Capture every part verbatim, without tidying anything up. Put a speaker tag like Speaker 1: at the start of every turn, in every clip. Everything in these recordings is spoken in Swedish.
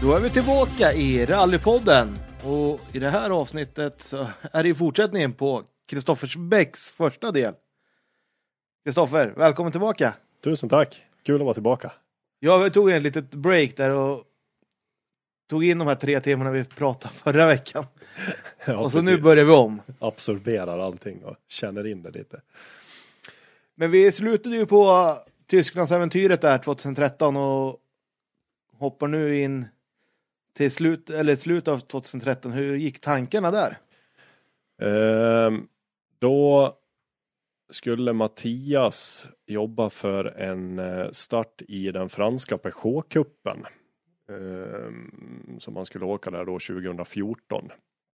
Speaker 1: Då är vi tillbaka i Rallypodden och i det här avsnittet så är det i fortsättningen på Kristoffer Bäcks första del. Kristoffer, välkommen tillbaka.
Speaker 2: Tusen tack, kul att vara tillbaka.
Speaker 1: Jag tog en litet break där och tog in de här tre timmarna vi pratade förra veckan.
Speaker 2: Ja,
Speaker 1: och så
Speaker 2: precis.
Speaker 1: nu börjar vi om.
Speaker 2: Absorberar allting och känner in det lite.
Speaker 1: Men vi slutade ju på Tysklandsäventyret där tjugohundratretton och hoppar nu in till slut, eller slut av tjugohundratretton. Hur gick tankarna där?
Speaker 2: Ehm, då skulle Mattias jobba för en start i den franska Peugeot-cupen. Ehm, som man skulle åka där då tjugohundrafjorton.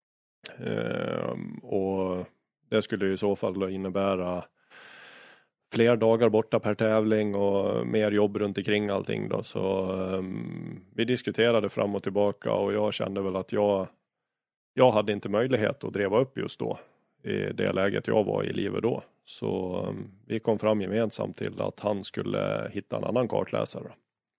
Speaker 2: Ehm, och det skulle i så fall då innebära fler dagar borta per tävling och mer jobb runt omkring allting då. Så um, vi diskuterade fram och tillbaka och jag kände väl att jag, jag hade inte möjlighet att driva upp just då i det läget jag var i livet då. Så um, vi kom fram gemensamt till att han skulle hitta en annan kartläsare.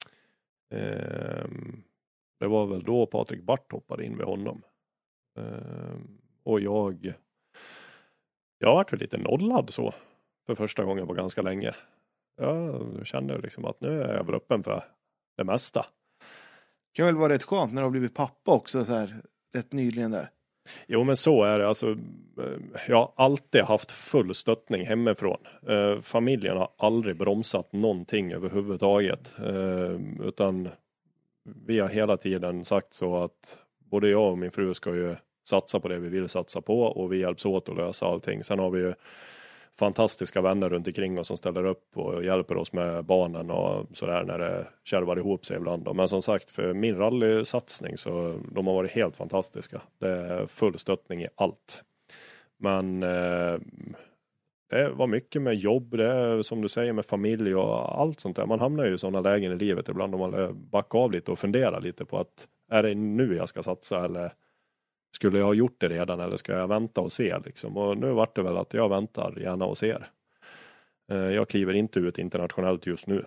Speaker 2: Um, det var väl då Patrik Bart hoppade in vid honom. Um, och jag jag varit väl lite nollad så. För första gången på ganska länge. Jag kände liksom att nu är jag väl öppen för det mesta.
Speaker 1: Det kan väl vara rätt skönt när du har blivit pappa också så här rätt nyligen där.
Speaker 2: Jo men så är det. Alltså, jag har alltid haft full stöttning hemifrån. Eh, familjen har aldrig bromsat någonting överhuvudtaget. Eh, utan vi har hela tiden sagt så att både jag och min fru ska ju satsa på det vi vill satsa på. Och vi hjälps åt att lösa allting. Sen har vi ju fantastiska vänner runt omkring oss som ställer upp och hjälper oss med barnen och sådär när det kärvar ihop sig ibland. Men som sagt, för min rallysatsning så de har varit helt fantastiska. Det är full stöttning i allt. Men eh, det var mycket med jobb, det är som du säger med familj och allt sånt där. Man hamnar ju i sådana lägen i livet ibland om man backar av lite och funderar lite på att är det nu jag ska satsa eller skulle jag ha gjort det redan eller ska jag vänta och se liksom? Och nu vart det väl att jag väntar gärna och ser. Jag kliver inte ut internationellt just nu.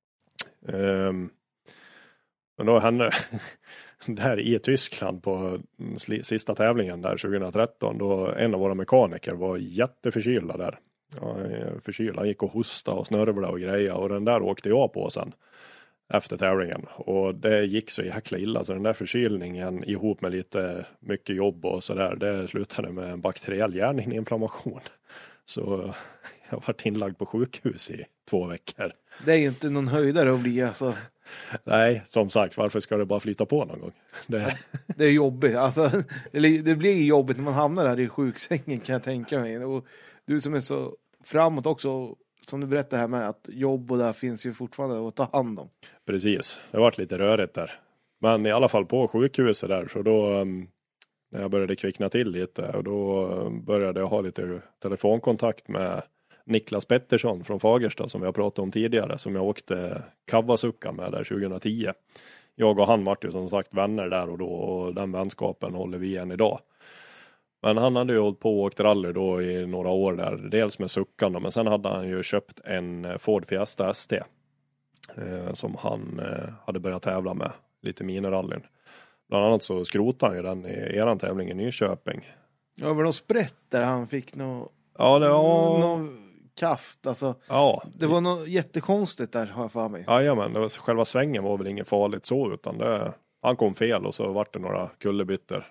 Speaker 2: Men då hände där i Tyskland på sista tävlingen där tjugohundratretton då en av våra mekaniker var jätteförkylda där. Ja, förkyld. Han gick och hosta och snörvla och greja och den där åkte jag på sen. Efter tävlingen. Och det gick så jäkla illa. Så den där förkylningen ihop med lite mycket jobb och sådär. Det slutade med en bakteriell hjärninflammation. Så jag har varit inlagd på sjukhus i två veckor.
Speaker 1: Det är ju inte någon höjdare att bli alltså.
Speaker 2: Nej, som sagt. Varför ska det bara flytta på någon gång? Det,
Speaker 1: det är jobbigt. Alltså, det blir jobbigt när man hamnar där i sjuksängen kan jag tänka mig. Och du som är så framåt också. Som du berättade här med att jobb och där finns ju fortfarande att ta hand om.
Speaker 2: Precis, det har varit lite rörigt där. Men i alla fall på sjukhuset där så då um, när jag började kvickna till lite och då um, började jag ha lite telefonkontakt med Niklas Pettersson från Fagersta som jag pratade om tidigare som jag åkte Kawasaki med där tjugohundratio. Jag och han var ju som sagt vänner där och då och den vänskapen håller vi än idag. Men han hade ju hållit på och åkt rally då i några år där. Dels med Suckan då, men sen hade han ju köpt en Ford Fiesta S T. Eh, som han eh, hade börjat tävla med. Lite minirallyn. Bland annat så skrotade han ju den i eran tävling i Nyköping.
Speaker 1: Ja, var det något sprätt där han fick något...
Speaker 2: Ja, det var...
Speaker 1: Något kast, alltså.
Speaker 2: Ja.
Speaker 1: Det var något jättekonstigt där, har jag för mig.
Speaker 2: Ja, men det var, själva svängen var väl inget farligt så, utan det... Han kom fel och så vart det några kullerbytter.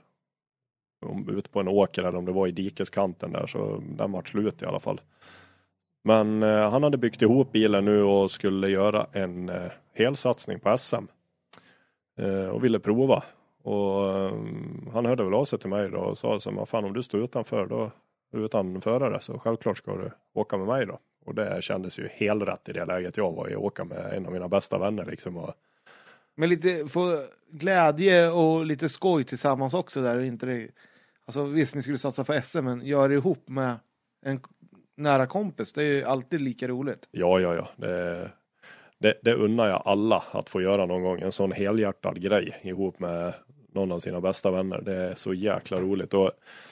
Speaker 2: Ut på en åker eller om det var i dikeskanten där så den var slut i alla fall. Men eh, han hade byggt ihop bilen nu och skulle göra en eh, helsatsning på S M. Eh, och ville prova. Och eh, han hörde väl av sig till mig då och sa så fan om du står utanför då utan förare så självklart ska du åka med mig då. Och det kändes ju helt rätt i det läget jag var i att åka med en av mina bästa vänner liksom och
Speaker 1: men lite få glädje och lite skoj tillsammans också där. Inte det, alltså visst ni skulle satsa på S M men gör det ihop med en nära kompis. Det är ju alltid lika roligt.
Speaker 2: Ja, ja, ja. Det, det, det unnar jag alla att få göra någon gång. En sån helhjärtad grej ihop med någon av sina bästa vänner. Det är så jäkla roligt. Och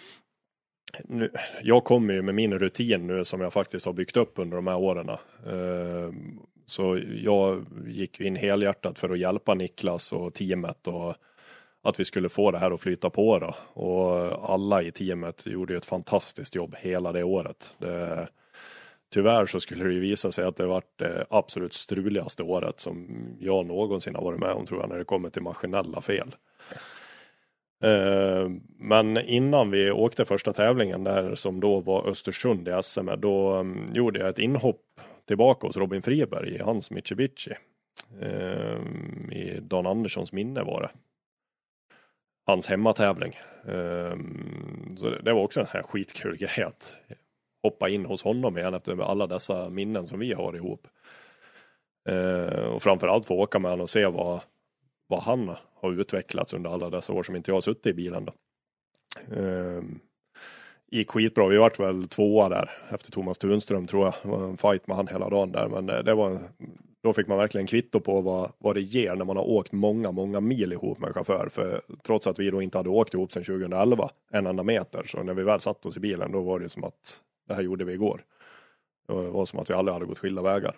Speaker 2: nu, jag kommer ju med min rutin nu som jag faktiskt har byggt upp under de här åren. Eh, Så jag gick in helhjärtat för att hjälpa Niklas och teamet och att vi skulle få det här att flyta på då. Och alla i teamet gjorde ju ett fantastiskt jobb hela det året. Det, tyvärr så skulle det ju visa sig att det var det absolut struligaste året som jag någonsin har varit med om, tror jag, när det kommer till maskinella fel. Men innan vi åkte första tävlingen där, som då var Östersund i S M, då gjorde jag ett inhopp tillbaka hos Robin Friberg i hans Mitsubishi. I Dan Anderssons minne var det. Hans hemmatävling. Så det var också en här skitkul grej att hoppa in hos honom igen efter alla dessa minnen som vi har ihop. Och framförallt få åka med honom och se vad, vad han har utvecklats under alla dessa år som inte jag har suttit i bilen då. Gick skitbra. Vi vart väl tvåa där efter Thomas Tunström, tror jag. Det var en fight med han hela dagen där. Men det var, då fick man verkligen kvitto på vad, vad det ger när man har åkt många, många mil ihop med chaufför. För trots att vi då inte hade åkt ihop sedan tjugoelva, en enda meter. Så när vi väl satt oss i bilen, då var det som att det här gjorde vi igår. Det var som att vi aldrig hade gått skilda vägar.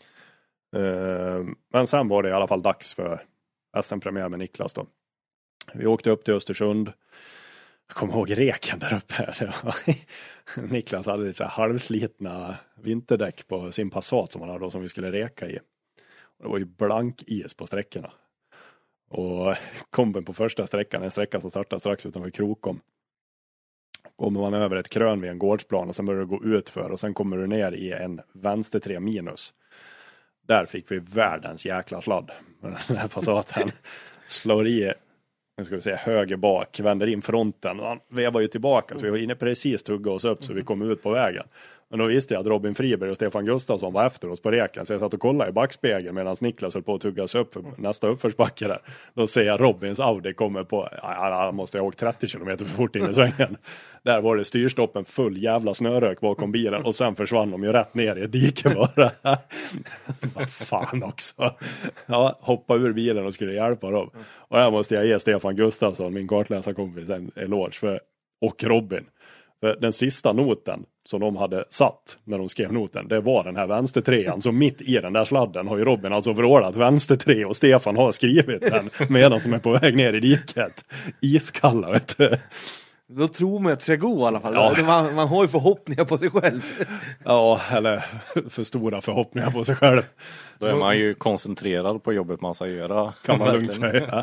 Speaker 2: Men sen var det i alla fall dags för S M-premiär med Niklas då. Vi åkte upp till Östersund. Jag kommer ihåg reken där uppe. Niklas hade lite så här halvslitna vinterdäck på sin Passat som han hade då, som vi skulle reka i. Och det var ju blank is på sträckorna. Och komben på första sträckan, en sträcka som startade strax utanför Krokom. Kommer man över ett krön vid en gårdsplan och sen börjar det gå ut för och sen kommer du ner i en vänster tre minus. Där fick vi världens jäkla sladd. Den här Passaten slår i, nu ska vi säga, höger bak, vänder in fronten och han vevar ju tillbaka, så vi var inne precis tugga oss upp så vi kom ut på vägen. Men då visste jag att Robin Friberg och Stefan Gustafsson var efter oss på reken, så jag satt och kollade i backspegeln medan Niklas höll på att tugga sig upp för nästa uppförsbacke där. Då ser jag Robins Audi kommer på, ja, han måste ha åkt trettio kilometer för fort in i svängen. Där var det styrstoppen, full jävla snörök bakom bilen och sen försvann de ju rätt ner i ett dike bara. Vad fan också. Ja, hoppa ur bilen och skulle hjälpa dem. Och där måste jag ge Stefan Gustafsson, min kartläsarkompis, en eloge för, och Robin. För den sista noten som de hade satt när de skrev noten, det var den här vänstertrean. Så mitt i den där sladden har ju Robin alltså vrålat vänstertre och Stefan har skrivit den medan de är på väg ner i diket. Iskalla, vet du.
Speaker 1: Då tror man att det ska gå i alla fall.
Speaker 2: Ja.
Speaker 1: Man, man har ju förhoppningar på sig själv.
Speaker 2: Ja, eller för stora förhoppningar på sig själv.
Speaker 3: Då är man ju koncentrerad på jobbet man ska göra.
Speaker 2: Kan man lugnt säga.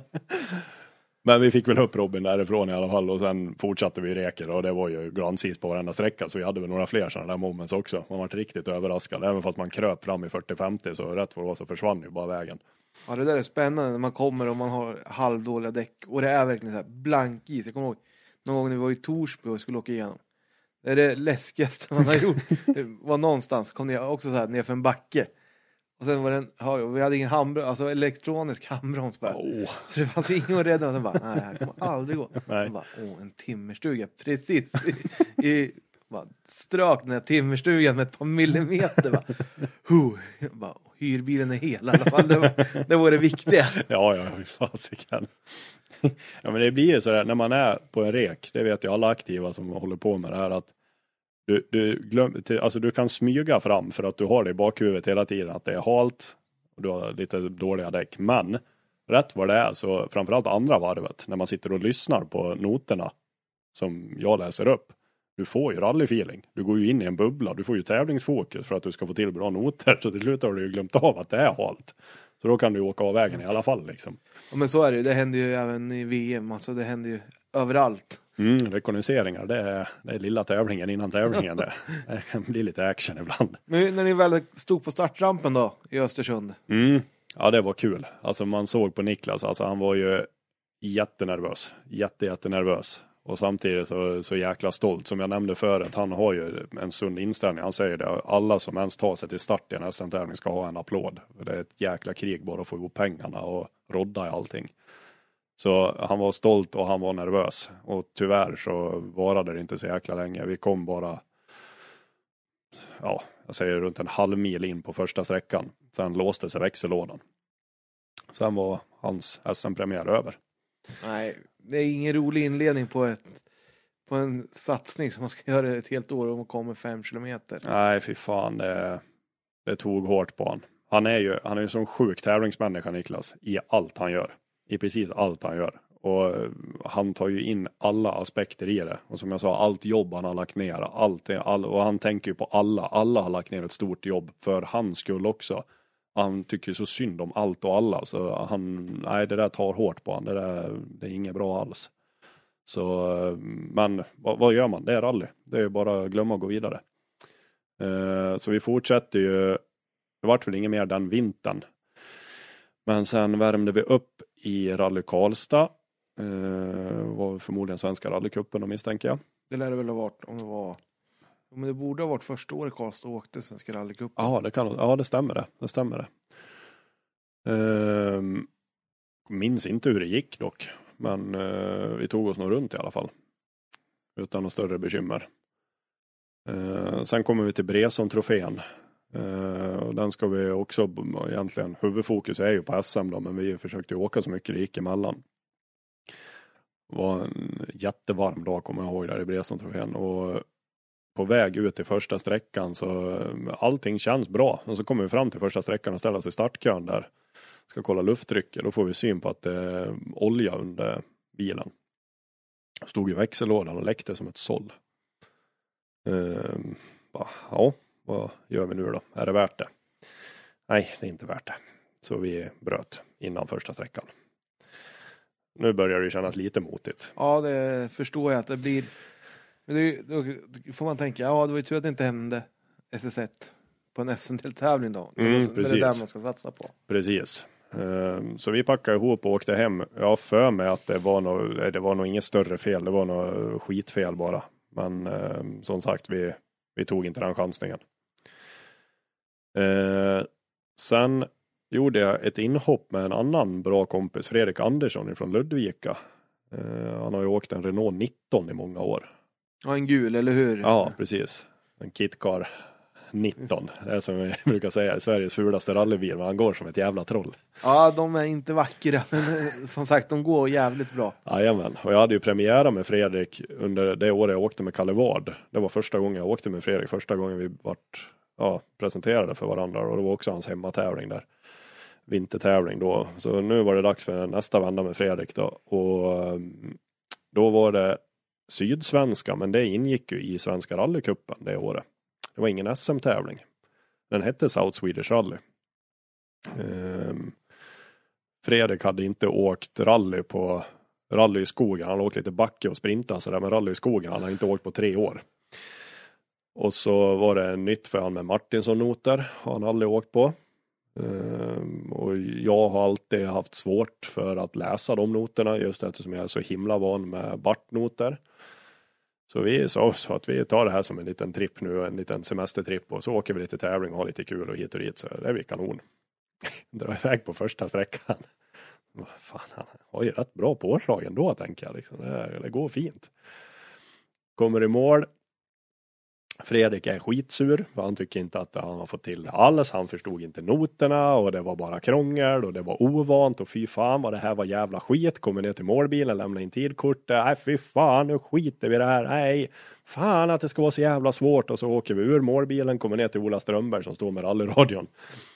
Speaker 2: Men vi fick väl upp Robin därifrån i alla fall och sen fortsatte vi reker och det var ju glansis på varenda sträcka, så vi hade väl några fler sådana där moments också. Man var riktigt överraskad, även fast man kröp fram i fyrtio femtio så rätt för oss så försvann ju bara vägen.
Speaker 1: Ja, det där är spännande när man kommer och man har halvdåliga däck och det är verkligen så här blank is. Jag kommer ihåg någon gång när vi var i Torsby och skulle åka igenom. Det är det läskigaste man har gjort. Det var någonstans, kom jag också så här ner för en backe. Och sen var den, ja, vi hade ingen handbroms, alltså elektronisk handbroms bara. Oh. Så det fanns ju ingen att rädda. Och sen bara, nej, det här kommer aldrig gå. Nej. Bara, åh, en timmerstuga, precis. I, i bara, strök den här timmerstugan med ett par millimeter. Bara, huh, bara, hyrbilen är hel i alla fall. Det var det, var det viktiga.
Speaker 2: Ja, ja, fasiken. Ja, men det blir ju så där, när man är på en rek, det vet ju alla aktiva som håller på med det här, att Du, du, glöm, alltså du kan smyga fram för att du har det i bakhuvudet hela tiden att det är halt och du har lite dåliga däck. Men rätt vad det är, så framförallt andra varvet när man sitter och lyssnar på noterna som jag läser upp, du får ju rallyfeeling. Du går ju in i en bubbla, du får ju tävlingsfokus för att du ska få till bra noter, så till slut har du ju glömt av att det är halt. Så då kan du åka av vägen i alla fall liksom.
Speaker 1: Ja, men så är det ju. Det händer ju även i V M, alltså det händer ju överallt.
Speaker 2: Mm, rekognoseringar, det är, det är lilla tävlingen innan tävlingen. Det, det kan bli lite action ibland.
Speaker 1: Men när ni väl stod på startrampen då i Östersund?
Speaker 2: Mm, ja, det var kul. Alltså man såg på Niklas, alltså han var ju jättenervös. Jätte, jättenervös. Och samtidigt så, så jäkla stolt. Som jag nämnde förut, han har ju en sund inställning. Han säger det, alla som ens tar sig till start i en S M-tävling ska ha en applåd. Det är ett jäkla krig bara att få ihop pengarna och rodda i allting. Så han var stolt och han var nervös. Och tyvärr så varade det inte så jäkla länge. Vi kom bara, ja, jag säger runt en halv mil in på första sträckan. Sen låste sig växellådan. Sen var hans S M-premiär över.
Speaker 1: Nej, det är ingen rolig inledning på ett på en satsning som man ska göra ett helt år och man kommer fem kilometer.
Speaker 2: Nej, fy fan. Det, det tog hårt på han. Han är ju, han är ju som sjuk tävlingsmänniska, Niklas, i allt han gör. I precis allt han gör. Och han tar ju in alla aspekter i det. Och som jag sa, allt jobb han har lagt ner. Allt, all, och han tänker ju på alla. Alla har lagt ner ett stort jobb för hans skull också. Han tycker så synd om allt och alla. Så han, nej, det där tar hårt på han. Det, där, det är inget bra alls. Så, men vad, vad gör man? Det är rally. Det är bara att glömma att gå vidare. Uh, så vi fortsätter ju. Det vart väl inget mer den vintern. Men sen värmde vi upp i Rally Karlstad. Uh, var förmodligen svenska rallycupen då, misstänker jag.
Speaker 1: Det lär det väl ha varit om det var... Men det borde ha varit första året Karlstad åkte svenska rallycupen.
Speaker 2: Ja, det kan, ja, det stämmer det. Det stämmer det. Uh, minns inte hur det gick dock. Men uh, vi tog oss nog runt i alla fall. Utan några större bekymmer. Uh, sen kommer vi till Bresson-trofén. Uh, och den ska vi också egentligen, huvudfokus är ju på S M då, men vi försökte ju åka så mycket det gick emellan. Det var en jättevarm dag kommer jag ihåg där i Bresson-trofén, och på väg ut till första sträckan så allting känns bra, och så kommer vi fram till första sträckan och ställer oss i startkön där, ska kolla lufttrycket, då får vi syn på att det är olja under bilen. Stod ju växellådan och läckte som ett såll. Uh, bara, ja, vad gör vi nu då? Är det värt det? Nej, det är inte värt det. Så vi bröt innan första sträckan. Nu börjar det kännas lite motigt.
Speaker 1: Ja, det förstår jag att det blir. Men det, då får man tänka, ja det var ju tur att det inte hände S S ett på en S M-tävling då.
Speaker 2: Mm,
Speaker 1: det är
Speaker 2: precis.
Speaker 1: det där man ska satsa på.
Speaker 2: Precis. Så vi packade ihop och åkte hem. Jag har för mig att det var nog, det var nog inget större fel. Det var nog skitfel bara. Men som sagt, vi, vi tog inte den chansningen. Sen gjorde jag ett inhopp med en annan bra kompis, Fredrik Andersson från Ludvika. Han har ju åkt en Renault nitton i många år.
Speaker 1: Ja, en gul, eller hur?
Speaker 2: Ja, precis. En KitKar nitton. Det är som vi brukar säga, Sveriges fulaste rallybil, men han går som ett jävla troll.
Speaker 1: Ja, de är inte vackra, men som sagt, de går jävligt bra.
Speaker 2: Jajamän, och jag hade ju premiära med Fredrik under det året jag åkte med Kalle Ward. Det var första gången jag åkte med Fredrik, första gången vi vart ja, presenterade för varandra, och det var också hans hemmatävling där. Vintertävling då. Så nu var det dags för nästa vända med Fredrik då, och då var det Sydsvenska, men det ingick ju i Svenska rallycupen det året. Det var ingen S M-tävling. Den hette South Swedish Rally. Um, Fredrik hade inte åkt rally på rally i skogen. Han hade åkt lite backe och sprinta så där, men rally i skogen han hade inte åkt på tre år. Och så var det nytt för han med Martinsson-noter. Har han aldrig åkt på. Um, och jag har alltid haft svårt för att läsa de noterna, just eftersom jag är så himla van med Bart-noter. Så vi sa så att vi tar det här som en liten tripp nu, en liten semestertripp, och så åker vi lite tävling och har lite kul och hit och dit, så det blir kanon. Dra iväg på första sträckan. Fan, han har ju rätt bra påslag ändå, tänker jag. Liksom. Det, det går fint. Kommer i mål. Fredrik är skitsur, för han tycker inte att han har fått till det alls. Han förstod inte noterna och det var bara krångel och det var ovant och fy fan vad det här var jävla skit. Kommer ner till målbilen, lämnar in tidkortet. Nej fy fan, nu skiter vi det här. Nej, fan att det ska vara så jävla svårt. Och så åker vi ur målbilen, kommer ner till Ola Strömberg som står med rallyradion.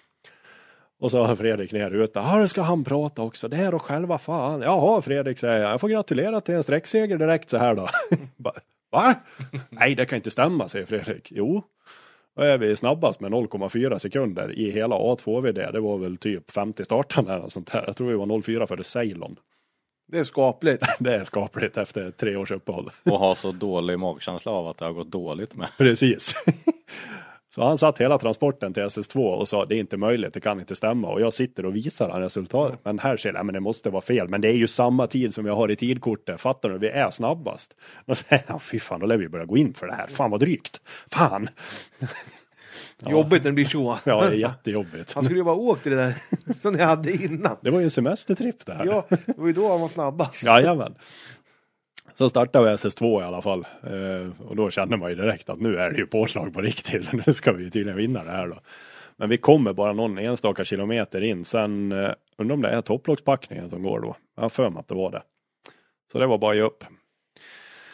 Speaker 2: Och så har Fredrik ner ute. Ja, det ska han prata också. Det är då själva fan. Jaha, Fredrik säger jag. Jag får gratulera till en sträckseger direkt så här då. Va? Nej, det kan inte stämma, säger Fredrik. Jo, då är vi snabbast med noll komma fyra sekunder i hela A två V D. Det var väl typ femtio startarna eller sånt där. Jag tror vi var noll komma fyra för det Ceylon.
Speaker 1: Det är skapligt.
Speaker 2: Det är skapligt efter tre års uppehåll.
Speaker 3: Och ha så dålig magkänsla av att det har gått dåligt med.
Speaker 2: Precis. Så han satt hela transporten till S S två och sa det är inte möjligt, det kan inte stämma. Och jag sitter och visar han resultatet. Men här ser jag, men det måste vara fel. Men det är ju samma tid som jag har i tidkortet. Fattar du? Vi är snabbast. Och så säger jag, fy fan, då lär vi börja gå in för det här. Fan vad drygt. Fan.
Speaker 1: Ja. Jobbigt när det blir så.
Speaker 2: Ja, det är jättejobbigt.
Speaker 1: Han skulle ju bara åkt det där som jag hade innan.
Speaker 2: Det var ju en semestertripp det här.
Speaker 1: Ja, det var ju då han var snabbast.
Speaker 2: Jajamän. Så startade vi S S två i alla fall. Eh, och då kände man ju direkt att nu är det ju påslag på riktigt. Nu ska vi tydligen vinna det här då. Men vi kommer bara någon enstaka kilometer in. Sen eh, undrar om det är topplockspackningen som går då. Jag har för mig att det var det. Så det var bara att ge upp.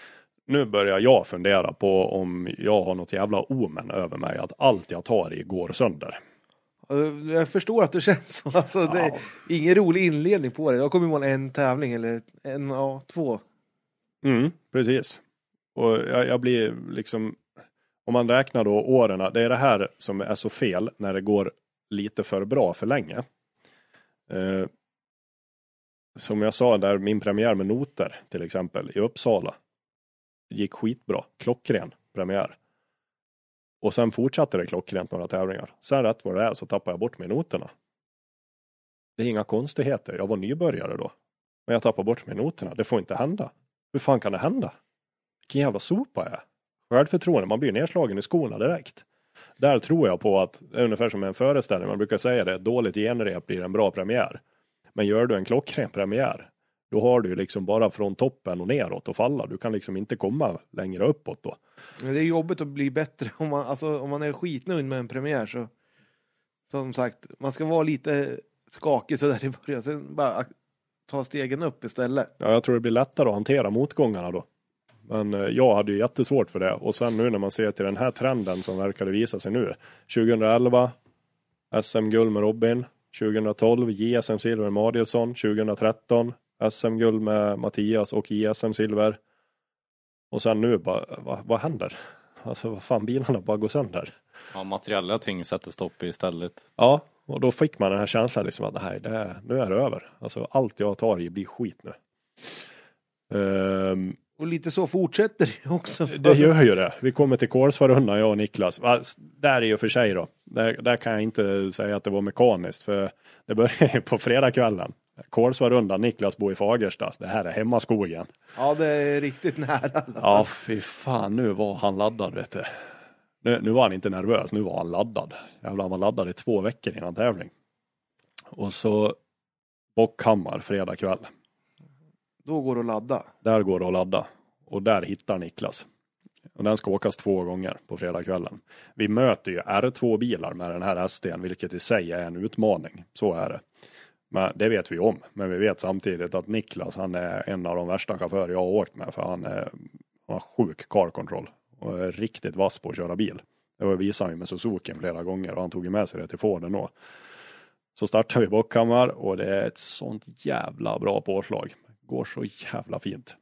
Speaker 2: nu börjar jag fundera på om jag har något jävla omen över mig att allt jag tar i går sönder.
Speaker 1: Jag förstår att det känns så. Alltså, det är ingen rolig inledning på det. Jag kommer ihåg en tävling eller en, ja, två.
Speaker 2: Mm, precis. Och jag, jag blir liksom, om man räknar då åren, det är det här som är så fel när det går lite för bra för länge. Eh, som jag sa där, min premiär med noter till exempel i Uppsala gick skitbra, klockren premiär. Och sen fortsatte det klockrent några tävlingar. Sen rätt vad det är så tappade jag bort mig noterna. Det är inga konstigheter, jag var nybörjare då. Men jag tappade bort mig noterna, det får inte hända. Hur fan kan det hända? Vilken jävla sopa jag är. Självförtroende, man blir nedslagen i skorna direkt. Där tror jag på att, det är ungefär som en föreställning, man brukar säga det, ett dåligt genrep blir en bra premiär. Men gör du en klockren premiär, då har du liksom bara från toppen och neråt och falla. Du kan liksom inte komma längre uppåt då.
Speaker 1: Det är jobbigt att bli bättre om man, alltså, om man är skitnöjd med en premiär så, som sagt, man ska vara lite skakig så där i början, sen bara ta stegen upp istället.
Speaker 2: Ja, jag tror det blir lättare att hantera motgångarna då. Men jag hade ju jättesvårt för det. Och sen nu när man ser till den här trenden som verkade visa sig nu. tjugohundraelva S M-guld med Robin. tjugohundratolv J S M-silver med Adielsson. tjugohundratretton S M-guld med Mattias och J S M-silver. Och sen nu, bara, vad, vad händer? Alltså vad fan, bilarna bara går sönder.
Speaker 3: Ja, materiella ting sätter stopp istället.
Speaker 2: Ja, och då fick man den här känslan liksom att nej, det är, nu är det över. Alltså allt jag tar i blir skit nu. Um,
Speaker 1: Och lite så fortsätter det också.
Speaker 2: Det gör ju det. Vi kommer till Kolsvarundan, jag och Niklas. Där är ju för sig då. Där, där kan jag inte säga att det var mekaniskt. För det började ju på fredagskvällen. Kolsvarundan, Niklas bor i Fagersta. Det här är hemmaskogen.
Speaker 1: Ja, det är riktigt nära.
Speaker 2: Ja, fy fan. Nu var han laddad, vet du. Nu, nu var han inte nervös. Nu var han laddad. Jävlar, han var laddad i två veckor innan tävling. Och så Bockhammar, fredag kväll.
Speaker 1: Då går det att ladda.
Speaker 2: Där går det att ladda. Och där hittar Niklas. Och den ska åkas två gånger på fredagskvällen. Vi möter ju R två-bilar med den här S D:n, vilket i sig är en utmaning. Så är det. Men det vet vi om. Men vi vet samtidigt att Niklas, han är en av de värsta chaufförer jag har åkt med. För han, är, han har sjuk car control. Och är riktigt vass på att köra bil. Det visade han ju med Suzuki flera gånger. Och han tog ju med sig det till Forden då. Så startar vi Bockhammar. Och det är ett sånt jävla bra påslag. Går så jävla fint.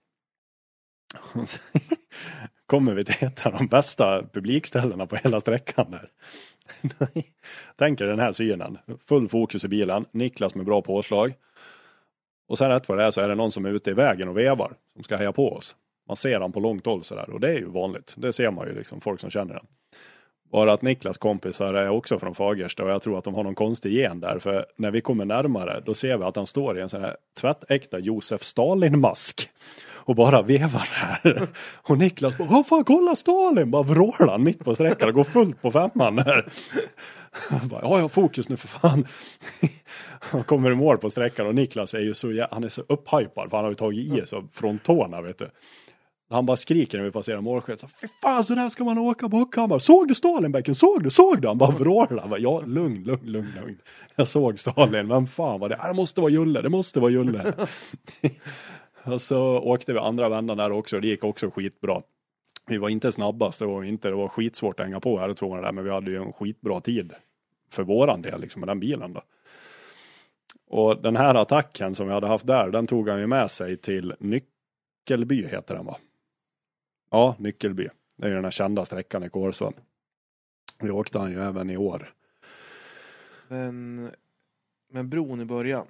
Speaker 2: Kommer vi till ett av de bästa publikställena på hela sträckan där. Tänker den här synen. Full fokus i bilen. Niklas med bra påslag. Och sen rätt vad det är så är det någon som är ute i vägen och vevar. Som ska heja på oss. Man ser han på långt håll sådär. Och det är ju vanligt. Det ser man ju liksom. Folk som känner den. Bara att Niklas kompisar är också från Fagersta. Och jag tror att de har någon konstig gen där. För när vi kommer närmare. Då ser vi att han står i en sån här tvättäkta Josef Stalin-mask. Och bara vevar här. Och Niklas bara, fan kolla Stalin. Bara vrålar han mitt på sträckan. Och går fullt på femman där. Bara, ja, jag har fokus nu för fan. Han kommer i mål på sträckan. Och Niklas är ju så, han är så upphypad. För han har ju tagit i så från tårna, vet du. Han bara skriker när vi passerar målskedet. Så, fy fan, så där ska man åka Bockhammar. Såg du Stalinbäcken? Såg du? Såg du? Han bara vrålar. Bara, ja, lugn, lugn, lugn, lugn. Jag såg Stalin. Men fan vad det? Det måste vara Julle. Det måste vara Julle. Och så åkte vi andra vändan där också. Det gick också skitbra. Vi var inte snabbast. Det var, inte, det var skitsvårt att hänga på R två där. Men vi hade ju en skitbra tid. För våran del liksom med den bilen då. Och den här attacken som vi hade haft där. Den tog han ju med sig till Nyckelby heter den va? Ja, Nyckelby. Det är ju den här kända sträckan i Kolsva. Vi åkte han ju även i år.
Speaker 1: Men, men bron i början?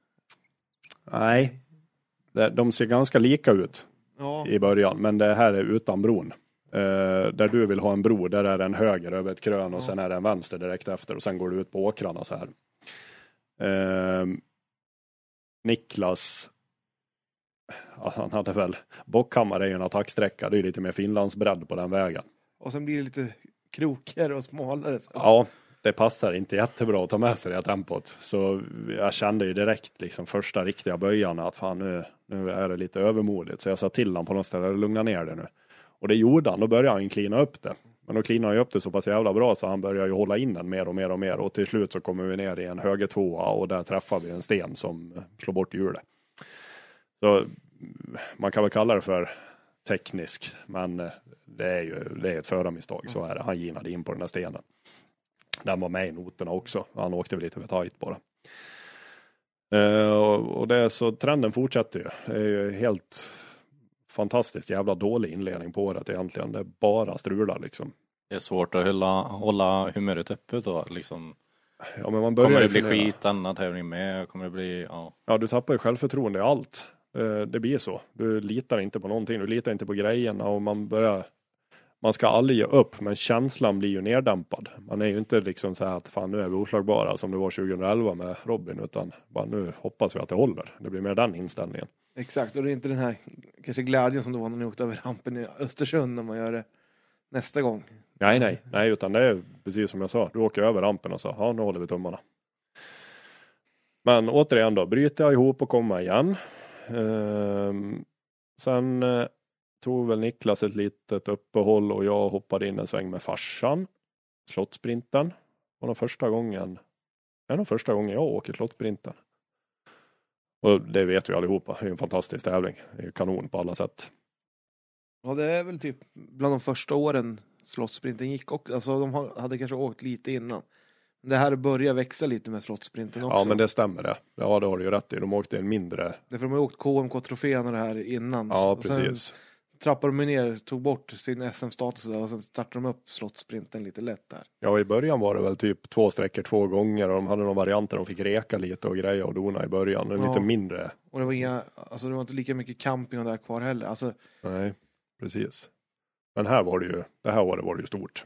Speaker 2: Nej. De ser ganska lika ut
Speaker 1: ja.
Speaker 2: i början. Men det här är utan bron. Uh, där du vill ha en bro, där är en höger över ett krön. Och ja. Sen är det en vänster direkt efter. Och sen går du ut på åkrarna så här. Uh, Niklas... Han hade väl, Bockhammar är ju en attacksträcka. Det är ju lite mer Finlandsbredd på den vägen.
Speaker 1: Och sen blir det lite krokigare och smalare. Så.
Speaker 2: Ja, det passar inte jättebra att ta med sig det här tempot. Så jag kände ju direkt liksom första riktiga böjarna att fan nu, nu är det lite övermodigt. Så jag sa till honom på något ställe, lugna ner det nu. Och det gjorde han, då började han klina upp det. Men då klinade han upp det så pass jävla bra så han började ju hålla in den mer och mer och mer. Och till slut så kommer vi ner i en höger tvåa och där träffar vi en sten som slår bort hjulet. Så man kan väl kalla det för teknisk. Men eh, det är ju det är ett förarmisstag, så är det. Han ginade in på den här stenen. Den var med i noterna också. Han åkte väl lite för tajt bara. Uh, och, och det är så trenden fortsätter ju. Det är ju helt fantastiskt jävla dålig inledning på året egentligen. Det är bara strular liksom.
Speaker 3: Det är svårt att hålla, hålla humöret uppe då liksom.
Speaker 2: Ja, men man börjar
Speaker 3: kommer det bli
Speaker 2: fundera.
Speaker 3: skit denna tävling med? Kommer det bli, ja.
Speaker 2: Ja, du tappar ju självförtroende i allt. Uh, det blir så. Du litar inte på någonting. Du litar inte på grejerna och man börjar... Man ska aldrig ge upp, men känslan blir ju neddämpad. Man är ju inte liksom så här att fan nu är vi oslagbara som det var tjugoelva med Robin, utan bara nu hoppas vi att det håller. Det blir mer den inställningen.
Speaker 1: Exakt, och det är inte den här kanske glädjen som det var när ni åkte över rampen i Östersund när man gör det nästa gång.
Speaker 2: Nej, nej, nej, utan det är precis som jag sa. Du åker över rampen och så, ja nu håller vi tummarna. Men återigen då, bryta ihop och komma igen. Ehm, sen... tog väl Niklas ett litet uppehåll och jag hoppade in en sväng med farsan. Slottsprinten. Det var den första gången. Det är den första gången jag åker slottsprinten. Och det vet vi allihopa. Det är en fantastisk tävling. Det är kanon på alla sätt.
Speaker 1: Ja, det är väl typ bland de första åren slottsprinten gick också. Alltså de hade kanske åkt lite innan. Det här börjar växa lite med slottsprinten också.
Speaker 2: Ja, men det stämmer det. Ja, det har du ju rätt i. De åkte en mindre...
Speaker 1: Därför de har åkt K M K-trofén och det här innan.
Speaker 2: Ja,
Speaker 1: och
Speaker 2: precis.
Speaker 1: Sen trappade de ner, tog bort sin S M-status och sen startade de upp slottsprinten lite lätt där.
Speaker 2: Ja, i början var det väl typ två sträckor två gånger och de hade någon varianter. De fick reka lite och greja och dona i början. En
Speaker 1: ja.
Speaker 2: lite mindre.
Speaker 1: Och det var inga, alltså det var inte lika mycket camping och där kvar heller. Alltså...
Speaker 2: Nej, precis. Men här var det ju, det här året var det ju stort.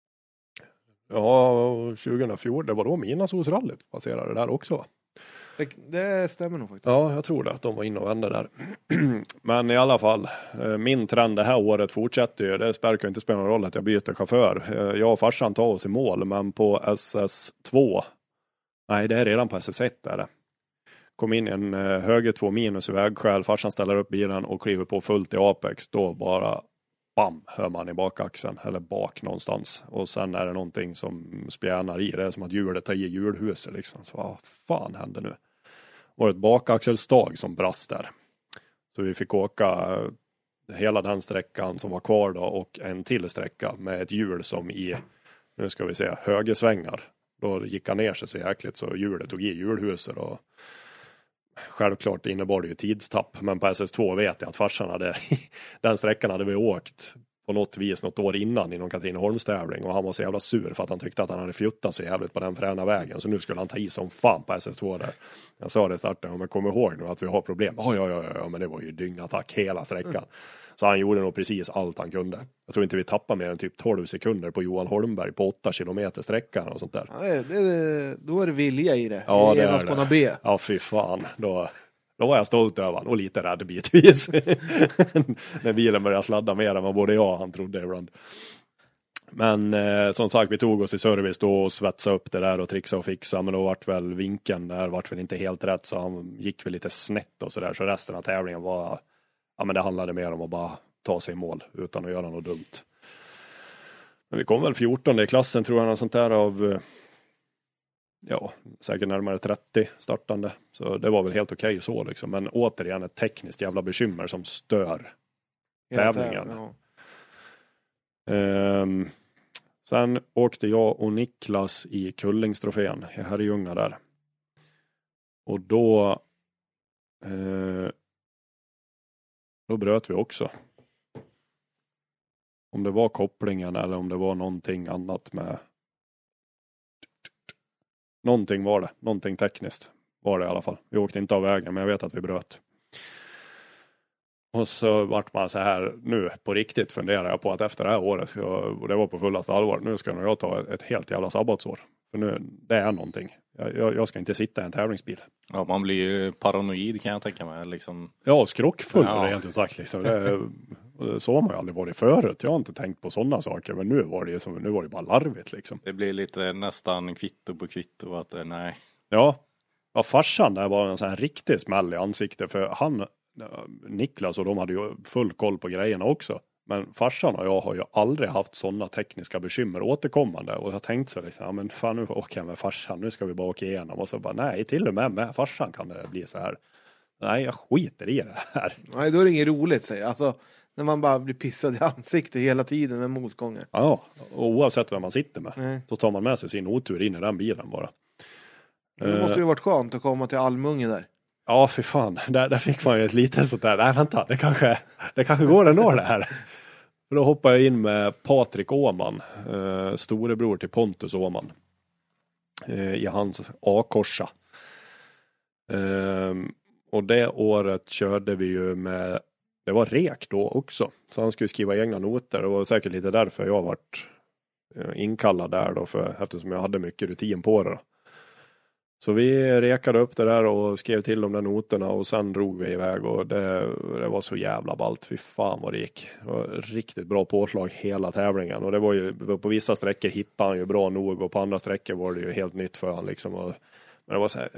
Speaker 2: Ja, tjugohundrafjorton, det var då Midnattssolsrallyt passerade där också.
Speaker 1: Det, det stämmer nog faktiskt.
Speaker 2: Ja, jag tror det, att de var inne och vände där. Men i alla fall, min trend det här året fortsätter ju. Det spärkar inte spela någon roll att jag byter chaufför. Jag och farsan tar oss i mål, men på S S två, nej det är redan på S S ett där det. Kom in en höger två minus i vägskäl, farsan ställer upp bilen och kliver på fullt i Apex. Då bara bam, hör man i bakaxeln eller bak någonstans. Och sen är det någonting som spjärnar i. Det är som att hjulet tar i hjulhuset liksom. Så vad fan hände nu? Det var ett bakaxelstag som brast där. Så vi fick åka hela den sträckan som var kvar då och en till sträcka med ett hjul som i, nu ska vi se, högersvängar. Då gick han ner sig så jäkligt så hjulet tog i hjulhuset och självklart innebar det ju tidstapp, men på S S två vet jag att farsan hade den sträckan hade vi åkt på något vis något år innan i någon Katrineholmstävling och han var så jävla sur för att han tyckte att han hade fjuttat så jävligt på den fräna vägen så nu skulle han ta i som fan på S S två där. Jag sa det i starten, om jag kommer ihåg nu att vi har problem. Ja, ja, ja, ja, men det var ju dyngattack hela sträckan. Så han gjorde nog precis allt han kunde. Jag tror inte vi tappade mer än typ tolv sekunder på Johan Holmberg på åtta kilometer sträckan och sånt där.
Speaker 1: Ja, det, det, då är det vilja i det.
Speaker 2: Ja, det
Speaker 1: är det. B.
Speaker 2: Ja, fy fan. Då, då var jag stolt över han och lite rädd bitvis. När bilen började sladda mer än vad både jag och han trodde ibland. Men eh, som sagt, vi tog oss i service då och svetsade upp det där och trixa och fixa. Men då vart väl vinkeln där vart väl inte helt rätt så han gick väl lite snett och sådär. Så resten av tävlingen var, ja men det handlade mer om att bara ta sig i mål utan att göra något dumt. Men vi kom väl fjortonde i klassen tror jag, något sånt där av, ja, säkert närmare trettio startande. Så det var väl helt okej så liksom. Men återigen ett tekniskt jävla bekymmer som stör tävlingen.
Speaker 1: Ja.
Speaker 2: Um, sen åkte jag och Niklas i Kullingstrofén i Herrljunga där. Och då uh, då bröt vi också. Om det var kopplingen eller om det var någonting annat med någonting var det. Någonting tekniskt var det i alla fall. Vi åkte inte av vägen men jag vet att vi bröt. Och så vart man så här, nu på riktigt funderar jag på att efter det här året, och det var på fullaste allvar, nu ska jag ta ett helt jävla sabbatsår. För nu, det är någonting. Jag, jag ska inte sitta i en tävlingsbil.
Speaker 3: Ja, man blir ju paranoid kan jag tänka mig. Liksom.
Speaker 2: Ja, skrockfull
Speaker 3: ja.
Speaker 2: rent ut sagt. Liksom. Det, så har man ju aldrig varit förut. Jag har inte tänkt på sådana saker, men nu var det ju som, nu var det bara larvigt liksom.
Speaker 3: Det blir lite nästan kvitto på kvitto att det, nej.
Speaker 2: Ja, ja farsan där var en sån här riktig smäll i ansiktet för han Niklas och de hade ju full koll på grejerna också. Men farsan och jag har ju aldrig haft sådana tekniska bekymmer återkommande. Och jag tänkte så liksom, ja men fan nu åker jag med farsan, nu ska vi bara åka igenom. Och så bara, nej till och med med farsan kan det bli så här. Nej, jag skiter i det här.
Speaker 1: Nej, då är det inget roligt säger jag. Alltså, När man bara blir pissad i ansiktet hela tiden med motgångar.
Speaker 2: Ja, och oavsett vem man sitter med.
Speaker 1: Nej.
Speaker 2: Så tar man med sig sin otur in i den bilen bara.
Speaker 1: Det måste ju varit skönt att komma till Almunge där.
Speaker 2: Ja, för fan. Där, där fick man ju ett litet sånt där. Nej, vänta. Det kanske, det kanske går ändå det här. För då hoppar jag in med Patrik Åman. Eh, storebror till Pontus Åman. Eh, I hans A-korsa. Eh, och det året körde vi ju med... Det var rek då också. Så han skulle skriva egna noter. Det var säkert lite därför jag varit inkallad där då. För, eftersom jag hade mycket rutin på det då. Så vi rekade upp det där och skrev till de där noterna och sen drog vi iväg och det, det var så jävla ballt. Fy fan vad det gick. Det var riktigt bra påslag hela tävlingen och det var ju på vissa sträckor hittade han ju bra nog och på andra sträckor var det ju helt nytt för han liksom. Och, men det var så här,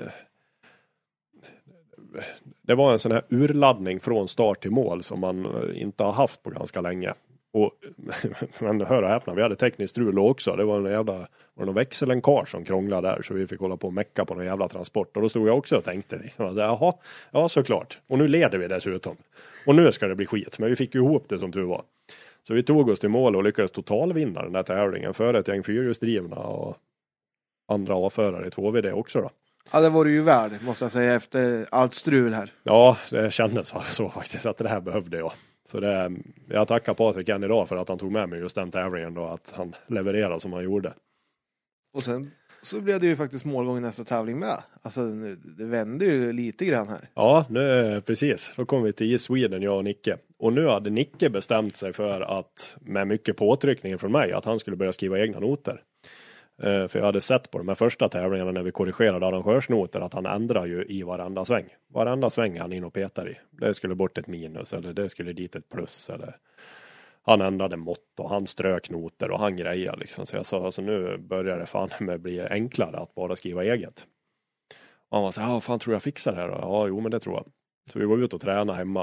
Speaker 2: det var en sån här urladdning från start till mål som man inte har haft på ganska länge. Och, men hör och häpna, vi hade tekniskt strul också. Det var en jävla var det någon växelenkar som krånglade där så vi fick hålla på och mecka på någon jävla transport. Och då stod jag också och tänkte liksom, jaha, ja såklart. Och nu leder vi dessutom. Och nu ska det bli skit, men vi fick ju ihop det som tur var. Så vi tog oss till mål och lyckades totalvinna den där tävlingen för ett gäng fyrhjulsdrivna och andra A-förare i två V D också då.
Speaker 1: Ja, det var det ju värd, måste jag säga, efter allt strul här.
Speaker 2: Ja, det kändes så faktiskt att det här behövde jag. Så det, jag tackar Patrik än idag för att han tog med mig just den tävlingen då, att han levererade som han gjorde.
Speaker 1: Och sen så blev det ju faktiskt målgång i nästa tävling med. Alltså det vände ju lite grann här.
Speaker 2: Ja, nu, precis. Då kom vi till East Sweden, jag och Nicke. Och nu hade Nicke bestämt sig för att, med mycket påtryckning från mig, att han skulle börja skriva egna noter. Uh, för jag hade sett på de här första tävlingarna när vi korrigerade arrangörsnoter att han ändrar ju i varenda sväng. Varenda sväng han in och petar i. Det skulle bort ett minus eller det skulle dit ett plus. Eller... Han ändrade mått och han strök noter och han grejer liksom. Så jag sa alltså nu börjar det fan med bli enklare att bara skriva eget. Och han var så här, ja fan tror jag fixar det här då? Ja jo men det tror jag. Så vi var ute och tränade hemma.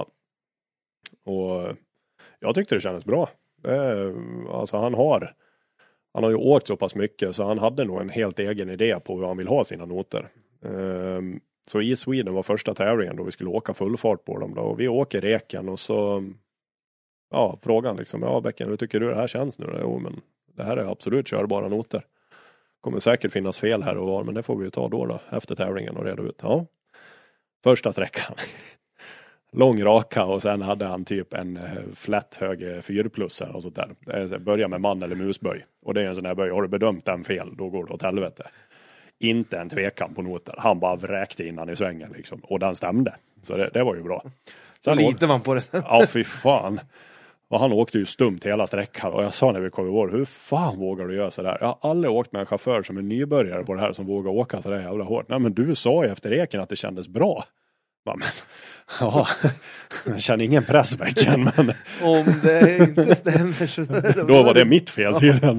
Speaker 2: Och jag tyckte det kändes bra. Det, alltså han har... Han har ju åkt så pass mycket så han hade nog en helt egen idé på hur han vill ha sina noter. Um, så i Sweden var första tävlingen då vi skulle åka full fart på dem då. Och vi åker reken och så ja, frågan liksom, ja Bäcken, hur tycker du det här känns nu? Jo men det här är absolut körbara noter. Kommer säkert finnas fel här och var, men det får vi ju ta då, då efter tävlingen och reda ut. Ja. Första sträckan. Lång raka och sen hade han typ en flat hög fyrplussare och sånt där. Börja med man eller musböj. Och det är en sån där böj. Har du bedömt den fel, då går det åt helvete. Inte en tvekan på noter. Han bara vräkte innan i svängen liksom. Och den stämde. Så det, det var ju bra.
Speaker 1: Sen litar man på det sen.
Speaker 2: Ja, fy fan. Och han åkte ju stumt hela sträckan. Och jag sa när vi kom i vår, hur fan vågar du göra så där? Jag har aldrig åkt med en chaufför som är nybörjare på det här som vågar åka så där jävla hårt. Nej men du sa ju efter eken att det kändes bra. Men, ja, jag känner ingen pressbäcken. Men...
Speaker 1: Om det inte stämmer så...
Speaker 2: Då var det mitt fel tydligen.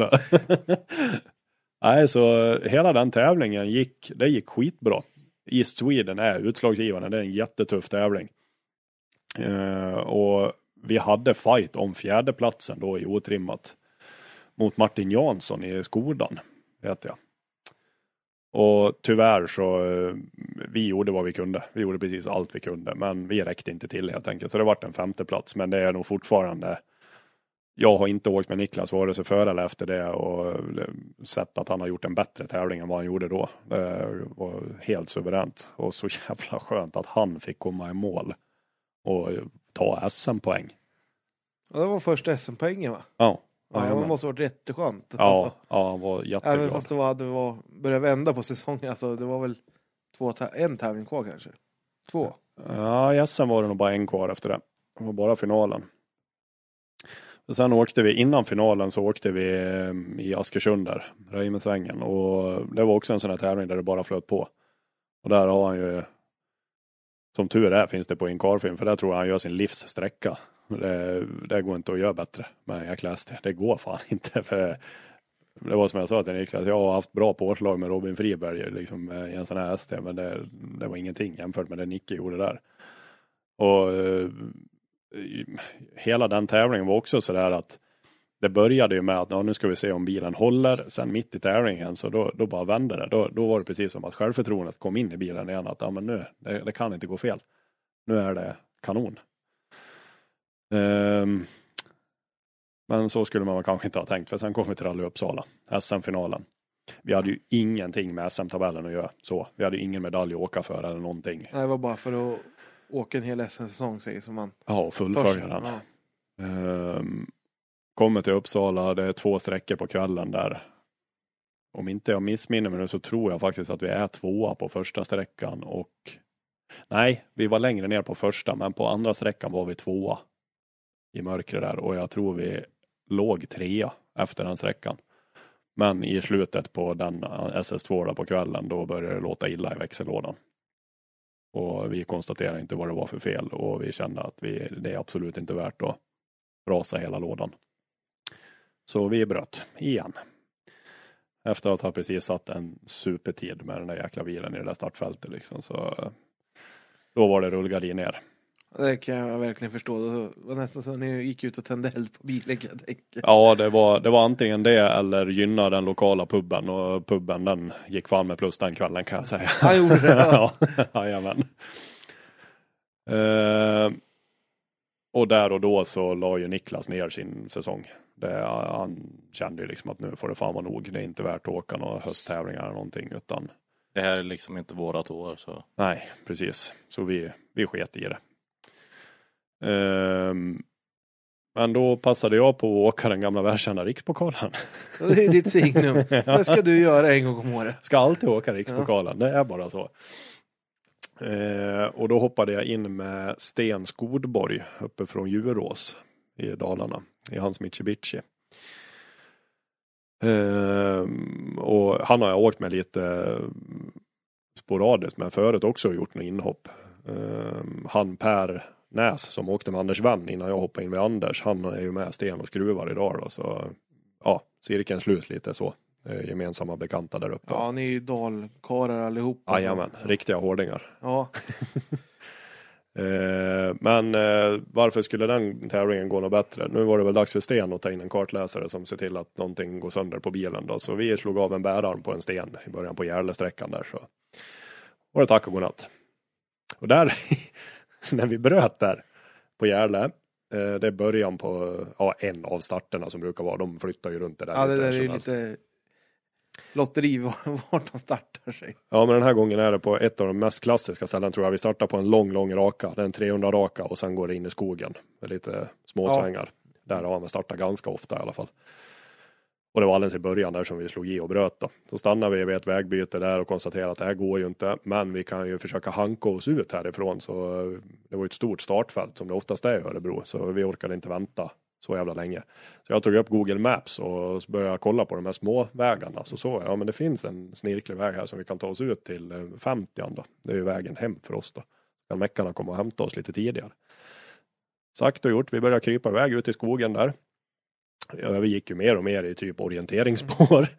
Speaker 2: Nej, så hela den tävlingen gick, det gick skitbra. East Sweden är utslagsgivande, det är en jättetuff tävling. Uh, och vi hade fight om fjärdeplatsen då i otrimmat. Mot Martin Jansson i Skodan, vet jag. Och tyvärr så vi gjorde vad vi kunde. Vi gjorde precis allt vi kunde. Men vi räckte inte till helt enkelt. Så det var en femte plats. Men det är nog fortfarande... Jag har inte åkt med Niklas vare sig före eller efter det. Och sett att han har gjort en bättre tävling än vad han gjorde då. Det var helt suveränt. Och så jävla skönt att han fick komma i mål. Och ta S M-poäng.
Speaker 1: Ja, det var första S M-poängen va?
Speaker 2: Ja.
Speaker 1: Ja, det måste ha varit jätteskönt.
Speaker 2: Ja,
Speaker 1: alltså.
Speaker 2: ja, han var jätteglad.
Speaker 1: Även fast det var, det var började vända på säsongen. Alltså, det var väl två, en tävling kvar kanske? Två?
Speaker 2: Ja, i S M var det nog bara en kvar efter det. Det var bara finalen. Och sen åkte vi, innan finalen så åkte vi i Askersund där, Reimesvängen. Och det var också en sån här tävling där det bara flöt på. Och där har han ju, som tur är finns det på en karfilm, för där tror jag han gör sin livssträcka. Det, det går inte att göra bättre med en jäkla S T. Det går fan inte. För det var som jag sa till Niklas, jag har haft bra påslag med Robin Friberg liksom, i en sån här S T. Men det, det var ingenting jämfört med det Nicke gjorde där. Och hela den tävlingen var också så där att det började ju med att ja, nu ska vi se om bilen håller. Sen mitt i tävlingen så då, då bara vände det. Då, då var det precis som att självförtroendet kom in i bilen igen. Att ja, men nu, det, det kan inte gå fel. Nu är det kanon. Uh, Um, men så skulle man kanske inte ha tänkt, för sen kom vi till Rally Uppsala, S M-finalen. Vi hade ju ingenting med S M-tabellen att göra. Så. Vi hade ju ingen medalj att åka för eller någonting.
Speaker 1: Det var bara för att åka en hel S M-säsong, säger som man.
Speaker 2: Ja, och fullfölja den. Ja. Um, kommer till Uppsala, det är två sträckor på kvällen där. Om inte jag missminner mig nu så tror jag faktiskt att vi är tvåa på första sträckan. Och nej, vi var längre ner på första, men på andra sträckan var vi tvåa i mörkret där. Och jag tror vi låg trea efter den sträckan. Men i slutet på den S S två på kvällen, då började det låta illa i växellådan. Och vi konstaterade inte vad det var för fel. Och vi kände att vi, det är absolut inte värt att rasa hela lådan. Så vi bröt igen. Efter att ha precis satt en supertid med den där jäkla bilen i det där startfältet. Liksom. Så då var det rullgardin ner.
Speaker 1: Det kan jag verkligen förstå. Det var nästan så att ni gick ut och tände eld på bilen, kan jag tänka.
Speaker 2: Ja, det var, det var antingen det eller gynna den lokala pubben. Och pubben, den gick fan med plus den kvällen, kan jag säga.
Speaker 1: Han gjorde det?
Speaker 2: Ja, jajamän. Uh, och där och då så la ju Niklas ner sin säsong. Det, han kände ju liksom att nu får det fan vara nog. Det är inte värt att åka några hösttävlingar eller någonting, utan...
Speaker 3: Det här är liksom inte vårat år. Så.
Speaker 2: Nej, precis. Så vi, vi sket i det. Um, men då passade jag på att åka den gamla världskända rikspokalen.
Speaker 1: Det är ditt signum. Det ska du göra en gång om året.
Speaker 2: Ska alltid åka rikspokalen, ja. Det är bara så. Uh, och då hoppade jag in med Sten Skodborg uppe från Djurås i Dalarna, i hans Mitsubishi. Uh, och han har jag åkt med lite sporadiskt, men förut också gjort något inhopp. Uh, han Per Näs som åkte med Anders Vann innan jag hoppade in med Anders, han är ju med Sten och skruvar idag då, så ja, cirkeln slut lite så. Gemensamma bekanta där uppe.
Speaker 1: Ja, ni är ju dalkarar allihop.
Speaker 2: Jajamän, riktiga hårdingar.
Speaker 1: Ja.
Speaker 2: eh, men eh, varför skulle den tävlingen gå något bättre? Nu var det väl dags för Sten att ta in en kartläsare som ser till att någonting går sönder på bilen då. Så vi slog av en bärarm på en sten i början på Järlesträckan där, så var det tack och godnatt. Och där när vi bröt där på Järle, eh, det är början på ja, en av starterna som brukar vara, de flyttar ju runt det där.
Speaker 1: Ja, det där är ju
Speaker 2: helst.
Speaker 1: lite lotteri vart de startar sig.
Speaker 2: Ja, men den här gången är det på ett av de mest klassiska ställen, tror jag. Vi startar på en lång, lång raka, det är en trehundra raka, och sen går det in i skogen med lite små svängar. Ja. Där har man startat ganska ofta i alla fall. Och det var alldeles i början där som vi slog i och bröt då. Så stannade vi vid ett vägbyte där och konstaterade att det här går ju inte. Men vi kan ju försöka hanka oss ut härifrån. Så det var ett stort startfält som det oftast är i Örebro. Så vi orkade inte vänta så jävla länge. Så jag tog upp Google Maps och började kolla på de här små vägarna. Så såg jag, ja men det finns en snirklig väg här som vi kan ta oss ut till femtio då. Det är ju vägen hem för oss då. Kan meckarna komma och hämta oss lite tidigare. Sagt och gjort, vi började krypa iväg ut i skogen där. Ja, vi gick ju mer och mer i typ orienteringsspår.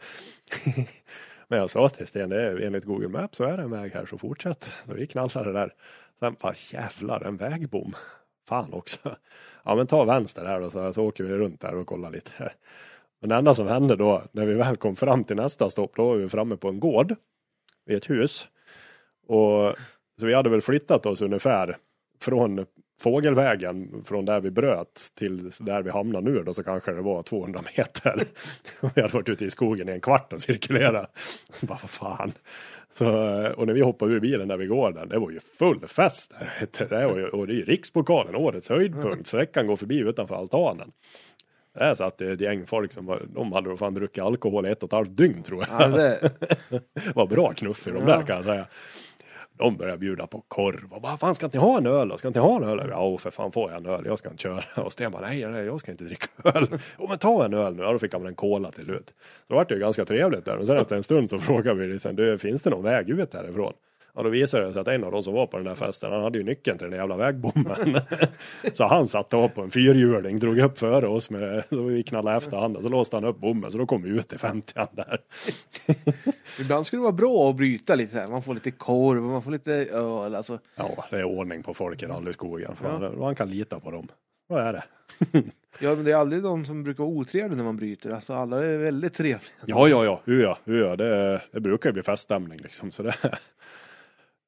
Speaker 2: Men jag sa till Sten, det är, enligt Google Maps så är det en väg här, så fortsätt. Så vi knallade där. Sen bara, jävlar, en vägbom. Fan också. Ja, men ta vänster här då, så, så åker vi runt där och kollar lite. Men det enda som hände då, när vi väl kom fram till nästa stopp, då var vi framme på en gård i ett hus. Och så vi hade väl flyttat oss ungefär från Fågelvägen, från där vi bröt till där vi hamnar nu då, så kanske det var tvåhundra meter. Vi hade varit ute i skogen i en kvart och cirkulera. Bara, vad fan. Så, och när vi hoppade ur bilen där vi går där, det var ju full fest där. Det var ju, och det är ju rikspokalen, årets höjdpunkt. Sträckan går förbi utanför altanen. Det är så att det är ett gäng folk som var, de hade fan druckit alkohol i ett och ett halvt dygn, tror jag.
Speaker 1: Ja, det
Speaker 2: var bra knuff i de där, kan jag säga. De började bjuda på korv. Och bara, fan, ska inte ha en öl? Ska inte ha en öl? Ja, för fan, får jag en öl? Jag ska inte köra. Och Sten bara, nej, nej, jag ska inte dricka öl. Och men ta en öl nu. Ja, då fick han en cola till slut. Så var det ju ganska trevligt där. Och sen efter en stund så frågade vi liksom, du, finns det någon väg ut härifrån? Och då visade det sig att en av de som var på den där festen, han hade ju nyckeln till den jävla vägbommen. Så han satt av på en fyrhjuling, drog upp före oss med, så vi knallade efter han, och så låste han upp bommen, så då kom vi ut i femtio där.
Speaker 1: Ibland skulle det vara bra att bryta lite så här. Man får lite korv, man får lite öl, alltså.
Speaker 2: Ja, det är ordning på folk i Rallyskogen. Ja. Man kan lita på dem. Vad är det?
Speaker 1: Ja, men det är aldrig de som brukar vara otrevliga när man bryter. Alltså alla är väldigt trevliga.
Speaker 2: Ja, ja, ja. Hur ja, hur ja. Det, det brukar ju bli feststämning liksom. Så det...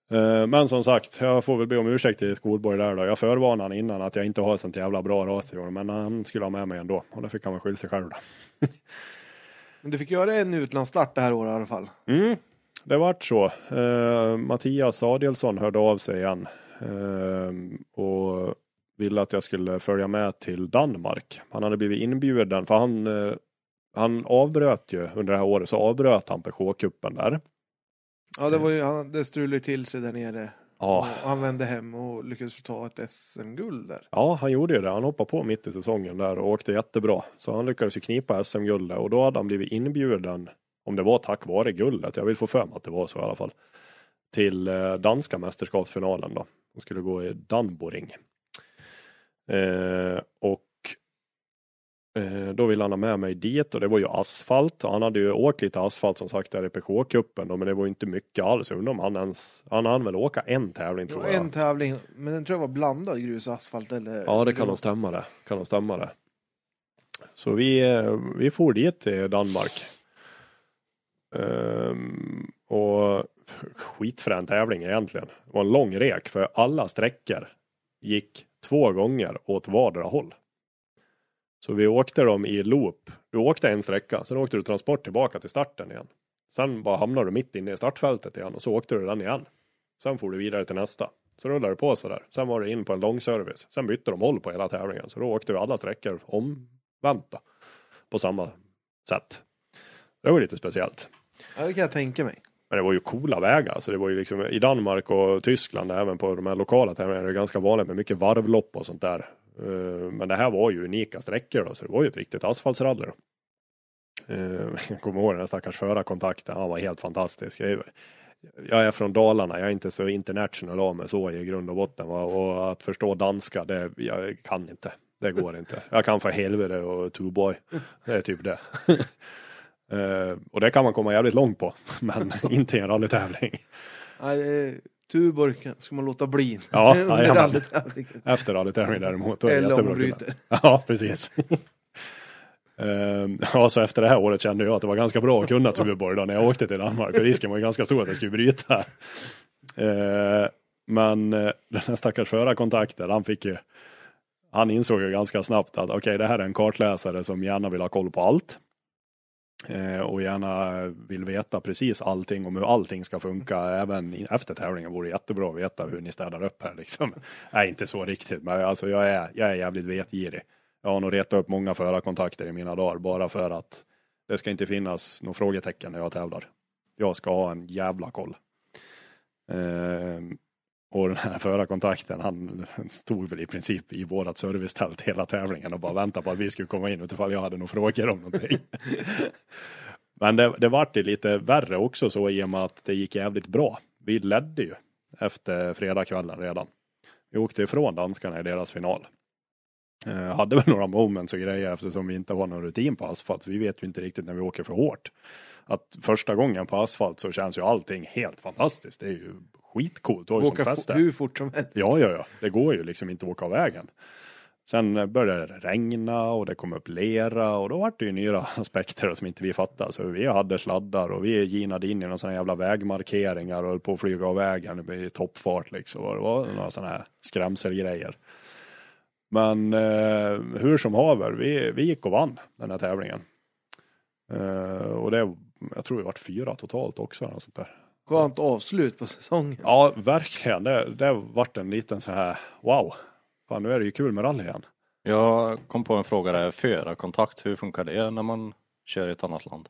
Speaker 2: Eh, men som sagt, jag får väl be om ursäkt till Skolborg där då. Jag förvarnade han innan att jag inte har sånt jävla bra ras i år, men han skulle ha med mig ändå. Och det fick han väl skylla sig själv då.
Speaker 1: Men du fick göra en utlandsstart det här året i alla fall.
Speaker 2: Mm, det vart så. Eh, Mattias Samuelsson hörde av sig igen. Eh, och ville att jag skulle följa med till Danmark. Han hade blivit inbjuden, för han, eh, han avbröt ju under det här året, så avbröt han P K-cupen där.
Speaker 1: Ja, det var ju, han, det strulade till sig där nere.
Speaker 2: Ja.
Speaker 1: Och han vände hem och lyckades ta ett S M-guld där.
Speaker 2: Ja, han gjorde ju det. Han hoppade på mitt i säsongen där och åkte jättebra. Så han lyckades ju knipa S M-guldet och då hade han blivit inbjuden, om det var tack vare guldet, jag vill få för mig att det var så i alla fall, till eh, danska mästerskapsfinalen då. De skulle gå i Danboring. Eh, och eh, då ville han ha med mig dit och det var ju asfalt. Och han hade ju åkt lite asfalt som sagt där i P K-cupen då, men det var ju inte mycket alls. Undrar om han ens, han hann väl åka en tävling tror jag.
Speaker 1: En tävling, men den tror jag var blandad grus och asfalt eller...
Speaker 2: Ja, det kan nog stämma det. Kan nog stämma det. Så vi, vi for dit till Danmark. Um, och skitfrän tävling egentligen. Det var en lång rek för alla sträckor gick två gånger åt vardera håll. Så vi åkte dem i loop. Du åkte en sträcka, sen åkte du transport tillbaka till starten igen. Sen bara hamnade du mitt inne i startfältet igen och så åkte du den igen. Sen får du vidare till nästa. Så rullade det på så där. Sen var det in på en lång service. Sen bytte de håll på hela tävlingen. Så då åkte vi alla sträckor omvänta på samma sätt. Det var lite speciellt.
Speaker 1: Ja, det kan jag tänka mig.
Speaker 2: Men det var ju coola vägar. Så det var ju liksom i Danmark och Tyskland, även på de här lokala tävlingarna, är det ganska vanligt med mycket varvlopp och sånt där. Men det här var ju unika sträckor då, så det var ju ett riktigt asfaltsrally då. Jag kommer ihåg den här stackars förarkontakten, han var helt fantastisk. Jag är från Dalarna, jag är inte så international av mig så i grund och botten. Och att förstå danska, det jag kan inte. Det går inte. Jag kan för helvete och Tuborg. Det är typ det. Uh, och det kan man komma jävligt långt på, men inte i en rallytävling.
Speaker 1: Nej, Tuborg ska man låta bli.
Speaker 2: Ja,
Speaker 1: under
Speaker 2: ja,
Speaker 1: rallytävlingen.
Speaker 2: Efter rallytävlingen däremot. Då är det
Speaker 1: eller
Speaker 2: jättebra.
Speaker 1: ombyter.
Speaker 2: Ja, precis. uh, ja, så efter det här året kände jag att det var ganska bra att kunna Tuborg då när jag åkte till Danmark. För risken var ju ganska stor att jag skulle bryta. Uh, men uh, den här stackars förarkontakten, han fick ju, han insåg ju ganska snabbt att okej, okay, det här är en kartläsare som gärna vill ha koll på allt. Och gärna vill veta precis allting om hur allting ska funka. Även efter tävlingen vore det jättebra att veta hur ni städar upp här liksom. Nej, inte så riktigt, men alltså jag är, jag är jävligt vetgirig. Jag har nog retat upp många förarkontakter i mina dagar bara för att det ska inte finnas några frågetecken när jag tävlar. Jag ska ha en jävla koll. Ehm, och den här förarkontakten, han stod väl i princip i vårat servicetält hela tävlingen och bara väntade på att vi skulle komma in utifall jag hade några frågor om någonting. Men det, det var det lite värre också så i och med att det gick jävligt bra. Vi ledde ju efter fredagskvällen redan. Vi åkte ifrån danskarna i deras final. Eh, hade väl några moments och grejer eftersom vi inte har någon rutin på asfalt. Så vi vet ju inte riktigt när vi åker för hårt. Att första gången på asfalt så känns ju allting helt fantastiskt. Det är ju skitcoolt.
Speaker 1: Åka f- hur fort som helst.
Speaker 2: Ja, ja, ja. Det går ju liksom inte att åka av vägen. Sen började det regna och det kom upp lera och då var det ju nya aspekter som inte vi fattade. Så vi hade sladdar och vi ginade in i några sådana jävla vägmarkeringar och höll på att flyga av vägen i toppfart liksom. Och det var några sådana här skrämselgrejer. Men eh, hur som haver, vi, vi gick och vann den här tävlingen. Eh, och det, jag tror det var fyra totalt också. Och sånt där.
Speaker 1: Skönt avslut på säsongen.
Speaker 2: Ja, verkligen. Det, det vart en liten så här, wow. Fan, nu är det ju kul med rally igen.
Speaker 3: Jag kom på en fråga där, förarkontakt, hur funkar det när man kör i ett annat land?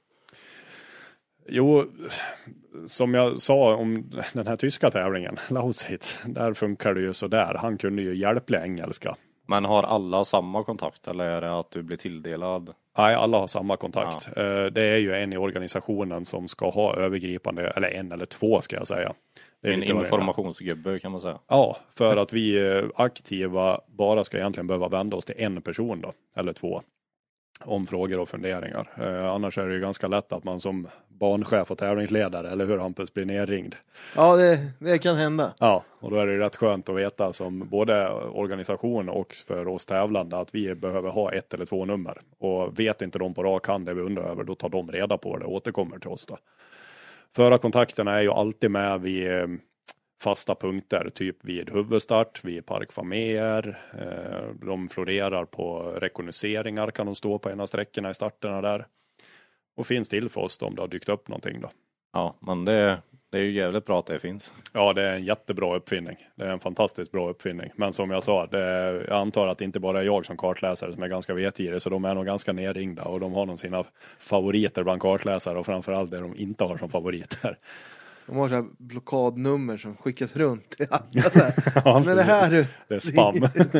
Speaker 2: Jo, som jag sa om den här tyska tävlingen, Lausitz, där funkar det ju så där. Han kunde ju hjälplig engelska.
Speaker 3: Men har alla samma kontakt eller är det att du blir tilldelad?
Speaker 2: Nej, alla har samma kontakt.
Speaker 3: Ja.
Speaker 2: Det är ju en i organisationen som ska ha övergripande, eller en eller två ska jag säga. Det är
Speaker 3: en informationsgubbe kan man säga.
Speaker 2: Ja, för att vi aktiva bara ska egentligen behöva vända oss till en person då, eller två, om frågor och funderingar. Eh, annars är det ju ganska lätt att man som banchef och tävlingsledare, eller hur Hampus, blir nerringd.
Speaker 1: Ja, det, det kan hända.
Speaker 2: Ja, och då är det rätt skönt att veta som både organisation och för oss tävlande att vi behöver ha ett eller två nummer. Och vet inte de på rak hand det vi undrar över, då tar de reda på det och återkommer till oss då. Förarkontakterna är ju alltid med vid fasta punkter, typ vid huvudstart, vid parkfaméer. Eh, de florerar på rekognoseringar, kan de stå på ena sträckorna i starterna där. Och finns till för oss om det har dykt upp någonting då.
Speaker 3: Ja, men det, det är ju jävligt bra att det finns.
Speaker 2: Ja, det är en jättebra uppfinning. Det är en fantastiskt bra uppfinning. Men som jag sa, det är, jag antar att det inte bara är jag som kartläsare som är ganska vetgirig, så de är nog ganska nerringda och de har nog sina favoriter bland kartläsare och framförallt det de inte har som favoriter.
Speaker 1: De har så här blockadnummer som skickas runt till alla där.
Speaker 2: Ja,
Speaker 1: Men det här...
Speaker 2: det är spam.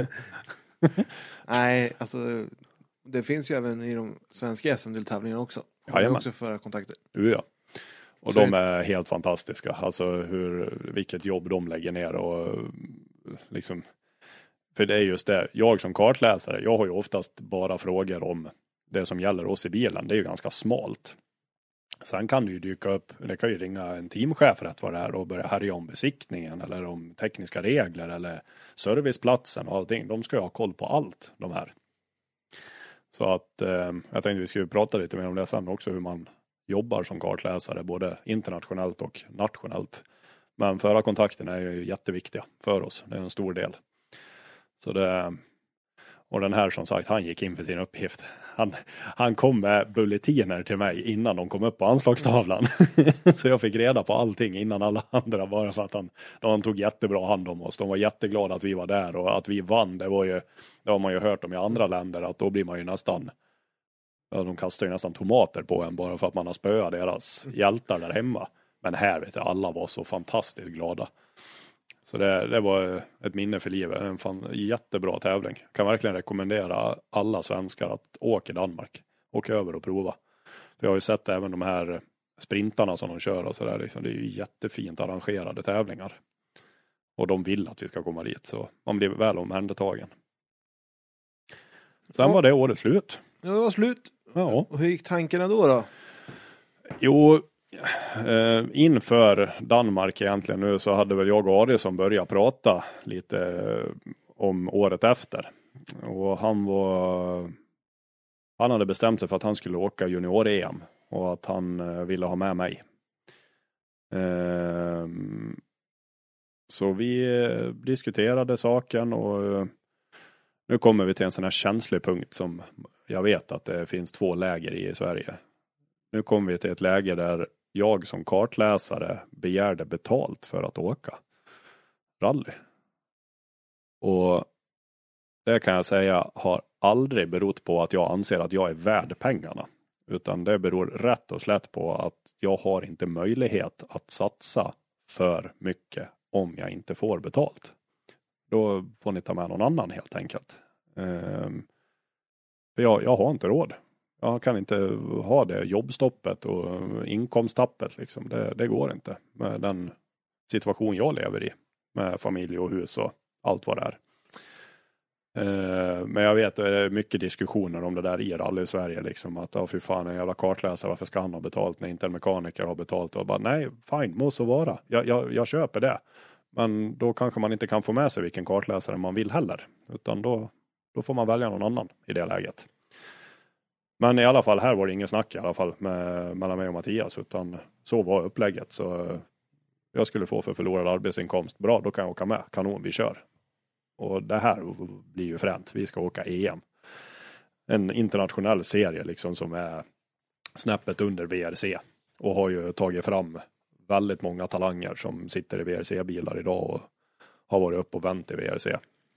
Speaker 1: Nej, alltså det finns ju även i de svenska S M-deltävlingarna också. Och det är också för kontakter.
Speaker 2: Du ja. Och
Speaker 1: Så
Speaker 2: de är helt fantastiska. Alltså hur, vilket jobb de lägger ner och liksom, för det är just det. Jag som kartläsare, jag har ju oftast bara frågor om det som gäller oss i bilen. Det är ju ganska smalt. Sen kan det ju dyka upp, det kan ju ringa en teamchef rätt vad det är och börja härja om besiktningen eller om tekniska regler eller serviceplatsen och allting. De ska ju ha koll på allt, de här. Så att eh, jag tänkte vi skulle prata lite mer om det sen också, hur man jobbar som kartläsare både internationellt och nationellt. Men förarkontakterna är ju jätteviktiga för oss, det är en stor del. Så det, och den här som sagt, han gick in för sin uppgift. Han, han kom med bulletiner till mig innan de kom upp på anslagstavlan. Så jag fick reda på allting innan alla andra, bara för att han, han tog jättebra hand om oss. De var jätteglada att vi var där och att vi vann. Det var ju, det har man ju hört om i andra länder, att då blir man ju nästan, ja, de kastar ju nästan tomater på en bara för att man har spöat deras hjältar där hemma. Men här vet jag, alla var så fantastiskt glada. Så det, det var ett minne för livet. En fan, jättebra tävling. Kan verkligen rekommendera alla svenskar att åka i Danmark. Åka över och prova. För jag har ju sett även de här sprintarna som de kör och sådär. Liksom. Det är ju jättefint arrangerade tävlingar. Och de vill att vi ska komma dit. Så man blir väl omhändertagen. Sen
Speaker 1: Ja.
Speaker 2: var det året slut.
Speaker 1: Ja, det var slut.
Speaker 2: Ja.
Speaker 1: Och hur gick tankarna då då?
Speaker 2: Jo, eh, inför Danmark egentligen nu så hade väl jag och Ari som började prata lite eh, om året efter. Och han var, han hade bestämt sig för att han skulle åka junior-E M och att han eh, ville ha med mig. Eh, så vi eh, diskuterade saken och eh, nu kommer vi till en sån här känslig punkt som jag vet att det finns två läger i Sverige. Nu kommer vi till ett läge där jag som kartläsare begärde betalt för att åka rally. Och det kan jag säga har aldrig berott på att jag anser att jag är värd pengarna. Utan det beror rätt och slätt på att jag har inte möjlighet att satsa för mycket om jag inte får betalt. Då får ni ta med någon annan helt enkelt. Um, för jag, jag har inte råd. Jag kan inte ha det jobbstoppet och inkomsttappet. Liksom. Det, det går inte med den situation jag lever i. Med familj och hus och allt vad det är. Uh, men jag vet det är mycket diskussioner om det där i rally i Sverige. Liksom, att ja, fy fan, en jävla kartläsare, varför ska han ha betalt när inte en mekaniker har betalt? Och bara, nej, fine, må så vara. Jag, jag, jag köper det. Men då kanske man inte kan få med sig vilken kartläsare man vill heller. Utan då, då får man välja någon annan i det läget. Men i alla fall, här var det ingen snack i alla fall med, mellan mig och Mattias. Utan så var upplägget. Så jag skulle få för förlorad arbetsinkomst. Bra, då kan jag åka med. Kanon, vi kör. Och det här blir ju fränt. Vi ska åka E M. En internationell serie liksom som är snäppet under V R C. Och har ju tagit fram väldigt många talanger som sitter i V R C-bilar idag och har varit upp och vänt i V R C.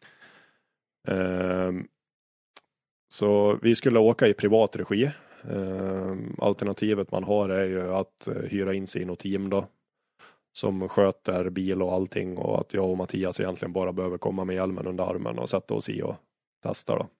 Speaker 2: Um, så vi skulle åka i privat regi. Um, alternativet man har är ju att hyra in sig i något team då. Som sköter bil och allting. Och att jag och Mattias egentligen bara behöver komma med hjälmen under armen och sätta oss i och testa då.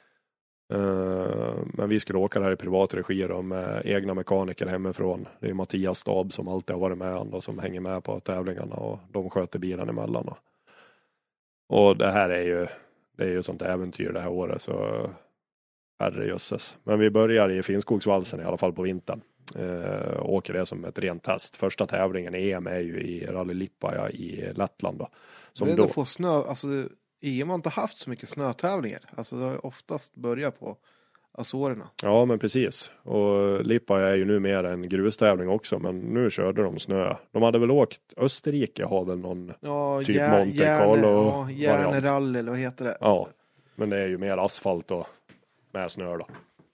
Speaker 2: Uh, men vi skulle åka där i privat regi då, med egna mekaniker hemifrån. Det är Mattias stab som alltid har varit med och som hänger med på tävlingarna och de sköter bilen emellan. Då. Och det här är ju det är ju sånt äventyr det här året så herrejösses. Men vi börjar i Finnskogsvalsen i alla fall på vintern. Uh, åker det som ett rent test. Första tävlingen i E M är ju i Rally Lippajärvi i Lettland då. Som
Speaker 1: det är
Speaker 2: då
Speaker 1: att få snö, alltså E M har inte haft så mycket snötävlingar. Alltså det har oftast börjat på Azorerna.
Speaker 2: Ja, men precis. Och Lippa är ju nu mer en grustävling också, men nu körde de snö. De hade väl åkt, Österrike har väl någon
Speaker 1: Ja,
Speaker 2: typ
Speaker 1: Jär-
Speaker 2: Monte
Speaker 1: Järne-
Speaker 2: Carlo
Speaker 1: ja,
Speaker 2: variant.
Speaker 1: Järnerally eller vad heter det?
Speaker 2: Ja, men det är ju mer asfalt och med snö då.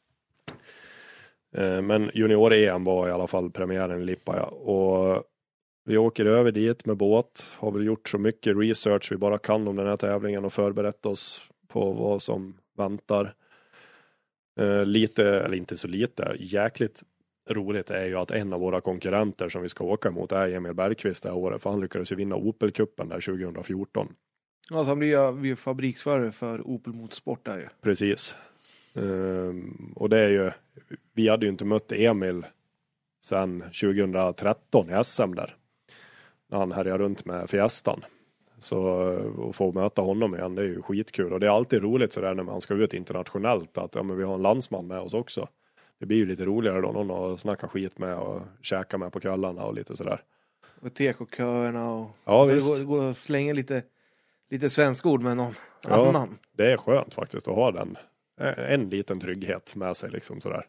Speaker 2: Eh, Men junior-E M var i alla fall premiären i Lippa, ja. Och vi åker över dit med båt. Har väl gjort så mycket research vi bara kan om den här tävlingen och förberett oss på vad som väntar. Eh, lite, eller inte så lite, jäkligt roligt är ju att en av våra konkurrenter som vi ska åka mot är Emil Bergqvist det här året. För han lyckades ju vinna Opel-cupen där tjugo fjorton.
Speaker 1: Ja, så han blir ju vi fabriksförare för Opel Motorsport där ju.
Speaker 2: Precis. Um, och det är ju, vi hade ju inte mött Emil sedan tjugo tretton i S M där. När han härjade runt med Fiestan. Så att få möta honom igen, det är ju skitkul. Och det är alltid roligt sådär när man ska ut internationellt att ja, men vi har en landsman med oss också. Det blir ju lite roligare då, någon att snacka skit med och käka med på kvällarna och lite sådär.
Speaker 1: Och tekoköerna och...
Speaker 2: Ja,
Speaker 1: alltså
Speaker 2: visst.
Speaker 1: det går, går att slänga lite, lite svenska ord med någon
Speaker 2: Ja.
Speaker 1: annan.
Speaker 2: Det är skönt faktiskt att ha den. En liten trygghet med sig liksom sådär.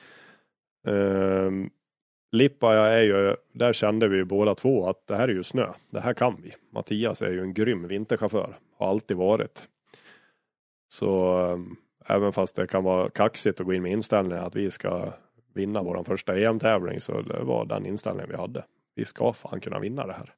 Speaker 2: Um, Lippa är ju, där kände vi ju båda två att det här är ju snö. Det här kan vi. Mattias är ju en grym vinterchaufför. Har alltid varit. Så um, även fast det kan vara kaxigt att gå in med inställningen att vi ska vinna vår första E M-tävling, så det var den inställningen vi hade. Vi ska fan kunna vinna det här.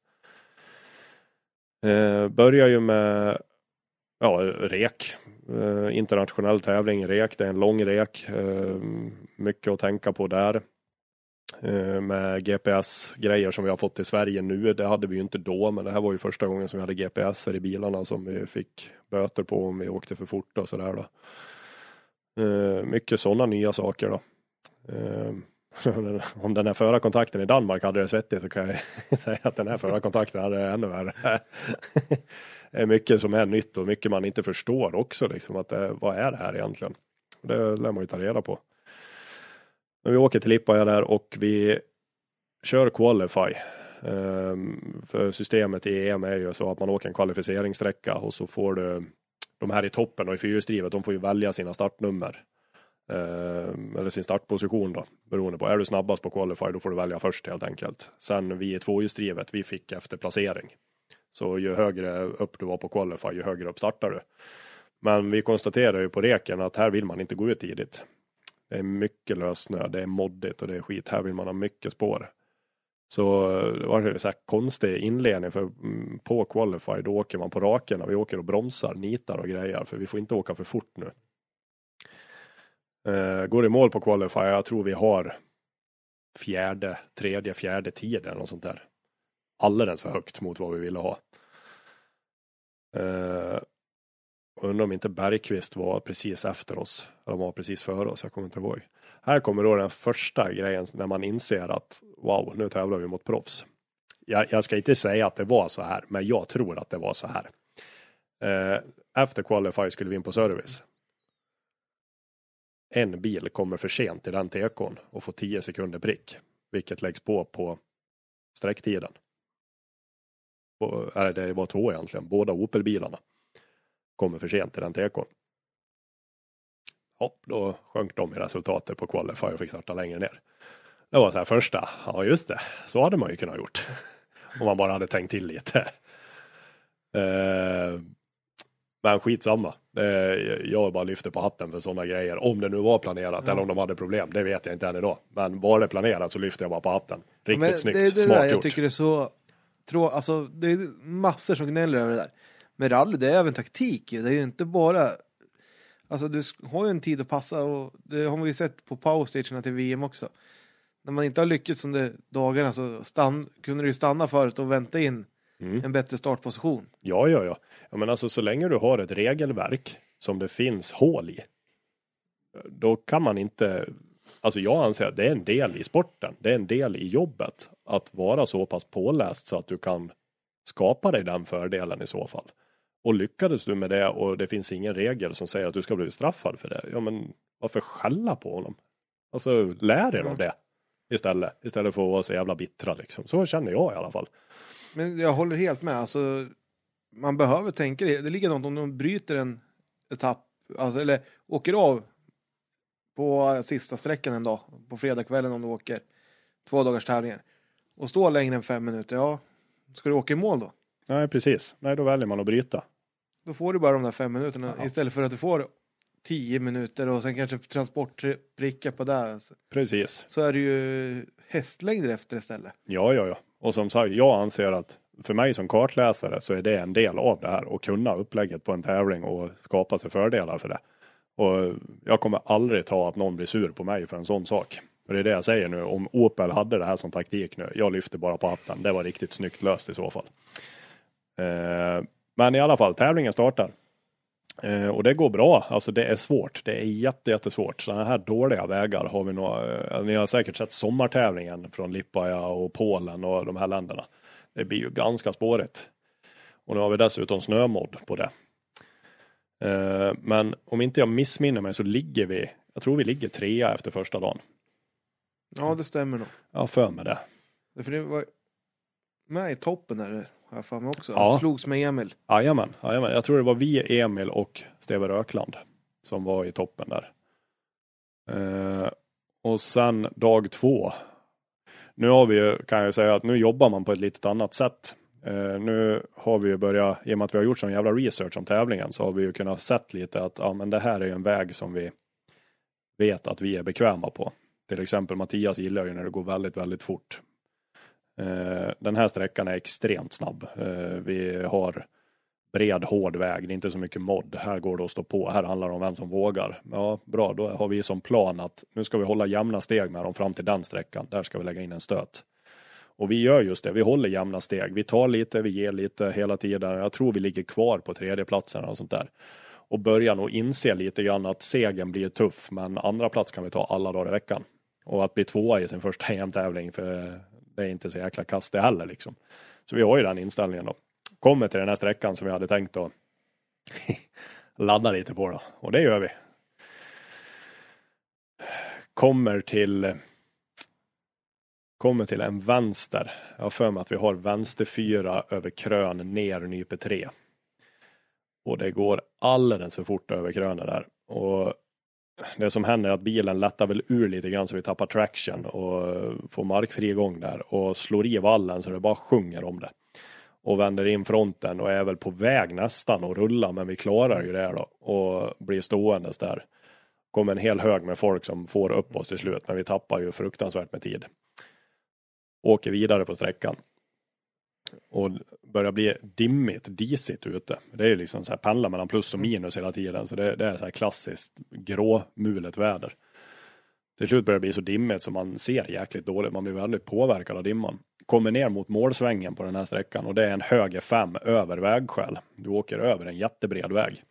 Speaker 2: Uh, börjar ju med ja, rek. Uh, internationell tävling, rek. Det är en lång rek. Uh, mycket att tänka på där. Uh, med G P S-grejer som vi har fått i Sverige nu. Det hade vi ju inte då, men det här var ju första gången som vi hade G P S i bilarna som vi fick böter på om vi åkte för fort och sådär då. Uh, mycket sådana nya saker då. Uh, om den här förarkontakten i Danmark hade det svettigt, så kan jag säga att den här förarkontakten hade det ännu värre. Det är mycket som är nytt och mycket man inte förstår också. Liksom, att det, vad är det här egentligen? Det lär man ju ta reda på. Men vi åker till Lippa där och vi kör Qualify. Um, för systemet i E M är ju så att man åker en kvalificeringssträcka och så får du de här i toppen och i fyrhjulsdrivet, de får ju välja sina startnummer. Uh, eller sin startposition då, beroende på. Är du snabbast på Qualify, då får du välja först helt enkelt. Sen vi i tvåhjulsdrivet, vi fick efter placering. Så ju högre upp du var på Qualify, ju högre upp startar du. Men vi konstaterar ju på reken att här vill man inte gå ut tidigt. Det är mycket lössnö, det är moddigt och det är skit. Här vill man ha mycket spår. Så det var det så här konstig inledning, för på Qualify då åker man på raken och vi åker och bromsar, nitar och grejer, för vi får inte åka för fort nu. Uh, går i mål på Qualify, jag tror vi har fjärde, tredje, fjärde tid eller något sånt där. Alldeles för högt mot vad vi ville ha. Uh, undrar om inte Bergqvist var precis efter oss. Eller var precis före oss, jag kommer inte ihåg. Här kommer då den första grejen när man inser att wow, nu tävlar vi mot proffs. Jag, jag ska inte säga att det var så här, men jag tror att det var så här. Uh, efter Qualify skulle vi in på service. En bil kommer för sent i den tekon och får tio sekunder prick. Vilket läggs på på sträcktiden. Eller det var två egentligen. Båda Opel-bilarna kommer för sent i den tekon. Ja, då sjönk de i resultatet på Qualify och fick starta längre ner. Det var så här första. Ja, just det. Så hade man ju kunnat gjort. Om man bara hade tänkt till lite. Eh, men skitsamma. Jag bara lyfter på hatten för sådana grejer. Om det nu var planerat ja. Eller om de hade problem. Det vet jag inte än idag. Men var det planerat så lyfter jag bara på hatten. Riktigt
Speaker 1: men
Speaker 2: snyggt,
Speaker 1: det, det
Speaker 2: smart
Speaker 1: där,
Speaker 2: gjort.
Speaker 1: Jag tycker det är så... Trå, alltså, det är massor som gnäller över det där. Men rally, det är även taktik. Det är ju inte bara... Alltså du har ju en tid att passa. Och det har man ju sett på powerstationerna till V M också. När man inte har lyckats under dagarna så stann, kunde du ju stanna förut och vänta in mm. en bättre startposition.
Speaker 2: Ja, ja, ja. Ja, men alltså så länge du har ett regelverk som det finns hål i, då kan man inte... Alltså jag anser att det är en del i sporten. Det är en del i jobbet att vara så pass påläst så att du kan skapa dig den fördelen i så fall. Och lyckades du med det och det finns ingen regel som säger att du ska bli straffad för det. Ja, men varför skälla på honom? Alltså lär er mm. av det istället. Istället för att vara så jävla bittra liksom. Så känner jag i alla fall.
Speaker 1: Men jag håller helt med. Alltså, man behöver tänka det. Det ligger något om de bryter en etapp. Alltså, eller åker av på sista sträckan en dag. På fredagskvällen om du åker två dagars tävlingar. Och stå längre än fem minuter, ja. Ska du åka i mål då?
Speaker 2: Nej, precis. Nej, då väljer man att bryta.
Speaker 1: Då får du bara de där fem minuterna.
Speaker 2: Ja.
Speaker 1: Istället för att du får tio minuter och sen kanske transportprickar på där.
Speaker 2: Precis.
Speaker 1: Så är det ju hästlängder efter istället.
Speaker 2: Ja, ja, ja. Och som sagt, jag anser att för mig som kartläsare så är det en del av det här. Att kunna upplägget på en tävling och skapa sig fördelar för det. Och jag kommer aldrig ta att någon blir sur på mig för en sån sak. Och det är det jag säger nu. Om Opel hade det här som taktik nu. Jag lyfter bara på hatten. Det var riktigt snyggt löst i så fall. Eh, men i alla fall, tävlingen startar. Eh, och det går bra. Alltså det är svårt. Det är jätte, jättesvårt. Sådana här dåliga vägar har vi nog. Eh, ni har säkert sett sommartävlingen från Lippaja och Polen och de här länderna. Det blir ju ganska spårigt. Och nu har vi dessutom snömodd på det. Eh, men om inte jag missminner mig så ligger vi, jag tror vi ligger trea efter första dagen.
Speaker 1: Ja, det stämmer nog.
Speaker 2: Ja, för mig det.
Speaker 1: För det var med i toppen där, har jag för mig också.
Speaker 2: Ja.
Speaker 1: Jag slogs med Emil.
Speaker 2: Jajamän, jajamän. Jag tror det var vi, Emil och Steve Rökland som var i toppen där. Eh, och sen dag två. Nu har vi ju, kan jag säga att nu jobbar man på ett litet annat sätt. Uh, nu har vi ju börjat, i och med att vi har gjort sån jävla research om tävlingen, så har vi ju kunnat sett lite att ja, men det här är ju en väg som vi vet att vi är bekväma på. Till exempel Mattias gillar ju när det går väldigt, väldigt fort. Uh, den här sträckan är extremt snabb. Uh, vi har bred, hård väg. Det är inte så mycket mod. Här går det att stå på. Här handlar det om vem som vågar. Ja, bra. Då har vi som plan att nu ska vi hålla jämna steg med dem fram till den sträckan. Där ska vi lägga in en stöt. Och vi gör just det. Vi håller jämna steg. Vi tar lite, vi ger lite hela tiden. Jag tror vi ligger kvar på tredje platsen och sånt där. Och börjar nog inse lite grann att segern blir tuff. Men andra plats kan vi ta alla dagar i veckan. Och att bli tvåa i sin första E M-tävling, för det är inte så jäkla kast det heller liksom. Så vi har ju den inställningen då. Kommer till den här sträckan som vi hade tänkt att ladda lite på då. Och det gör vi. Kommer till kommer till en vänster. Jag har för mig att vi har vänster fyra över krön ner nype tre. Och det går alldeles för fort över krönen där. Och det som händer är att bilen lättar väl ur lite grann så vi tappar traction och får markfri gång där. Och slår i vallen så det bara sjunger om det. Och vänder in fronten och är väl på väg nästan att rulla, men vi klarar ju det då. Och blir ståendes där. Kommer en hel hög med folk som får upp oss till slut, men vi tappar ju fruktansvärt med tid. Åker vidare på sträckan. Och börjar bli dimmigt, disigt ute. Det är ju liksom så här pendlar mellan plus och minus hela tiden. Så det, det är så här klassiskt gråmulet väder. Till slut börjar det bli så dimmigt så man ser jäkligt dåligt. Man blir väldigt påverkad av dimman. Kommer ner mot målsvängen på den här sträckan. Och det är en höger fem över vägskäl. Du åker över en jättebred väg.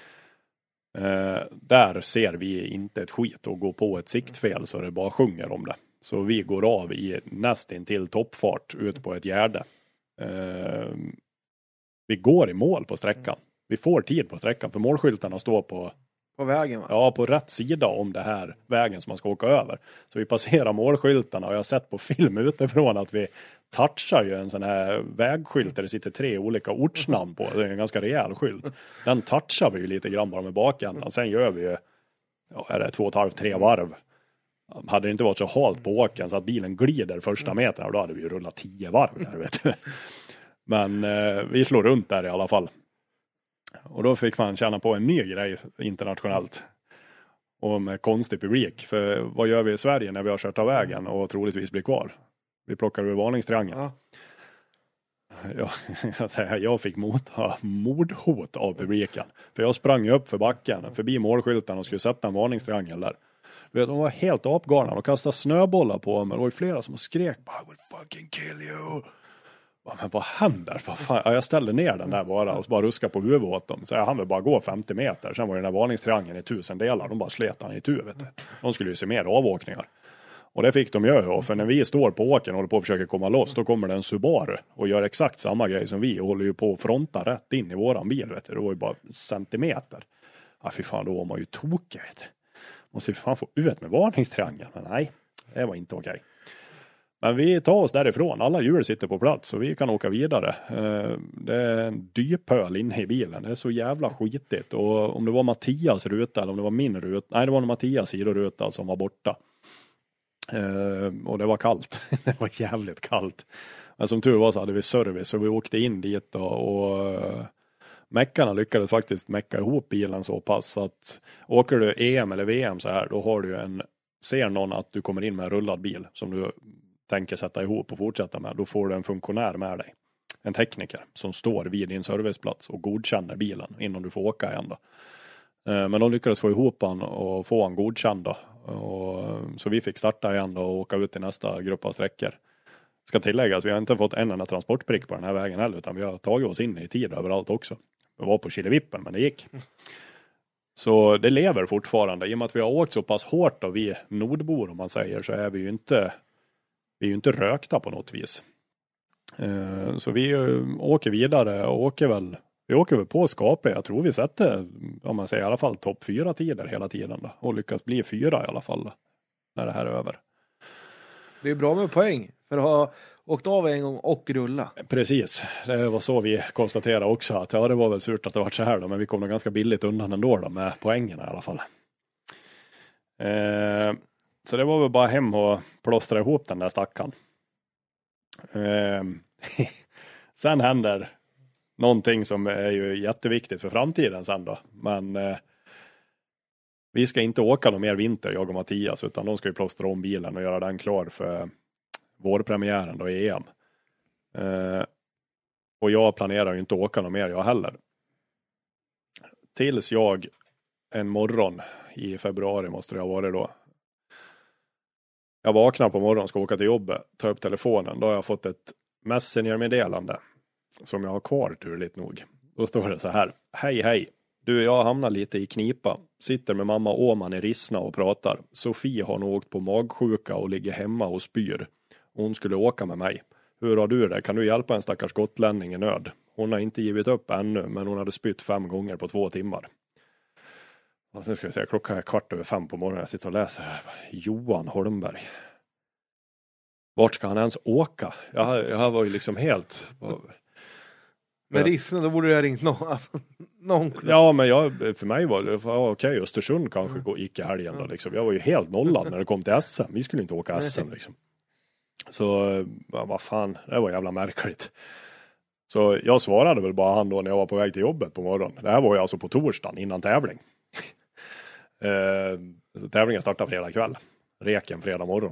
Speaker 2: Eh, där ser vi inte ett skit och går på ett siktfel så det bara sjunger om det. Så vi går av i nästintill toppfart ut på ett gärde. Eh, vi går i mål på sträckan. Vi får tid på sträckan för målskyltarna står på
Speaker 1: På vägen va?
Speaker 2: Ja, på rätt sida om det här vägen som man ska åka över. Så vi passerar målskyltarna och jag har sett på film utifrån att vi touchar ju en sån här vägskylt där det sitter tre olika ortsnamn på. Det är en ganska rejäl skylt. Den touchar vi ju lite grann bara med bakändan. Sen gör vi ju, ja, är det två och ett halvt, tre varv. Hade det inte varit så halt på åken så att bilen glider första meterna, då hade vi ju rullat tio varv där, vet du. Men eh, vi slår runt där i alla fall. Och då fick man känna på en ny grej internationellt. Och med konstig publik. För vad gör vi i Sverige när vi har kört av vägen och troligtvis blir kvar? Vi plockar ur varningstriangeln.
Speaker 1: Ja.
Speaker 2: Jag, jag, säger, jag fick motta mordhot av publiken. För jag sprang upp för backen, förbi målskylten och skulle sätta en varningstriangel där. De var helt apgalna och kastade snöbollar på mig. Det var ju flera som skrek, I will fucking kill you. Men vad händer? Vad fan? Ja, jag ställde ner den där bara och bara ruskade på huvudet åt dem. Så jag hann väl bara gå femtio meter. Sen var den där varningstriangeln i tusen delar. De bara slet han i tu, vet du. De skulle ju se mer avåkningar. Och det fick de göra. För när vi står på åken och håller på att försöka komma loss, då kommer det en Subaru och gör exakt samma grej som vi. Och håller ju på att fronta rätt in i våran bil, vet du. Det var ju bara centimeter. Ja, fy fan, då var man ju tokig, vet du. Måste ju fan få ut med varningstriangeln. Men nej, det var inte okej. Men vi tar oss därifrån. Alla hjul sitter på plats och vi kan åka vidare. Det är en dypöl inne i bilen. Det är så jävla skitigt. Och om det var Mattias ruta eller om det var min ruta. Nej, det var Mattias sidoruta som var borta. Och det var kallt. Det var jävligt kallt. Men som tur var så hade vi service och vi åkte in dit och, och meckarna lyckades faktiskt mecka ihop bilen så pass så att åker du E M eller V M så här, då har du en, ser någon att du kommer in med en rullad bil som du tänker sätta ihop och fortsätta med, då får du en funktionär med dig. En tekniker som står vid din serviceplats och godkänner bilen innan du får åka igen då. Men de lyckades få ihop han och få han godkänd då. Och, så vi fick starta igen då och åka ut i nästa grupp av sträckor. Ska tilläggas, vi har inte fått en enda transportprick på den här vägen heller, utan vi har tagit oss in i tid överallt också. Vi var på Killevippen, men det gick. Så det lever fortfarande. I och med att vi har åkt så pass hårt och vi nordbor om man säger, så är vi ju inte, vi är ju inte rökta på något vis. Så vi åker vidare och åker väl, vi åker väl på skapligt. Jag tror vi sätter, om man säger i alla fall topp fyra tider hela tiden då, och lyckas bli fyra i alla fall då, när det här är över.
Speaker 1: Det är bra med poäng för att ha åkt av en gång och rulla.
Speaker 2: Precis, det var så vi konstaterade också att ja, det var väl surt att det var så här då, men vi kom nog ganska billigt undan ändå då, med poängen i alla fall. Eh, så det var väl bara hem och plåstra ihop den där stackan. Eh, sen händer någonting som är ju jätteviktigt för framtiden sen då, men eh, vi ska inte åka någon mer vinter, jag och Mattias, utan de ska ju plåstra om bilen och göra den klar för vårpremiären då i E M. Eh, och jag planerar ju inte att åka någon mer jag heller. Tills jag en morgon i februari måste det ha varit då. Jag vaknar på morgonen, ska åka till jobbet, ta upp telefonen. Då har jag fått ett messengermeddelande som jag har kvar turligt nog. Då står det så här: hej hej. Du, jag hamnar lite i knipa. Sitter med mamma Åman i Rissna och pratar. Sofie har nog åkt på magsjuka och ligger hemma och spyr. Hon skulle åka med mig. Hur har du det? Kan du hjälpa en stackars gotlänning i nöd? Hon har inte givit upp ännu, men hon hade spytt fem gånger på två timmar. Och sen ska jag säga, klockan är kvart över fem på morgonen. Jag sitter och läser här. Johan Holmberg. Vart ska han ens åka? Jag, jag var ju liksom helt...
Speaker 1: Men Rissna, då borde jag ha ringt någon. Alltså, någon
Speaker 2: ja, men jag, för mig var det ja, okej, okay, Östersund kanske mm. gick i helgen då, liksom. Jag var ju helt nollad när det kom till S M. Vi skulle inte åka S M liksom. Så ja, vad fan, det var jävla märkligt. Så jag svarade väl bara han då när jag var på väg till jobbet på morgonen. Det här var ju alltså på torsdagen innan tävling. eh, tävlingen startade fredag kväll. Reken fredag morgon.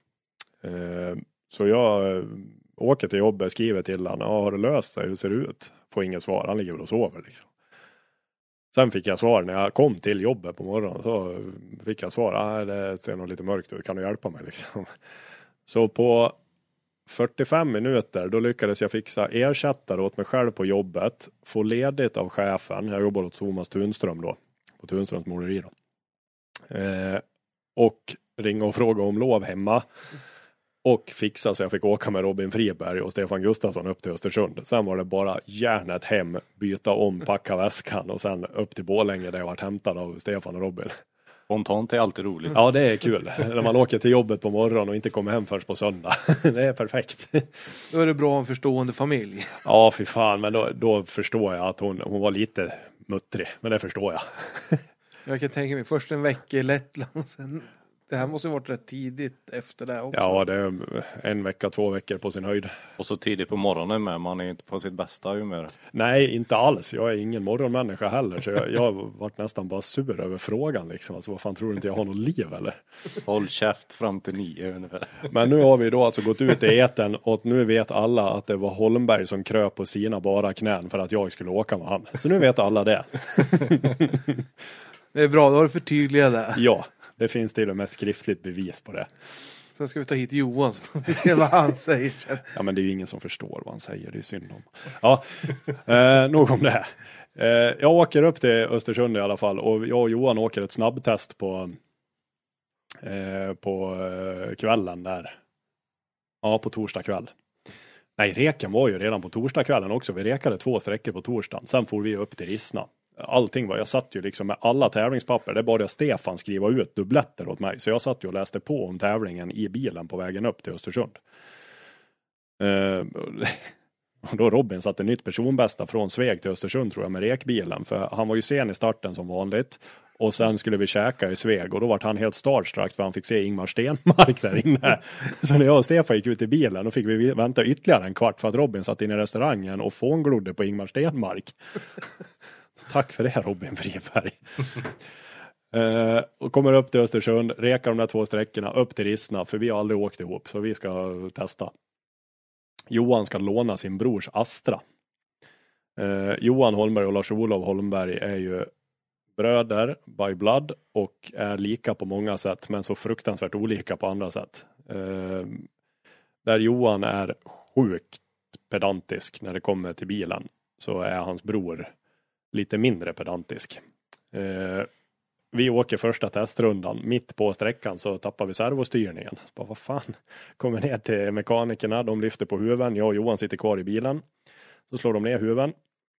Speaker 2: Eh, så jag åker till jobbet, skriver till han. Ja, har det löst sig? Hur ser det ut? Får ingen svar. Han ligger väl och sover liksom. Sen fick jag svar när jag kom till jobbet på morgonen. Så fick jag svar. Ah, det ser nog lite mörkt ut. Kan du hjälpa mig liksom? Så på fyrtiofem minuter då lyckades jag fixa ersättare åt mig själv på jobbet. Få ledigt av chefen. Jag jobbar åt Thomas Tunström då. På Tunströms måleri då. Eh, och ringa och fråga om lov hemma. Och fixa så jag fick åka med Robin Friberg och Stefan Gustafsson upp till Östersund. Sen var det bara järnet hem, byta om, packa väskan och sen upp till Borlänge där jag varit hämtad av Stefan och Robin.
Speaker 3: Spontant är alltid roligt.
Speaker 2: Ja, det är kul. När man åker till jobbet på morgonen och inte kommer hem först på söndag. Det är perfekt.
Speaker 1: Då är det bra en förstående familj.
Speaker 2: Ja, fy fan. Men då, då förstår jag att hon, hon var lite muttrig. Men det förstår jag.
Speaker 1: Jag kan tänka mig först en vecka i Lettland. Sen, det här måste ha varit rätt tidigt efter det också.
Speaker 2: Ja, det är en vecka, två veckor på sin höjd.
Speaker 3: Och så tidigt på morgonen med. Man är inte på sitt bästa humör.
Speaker 2: Nej, inte alls. Jag är ingen morgonmänniska heller. Så jag, jag har varit nästan bara sur över frågan. Liksom. Alltså, vad fan, tror du inte jag har något liv eller?
Speaker 3: Håll käft fram till nio ungefär.
Speaker 2: Men nu har vi då alltså gått ut i eten. Och nu vet alla att det var Holmberg som kröp på sina bara knän för att jag skulle åka med han. Så nu vet alla det.
Speaker 1: Det är bra, då har du förtydligat det.
Speaker 2: Ja, det finns till och med skriftligt bevis på det.
Speaker 1: Sen ska vi ta hit Johan så får vi se vad han säger.
Speaker 2: Ja, men det är ju ingen som förstår vad han säger, det är synd om. Ja, eh, nog om det här. Eh, jag åker upp till Östersund i alla fall och jag och Johan åker ett snabbtest på, eh, på eh, kvällen där. Ja, på torsdag kväll. Nej, reken var ju redan på torsdag kvällen också. Vi rekade två sträckor på torsdagen. Sen får vi upp till Rissna. allting var, jag satt ju liksom med alla tävlingspapper, det bad jag Stefan skriva ut dubbletter åt mig, så jag satt ju och läste på om tävlingen i bilen på vägen upp till Östersund. Uh, och då Robin satte nytt personbästa från Sveg till Östersund tror jag med rekbilen, för han var ju sen i starten som vanligt. Och sen skulle vi käka i Sveg och då var han helt starstruck för han fick se Ingmar Stenmark där inne. Så när jag och Stefan gick ut i bilen då fick vi vänta ytterligare en kvart för att Robin satt inne i restaurangen och fånglodde på Ingmar Stenmark. Tack för det Robin Friberg. uh, och kommer upp till Östersund, rekar de där två sträckorna upp till Rissna, för vi har aldrig åkt ihop så vi ska testa. Johan ska låna sin brors Astra. Uh, Johan Holmberg och Lars-Olof Holmberg är ju bröder by blood och är lika på många sätt men så fruktansvärt olika på andra sätt. Uh, där Johan är sjukt pedantisk när det kommer till bilen så är hans bror lite mindre pedantisk. Uh, vi åker första testrundan, mitt på sträckan så tappar vi servostyrningen. Så bara, vad fan, kommer ner till mekanikerna, de lyfter på huven, jag och Johan sitter kvar i bilen. Så slår de ner huven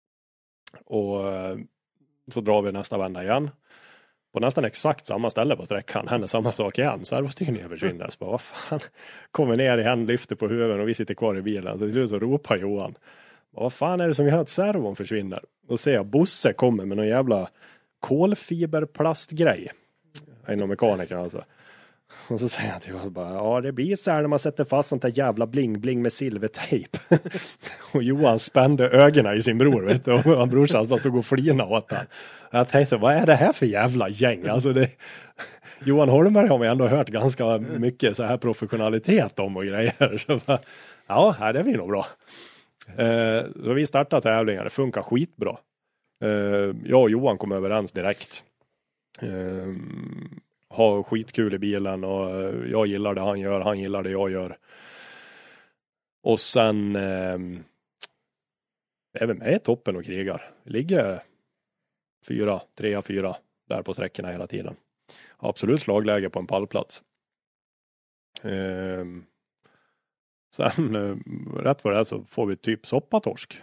Speaker 2: och så drar vi nästa vända igen. På nästan exakt samma ställe på sträckan händer samma sak igen. Servostyrningen försvinner. Så bara, vad fan, kommer ner igen, lyfter på huven och vi sitter kvar i bilen. Så till slut så ropar Johan. Vad fan är det som gör att servon försvinner? Och ser jag Bosse kommer med någon jävla kolfiberplastgrej. Inom mekanikerna alltså. Och så säger han till oss bara, ja det blir så här när man sätter fast sånt där jävla bling-bling med silvertejp. Och Johan spände ögonen i sin bror, vet du. Och han brorsan bara stod och flina åt han. Jag tänkte, vad är det här för jävla gäng? Alltså det... Johan Holmberg har vi ändå hört ganska mycket så här professionalitet om och grejer. Så bara, ja, det blir nog bra. Eh, så vi startade tävlingar, det funkar skitbra. Uh, jag och Johan kom överens direkt. Uh, har skitkul i bilen och uh, jag gillar det han gör, han gillar det jag gör. Och sen uh, är vi med i toppen och krigar. Vi ligger fyra, tre, fyra där på sträckorna hela tiden. Absolut slagläge på en pallplats. Uh, sen uh, rätt vad det är så får vi typ soppatorsk.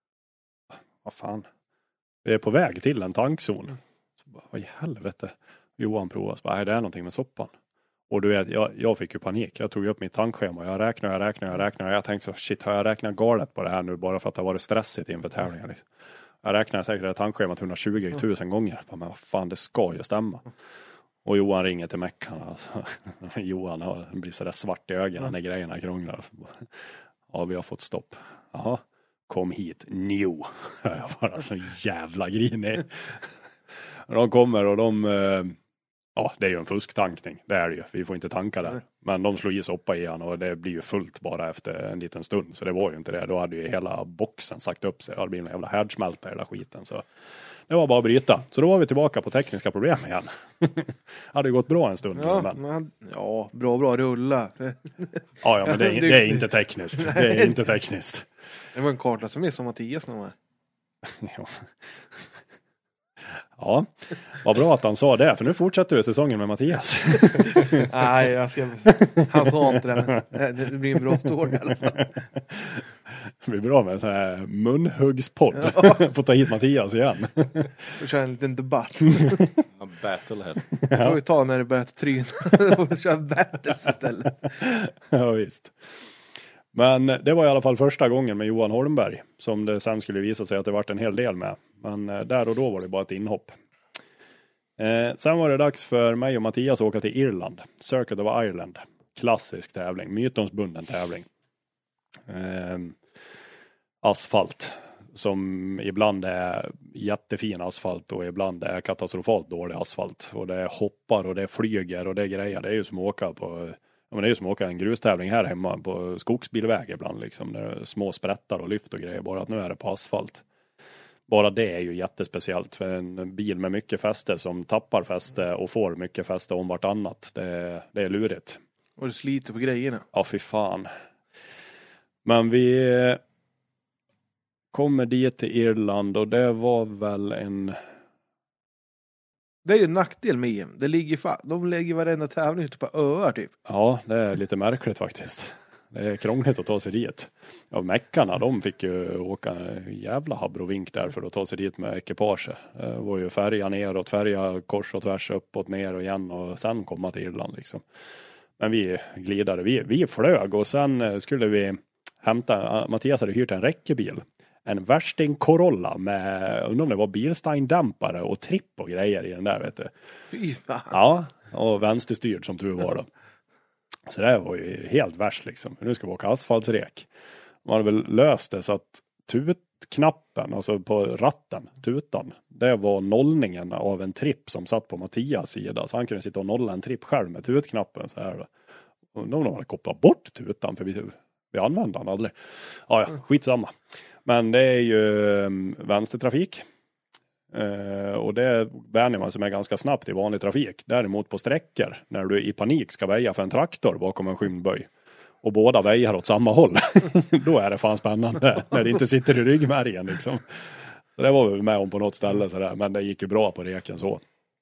Speaker 2: Vad fan. Vi är på väg till en tankzon. Så bara, vad i helvete? Johan provar. Så bara, nej, det är någonting med soppan. Och du vet, jag, jag fick ju panik. Jag tog upp mitt tankschema. Jag räknar, jag räknar, jag räknar. Jag tänkte så, shit, har jag räknat galet på det här nu bara för att det har varit stressigt inför tävlingen? Liksom. Jag räknar säkert det tankschemat hundratjugo tusen gånger. Men vad fan, det ska ju stämma. Och Johan ringer till Meckan. Alltså. Johan har, blir så där svart i ögonen när grejerna krånglar. Så bara, ja, vi har fått stopp. Jaha. Kom hit, new. Jag var så jävla grinig. De kommer och de... Ja, det är ju en fusktankning. Det är det ju. Vi får inte tanka där. Men de slår i soppa igen och det blir ju fullt bara efter en liten stund. Så det var ju inte det. Då hade ju hela boxen sagt upp sig. Det hade blivit en jävla härdsmälta i hela skiten. Så det var bara att bryta. Så då var vi tillbaka på tekniska problem igen. Hade ju gått bra en stund.
Speaker 1: Ja,
Speaker 2: men...
Speaker 1: men, ja bra, bra rulla.
Speaker 2: ja, ja, men det är, det är inte tekniskt. Det är inte tekniskt.
Speaker 1: Det var en karta som är som Mattias nu här.
Speaker 2: Ja. Ja, vad bra att han sa det, för nu fortsätter vi säsongen med Mattias.
Speaker 1: Nej, jag ska... han sa inte det, men det blir en bra story i alla fall.
Speaker 2: Det blir bra med en sån här munhuggspodd.
Speaker 1: Ja.
Speaker 2: Får ta hit Mattias igen.
Speaker 1: Och köra en liten debatt.
Speaker 3: A battle här.
Speaker 1: Det får vi ta när det börjar tryna. Då får vi köra battles istället.
Speaker 2: Ja, visst. Men det var i alla fall första gången med Johan Holmberg som det sen skulle visa sig att det varit en hel del med. Men där och då var det bara ett inhopp. Eh, sen var det dags för mig och Mattias att åka till Irland. Circuit of Ireland. Klassisk tävling. Mytomspunnen tävling. Eh, asfalt. Som ibland är jättefin asfalt och ibland är katastrofalt dålig asfalt. Och det hoppar och det flyger och det grejer. Det är ju som att åka på... Ja, men det är ju som att åka en grustävling här hemma på skogsbilväg ibland liksom. Där det är små sprättar och lyft och grejer. Bara att nu är det på asfalt. Bara det är ju jättespeciellt. För en bil med mycket fäste som tappar fäste och får mycket fäste om vartannat. Det, det är lurigt.
Speaker 1: Och du sliter på grejerna.
Speaker 2: Ja, fy fan. Men vi kommer dit till Irland och det var väl en...
Speaker 1: Det är ju en nackdel med E M. Det ligger fa- de lägger varenda tävling ute på öar typ.
Speaker 2: Ja, det är lite märkligt faktiskt. Det är krångligt att ta sig dit. Ja, meckarna, de fick ju åka jävla habrovink där för att ta sig dit med ekipage. Det var ju färja neråt, färja kors och tvärs, uppåt, ner och igen och sen komma till Irland liksom. Men vi glidade, vi, vi flög och sen skulle vi hämta, Mattias hade hyrt en räckebil. En värsting Corolla med, undrar om det var Bilstein-dämpare och tripp och grejer i den där, vet du.
Speaker 1: Fy fan.
Speaker 2: Ja, och vänsterstyrd som du var då. Så det var ju helt värst liksom. Nu ska vi åka asfaltsrek. Man hade väl löst det så att tutknappen, alltså på ratten, tutan, det var nollningen av en tripp som satt på Mattias sida. Så han kunde sitta och nolla en tripp själv med tutknappen så här. Och någon hade kopplat bort tutan för vi, vi använde den aldrig. Ja, ja, skitsamma. Men det är ju um, vänstertrafik. Uh, och det vänjer man som är ganska snabbt i vanlig trafik. Däremot på sträckor, när du i panik ska väja för en traktor bakom en skymdböj och båda väjar åt samma håll, då är det fan spännande när det inte sitter i ryggmärgen liksom. Så det var vi med om på något ställe sådär, men det gick ju bra på reken så.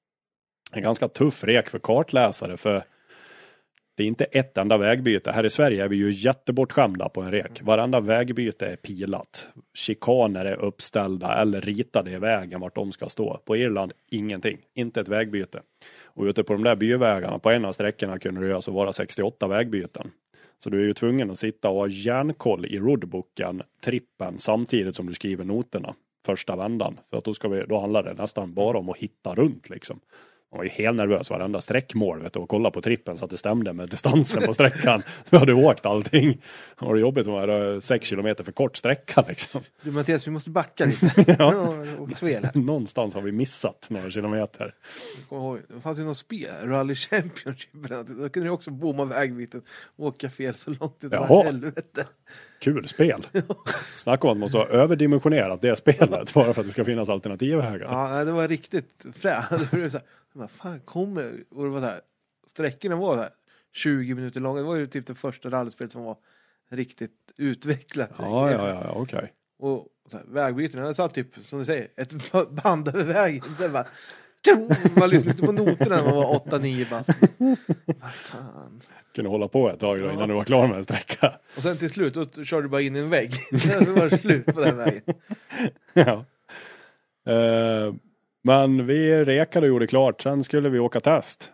Speaker 2: En ganska tuff rek för kartläsare, för det är inte ett enda vägbyte. Här i Sverige är vi ju jättebortskämda på en rek. Varenda vägbyte är pilat. Chikaner är uppställda eller ritade i vägen vart de ska stå. På Irland, ingenting. Inte ett vägbyte. Och ute på de där byvägarna, på en av sträckorna kunde det alltså vara sextioåtta vägbyten. Så du är ju tvungen att sitta och ha järnkoll i roadbooken, trippen, samtidigt som du skriver noterna första vändan. För att då, ska vi, då handlar det nästan bara om att hitta runt liksom. Man var ju helt nervös varenda sträckmål, vet du, och kolla på trippen så att det stämde med distansen på sträckan. Så vi hade åkt allting. Det var jobbigt att vara sex kilometer för kort sträcka liksom.
Speaker 1: Du Mattias, vi måste backa lite.
Speaker 2: Ja.
Speaker 1: Ja,
Speaker 2: någonstans har vi missat några kilometer.
Speaker 1: Det fanns ju någon spel, Rally Championship. Då kunde du också bomma vägbyten och åka fel så långt ut var helvete.
Speaker 2: Kul spel. Snacka om att man måste ha överdimensionerat det spelet bara för att det ska finnas alternativvägar.
Speaker 1: Ja, det var riktigt fränt. Vad fan kommer, och det var så här, sträckorna var så här tjugo minuter långa. Det var ju typ det första rallyspelet som var riktigt utvecklat.
Speaker 2: Ja, ja, ja, okej. Okay.
Speaker 1: Och så här, vägbyten, det satt typ, som du säger, ett band över vägen. Sen bara, man lyssnade inte på noterna när man var åtta nio bass. Vad fan.
Speaker 2: Kunde hålla på ett tag då, innan ja. Du var klar med en sträcka.
Speaker 1: Och sen till slut, då körde du bara in i en vägg. Sen var det slut på den vägen.
Speaker 2: Ja. Uh... Men vi rekade och gjorde klart. Sen skulle vi åka test.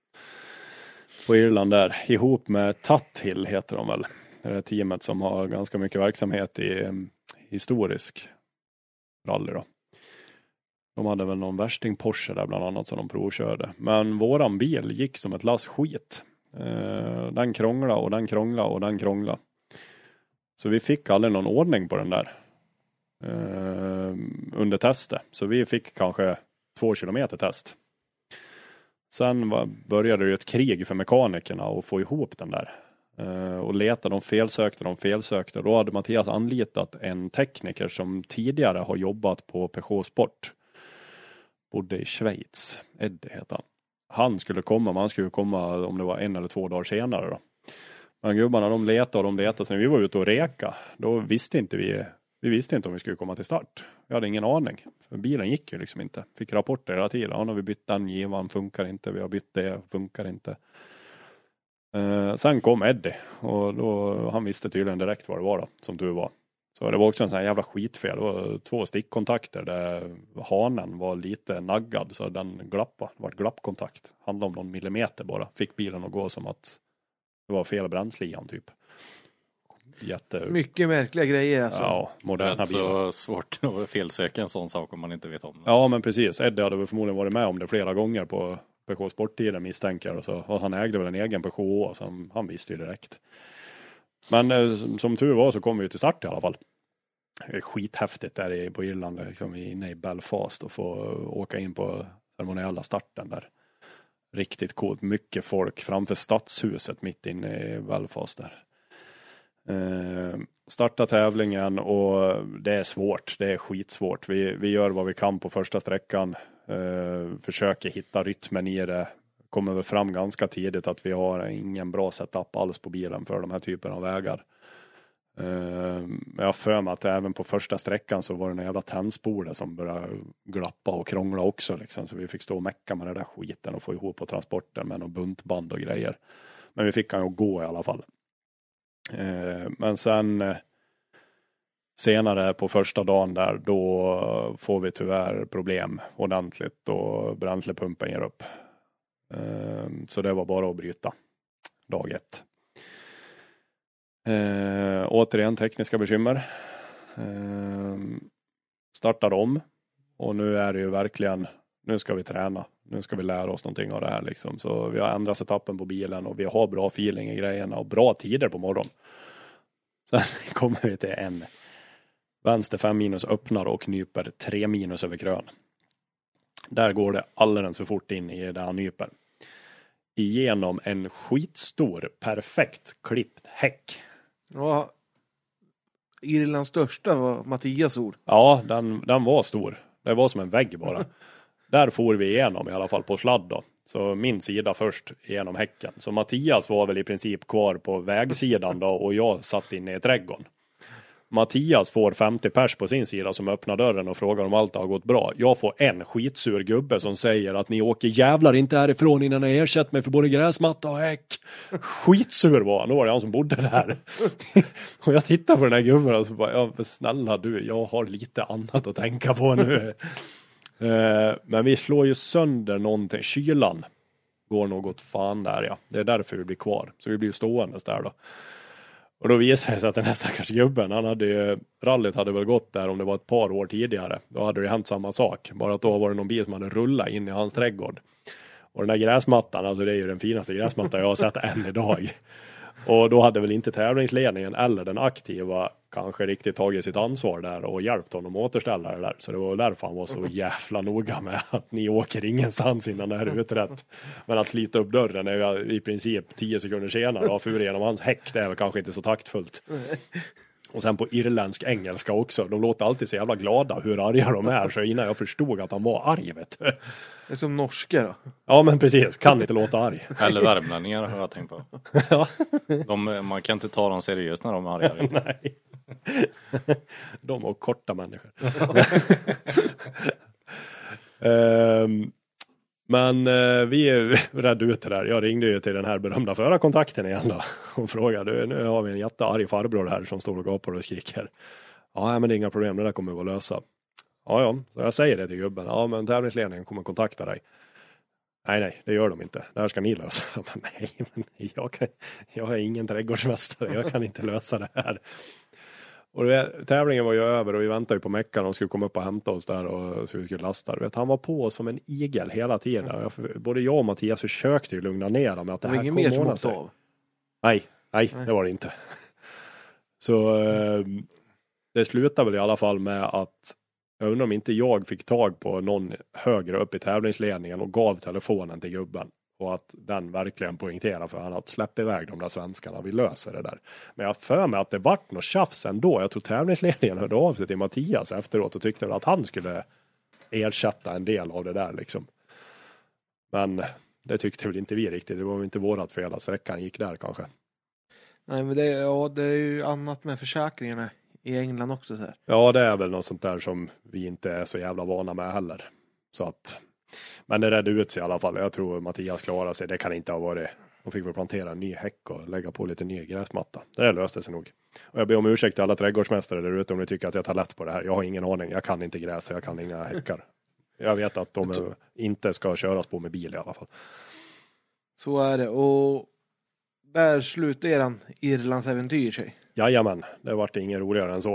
Speaker 2: På Irland där. Ihop med Tuthill heter de väl. Det är teamet som har ganska mycket verksamhet i um, historisk rally då. De hade väl någon värsting Porsche där bland annat som de provkörde. Men våran bil gick som ett lass skit. Uh, den krångla och den krångla och den krångla. Så vi fick aldrig någon ordning på den där. Uh, under testet. Så vi fick kanske två kilometer test. Sen var, började det ett krig för mekanikerna att få ihop den där. Uh, och leta, de felsökte, de felsökte. Då hade Mattias anlitat en tekniker som tidigare har jobbat på Peugeot Sport. Bodde i Schweiz. Eddie heter han. Han skulle komma, man skulle komma om det var en eller två dagar senare då. Men gubbarna, de letade och de letade. Sen vi var ute och reka. Då visste inte vi Vi visste inte om vi skulle komma till start. Vi hade ingen aning. För bilen gick ju liksom inte. Fick rapporter hela tiden. Ja, nu har vi bytt den givan, funkar inte. Vi har bytt det, funkar inte. Eh, sen kom Eddie. Och då, han visste tydligen direkt vad det var då, som du var. Så det var också en sån här jävla skitfel. Det var två stickkontakter där hanen var lite naggad. Så den glappade. Det var glappkontakt. Handlade om någon millimeter bara. Fick bilen att gå som att det var fel bränsle i han typ. Jätte...
Speaker 1: Mycket märkliga grejer alltså.
Speaker 2: Ja, moderna bilar.
Speaker 3: Så svårt att felsöka en sån sak om man inte vet om det.
Speaker 2: Ja, men precis. Eddie hade väl förmodligen varit med om det flera gånger på Peugeot Sporttiden misstänker. Och, så. Och han ägde väl en egen Peugeot som han visste ju direkt. Men eh, som tur var så kom vi ju till start i alla fall. Det är skithäftigt där i, på Irland, liksom inne i Belfast och få åka in på ceremoniella starten där. Riktigt coolt. Mycket folk framför stadshuset mitt inne i Belfast där. Uh, starta tävlingen och det är svårt, det är skitsvårt. Vi, vi gör vad vi kan på första sträckan, uh, försöker hitta rytmen i det, kommer väl fram ganska tidigt att vi har ingen bra setup alls på bilen för de här typerna av vägar. Uh, jag har för mig att även på första sträckan så var det en jävla tändspoler som började glappa och krångla också liksom. Så vi fick stå och mecka med den där skiten och få ihop på transporten med någon buntband och grejer. Men vi fick han ju gå i alla fall. Eh, men sen eh, senare på första dagen där, då får vi tyvärr problem ordentligt och bränslepumpen ger upp. Eh, så det var bara att bryta dag ett. Eh, återigen tekniska bekymmer. Eh, startar om. Och nu är det ju verkligen, nu ska vi träna. Nu ska vi lära oss någonting av det här liksom. Så vi har ändrat etappen på bilen och vi har bra feeling i grejerna och bra tider på morgonen. Sen kommer vi till en vänster fem minus öppnar och knyper tre minus över krön. Där går det alldeles för fort in i det han nyper. Igenom en skitstor, perfekt klippt häck.
Speaker 1: Ja, Irlands största var Mattias ord.
Speaker 2: Ja, den, den var stor. Det var som en vägg bara. Där får vi igenom i alla fall på sladd då. Så min sida först genom häcken. Så Mattias var väl i princip kvar på vägsidan då och jag satt inne i trädgården. Mattias får femtio pers på sin sida som öppnar dörren och frågar om allt har gått bra. Jag får en skitsur gubbe som säger att ni åker jävlar inte härifrån innan ni ersätter mig för både gräsmatta och häck. Skitsur var han. Då var det han som bodde där. Och jag tittar på den här gubben och så bara, ja, snälla du, jag har lite annat att tänka på nu. Men vi slår ju sönder någonting. Kylan går något fan där, ja. Det är därför vi blir kvar. Så vi blir stående där då. Och då visade det sig att den här stackars gubben, han hade ju, rallyt hade väl gått där om det var ett par år tidigare. Då hade det hänt samma sak. Bara att då var det någon bil som hade rullat in i hans trädgård. Och den där gräsmattan, alltså det är ju den finaste gräsmattan jag har sett än idag. Och då hade väl inte tävlingsledningen eller den aktiva kanske riktigt tagit sitt ansvar där och hjälpt honom att återställa det där. Så det var därför han var så jävla noga med att ni åker ingenstans innan det här är utrett. Men att slita upp dörren är ju i princip tio sekunder senare och fura genom hans häck, det är väl kanske inte så taktfullt. Och sen på irländsk engelska också. De låter alltid så jävla glada hur arga de är. Så innan jag förstod att han var arg, vet du.
Speaker 1: Det är som norska då.
Speaker 2: Ja, men precis. Kan inte låta arg.
Speaker 3: Eller värmlänningar har jag tänkt på.
Speaker 2: Ja.
Speaker 3: De, man kan inte ta dem seriöst när de är arga.
Speaker 2: Nej. De och korta människor. um, men uh, vi är rädda ut det där. Jag ringde ju till den här berömda förarkontakten igen då, och frågade, nu har vi en jättearg farbror här som står och gapar och skriker. Ja, men det är inga problem, det där kommer vi att lösa. Ja, ja, så jag säger det till gubben. Ja, men tävlingsledningen kommer kontakta dig. Nej, nej, det gör de inte. Det här ska ni lösa. Men nej, men jag, kan, jag är ingen trädgårdsmästare. Jag kan inte lösa det här. Och det, tävlingen var ju över och vi väntade ju på Meckan. De skulle komma upp och hämta oss där och så vi skulle lasta. Du vet, han var på som en igel hela tiden. Jag, både jag och Mattias försökte ju lugna ner dem med att det, det här kommer ordna sig. Av. Nej, nej, nej, det var det inte. Så eh, det slutade väl i alla fall med att jag undrar om inte jag fick tag på någon högre upp i tävlingsledningen och gav telefonen till gubben. Och att den verkligen poängterar för han att släppa iväg de där svenskarna. Vi löser det där. Men jag för mig att det vart något tjafs ändå. Jag tror tävlingsledningen hörde av sig till Mattias efteråt och tyckte att han skulle ersätta en del av det där liksom. Men det tyckte väl inte vi riktigt. Det var inte vårat fel att sträckan gick där kanske.
Speaker 1: Nej, men det, ja, det är ju annat med försäkringarna i England också så här.
Speaker 2: Ja, det är väl något sånt där som vi inte är så jävla vana med heller. Så att, men det räddade ut sig i alla fall. Jag tror Mattias klarade sig. Det kan inte ha varit. De fick väl plantera en ny häck och lägga på lite ny gräsmatta. Det där löste sig nog. Och jag ber om ursäkt till alla trädgårdsmästare där ute om ni tycker att jag tar lätt på det här. Jag har ingen aning. Jag kan inte gräs och jag kan inga häckar. Jag vet att de inte ska köras på med bil i alla fall. Så
Speaker 1: är det. Och där slutar eran Irlands äventyr sig.
Speaker 2: Jajamän, det vart inget roligare än så.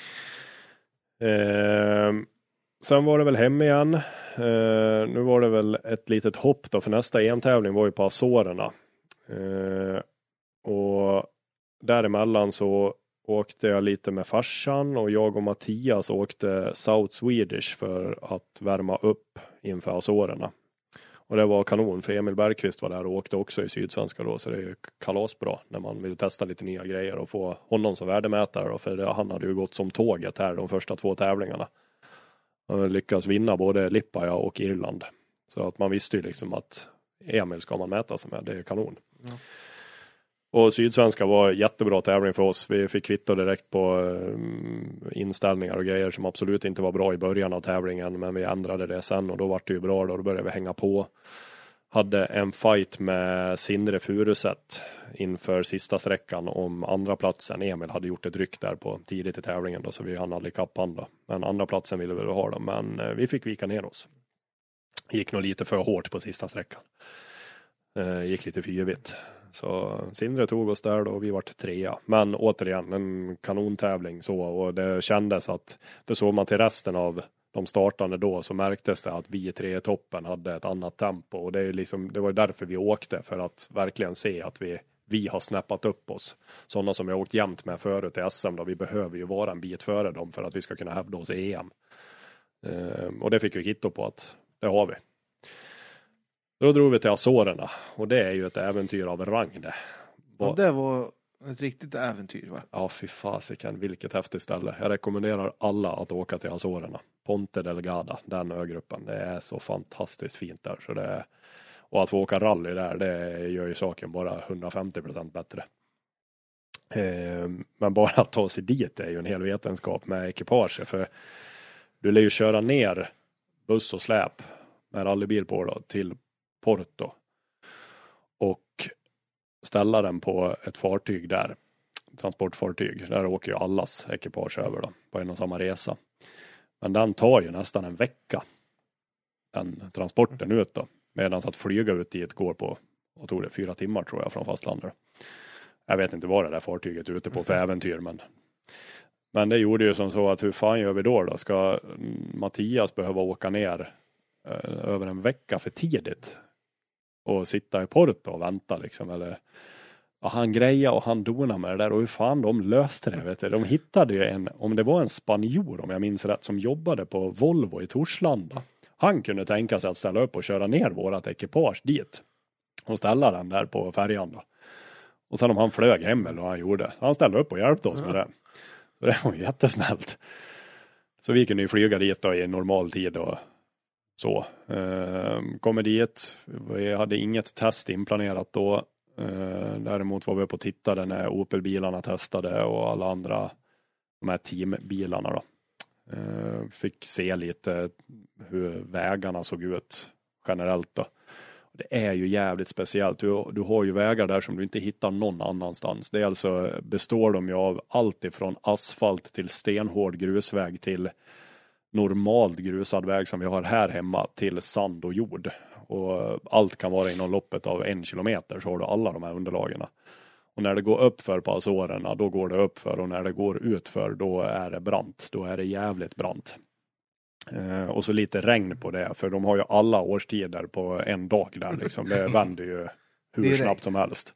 Speaker 2: Eh, sen var det väl hem igen. Eh, nu var det väl ett litet hopp då, för nästa E M-tävling var ju på Azorerna. Eh, och däremellan så åkte jag lite med farsan och jag och Mattias åkte South Swedish för att värma upp inför Azorerna. Och det var kanon, för Emil Bergqvist var där och åkte också i Sydsvenska då, så det är ju kalasbra när man vill testa lite nya grejer och få honom som värdemätare då, för det, han hade ju gått som tåget här de första två tävlingarna. Han lyckades vinna både Lippaja och Irland. Så att man visste ju liksom att Emil ska man mäta sig med, det är kanon. Ja. Och Sydsvenska var jättebra tävling för oss. Vi fick kvitto direkt på um, inställningar och grejer som absolut inte var bra i början av tävlingen. Men vi ändrade det sen och då var det ju bra. Då, då började vi hänga på. hade en fight med Sindre Furuset inför sista sträckan om andra platsen. Emil hade gjort ett ryck där på tidigt i tävlingen då, så vi hann aldrig kappa han då. Men andra platsen ville vi ha dem, men eh, vi fick vika ner oss. Gick nog lite för hårt på sista sträckan. Eh, gick lite för yvigt. Så Sindre tog oss där då och vi vart trea. Men återigen en kanontävling så, och det kändes att, för såg man till resten av de startande då, så märktes det att vi tre i toppen hade ett annat tempo, och det är liksom, det var därför vi åkte, för att verkligen se att vi vi har snäppat upp oss. Sådana som jag åkt jämt med förut i S M då, vi behöver ju vara en bit före dem för att vi ska kunna hävda oss i E M. Ehm, och det fick vi hitto på att det har vi. Då drog vi till Azorerna, och det är ju ett äventyr av rang det.
Speaker 1: Ja, det var ett riktigt äventyr, va?
Speaker 2: Ja, fy fasiken, vilket häftigt ställe. Jag rekommenderar alla att åka till Azorerna. Ponte Delgada, den ögruppen. Det är så fantastiskt fint där. Så det är, och att få åka rally där, det gör ju saken bara hundrafemtio procent bättre. Eh, men bara att ta sig dit är ju en hel vetenskap med ekipage. För du lär ju köra ner buss och släp med rallybil på då, till Porto. Och ställa den på ett fartyg där. Transportfartyg. Där åker ju allas ekipage över då, på en och samma resa. Men den tar ju nästan en vecka. Den transporten ut då. Medan att flyga ut dit går på, och tog det fyra timmar tror jag från fastlandet. Jag vet inte vad det där fartyget är ute på för äventyr. Men, men det gjorde ju som så att hur fan gör vi då då? Ska Mattias behöva åka ner eh, över en vecka för tidigt? Och sitta i Porto och vänta liksom, eller ja, han grejer och han donar med det där, och hur fan de löste det, vet du. De hittade ju en, om det var en spanjor om jag minns rätt, som jobbade på Volvo i Torslanda. Han kunde tänka sig att ställa upp och köra ner vårat ekipage dit och ställa den där på färjan då. Och sen om han flög hem eller vad han gjorde, han ställde upp och hjälpte oss med det. Så det var ju jättesnällt. Så vi kunde ju flyga dit då i normal tid och så. Ehm, kommer dit, vi hade inget test inplanerat då. Ehm, däremot var vi på tittade när Opel-bilarna testade och alla andra, de här teambilarna då. Ehm, fick se lite hur vägarna såg ut generellt då. Det är ju jävligt speciellt. Du, du har ju vägar där som du inte hittar någon annanstans. Det är alltså, består de ju av allt ifrån asfalt till stenhård grusväg till normalt grusad väg som vi har här hemma till sand och jord. Och allt kan vara inom loppet av en kilometer, så har du alla de här underlagen. Och när det går upp för på Azorerna, då går det upp för, och när det går ut för, då är det brant. Då är det jävligt brant. Eh, och så lite regn på det, för de har ju alla årstider på en dag där liksom. Det vänder ju hur snabbt som helst.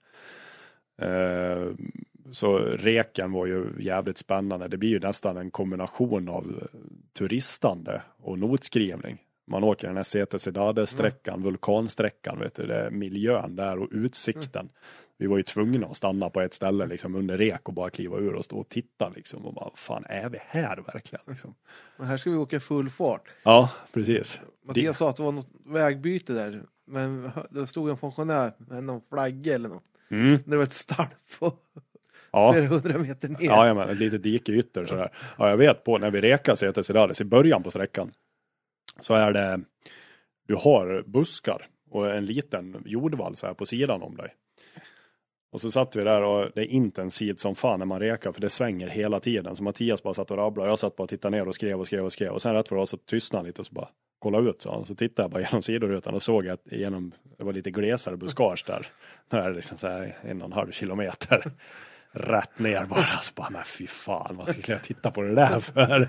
Speaker 2: Eh, så reken var ju jävligt spännande. Det blir ju nästan en kombination av turistande och notskrivning. Man åker den här C T Cidade-sträckan, mm. vulkansträckan, vet du, det är miljön där och utsikten. Mm. Vi var ju tvungna att stanna på ett ställe liksom under rek och bara kliva ur och stå och titta liksom. Och bara, fan, är vi här verkligen liksom?
Speaker 1: Men här ska vi åka full fart.
Speaker 2: Ja, precis.
Speaker 1: Mattias sa att det var något vägbyte där. Men det stod en funktionär med någon flagga eller något.
Speaker 2: Mm.
Speaker 1: Det var ett stall på
Speaker 2: ja.
Speaker 1: flera hundra meter ner.
Speaker 2: Ja, ja, men ett litet dike ytter sådär. Ja, jag vet på när vi rekar C T Cidades i början på sträckan. Så är det, du har buskar och en liten jordvall så här på sidan om dig. Och så satt vi där och det är intensivt som fan när man rekar, för det svänger hela tiden. Så Mattias bara satt och rabblade, jag satt bara och tittade ner och skrev och skrev och skrev. Och sen rätt för oss så tystnade lite och så bara kolla ut. Så, så tittade jag bara genom sidorutan och såg att genom, det var lite glesare buskage där. Nu är det liksom så här en och en halv kilometer. Rätt ner bara. Så bara, men fy fan, vad ska jag titta på det där för?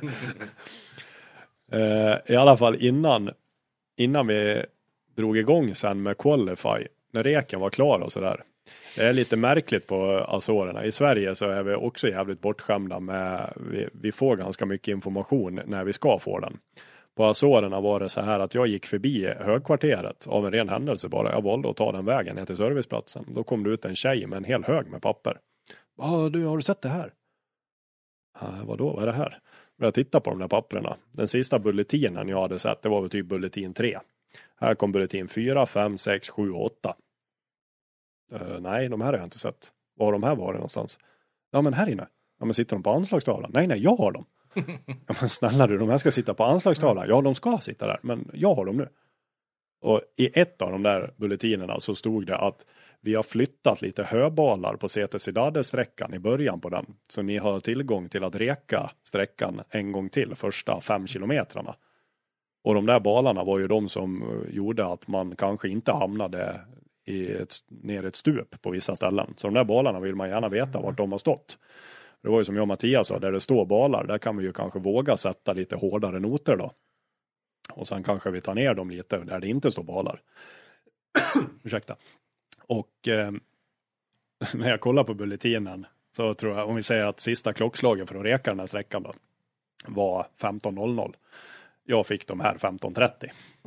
Speaker 2: Uh, I alla fall innan innan vi drog igång sen med Qualify, när reken var klar och sådär. Det är lite märkligt på Azorerna. I Sverige så är vi också jävligt bortskämda med, vi, vi får ganska mycket information när vi ska få den. På Azorerna var det så här att jag gick förbi högkvarteret av en ren händelse bara. Jag valde att ta den vägen ner till serviceplatsen. Då kom det ut en tjej med en hel hög med papper. Ja, du, har du sett det här? Uh, vadå, vad är det här? Jag tittade på de där papperna. Den sista bulletinen jag hade sett, det var väl typ bulletin tre. Här kom bulletin fyra, fem, sex, sju och åtta. Uh, nej, de här har jag inte sett. Var har de här varit någonstans? Ja, men här inne. Ja, men sitter de på anslagstavlan? Nej, nej, jag har dem. Ja, men snälla du, de här ska sitta på anslagstavlan. Ja, de ska sitta där, men jag har dem nu. Och i ett av de där bulletinerna så stod det att vi har flyttat lite höbalar på C T Cidade-sträckan i början på den. Så ni har tillgång till att reka sträckan en gång till, första fem kilometrarna. Och de där balarna var ju de som gjorde att man kanske inte hamnade i ett, ner ett stup på vissa ställen. Så de där balarna vill man gärna veta vart de har stått. Det var ju som jag och Mattias sa, där det står balar, där kan vi ju kanske våga sätta lite hårdare noter då. Och sen kanske vi tar ner dem lite där det inte står balar. Ursäkta. Och eh, när jag kollar på bulletinen så tror jag, om vi säger att sista klockslagen för att reka den här sträckan då, var femton noll noll. Jag fick de här femton trettio.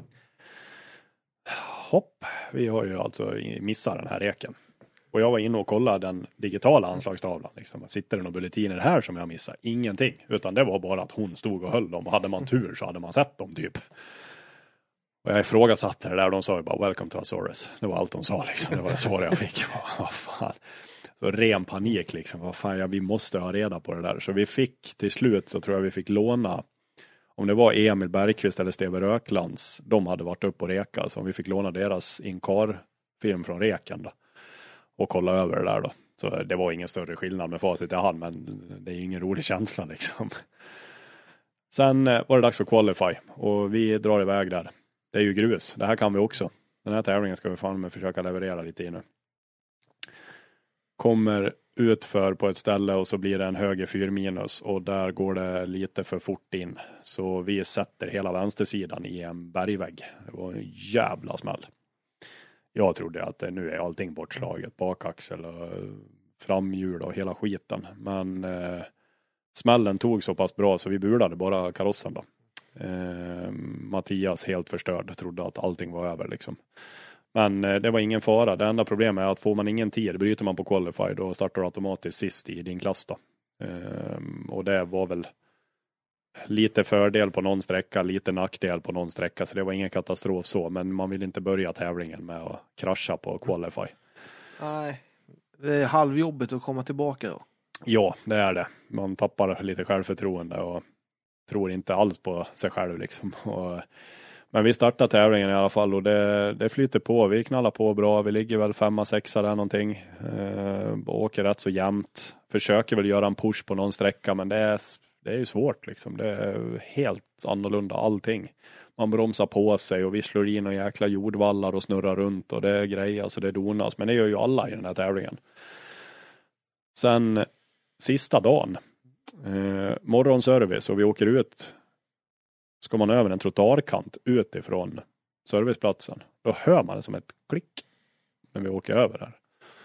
Speaker 2: Hopp, vi har ju alltså missat den här reken. Och jag var inne och kollade den digitala anslagstavlan. Liksom. Sitter det några bulletiner här som jag missar? Ingenting. Utan det var bara att hon stod och höll dem. Och hade man tur så hade man sett dem typ. Och jag ifrågasatte det där och de sa ju bara welcome to Azores. Det var allt de sa liksom. Det var det svar jag fick. Vad fan. Så ren panik liksom. Vad fan, ja, vi måste ha reda på det där. Så vi fick till slut så tror jag vi fick låna. Om det var Emil Bergqvist eller Steve Röklands. De hade varit upp och reka. Så om vi fick låna deras inkar-film från reken då. Och kolla över det där då. Så det var ingen större skillnad med facit i hand. Men det är ju ingen rolig känsla liksom. Sen var det dags för Qualify. Och vi drar iväg där. Det är ju grus. Det här kan vi också. Den här tävlingen ska vi fan med försöka leverera lite i nu. Kommer ut för på ett ställe och så blir det en höger fyr minus. Och där går det lite för fort in. Så vi sätter hela vänstersidan i en bergvägg. Det var en jävla smäll. Jag trodde att nu är allting bortslaget. Bakaxel och framhjul och hela skiten. Men eh, smällen tog så pass bra så vi bulade bara karossen då. Eh, Mattias helt förstörd. Trodde att allting var över liksom. Men eh, det var ingen fara. Det enda problemet är att får man ingen tid, bryter man på Qualify, då startar du automatiskt sist i din klass då. Eh, och det var väl lite fördel på någon sträcka, lite nackdel på någon sträcka. Så det var ingen katastrof så. Men man vill inte börja tävlingen med att krascha på Qualify.
Speaker 1: Nej, det är halvjobbigt att komma tillbaka då.
Speaker 2: Ja, det är det. Man tappar lite självförtroende och tror inte alls på sig själv liksom. Och, men vi startar tävlingen i alla fall och det, det flyter på. Vi knallar på bra. Vi ligger väl femma, sexa där någonting. Eh, åker rätt så jämnt. Försöker väl göra en push på någon sträcka men det är, det är ju svårt liksom. Det är helt annorlunda allting. Man bromsar på sig och vi slår in och jäkla jordvallar och snurrar runt och det är grejer, alltså det donas. Men det gör ju alla i den här tävlingen. Sen sista dagen, eh, morgonservice och vi åker ut. Ska man över en trottoarkant utifrån serviceplatsen. Då hör man det som ett klick när vi åker över där.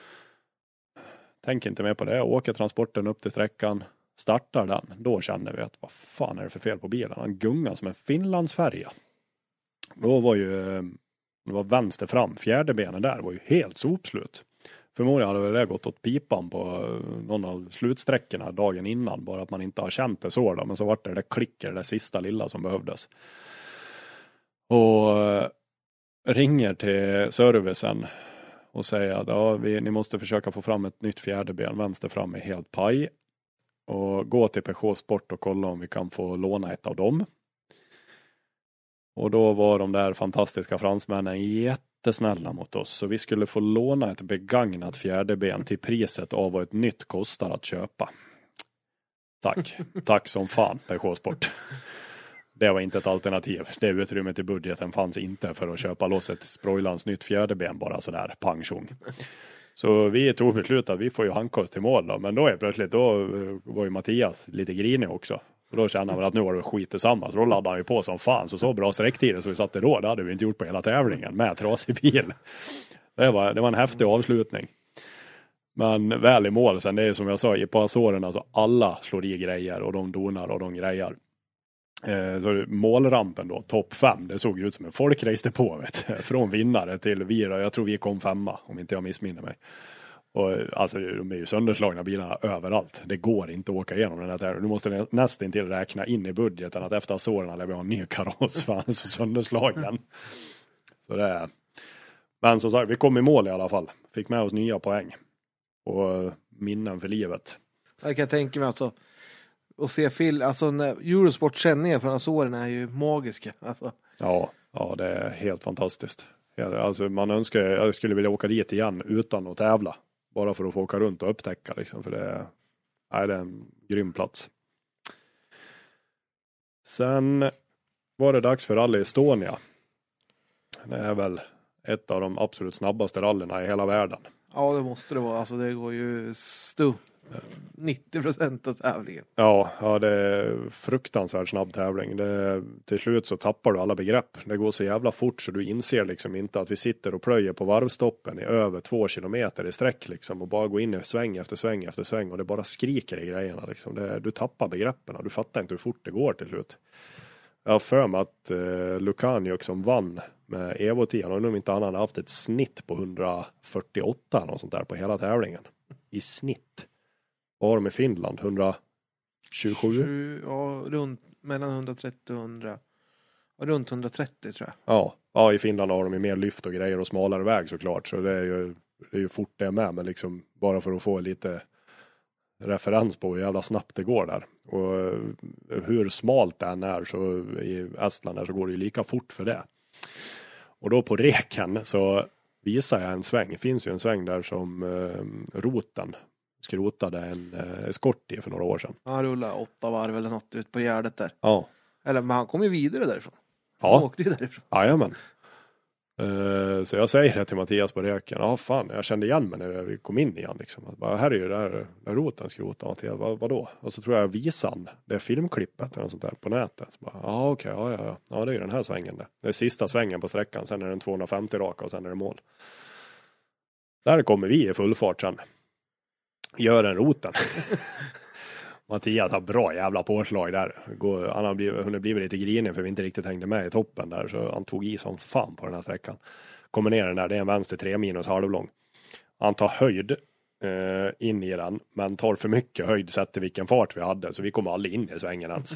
Speaker 2: Tänk inte mer på det. Åker transporten upp till sträckan. Startar den. Då känner vi att vad fan är det för fel på bilen. Han gungar som en Finlandsfärja. Då var ju det var vänster fram. Fjärde benen där var ju helt sopslut. Förmodligen hade det gått åt pipan på någon av slutsträckorna dagen innan. Bara att man inte har känt det så då. Men så var det det klicker, det sista lilla som behövdes. Och ringer till servicen och säger att ja, vi, ni måste försöka få fram ett nytt fjärde ben. Vänster fram är helt paj. Och gå till Peugeot Sport och kolla om vi kan få låna ett av dem. Och då var de där fantastiska fransmännen jättesnälla mot oss. Så vi skulle få låna ett begagnat fjärdeben till priset av vad ett nytt kostar att köpa. Tack. Tack som fan, Peugeot Sport. Det var inte ett alternativ. Det utrymmet i budgeten fanns inte för att köpa loss ett Sproilans nytt fjärdeben bara sådär pang-tjong. Så vi tog beslut att vi får ju hanka oss till mål då. Men då är plötsligt, då var ju Mattias lite grinig också. Och då kände han att nu var det skit tillsammans. Då laddade han ju på som fan. Så så bra sträcktider så vi satte då. Det hade vi inte gjort på hela tävlingen med trasig bil. Det var, det var en häftig avslutning. Men väl i mål sen, det är som jag sa, på Azorerna alltså alla slår i grejer och de donar och de grejer. Eh, så målrampen då, topp fem, det såg ut som en folkrace på, vet du. Från vinnare till vi, jag tror vi kom femma om inte jag missminner mig. Och alltså de är ju sönderslagna bilarna överallt. Det går inte att åka igenom den här tävlingen. Du måste nästan till räkna in i budgeten att efter Azorerna lär vi ha en ny kaross för han är så sönderslagen. Så det är. Men som sagt, vi kom i mål i alla fall. Fick med oss nya poäng. Och minnen för livet.
Speaker 1: Jag kan tänka mig alltså och se film, alltså när Eurosport sändningar från Azorerna är ju magiska alltså.
Speaker 2: Ja. Ja, det är helt fantastiskt. Alltså man önskar, jag skulle vilja åka dit igen utan att tävla. Bara för att få åka runt och upptäcka liksom, för det är, nej, det är en grym plats. Sen var det dags för Rally Estonia. Det är väl ett av de absolut snabbaste rallyna i hela världen.
Speaker 1: Ja, det måste det vara. Alltså det går ju stu nittio procent av tävlingen.
Speaker 2: Ja, ja, det är fruktansvärt snabb tävling. Det, till slut så tappar du alla begrepp. Det går så jävla fort så du inser liksom inte att vi sitter och plöjer på varvstoppen i över två kilometer i sträck liksom och bara går in i sväng efter sväng efter sväng och det bara skriker i grejerna liksom. Det, du tappar begreppen och du fattar inte hur fort det går till slut. Jag har för mig att eh, Lukaniuk som vann med Evo tio, och om inte han hade haft ett snitt på hundrafyrtioåtta och sånt där på hela tävlingen. I snitt. Vad har de i Finland? hundrasjuttiosju?
Speaker 1: Ja, runt mellan hundratrettio och hundra. Ja, runt hundratrettio tror jag.
Speaker 2: Ja, ja, i Finland har de ju mer lyft och grejer och smalare väg såklart. Så det är ju, det är ju fort det med. Men liksom bara för att få lite referens på hur jävla snabbt det går där. Och hur smalt det än är så i Estland där så går det ju lika fort för det. Och då på reken så visar jag en sväng. Det finns ju en sväng där som eh, roten skrotade en eh, eskort i för några år sedan.
Speaker 1: Han rullade åtta varv eller något ut på gärdet där.
Speaker 2: Ja.
Speaker 1: Eller men han kom ju vidare därifrån.
Speaker 2: Ja.
Speaker 1: Han åkte ju därifrån.
Speaker 2: Jajamän. Uh, så jag säger det till Mattias på reken. Ja fan, jag kände igen mig när vi kom in igen liksom. Att bara, här är ju där, där roten skrota. Mattias, vad, vadå? Och så tror jag visan, det är filmklippet eller något sånt där på nätet. Så bara, ja okej, okay, ja, ja, ja. Ja, det är ju den här svängen det. Det är sista svängen på sträckan. Sen är den tvåhundrafemtio raka och sen är det mål. Där kommer vi i full fart sen. Gör en roten. Mattias har bra jävla påslag där. Går, han har blivit, hon har blivit lite grinig för vi inte riktigt hängde med i toppen där. Så han tog i som fan på den här sträckan. Kommer ner den där, det är en vänster tre minus halvlång. Han tar höjd eh, in i den. Men tar för mycket höjd sett till vilken fart vi hade. Så vi kommer aldrig in i svängen ens.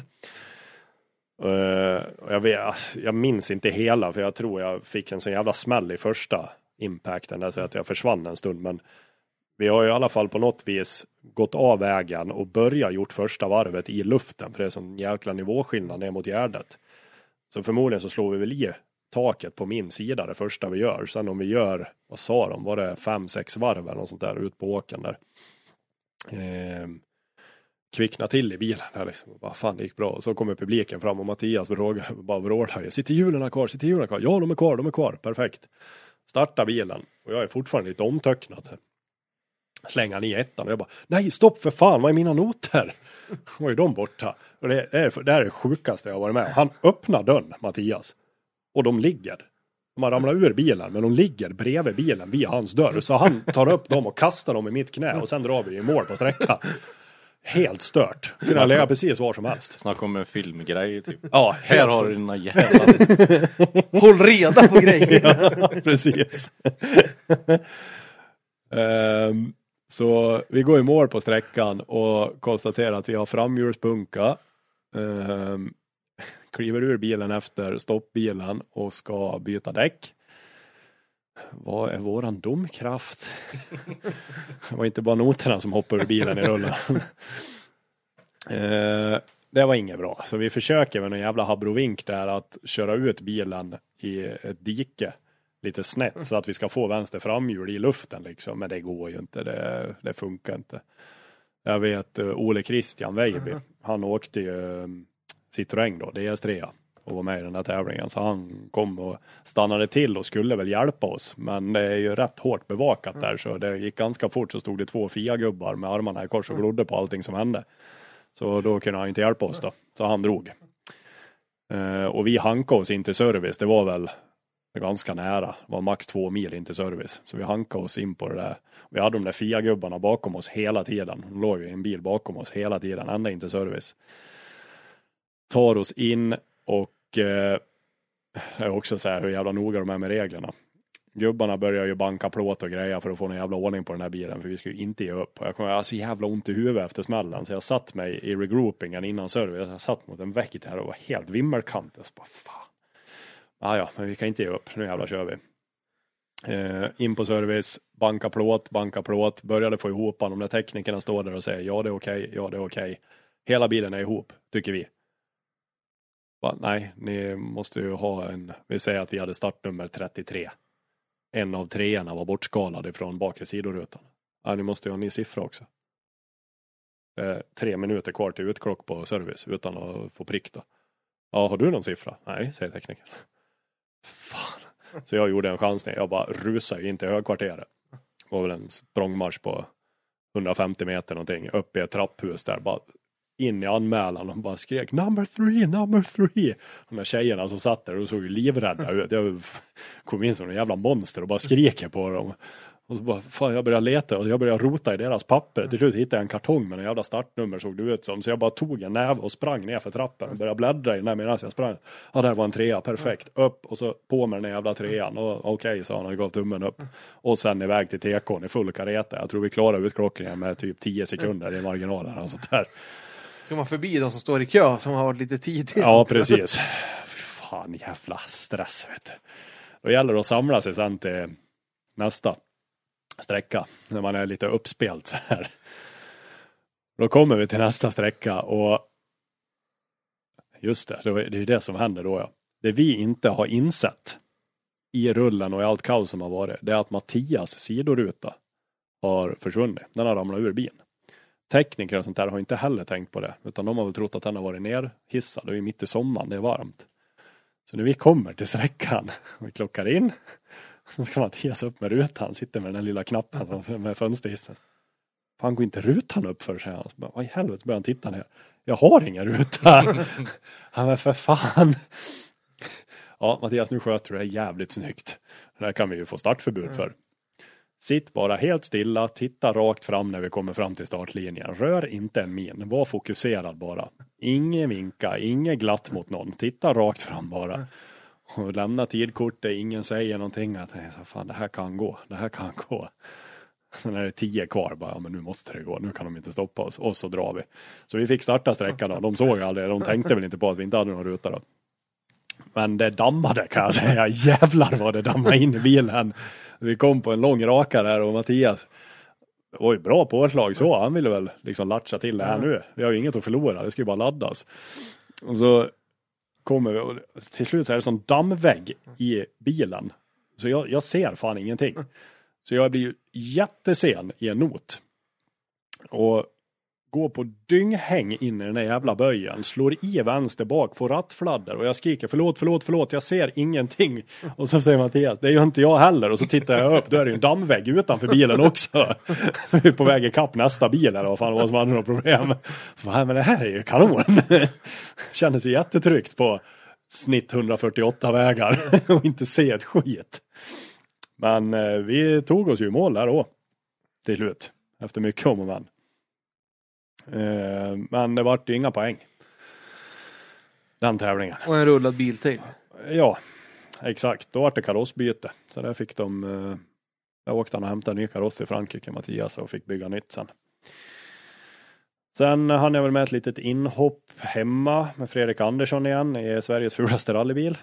Speaker 2: uh, jag, vet, jag minns inte hela för jag tror jag fick en sån jävla smäll i första impacten. Där så att jag försvann en stund men vi har ju i alla fall på något vis gått av vägen och börjat gjort första varvet i luften. För det är sån jäkla nivåskillnad ner mot gärdet. Så förmodligen så slår vi väl i taket på min sida det första vi gör. Sen om vi gör, vad sa de, var det fem, sex varv eller något sånt där ut på åken där. Eh, kvickna till i bilen där liksom. Vad fan, det gick bra. Och så kommer publiken fram och Mattias vrågar, bara vrålar. Sitter hjulen kvar, sitter hjulen kvar. Ja, de är kvar, de är kvar. Perfekt. Starta bilen. Och jag är fortfarande lite omtöcknad. Slänga ner ettan och jag bara, nej stopp för fan, vad är mina noter? Var ju de borta. Och det är det, är det sjukaste jag har varit med. Han öppnar dörren, Mattias. Och de ligger. De har ramlat ur bilen, men de ligger bredvid bilen via hans dörr. Så han tar upp dem och kastar dem i mitt knä och sen drar vi i mål på sträckan. Helt stört. Kunde lägga precis var som helst.
Speaker 3: Snacka om en filmgrej typ.
Speaker 2: Ja,
Speaker 3: här har du dina jävlar.
Speaker 1: Håll reda på grejer.
Speaker 2: Ja, precis. um, Så vi går i mål på sträckan och konstaterar att vi har framhjulspunka. Um, kliver ur bilen efter stoppbilen och ska byta däck. Vad är våran domkraft? Det var inte bara noterna som hoppade ur bilen i rullen. uh, det var inget bra. Så vi försöker med en jävla habrovink där att köra ut bilen i ett dike. Lite snett så att vi ska få vänster framhjul i luften liksom. Men det går ju inte, det, det funkar inte. Jag vet uh, Ole Christian Weiby, uh-huh. Han åkte ju uh, Citroën då, D S tre och var med i den här tävlingen. Så han kom och stannade till och skulle väl hjälpa oss. Men det är ju rätt hårt bevakat uh-huh. där så det gick ganska fort så stod det två F I A-gubbar med armarna i kors och glodde på allting som hände. Så då kunde han inte hjälpa oss då. Så han drog. Uh, och vi hankade oss in till service, det var väl ganska nära. Det var max två mil in till service. Så vi hankade oss in på det där. Vi hade de där F I A-gubbarna bakom oss hela tiden. De låg i en bil bakom oss hela tiden. Ända in till service. Tar oss in och eh, det är också så här hur jävla noga de är med reglerna. Gubbarna börjar ju banka plåt och grejer för att få en jävla ordning på den här bilen. För vi skulle ju inte ge upp. Och jag kommer ha så jävla ont i huvudet efter smällen. Så jag satt mig i regroupingen innan service. Jag satt mot en väck där och var helt vimmelkant. Så bara fan. Ah, ja, men vi kan inte ge upp. Nu jävla kör vi. Eh, in på service, banka plåt, banka plåt. Började få ihop han. De där teknikerna står där och säger ja det är okej, ja det är okej. Hela bilen är ihop, tycker vi. Bara, nej, ni måste ju ha en, vi säger att vi hade startnummer trettiotre. En av treorna var bortskalad ifrån bakre sidorutan. Ja, ni måste ju ha en ny siffra också. Eh, tre minuter kvar till utklock på service utan att få prick då. Ja, har du någon siffra? Nej, säger teknikern. Fan. Så jag gjorde en chansning. Jag bara rusade in till högkvarteret. Det var väl en språngmarsch på hundrafemtio meter någonting. Upp i ett trapphus där. Bara in i anmälan och bara skrek number three, number three. De där tjejerna som satt där och såg ju livrädda ut. Jag kom in som en jävla monster och bara skriker på dem. Och så bara, fan, jag började leta och jag började rota i deras papper. Till slut hittade jag en kartong med en jävla startnummer såg det ut som. Så jag bara tog en näve och sprang ner för trappen och började bläddra i den här medan jag sprang. Ja, där var en trea, perfekt. Upp och så på med den jävla trean. Och okej, okay, så han har gått tummen upp. Och sen iväg till T K:n i full kareta. Jag tror vi klarar utklockningen med typ tio sekunder i marginalen. Och sånt där.
Speaker 1: Ska man förbi de som står i kö som har varit lite tidigt?
Speaker 2: Ja, precis. Fan, jävla stress, vet du. Då gäller det att samla sig sen till nästa sträcka när man är lite uppspelt så här. Då kommer vi till nästa sträcka och just det, det är ju det som händer då. Ja. Det vi inte har insett i rullen och i allt kaos som har varit, det är att Mattias sidoruta har försvunnit. Den har ramlat ur bilen. Tekniker och sånt där har inte heller tänkt på det, utan de har väl trott att den har varit nerhissad. Det är ju mitt i sommaren, det är varmt. Så när vi kommer till sträckan och vi klockar in, så ska Mattias upp med rutan, sitter med den här lilla knappen med fönsterhissen. Fan, går inte rutan upp för sig? Han bara, vad i helvete, börjar han titta ner. Jag har ingen ruta. Han var för fan. Ja, Mattias, nu sköter du det jävligt snyggt. Det här kan vi ju få startförbud för. Sitt bara helt stilla, titta rakt fram när vi kommer fram till startlinjen. Rör inte en min, var fokuserad bara. Ingen vinka, inget glatt mot någon. Titta rakt fram bara. Och lämna tidkortet, ingen säger någonting. Att fan, det här kan gå, det här kan gå. Sen är det tio kvar, bara, ja, men nu måste det gå, nu kan de inte stoppa oss. Och så drar vi. Så vi fick starta sträckan då. De såg aldrig, de tänkte väl inte på att vi inte hade någon ruta då. Men det dammade, kan jag säga. Jävlar vad det dammade in i bilen. Vi kom på en lång raka där och Mattias, oj, bra påslag så. Han ville väl liksom latcha till det här nu. Vi har ju inget att förlora, det ska ju bara laddas. Och så kommer vi och till slut så är det sån dammvägg i bilen. Så jag, jag ser fan ingenting. Så jag blir ju jättesen i en not. Och går på dynghäng in i den här jävla böjen. Slår i vänster bak, får rattfladder. Och jag skriker, förlåt, förlåt, förlåt. Jag ser ingenting. Och så säger Mattias, det är ju inte jag heller. Och så tittar jag upp, då är det ju en dammvägg utanför bilen också. Så vi är på väg ikapp nästa bil. Eller vad fan var som hade något problem. Så, men det här är ju kanon. Känner sig jättetryggt på snitt hundrafyrtioåtta vägar. Och inte se ett skit. Men eh, vi tog oss ju i mål där då. Till slut. Efter mycket om och men. Eh, men det vart ju inga poäng. Den tävlingen.
Speaker 1: Och en rullad bil till.
Speaker 2: Ja, exakt. Då var det karossbyte. Så där fick de... Eh, jag åkte han och hämtade en ny kaross i Frankrike, Mattias, och fick bygga nytt sen. Sen hann jag väl med ett litet inhopp hemma med Fredrik Andersson igen i Sveriges fulaste rallybil.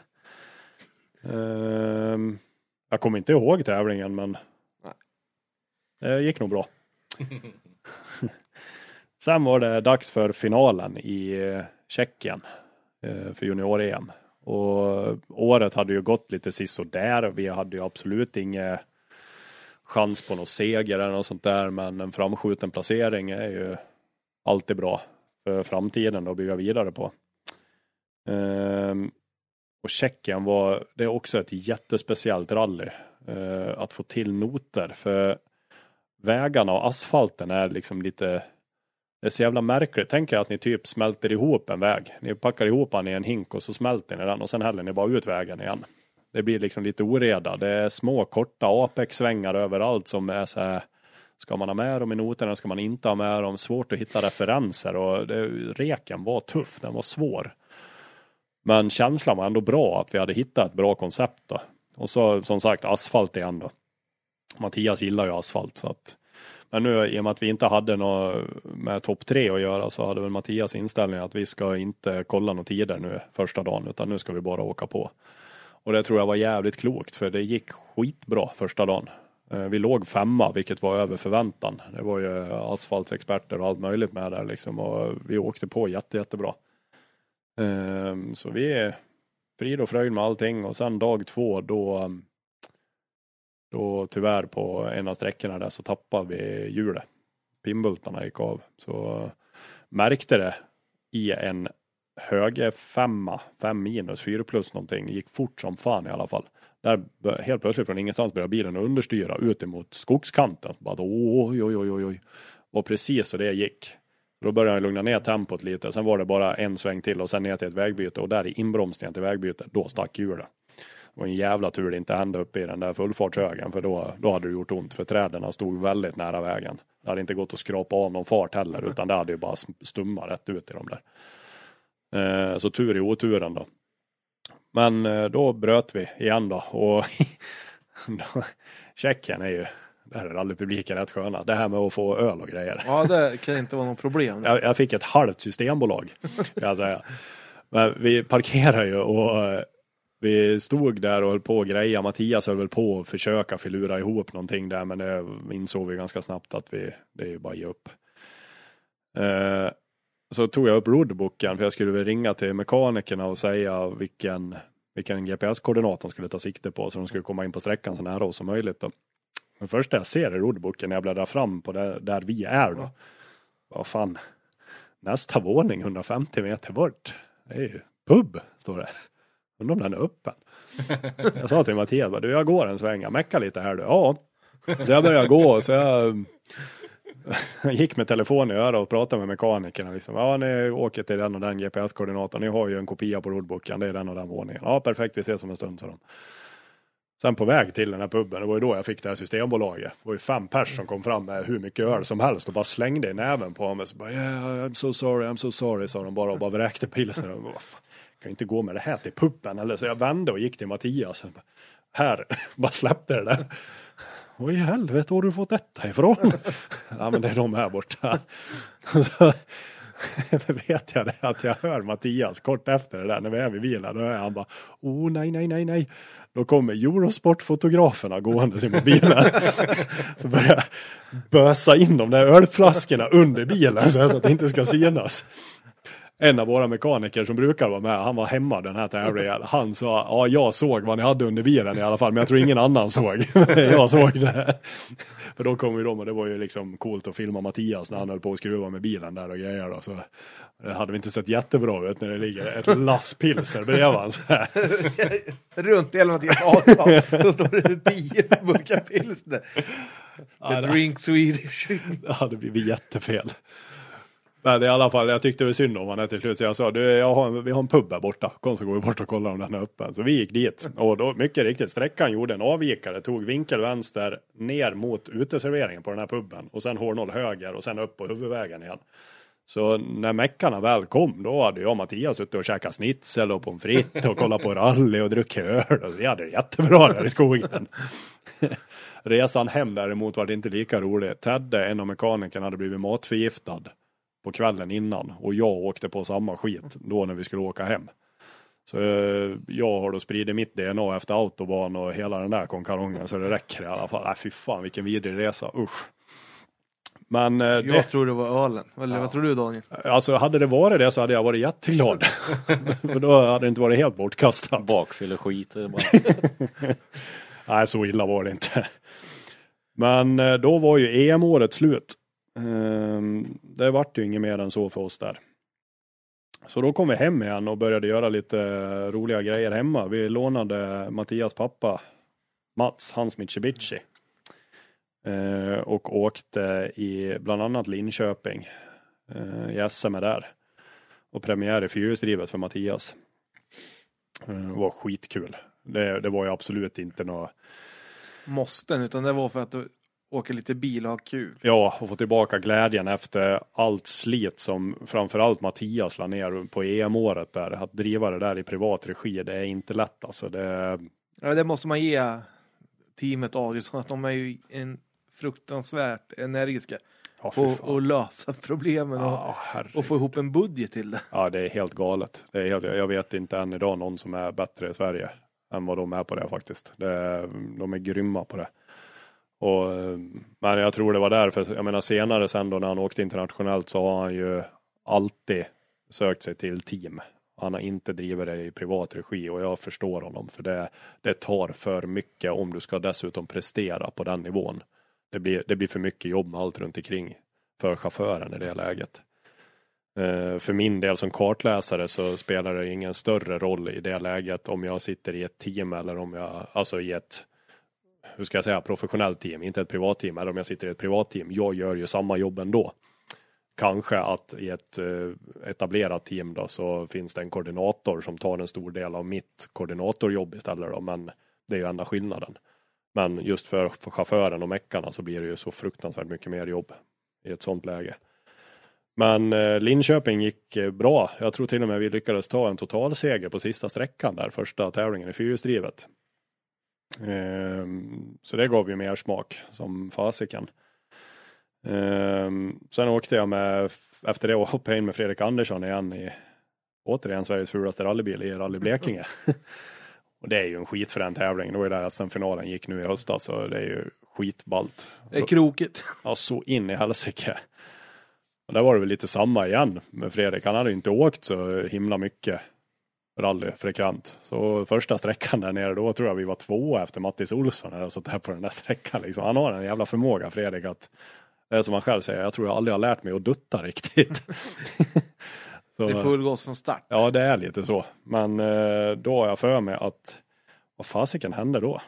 Speaker 2: Eh, jag kommer inte ihåg tävlingen, men det gick nog bra. Sen var det dags för finalen i Tjeckien för junior-E M. Och året hade ju gått lite siså där. Vi hade ju absolut ingen chans på någon seger eller något sånt där. Men en framskjuten placering är ju alltid bra för framtiden att bygga vidare på. Och Tjeckien var, det är också ett jättespeciellt rally. Att få till noter. För vägarna och asfalten är liksom lite... Det är så jävla märkligt. Tänk er att ni typ smälter ihop en väg. Ni packar ihop den i en hink och så smälter ni den. Och sen häller ni bara ut vägen igen. Det blir liksom lite oreda. Det är små korta apex-svängar överallt som är så här. Ska man ha med dem i noterna? Ska man inte ha med dem? Svårt att hitta referenser. Och det, reken var tuff. Den var svår. Men känslan var ändå bra att vi hade hittat ett bra koncept då. Och så som sagt asfalt igen då. Mattias gillar ju asfalt så att. Men nu i och med att vi inte hade något med topp tre att göra så hade väl Mattias inställning att vi ska inte kolla några tider nu första dagen utan nu ska vi bara åka på. Och det tror jag var jävligt klokt för det gick skitbra första dagen. Vi låg femma vilket var över förväntan. Det var ju asfaltsexperter och allt möjligt med där liksom och vi åkte på jätte, jättebra. Eh, så vi är frid och fröjd med allting. Och sen dag två då, då tyvärr på en av sträckorna där så tappade vi hjulet. Pinnbultarna gick av. Så märkte det i en höger femma, fem minus, fyra plus någonting. Gick fort som fan i alla fall. Där helt plötsligt från ingenstans började bilen understyra ut emot skogskanten. Bara oj, oj, oj, oj. Och precis så det gick. Då började jag lugna ner tempot lite. Sen var det bara en sväng till och sen ner till ett vägbyte. Och där i inbromsningen till vägbyte, då stack hjulet. Det var en jävla tur det inte hände uppe i den där fullfartshögen. För då, då hade det gjort ont. För träden stod väldigt nära vägen. Det hade inte gått att skrapa av någon fart heller. Utan det hade ju bara stumma rätt ut i dem där. Eh, så tur i oturen då. Men eh, då bröt vi igen då. Och då, Tjeckien är ju... Där är rallypubliken rätt sköna. Det här med att få öl och grejer.
Speaker 1: Ja, det kan inte vara något problem.
Speaker 2: Jag, jag fick ett halvt systembolag. Kan jag säga. Men vi parkerade ju och vi stod där och höll på och greja. Mattias höll väl på att försöka filura ihop någonting där. Men det insåg vi ganska snabbt att vi, det är ju bara ge upp. Eh, så tog jag upp roadbooken för jag skulle väl ringa till mekanikerna och säga vilken, vilken G P S-koordinat de skulle ta sikte på. Så de skulle komma in på sträckan så nära oss som möjligt då. Men först jag ser i roadbooken när jag bläddrar fram på det, där vi är då. Vad fan. Nästa våning hundrafemtio meter bort. Det är ju pub, står det. Undrar om den är öppen. Jag sa till Mattias, du jag går en sväng. Jag meckar lite här du. Ja. Så jag började gå. Så jag, jag gick med telefon i öra och pratade med mekanikerna. Liksom. Ja, ni åker till den och den G P S-koordinatorn. Ni har ju en kopia på roadbooken. Det är den och den våningen. Ja, perfekt. Vi ses om en stund, sa de. Sen på väg till den här puben, det var ju då jag fick det här systembolaget. Det var ju fem pers som kom fram med hur mycket öl som helst och bara slängde i näven på mig. Så bara, yeah, I'm so sorry, I'm so sorry, sa de bara och bara vräkte pilsner. Och bara, kan inte gå med det här till puben. Eller så jag vände och gick till Mattias. Bara, här, bara släppte det där. Oj helvete, har du fått detta ifrån? Ja, men det är de här borta. Så vet jag det att jag hör Mattias kort efter det där när vi är vid bilen. Då är han bara, oh nej, nej, nej, nej. Då kommer Eurosport-fotograferna gående i mobilen. Så börjar jag bösa in de där ölflaskorna under bilen så att det inte ska synas. En av våra mekaniker som brukar vara med, han var hemma den här tävlingen. Han sa, ja jag såg vad ni hade under bilen i alla fall, men jag tror ingen annan såg. Jag såg det. För då kom ju de och det var ju liksom coolt att filma Mattias när han höll på att skruva med bilen där och grejer. Då. Så det hade vi inte sett jättebra ut när det ligger ett lastpilsner bredvid han så här.
Speaker 1: Runt hela Mattias avtal så står det tio burkar pilsner. The
Speaker 2: ja,
Speaker 1: drink Swedish.
Speaker 2: Det hade blivit jättefel. Men i alla fall, jag tyckte det var synd om han till slut. Så jag sa, du, jag har en, vi har en pub här borta. Kom så går vi bort och kollar om den är öppen. Så vi gick dit. Och då, mycket riktigt, sträckan gjorde en avvikare. Tog vinkel vänster ner mot uteserveringen på den här puben. Och sen hårnål höger och sen upp på huvudvägen igen. Så när meckarna väl kom, då hade jag och Mattias ute och käkat snitsel och pommes frites och kollat på rally och druckit öl. Och vi hade det jättebra där i skogen. Resan hem däremot var det inte lika roligt. Tedde, en av mekanikerna, hade blivit matförgiftad på kvällen innan. Och jag åkte på samma skit då när vi skulle åka hem. Så eh, jag har då spridit mitt D N A efter autobahn och hela den där konkarongen. Så det räcker i alla fall. Nej, fy fan, vilken vidrig resa. Usch. Men, eh,
Speaker 1: jag
Speaker 2: det...
Speaker 1: tror det var ölen. Eller ja. Vad tror du, Daniel?
Speaker 2: Alltså hade det varit det så hade jag varit jätteglad. För då hade det inte varit helt bortkastat.
Speaker 3: Bakfyller skit. Bara...
Speaker 2: Nej, så illa var det inte. Men eh, då var ju E M-året slut. Um, det vart ju inget mer än så för oss där. Så då kom vi hem igen och började göra lite roliga grejer hemma. Vi lånade Mattias pappa Mats, hans Mitsubishi. Uh, och åkte i bland annat Linköping uh, i S M där. Och premiär i fyrhjulsdrivet för Mattias. Uh, det var skitkul. Det, det var ju absolut inte något
Speaker 1: måsten, utan det var för att du åker lite bil och ha kul.
Speaker 2: Ja, och få tillbaka glädjen efter allt slit som framförallt Mattias la ner på E M-året där. Att driva det där i privat regi, det är inte lätt alltså. Det...
Speaker 1: Ja, det måste man ge teamet Adielsson, att de är ju en fruktansvärt energiska
Speaker 2: ja,
Speaker 1: på att lösa problemen och,
Speaker 2: ja,
Speaker 1: och få ihop en budget till det.
Speaker 2: Ja, det är helt galet. Det är helt, jag vet inte än idag någon som är bättre i Sverige än vad de är på det faktiskt. Det, de är grymma på det. Och, men jag tror det var därför, jag menar senare sen då när han åkte internationellt så har han ju alltid sökt sig till team. Han har inte drivit det i privat regi och jag förstår honom för det, det tar för mycket om du ska dessutom prestera på den nivån. Det blir, det blir för mycket jobb med allt runt omkring för chauffören i det läget. Uh, för min del som kartläsare så spelar det ingen större roll i det läget om jag sitter i ett team eller om jag, alltså i ett, hur ska jag säga, professionellt team, inte ett privat team, eller om jag sitter i ett privat team. Jag gör ju samma jobb ändå. Kanske att i ett uh, etablerat team då så finns det en koordinator som tar en stor del av mitt koordinatorjobb istället då, men det är ju enda skillnaden. Men just för, för chauffören och meckarna så blir det ju så fruktansvärt mycket mer jobb i ett sånt läge. Men eh, Linköping gick eh, bra. Jag tror till och med vi lyckades ta en totalseger på sista sträckan där, första tävlingen i fyrhjulsdrivet. Eh, så det gav ju mer smak som fasiken. Eh, sen åkte jag med, efter det hoppade jag in med Fredrik Andersson igen i, återigen Sveriges fulaste rallybil i Rally Blekinge. Och det är ju en skit för den tävlingen. Det var ju där sen finalen gick nu i höstas, så det är ju skitballt.
Speaker 1: Det är krokigt.
Speaker 2: Ja, så in i helsike. Och där var det väl lite samma igen med Fredrik. Han hade ju inte åkt så himla mycket rally frekvent. Så första sträckan där nere, då tror jag vi var två efter Mattis Olsson när jag satt här på den där sträckan. Liksom. Han har en jävla förmåga, Fredrik, att det är som han själv säger, jag tror jag aldrig har lärt mig att dutta riktigt. Så,
Speaker 1: det är full gas från start.
Speaker 2: Ja, det är lite så. Men eh, då har jag för mig att vad fasiken hände då?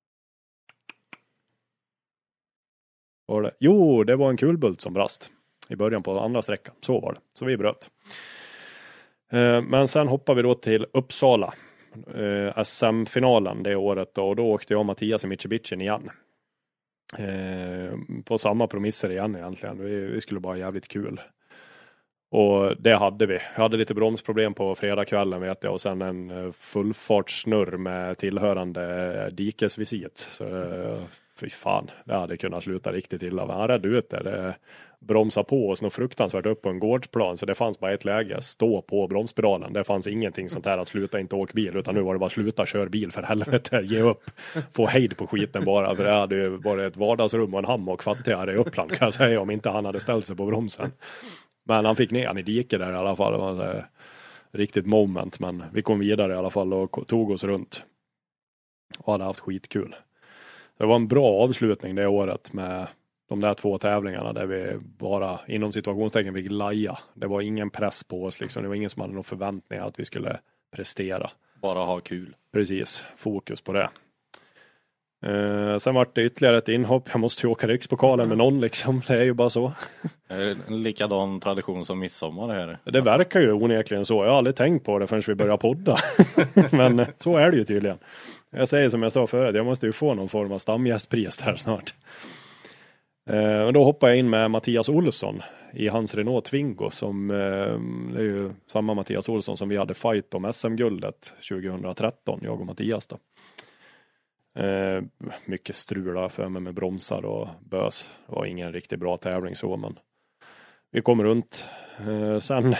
Speaker 2: Var det? Jo, det var en kulbult som brast i början på andra sträckan. Så var det. Så vi bröt. Eh, men sen hoppar vi då till Uppsala. Eh, S M-finalen det året då. Och då åkte jag och Mattias i Mitsubishi igen. Eh, på samma promisser igen egentligen. Vi, vi skulle bara ha jävligt kul. Och det hade vi. Jag hade lite bromsproblem på fredagskvällen vet jag. Och sen en fullfartssnurr med tillhörande dikesvisit. Så fy fan, det hade kunnat sluta riktigt illa. Men han räddade ut det. Det bromsade på oss något fruktansvärt upp på en gårdsplan. Så det fanns bara ett läge. Stå på bromspedalen. Det fanns ingenting sånt här att sluta inte åka bil. Utan nu var det bara sluta kör bil för helvete. Ge upp. Få hejd på skiten bara. För det hade ju varit ett vardagsrum och en hammock fattigare i Uppland kan jag säga. Om inte han hade ställt sig på bromsen. Men han fick ner han i diket där i alla fall. Det var ett riktigt moment. Men vi kom vidare i alla fall och tog oss runt. Och hade haft skitkul. Det var en bra avslutning det året med de där två tävlingarna där vi bara inom situationstecken fick laja. Det var ingen press på oss liksom. Det var ingen som hade någon förväntning att vi skulle prestera.
Speaker 3: Bara ha kul.
Speaker 2: Precis, fokus på det. Uh, sen var det ytterligare ett inhopp. Jag måste ju åka rikspokalen med någon liksom. Det är ju bara så.
Speaker 3: En likadan tradition som midsommar det här.
Speaker 2: Det verkar ju onekligen så. Jag har aldrig tänkt på det förrän vi börjar podda. Men så är det ju tydligen. Jag säger som jag sa förut. Jag måste ju få någon form av stamgästpris här snart. Uh, och då hoppar jag in med Mattias Olsson i hans Renault Twingo. Som uh, det är ju samma Mattias Olsson som vi hade fight om S M-guldet tjugohundratretton. Jag och Mattias då. Eh, mycket strula för mig med bromsar och bös. Det var ingen riktigt bra tävling så, men vi kom runt. Eh, sen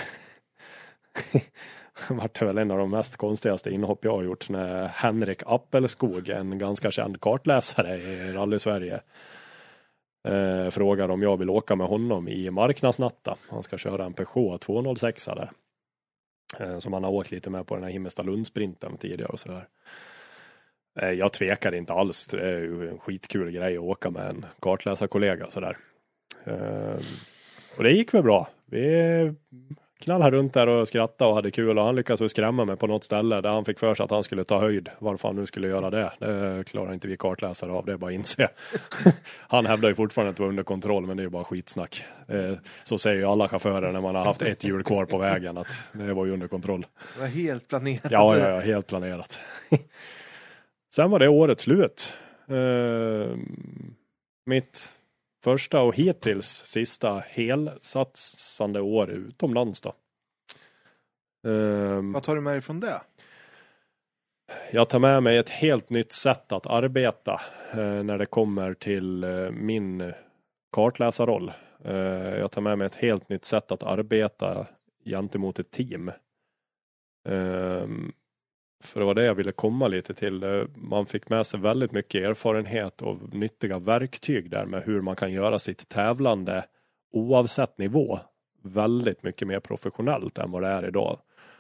Speaker 2: var det väl en av de mest konstigaste inhopp jag har gjort när Henrik Appelskog, en ganska känd kartläsare i Rally Sverige, eh, frågar om jag vill åka med honom i marknadsnatta. Han ska köra en Peugeot tvåhundrasex där. Eh, som han har åkt lite med på den här Himmelstalund-sprinten tidigare och sådär. Jag tvekar inte alls. Det är ju en skitkul grej att åka med en kartläsarkollega sådär. Och det gick väl bra. Vi knallade runt där och skrattade och hade kul. Och han lyckades skrämma mig på något ställe där han fick för sig att han skulle ta höjd. Varför han nu skulle göra det. Det klarar inte vi kartläsare av. Det är bara att inse. Han hävdar ju fortfarande att det var under kontroll. Men det är ju bara skitsnack. Så säger ju alla chaufförer när man har haft ett hjul kvar på vägen. Att det var ju under kontroll.
Speaker 1: Det var helt planerat.
Speaker 2: Ja, ja, ja helt planerat. Sen var det året slut. Uh, mitt första och hittills sista helsatsande år utomlands då. Uh,
Speaker 1: Vad tar du med dig från det?
Speaker 2: Jag tar med mig ett helt nytt sätt att arbeta uh, när det kommer till uh, min kartläsarroll. Uh, jag tar med mig ett helt nytt sätt att arbeta gentemot ett team. Uh, För det var det jag ville komma lite till. Man fick med sig väldigt mycket erfarenhet och nyttiga verktyg där med hur man kan göra sitt tävlande oavsett nivå väldigt mycket mer professionellt än vad det är idag.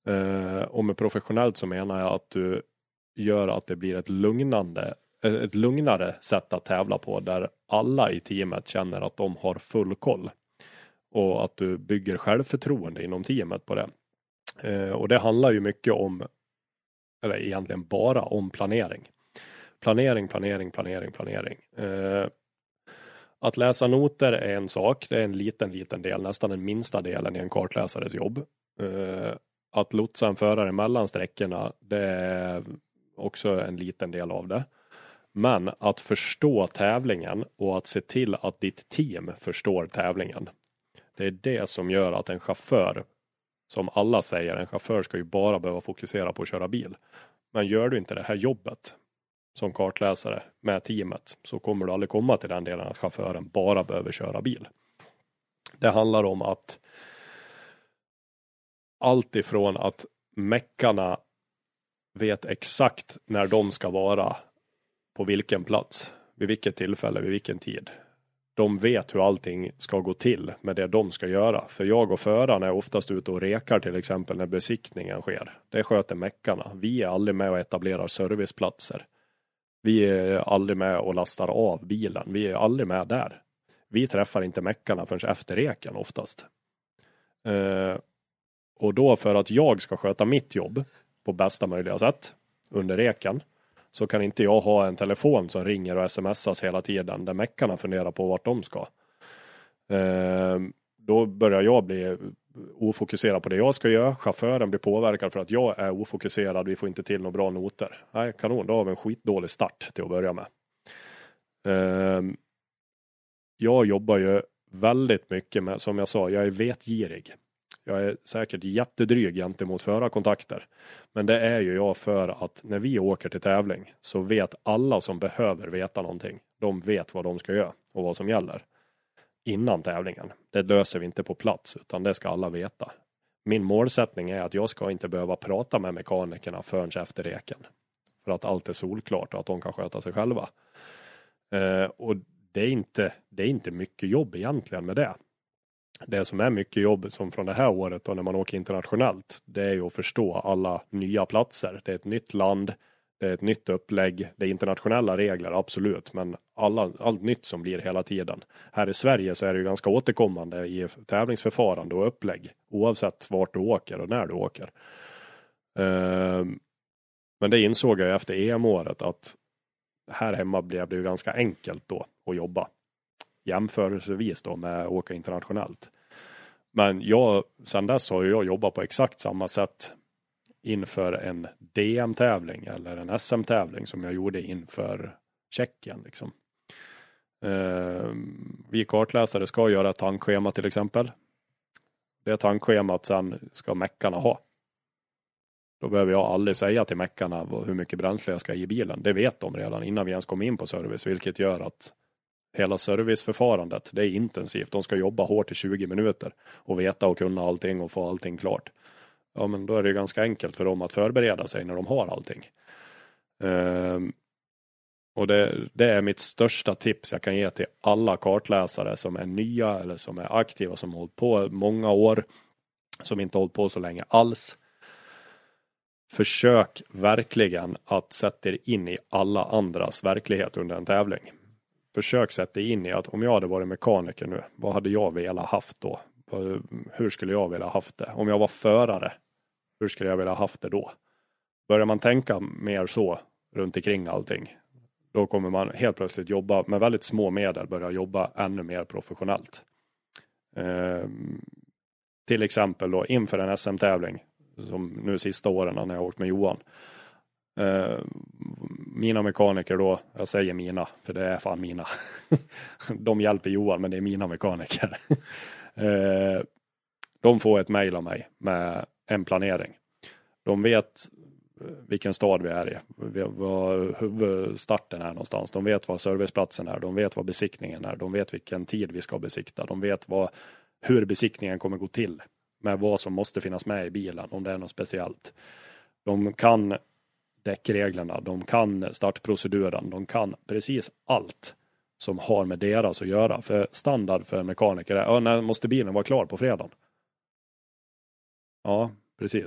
Speaker 2: Eh, och med professionellt så menar jag att du gör att det blir ett lugnande, ett lugnare sätt att tävla på, där alla i teamet känner att de har full koll. Och att du bygger självförtroende inom teamet på det. Eh, och det handlar ju mycket om, eller egentligen bara om planering. Planering, planering, planering, planering. Eh, att läsa noter är en sak. Det är en liten, liten del. Nästan den minsta delen i en kartläsares jobb. Eh, att lotsa en förare mellan sträckorna, det är också en liten del av det. Men att förstå tävlingen och att se till att ditt team förstår tävlingen. Det är det som gör att en chaufför, som alla säger, en chaufför ska ju bara behöva fokusera på att köra bil. Men gör du inte det här jobbet som kartläsare med teamet, så kommer du aldrig komma till den delen att chauffören bara behöver köra bil. Det handlar om att allt ifrån att meckarna vet exakt när de ska vara på vilken plats, vid vilket tillfälle, vid vilken tid. De vet hur allting ska gå till med det de ska göra. För jag och föraren är oftast ute och rekar till exempel när besiktningen sker. Det sköter meckarna. Vi är aldrig med och etablerar serviceplatser. Vi är aldrig med och lastar av bilen. Vi är aldrig med där. Vi träffar inte meckarna förrän efter reken oftast. Eh, och då för att jag ska sköta mitt jobb på bästa möjliga sätt under reken, så kan inte jag ha en telefon som ringer och smsas hela tiden där meckarna funderar på vart de ska. Eh, då börjar jag bli ofokuserad på det jag ska göra. Chauffören blir påverkad för att jag är ofokuserad. Vi får inte till några bra noter. Nej, kanon. Då har vi en skitdålig start till att börja med. Eh, jag jobbar ju väldigt mycket med, som jag sa, jag är vetgirig. Jag är säkert jättedryg gentemot förarkontakter. Men det är ju jag för att när vi åker till tävling så vet alla som behöver veta någonting. De vet vad de ska göra och vad som gäller innan tävlingen. Det löser vi inte på plats, utan det ska alla veta. Min målsättning är att jag ska inte behöva prata med mekanikerna förrän efter reken. För att allt är solklart och att de kan sköta sig själva. Eh, och det är, inte, det är inte mycket jobb egentligen med det. Det som är mycket jobb som från det här året och när man åker internationellt, det är ju att förstå alla nya platser. Det är ett nytt land, det är ett nytt upplägg, det är internationella regler, absolut, men alla, allt nytt som blir hela tiden. Här i Sverige så är det ju ganska återkommande i tävlingsförfarande och upplägg, oavsett vart du åker och när du åker. Um, men det insåg jag efter E M-året att här hemma blev det ju ganska enkelt då att jobba. Jämförelsevis då med att åka internationellt. Men jag, sen dess har jag jobbat på exakt samma sätt inför en D M-tävling eller en S M-tävling som jag gjorde inför Tjeckien. Liksom. Eh, vi kartläsare ska göra ett tankschema till exempel. Det tankschemat sen ska meckarna ha. Då behöver jag aldrig säga till meckarna hur mycket bränsle jag ska i bilen. Det vet de redan innan vi ens kommer in på service, vilket gör att hela serviceförfarandet, det är intensivt. De ska jobba hårt i tjugo minuter och veta och kunna allting och få allting klart. Ja, men då är det ganska enkelt för dem att förbereda sig när de har allting. Um, och det, det är mitt största tips jag kan ge till alla kartläsare som är nya eller som är aktiva, som har hållit på många år, som inte har hållit på så länge alls. Försök verkligen att sätta er in i alla andras verklighet under en tävling. Försök sätta in i att om jag hade varit mekaniker nu, vad hade jag velat haft då? Hur skulle jag vilja haft det? Om jag var förare, hur skulle jag vilja haft det då? Börjar man tänka mer så runt omkring allting, då kommer man helt plötsligt jobba med väldigt små medel, börja jobba ännu mer professionellt. Eh, till exempel då inför en S M-tävling, som nu sista åren när jag har åkt med Johan. Uh, mina mekaniker då, jag säger mina, för det är fan mina. De hjälper Johan, men det är mina mekaniker. uh, de får ett mejl av mig med en planering. De vet vilken stad vi är i, vad huvudstarten är någonstans. De vet vad serviceplatsen är, de vet vad besiktningen är, de vet vilken tid vi ska besikta, de vet vad, hur besiktningen kommer gå till, med vad som måste finnas med i bilen, om det är något speciellt. De kan däckreglerna, de kan startproceduren, de kan precis allt som har med deras att göra. För standard för mekaniker är, ja, när måste bilen vara klar på fredagen? Ja, precis.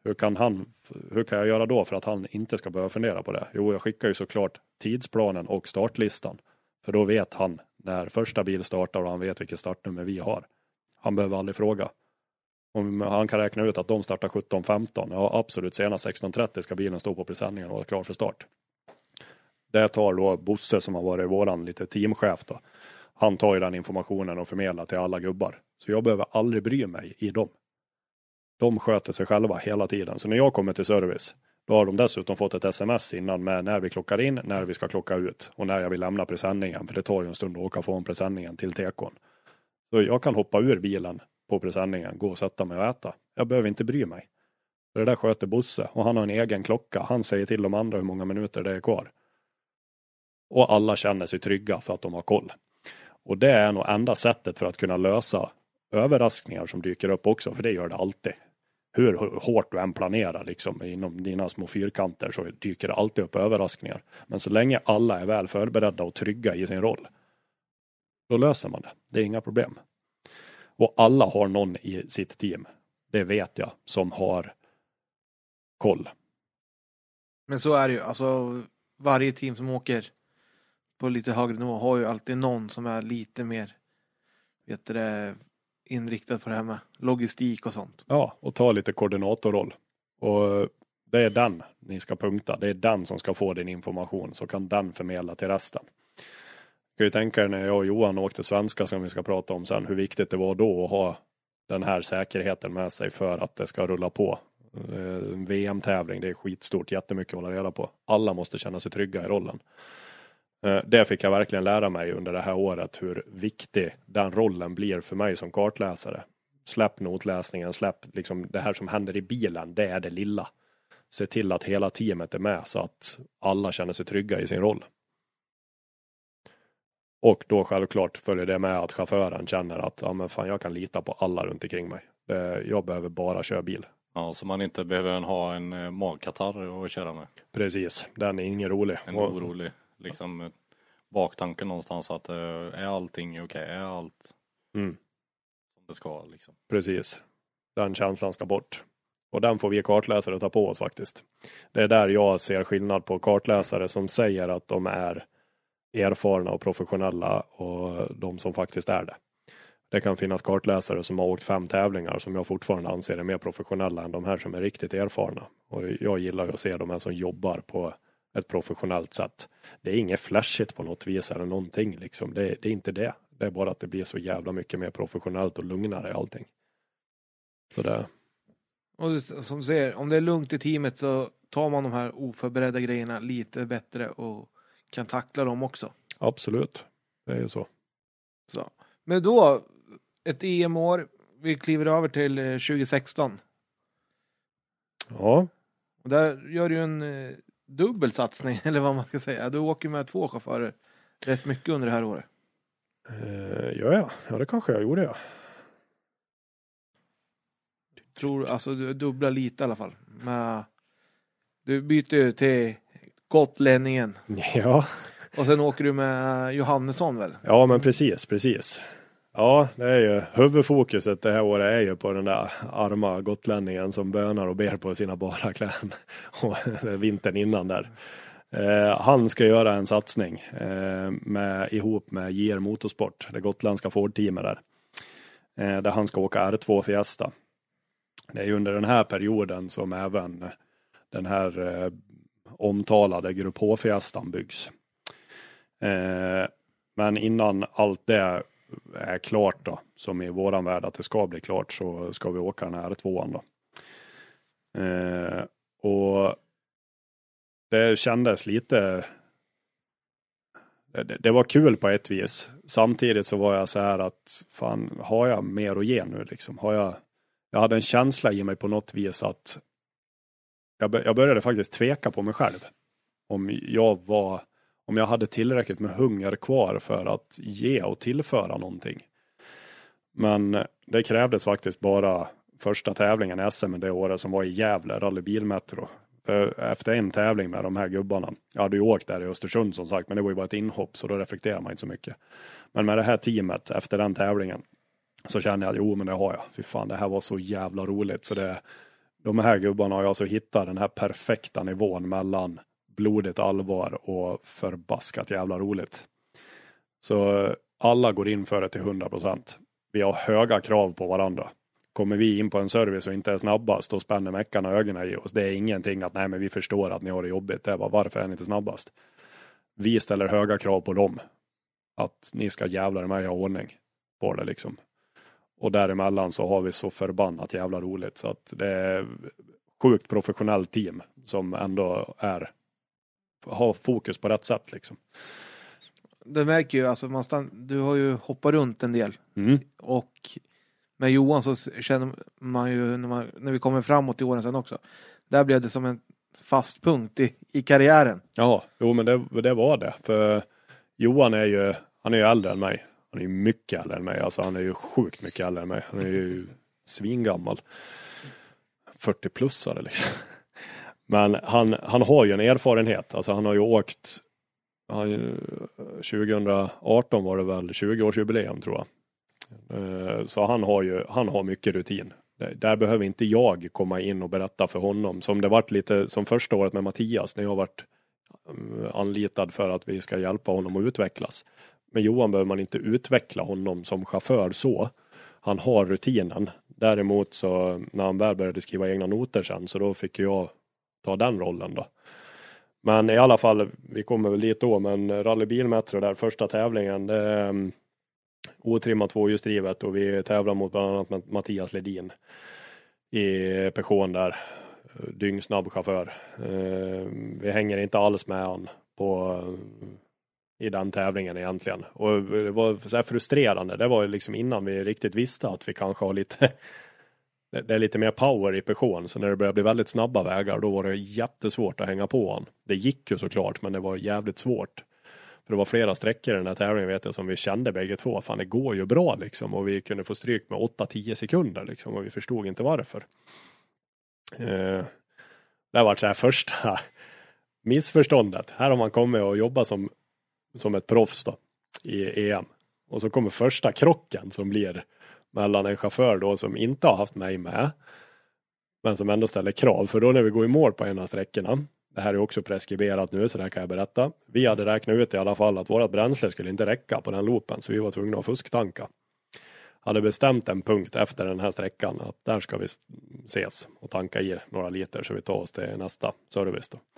Speaker 2: Hur kan han, hur kan jag göra då för att han inte ska behöva fundera på det? Jo, jag skickar ju såklart tidsplanen och startlistan. För då vet han när första bil startar och han vet vilket startnummer vi har. Han behöver aldrig fråga. Om han kan räkna ut att de startar sjutton femton. Ja, absolut, senast sexton trettio ska bilen stå på presenningen och vara klar för start. Det tar då Bosse som har varit våran lite teamchef då. Han tar ju den informationen och förmedlar till alla gubbar. Så jag behöver aldrig bry mig i dem. De sköter sig själva hela tiden. Så när jag kommer till service, då har de dessutom fått ett sms innan med när vi klockar in, när vi ska klocka ut och när jag vill lämna presenningen. För det tar ju en stund att åka från presenningen till tekon. Så jag kan hoppa ur bilen på presenningen, gå och sätta mig och äta. Jag behöver inte bry mig. Det där sköter Bosse och han har en egen klocka. Han säger till de andra hur många minuter det är kvar. Och alla känner sig trygga för att de har koll. Och det är nog enda sättet för att kunna lösa överraskningar som dyker upp också. För det gör det alltid. Hur hårt du än planerar liksom, inom dina små fyrkanter så dyker det alltid upp överraskningar. Men så länge alla är väl förberedda och trygga i sin roll, då löser man det. Det är inga problem. Och alla har någon i sitt team, det vet jag, som har koll.
Speaker 1: Men så är det ju. Alltså, varje team som åker på lite högre nivå har ju alltid någon som är lite mer, vet du det, inriktad på det här med logistik och sånt.
Speaker 2: Ja, och ta lite koordinatorroll. Och det är den ni ska punkta. Det är den som ska få din information. Så kan den förmedla till resten. Jag kan ju tänka er när jag och Johan åkte svenska som vi ska prata om sen. Hur viktigt det var då att ha den här säkerheten med sig för att det ska rulla på. En V M-tävling, det är skitstort. Jättemycket att hålla reda på. Alla måste känna sig trygga i rollen. Det fick jag verkligen lära mig under det här året hur viktig den rollen blir för mig som kartläsare. Släpp notläsningen, släpp liksom det här som händer i bilen, det är det lilla. Se till att hela teamet är med så att alla känner sig trygga i sin roll. Och då självklart följer det med att chauffören känner att ja, men fan, jag kan lita på alla runt omkring mig. Jag behöver bara köra bil.
Speaker 3: Ja, så man inte behöver ha en magkatarr att köra med.
Speaker 2: Precis, den är ingen rolig.
Speaker 3: En orolig. Liksom baktanken någonstans att uh, är allting okej, okay? Är allt
Speaker 2: mm.
Speaker 3: som det ska liksom.
Speaker 2: Precis, den känslan ska bort. Och den får vi kartläsare ta på oss faktiskt. Det är där jag ser skillnad på kartläsare som säger att de är erfarna och professionella och de som faktiskt är det. Det kan finnas kartläsare som har åkt fem tävlingar som jag fortfarande anser är mer professionella än de här som är riktigt erfarna. Och jag gillar att se de här som jobbar på ett professionellt sätt. Det är inget flashigt på något vis eller någonting liksom. Det, det är inte det. Det är bara att det blir så jävla mycket mer professionellt och lugnare i allting. Så det.
Speaker 1: Och som du säger, om det är lugnt i teamet så tar man de här oförberedda grejerna lite bättre och kan tackla dem också.
Speaker 2: Absolut. Det är ju så.
Speaker 1: Så. Men då, ett E M-år, vi kliver över till tjugo sexton.
Speaker 2: Ja.
Speaker 1: Och där gör du en dubbel satsning, eller vad man ska säga. Du åker med två chaufförer rätt mycket under det här året.
Speaker 2: Uh, ja, ja. Ja, det kanske jag gjorde, ja.
Speaker 1: Tror, alltså du dubblar lite i alla fall. Men du byter ju till gotlänningen.
Speaker 2: Ja.
Speaker 1: Och sen åker du med Johannesson väl?
Speaker 2: Ja, men precis, precis. Ja, det är ju huvudfokuset det här året är ju på den där arma gotlänningen som bönar och ber på sina bara kläder och vintern innan där. Eh, han ska göra en satsning eh, med, ihop med J R Motorsport, det gotländska Ford-teamet där. Eh, där han ska åka R två Fiesta. Det är ju under den här perioden som även den här eh, omtalade Grupp H-fiestan byggs. Eh, men innan allt det är klart då, som i våran värld att det ska bli klart, så ska vi åka den här R tvåan då. Eh, och det kändes lite det, det var kul på ett vis. Samtidigt så var jag så här att fan, har jag mer att ge nu liksom? Har jag jag hade en känsla i mig på något vis att jag, jag började faktiskt tveka på mig själv. Om jag var om jag hade tillräckligt med hunger kvar för att ge och tillföra någonting. Men det krävdes faktiskt bara första tävlingen i S M det året som var i Gävle, rallybilmetro. För efter en tävling med de här gubbarna. Jag hade ju åkt där i Östersund som sagt, men det var ju bara ett inhopp så då reflekterar man inte så mycket. Men med det här teamet efter den tävlingen så kände jag att jo men det har jag. Fy fan, det här var så jävla roligt så det de här gubbarna har alltså hittat den här perfekta nivån mellan blodigt allvar och förbaskat jävla roligt. Så alla går in för det till hundra procent. Vi har höga krav på varandra. Kommer vi in på en service och inte är snabbast, då spänner meckarna ögonen i oss. Det är ingenting att nej men vi förstår att ni har det jobbigt. Det är bara, varför är ni inte snabbast? Vi ställer höga krav på dem. Att ni ska jävla er med i ordning på det liksom. Och däremellan så har vi så förbannat jävla roligt. Så att det är sjukt professionellt team som ändå är har fokus på rätt sätt liksom.
Speaker 1: Du märker ju, alltså man stann, du har ju hoppat runt en del.
Speaker 2: Mm.
Speaker 1: Och med Johan så känner man ju när, man, när vi kommer framåt i åren sen också. Där blev det som en fast punkt i, i karriären.
Speaker 2: Ja, jo men det, det var det. För Johan är ju, han är ju äldre än mig. Han är ju mycket äldre än mig. Alltså han är ju sjukt mycket äldre än mig. Han är ju svingammal. fyrtio-plussare liksom. Men han, han har ju en erfarenhet. Alltså han har ju åkt han, tjugo arton var det väl tjugo-årsjubileum tror jag. Så han har ju han har mycket rutin. Där behöver inte jag komma in och berätta för honom. Som det varit lite som första året med Mattias när jag varit anlitad för att vi ska hjälpa honom att utvecklas. Men Johan behöver man inte utveckla honom som chaufför så. Han har rutinen. Däremot så när han väl började skriva egna noter sen så då fick jag ta den rollen då. Men i alla fall, vi kommer väl dit då, men rallybilmetro där, första tävlingen, det är otrimmat tvåhjulsdrivet och vi tävlar mot bland annat Mattias Ledin i Peugeot där, dyngsnabb chaufför. Vi hänger inte alls med han på i den tävlingen egentligen. Och det var så här frustrerande, det var ju liksom innan vi riktigt visste att vi kanske har lite det är lite mer power i Peugeot, så när det började bli väldigt snabba vägar då var det jättesvårt att hänga på han. Det gick ju såklart, men det var jävligt svårt. För det var flera sträckor i den här tävlingen vet jag som vi kände bägge två. Fan det går ju bra liksom, och vi kunde få stryk med åtta till tio sekunder liksom, och vi förstod inte varför. Eh, det var så här första missförståndet. Här har man kommit och jobbat som, som ett proffs då, i E M. Och så kommer första krocken som blir mellan en chaufför då som inte har haft mig med, men som ändå ställer krav. För då när vi går i mål på en av sträckorna, det här är också preskriberat nu så det här kan jag berätta. Vi hade räknat ut i alla fall att vårt bränsle skulle inte räcka på den loopen, så vi var tvungna att fusktanka. Hade bestämt en punkt efter den här sträckan att där ska vi ses och tanka i några liter så vi tar oss till nästa service då.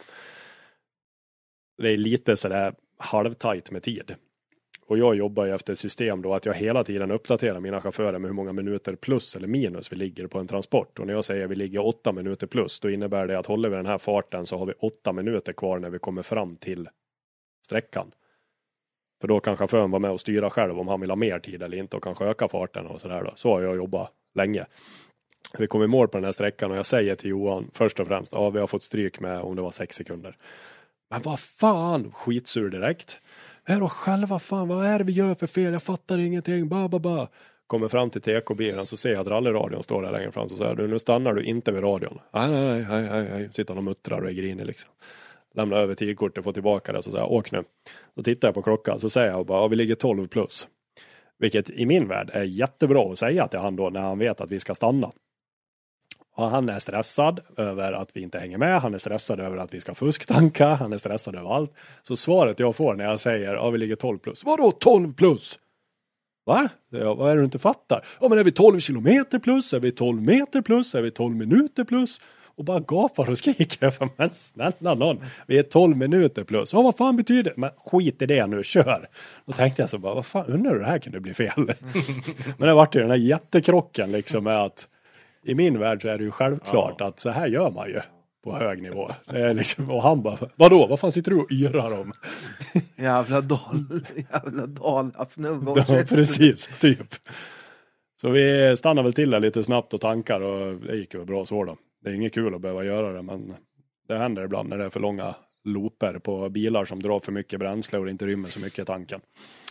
Speaker 2: Det är lite sådär halvtajt med tid. Och jag jobbar ju efter ett system då att jag hela tiden uppdaterar mina chaufförer med hur många minuter plus eller minus vi ligger på en transport. Och när jag säger att vi ligger åtta minuter plus, då innebär det att håller vi den här farten så har vi åtta minuter kvar när vi kommer fram till sträckan. För då kan chauffören vara med och styra själv om han vill ha mer tid eller inte och kanske öka farten och sådär då. Så har jag jobbat länge. Vi kommer i mål på den här sträckan och jag säger till Johan först och främst, ja vi har fått stryk med om det var sex sekunder. Men vad fan, skitsur direkt. Är då själva fan, vad är det vi gör för fel? Jag fattar ingenting, ba ba ba. Kommer fram till T K-bilen så ser jag att rallyradion står där längre fram så säger du, nu stannar du inte vid radion. Nej, nej, nej, nej, nej. Sitter han och muttrar och är grinig liksom. Lämnar över tidkortet, får tillbaka det så säger jag, åk nu. Då tittar jag på klockan så säger jag bara, ja, vi ligger tolv plus. Vilket i min värld är jättebra att säga till han då när han vet att vi ska stanna. Och han är stressad över att vi inte hänger med. Han är stressad över att vi ska fusktanka. Han är stressad över allt. Så svaret jag får när jag säger ja vi ligger tolv plus. Vadå tolv plus? Va? Ja, vad är det du inte fattar? Ja men är vi tolv kilometer plus? Är vi tolv meter plus? Är vi tolv minuter plus? Och bara gapar och skriker. För men snälla någon. Vi är tolv minuter plus. Ja vad fan betyder det? Men skit i det nu, kör. Då tänkte jag så bara, vad fan undrar du det här kunde bli fel? Men det vart ju den här jättekrocken liksom med att i min värld så är det ju självklart ja. Att så här gör man ju på hög nivå. Det är liksom, och han bara, vadå? Vad fan sitter du och yrar om?
Speaker 1: Jävla dal, jävla dal, snubbe.
Speaker 2: Ja, precis, typ. Så vi stannar väl till där lite snabbt och tankar och det gick ju bra så då. Det är inget kul att behöva göra det, men det händer ibland när det är för långa looper på bilar som drar för mycket bränsle och det inte rymmer så mycket i tanken.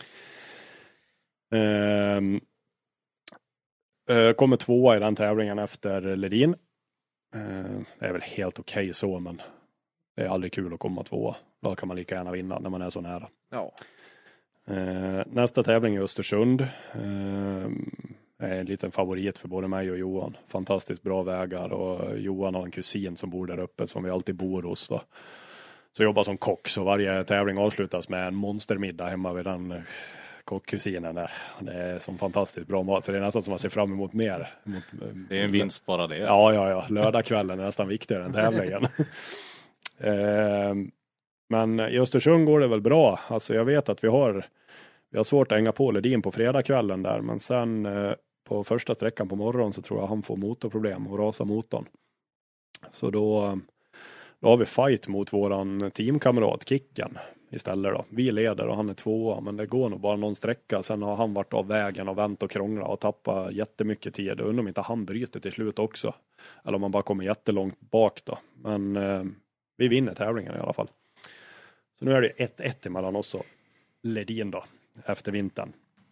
Speaker 2: Ehm. Kommer tvåa i den tävlingen efter Ledin. Det är väl helt okej okay så, men det är aldrig kul att komma tvåa. Då kan man lika gärna vinna när man är så nära.
Speaker 1: Ja.
Speaker 2: Nästa tävling är Östersund. är en liten favorit för både mig och Johan. Fantastiskt bra vägar och Johan har en kusin som bor där uppe som vi alltid bor hos då. Så jobbar som kock, så varje tävling avslutas med en monstermiddag hemma vid den kockkusinen där. Det är som fantastiskt bra mat, så det är nästan som man ser fram emot mer. Mot,
Speaker 3: det är en vinst bara det.
Speaker 2: Ja, ja, ja. Lördagskvällen är nästan viktigare än tävlingen. eh, men i Östersund går det väl bra. Alltså jag vet att vi har, vi har svårt att hänga på Ledin på fredagskvällen där, men sen eh, på första sträckan på morgonen så tror jag han får motorproblem och rasar motorn. Så då, då har vi fight mot våran teamkamrat Kicken istället då. Vi leder och han är tvåa, men det går nog bara någon sträcka. Sen har han varit av vägen och vänt och krånglat och tappat jättemycket tid. Undrar om inte han bryter till slut också. Eller om man bara kommer jättelångt bak då. Men eh, vi vinner tävlingen i alla fall. Så nu är det ett ett emellan oss och Ledin då, efter vintern.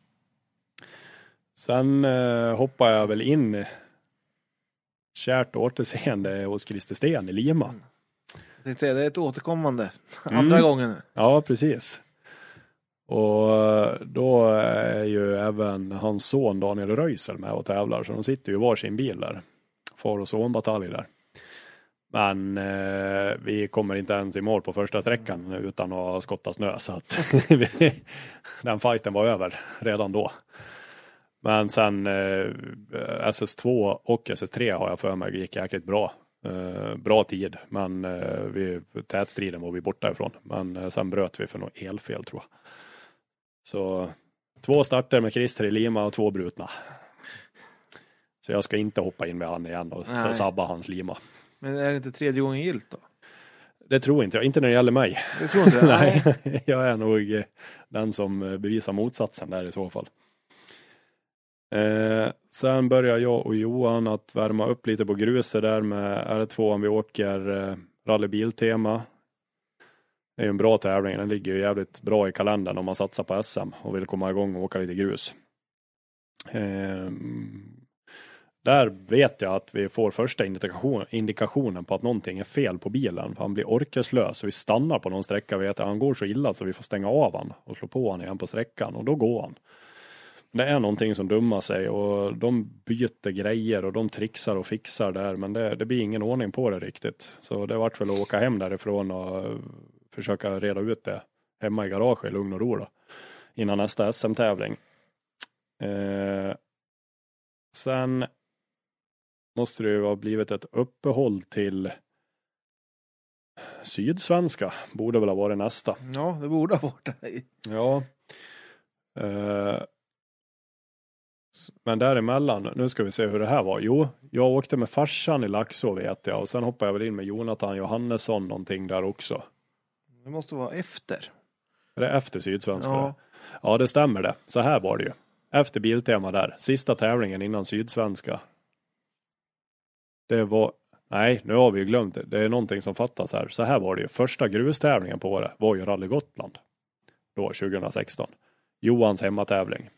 Speaker 2: Sen eh, hoppar jag väl in kärt återseende hos Christer Sten i Lima.
Speaker 1: Mm. Det är ett återkommande. Andra mm. gången.
Speaker 2: Ja, precis. Och då är ju även hans son Daniel Röisel med och tävlar. Så de sitter ju var sin bil där. Far och son batalj där. Men eh, vi kommer inte ens i mål på första sträckan utan att skotta snö. Så att den fighten var över redan då. Men sen eh, S S två och S S tre har jag för mig gick jäkligt bra. Uh, bra tid, men uh, vi, tätstriden var vi borta ifrån. Men uh, sen bröt vi för något elfel tror jag. Så två starter med Christer i Lima och två brutna. Så jag ska inte hoppa in med han igen och så sabba hans Lima.
Speaker 1: Men är det inte tredje gången gilt då?
Speaker 2: Det tror inte jag, inte när det gäller mig.
Speaker 1: Det tror inte jag.
Speaker 2: Nej, jag är nog uh, den som bevisar motsatsen där i så fall. Eh, sen börjar jag och Johan att värma upp lite på gruset där med R två om vi åker eh, rallybiltema. Det är ju en bra tävling, den ligger ju jävligt bra i kalendern om man satsar på S M och vill komma igång och åka lite grus. Eh, där vet jag att vi får första indikation, indikationen på att någonting är fel på bilen. För han blir orkeslös och vi stannar på någon sträcka, vet att han går så illa så vi får stänga av han och slå på han igen på sträckan och då går han. Det är någonting som dummar sig och de byter grejer och de trixar och fixar där, men det, det blir ingen ordning på det riktigt. Så det vart väl att åka hem därifrån och försöka reda ut det hemma i garaget i lugn och ro då, innan nästa S M-tävling. Eh, sen måste det ju ha blivit ett uppehåll till Sydsvenska, borde väl ha varit nästa.
Speaker 1: Ja, det borde ha varit det.
Speaker 2: Ja. Eh, Men däremellan, nu ska vi se hur det här var. Jo, jag åkte med farsan i Laxå vet jag. Och sen hoppade jag väl in med Jonathan Johannesson någonting där också.
Speaker 1: Det måste vara efter.
Speaker 2: Är det efter Sydsvenska?
Speaker 1: Ja.
Speaker 2: Ja, det stämmer det. Så här var det ju. Efter biltema där. Sista tävlingen innan Sydsvenska. Det var... Nej, nu har vi ju glömt det. Det är någonting som fattas här. Så här var det ju. Första grustävlingen på det var ju Rally Gotland. Då, tjugohundrasexton. Johans hemmatävling.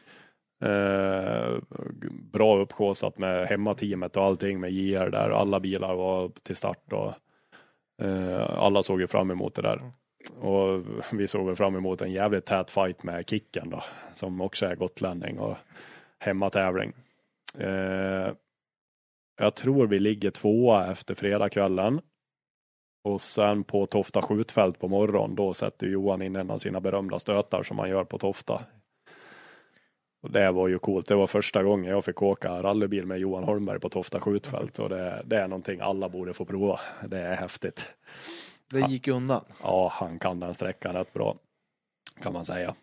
Speaker 2: Eh, bra uppskåsat med hemmateamet och allting med J R där. Alla bilar var till start och eh, alla såg ju fram emot det där. Och vi såg fram emot en jävligt tät fight med Kicken då, som också är gotlänning och hemmatävling. Eh, jag tror vi ligger tvåa efter fredagskvällen. Och sen på Tofta skjutfält på morgon, då sätter Johan in en av sina berömda stötar som man gör på Tofta. Och det var ju coolt. Det var första gången jag fick åka rallybil med Johan Holmberg på Tofta skjutfält. Och det, det är någonting alla borde få prova. Det är häftigt.
Speaker 1: Det gick undan.
Speaker 2: Ja, han kan den sträckan rätt bra, kan man säga.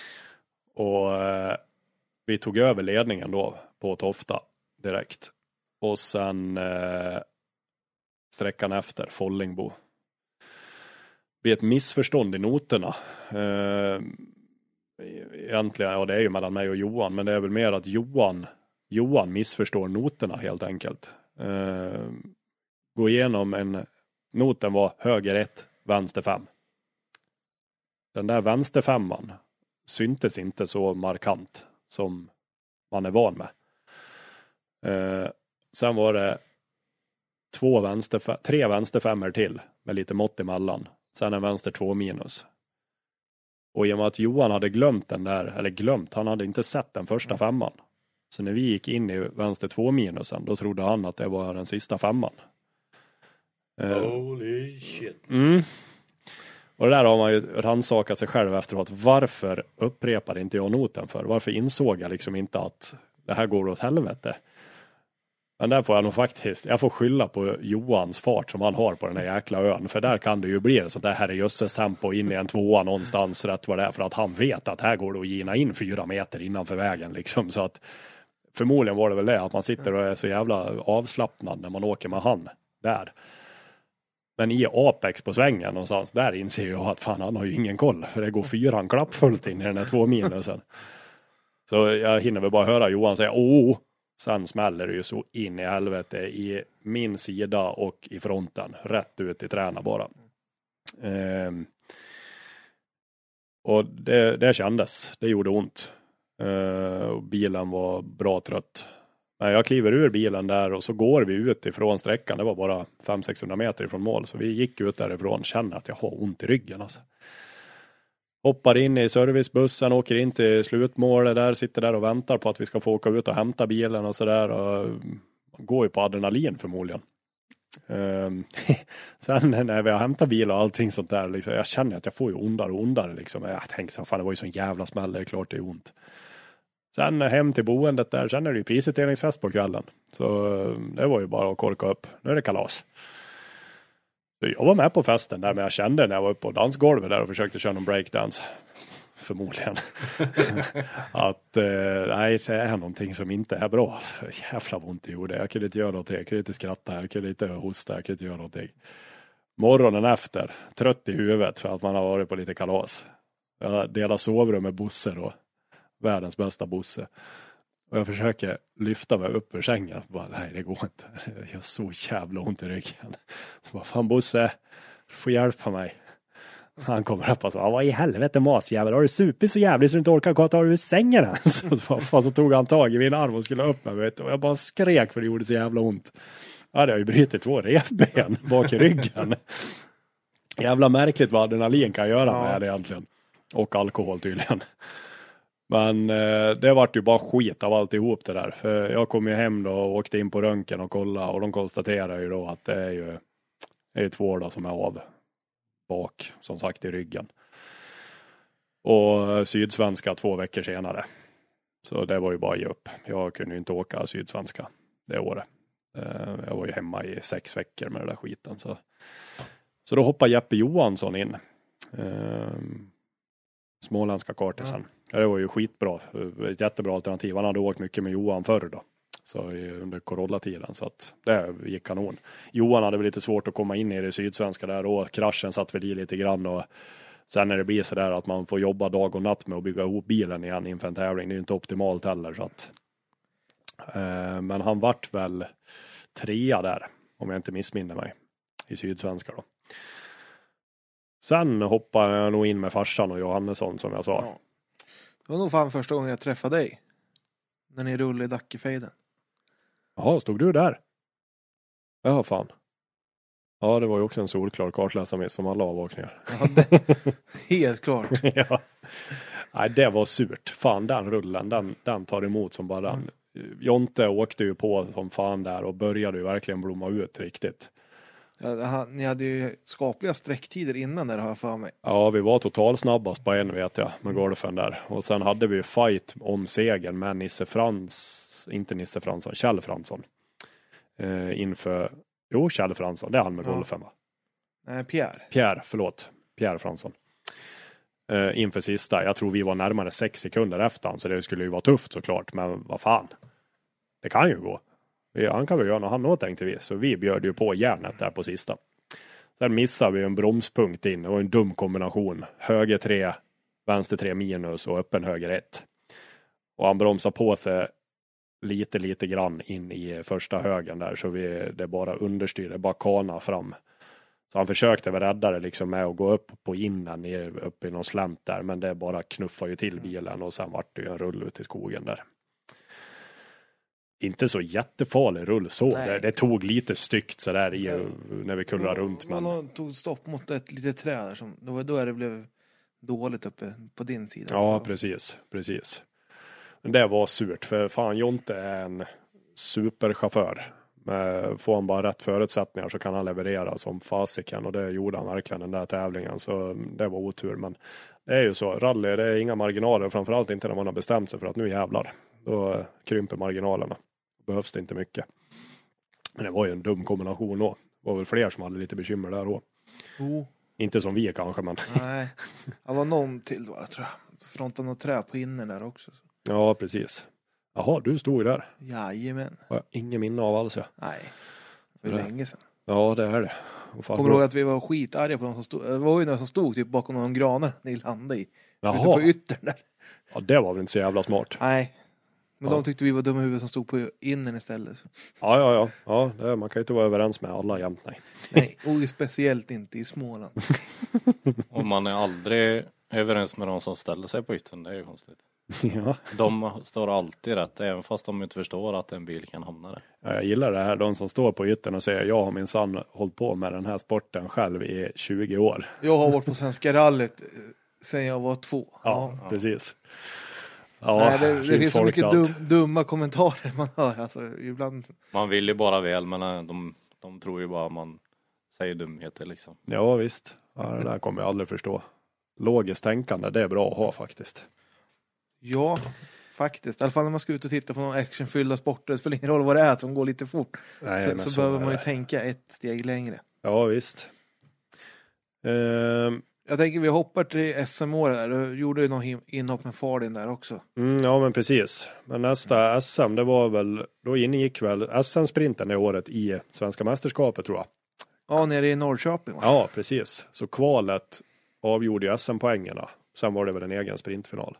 Speaker 2: Och eh, vi tog över ledningen då på Tofta direkt. Och sen eh, sträckan efter, Follingbo. Det blir ett missförstånd i noterna. Eh, egentligen, ja det är ju mellan mig och Johan, men det är väl mer att Johan, Johan missförstår noterna helt enkelt. Eh, gå igenom en, noten var höger ett, vänster fem. Den där vänster femman syntes inte så markant som man är van med. Eh, sen var det två vänster, tre vänsterfemmor till med lite mått emellan. Sen en vänster två minus. Och i och med att Johan hade glömt den där, eller glömt, han hade inte sett den första femman. Så när vi gick in i vänster två minusen, då trodde han att det var den sista femman.
Speaker 3: Holy shit.
Speaker 2: Mm. Och det där har man ju rannsakat sig själv efteråt. Varför upprepade inte jag noten för? Varför insåg jag liksom inte att det här går åt helvete? Men där får jag nog faktiskt, jag får skylla på Johans fart som han har på den här jäkla ön. För där kan det ju bli en sånt där herrejösses tempo in i en tvåa någonstans rätt vad det är. För att han vet att här går det att gina in fyra meter innanför vägen liksom. Så att förmodligen var det väl det att man sitter och är så jävla avslappnad när man åker med han där. Men i Apex på svängen någonstans, där inser jag att fan han har ju ingen koll. För det går fyran klappfullt in i den här två minusen. Så jag hinner väl bara höra Johan säga åh. Sen smäller det ju så in i helvete i min sida och i fronten. Rätt ut i träna bara. Ehm. Och det, det kändes. Det gjorde ont. Ehm, och bilen var bra trött. Men jag kliver ur bilen där och så går vi ut ifrån sträckan. Det var bara fem till sexhundra meter ifrån mål. Så vi gick ut därifrån och känner att jag har ont i ryggen. Alltså. Hoppar in i servicebussen, åker in till slutmålet där, sitter där och väntar på att vi ska få åka ut och hämta bilen och sådär. Och går ju på adrenalin förmodligen. Um, sen när vi har hämtat bil och allting sånt där, liksom, jag känner att jag får ju ondare och ondare. Liksom. Jag tänker så, fan det var ju sån jävla smäll, det är klart det är ont. Sen hem till boendet där, sen är det ju prisutdelningsfest på kvällen. Så det var ju bara att korka upp. Nu är det kalas. Jag var med på festen där, men jag kände när jag var uppe på dansgolvet där och försökte köra någon breakdance. Förmodligen. att eh, nej, det är någonting som inte är bra. Alltså, jävla ont det gjorde. Jag kunde inte göra någonting. Jag kunde inte skratta. Jag kunde inte hosta. Jag kunde inte göra någonting. Morgonen efter, trött i huvudet för att man har varit på lite kalas. Jag delade sovrum med Bosse då. Världens bästa Bosse. Och jag försöker lyfta mig upp ur sängen. Bara, nej, det går inte. Jag har så jävla ont i ryggen. Så bara, fan Bosse, du får hjälpa mig. Han kommer upp och sa, vad i helvete masjävel, har du supit så jävligt så du inte orkar gå och ta dig ur sängen ens? Så, fan, så tog han tag i min arm och skulle upp mig, vet du. Och jag bara skrek för det gjorde så jävla ont. Ja, det har ju brutit två revben bak i ryggen. Jävla märkligt vad adrenalin kan göra ja. med det egentligen. Och alkohol tydligen. Men eh, det vart ju bara skit av alltihop det där. För jag kom ju hem då och åkte in på röntgen och kollade. Och de konstaterade ju då att det är ju det är två då som är av bak, som sagt, i ryggen. Och Sydsvenska två veckor senare. Så det var ju bara att ge upp. Jag kunde ju inte åka Sydsvenska det året. Eh, jag var ju hemma i sex veckor med den där skiten. Så, så då hoppade Jeppe Johansson in. Eh, småländska kartisen. Ja. Det var ju skitbra. Ett jättebra alternativ. Han hade åkt mycket med Johan förr då. Så under Corolla-tiden. Så att det gick kanon. Johan hade väl lite svårt att komma in i det Sydsvenska där. Och kraschen satt väl i lite grann. Och sen när det blir så där att man får jobba dag och natt med att bygga ihop bilen igen inför en tävling. Det är ju inte optimalt heller. Så att, eh, men han vart väl trea där. Om jag inte missminner mig. I Sydsvenska då. Sen hoppade jag nog in med farsan och Johannesson som jag sa. Ja.
Speaker 1: Det var nog fan första gången jag träffade dig. När ni rullade i Dackefejden.
Speaker 2: Jaha, stod du där? Ja, fan. Ja, det var ju också en solklar kartläsarmiss som alla avvakningar.
Speaker 1: Ja, det, helt klart.
Speaker 2: Ja. Nej, det var surt. Fan, den rullen, den, den tar emot som bara den. Mm. Jonte åkte ju på som fan där och började ju verkligen blomma ut riktigt.
Speaker 1: Ja, ni hade ju skapliga sträcktider innan där, har jag för mig.
Speaker 2: Ja, vi var total snabbast på en, vet jag, med golfen där. Och sen hade vi ju fight om segern med Nisse Frans, inte Nisse Fransson, Kjell Fransson. Eh, inför, jo, Kjell Fransson, det är han med ja. golfen va?
Speaker 1: Nej, Pierre.
Speaker 2: Pierre, förlåt. Pierre Fransson. Eh, inför sista, jag tror vi var närmare sex sekunder efter han, så det skulle ju vara tufft såklart, men vad fan. Det kan ju gå. Han kan väl göra något annat, tänkte vi. Så vi bjöd ju på järnet där på sista. Sen missade vi en bromspunkt in. Det var en dum kombination. Höger tre, vänster tre minus och öppen höger ett. Och han bromsade på sig lite, lite grann in i första högen där. Så vi, det bara understyrde, bara kana fram. Så han försökte väl rädda det liksom med att gå upp på innan, upp i någon slänt där. Men det bara knuffade ju till bilen och sen vart det ju en rull ut i skogen där. Inte så jättefarlig rull så. Det, det tog lite styggt så där i, ja. när vi kullade runt. Men
Speaker 1: man tog stopp mot ett litet träd där. Som, då, då är det blev dåligt uppe på din sida.
Speaker 2: Ja, precis. precis. Det var surt, för fan Jonte är en superchaufför. Med, får han bara rätt förutsättningar så kan han leverera som fasiken, och det gjorde han verkligen den där tävlingen, så det var otur. Men det är ju så, rally det är inga marginaler, framförallt inte när man har bestämt sig för att nu jävlar, då krymper marginalerna, behövs det inte mycket. Men det var ju en dum kombination då, det var väl fler som hade lite bekymmer där då.
Speaker 1: Oh.
Speaker 2: Inte som vi kanske, men
Speaker 1: nej, det var någon till då, jag tror jag. Fronten och trä på inne där också.
Speaker 2: ja, precis. Jaha, du stod där.
Speaker 1: Jajamän.
Speaker 2: Har jag ingen minne av alls, ja.
Speaker 1: Nej, det var
Speaker 2: Nej.
Speaker 1: länge sedan.
Speaker 2: Ja, det är det.
Speaker 1: Kommer du ihåg att vi var skitarga på de som stod? Det var ju några som stod typ bakom någon granar ni landade i.
Speaker 2: Jaha.
Speaker 1: Ute på yttern där.
Speaker 2: Ja, det var väl inte så jävla smart.
Speaker 1: Nej. Men
Speaker 2: Ja.
Speaker 1: de tyckte vi var dumma i huvudet som stod på innen istället.
Speaker 2: Ja, ja, ja. ja det, man kan ju inte vara överens med alla jämt, nej.
Speaker 1: Nej, och speciellt inte i Småland.
Speaker 3: Och man är aldrig överens med de som ställer sig på yttern, det är ju konstigt.
Speaker 2: Ja.
Speaker 3: De står alltid rätt, även fast de inte förstår att en bil kan hamna där.
Speaker 2: Ja, jag gillar det här, de som står på yttern och säger jag har minsann hållit på med den här sporten själv i tjugo år.
Speaker 1: Jag har varit på Svenska rallyt eh, sen jag var två.
Speaker 2: Ja,
Speaker 1: Ja.
Speaker 2: precis. Ja,
Speaker 1: Nej, det, det finns så
Speaker 2: folk
Speaker 1: mycket
Speaker 2: allt.
Speaker 1: dum, dumma kommentarer man hör. Alltså, ibland...
Speaker 3: Man vill ju bara väl, men äh, de, de tror ju bara man säger dumheter liksom.
Speaker 2: Ja, visst. Ja, det där kommer jag aldrig förstå. Logiskt tänkande, det är bra att ha faktiskt.
Speaker 1: Ja, faktiskt. I alla fall när man ska ut och titta på någon actionfyllda sporter. Det spelar ingen roll vad det är som går lite fort.
Speaker 2: Nej,
Speaker 1: så
Speaker 2: men
Speaker 1: så,
Speaker 2: så
Speaker 1: behöver
Speaker 2: är
Speaker 1: man ju
Speaker 2: det.
Speaker 1: tänka ett steg längre.
Speaker 2: Ja, visst. Ehm,
Speaker 1: Jag tänker vi hoppar till S M-året där. Du gjorde ju någon him- inhopp med Fardin där också.
Speaker 2: mm, ja, men precis. Men nästa S M, det var väl, då ingick väl S M-sprinten det året i Svenska mästerskapet, tror jag.
Speaker 1: Ja, nere i Norrköping va?
Speaker 2: Ja, precis. Så kvalet avgjorde ju S M-poängerna. Sen var det väl en egen sprintfinal.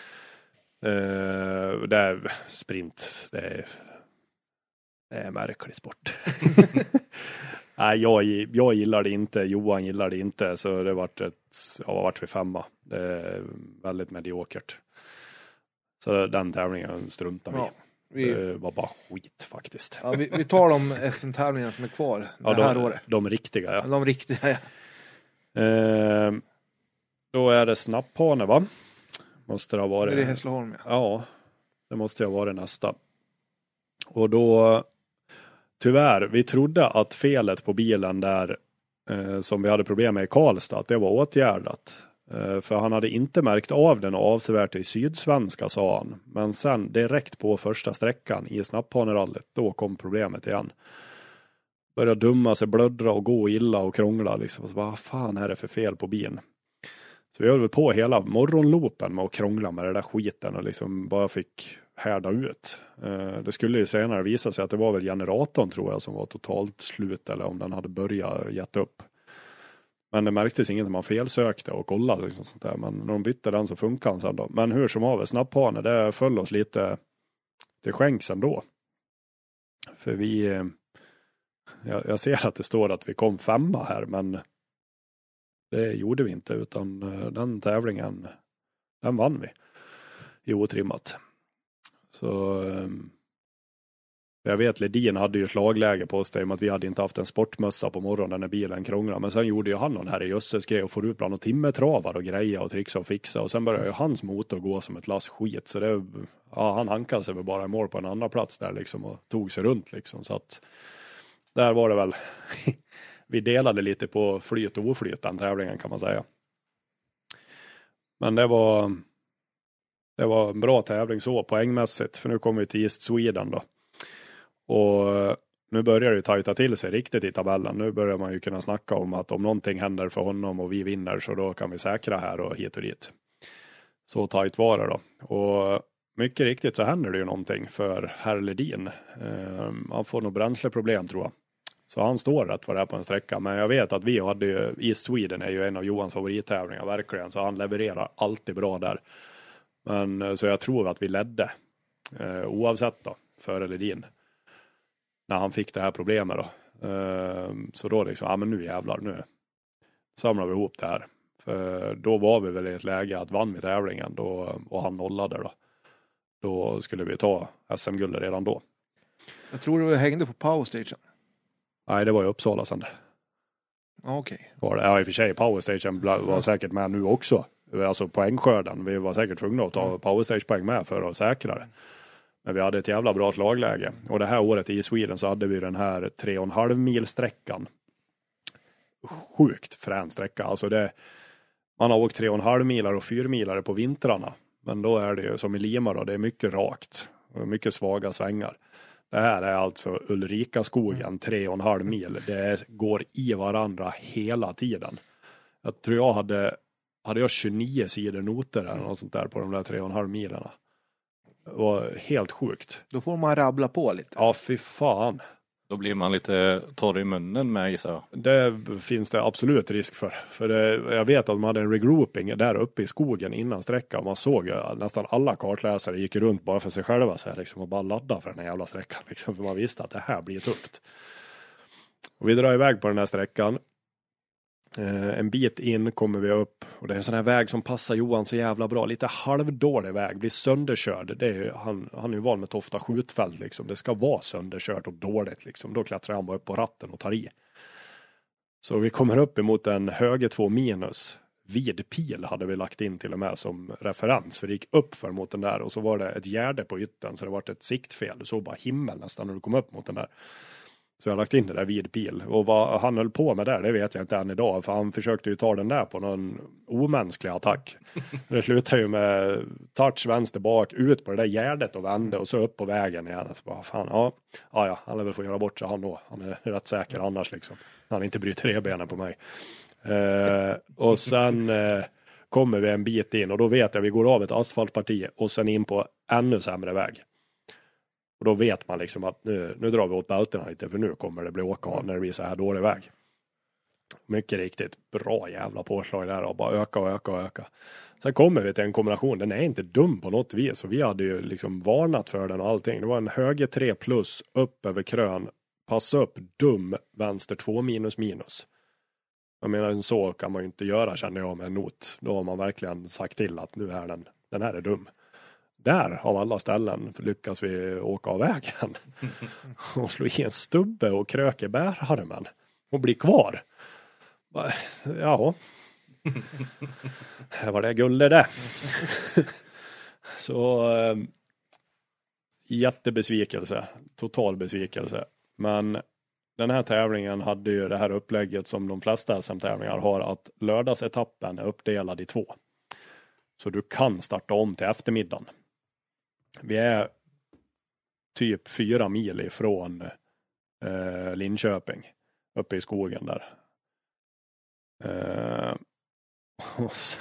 Speaker 2: Uh, det är sprint, det är, det är en märklig sport. Nej, jag, jag gillar det inte, Johan gillar det inte, så det vart ett, jag har varit vid femma. Det är väldigt mediokert. Så den tävlingen struntar vi.
Speaker 1: Ja, vi,
Speaker 2: Det var bara skit faktiskt.
Speaker 1: ja, vi, vi tar de S M-tävlingarna som är kvar det
Speaker 2: Ja,
Speaker 1: här
Speaker 2: de,
Speaker 1: året.
Speaker 2: de riktiga, ja.
Speaker 1: De riktiga, ja.
Speaker 2: Eh, då är det snapphane, va? Måste det ha varit.
Speaker 1: Det är i Hässleholm, ja.
Speaker 2: Ja, det måste ju ha varit nästa. Och då, tyvärr, vi trodde att felet på bilen där eh, som vi hade problem med i Karlstad, att det var åtgärdat. Eh, för han hade inte märkt av den och avsevärt i Sydsvenska, sa han. Men sen direkt på första sträckan i snapphanerallet, då kom problemet igen. Började dumma sig, blöddra och gå illa och krångla. Liksom. Och så, vad fan är det för fel på bilen? Så vi höll väl på hela morgonlopen med att krångla med det där skiten och liksom bara fick härda ut. Eh, det skulle ju senare visa sig att det var väl generatorn, tror jag, som var totalt slut, eller om den hade börjat gett upp. Men det märktes inget när man felsökte och kollade liksom sånt där. Men när de bytte den så funkar den sen då. Men hur som haver, snapphane, det föll oss lite till skänks ändå. För vi, eh, jag, jag ser att det står att vi kom femma här, men det gjorde vi inte, utan den tävlingen, den vann vi i otrimmat. Så jag vet, Ledin hade ju slagläge på oss där, med att vi hade inte haft en sportmössa på morgonen när bilen krånglade. Men sen gjorde ju han någon här i jösses grej och får ut bland och timmertravar och greja och trixa och fixa. Och sen började ju hans motor gå som ett lass skit. Så det, ja, han hankade sig väl bara i mål på en annan plats där liksom och tog sig runt liksom. Så att där var det väl... Vi delade lite på flyt och oflyt den tävlingen, kan man säga. Men det var det var en bra tävling så poängmässigt. För nu kommer vi till East Sweden då. Och nu börjar det ju tajta till sig riktigt i tabellen. Nu börjar man ju kunna snacka om att om någonting händer för honom och vi vinner, så då kan vi säkra här och hit och dit. Så tajt var det då. Och mycket riktigt så händer det ju någonting för herr Ledin. Um, han får nog bränsleproblem, tror jag. Så han står rätt vad det är på en sträcka. Men jag vet att vi hade ju, East Sweden är ju en av Johans favorittävlingar verkligen. Så han levererar alltid bra där. Men så jag tror att vi ledde. Eh, oavsett då, före Ledin. När han fick det här problemet då. Eh, så då liksom, ja men nu jävlar, nu samlar vi ihop det här. För då var vi väl i ett läge att vann vi tävlingen då, och han nollade då. Då skulle vi ta S M-guldet redan då.
Speaker 1: Jag tror du hängde på Powerstation.
Speaker 2: Nej, det var ju Uppsala sen.
Speaker 1: Okej.
Speaker 2: Var det? Ja, i och för sig, Powerstation var säkert med nu också. Alltså poängskörden. Vi var säkert tvungna att ta powerstage-poäng med för att säkra det. Men vi hade ett jävla bra slagläge. Och det här året i Sweden så hade vi den här tre och en halv mil sträckan. Sjukt frän sträcka. Alltså det, man har åkt tre och en halv milar och fyra milare på vintrarna. Men då är det ju som i Lima då, det är mycket rakt. Och mycket svaga svängar. Det här är alltså Ulrika skogen, tre och en halv mil. Det går i varandra hela tiden. Jag tror jag hade, hade jag tjugonio sidor noter eller något sånt där på de där tre och en halv milarna. Det var helt sjukt.
Speaker 1: Då får man rabbla på lite.
Speaker 2: Ja, fy fan.
Speaker 3: Då blir man lite torr i munnen med, gissar jag.
Speaker 2: Det finns det absolut risk för. För det, jag vet att de hade en regrouping där uppe i skogen innan sträckan. Man såg att nästan alla kartläsare gick runt bara för sig själva så här, liksom, och bara ladda för den här jävla sträckan. Liksom, för man visste att det här blir tufft. Och vi drar iväg på den här sträckan. Eh, en bit in kommer vi upp. Och det är en sån här väg som passar Johan så jävla bra. Lite halvdålig väg. Blir sönderkörd. Det är ju, han, han är ju van med Tofta skjutfält. Liksom. Det ska vara sönderkört och dåligt. Liksom. Då klättrar han bara upp på ratten och tar i. Så vi kommer upp emot en höger två minus. Vid pil hade vi lagt in till och med som referens. För det gick upp för mot den där. Och så var det ett gärde på ytten. Så det var ett siktfel. Du såg bara himmel nästan när du kom upp mot den där. Så jag har lagt in det där vid pil. Och vad han höll på med där, det vet jag inte än idag. För han försökte ju ta den där på någon omänsklig attack. Det slutade ju med touch vänster bak, ut på det där gärdet och vände. Och så upp på vägen igen. Så bara, fan, ja, ja, ja, han lär väl få göra bort sig han då. Han är rätt säker annars liksom. Han inte bryter revbenen på mig. Eh, och sen eh, kommer vi en bit in. Och då vet jag, vi går av ett asfaltparti. Och sen in på ännu sämre väg. Och då vet man liksom att nu, nu drar vi åt bälterna lite för nu kommer det bli åka av när det blir så här dålig väg. Mycket riktigt bra jävla påslag där och bara öka och öka och öka. Sen kommer vi till en kombination, den är inte dum på något vis. Och vi hade ju liksom varnat för den och allting. Det var en höger tre plus, upp över krön, pass upp, dum, vänster två minus minus. Jag menar så kan man ju inte göra känner jag med en not. Då har man verkligen sagt till att nu är den, den här är dum. Där av alla ställen lyckas vi åka av vägen och slå i en stubbe och kröka bärarmen och bli kvar. Ja, det var det guldet det. Så äh, jättebesvikelse, total besvikelse. Men den här tävlingen hade ju det här upplägget som de flesta S M-tävlingar har, att lördagsetappen är uppdelad i två. Så du kan starta om till eftermiddagen. Vi är typ fyra mil ifrån eh, Linköping. Uppe i skogen där. Eh, och så,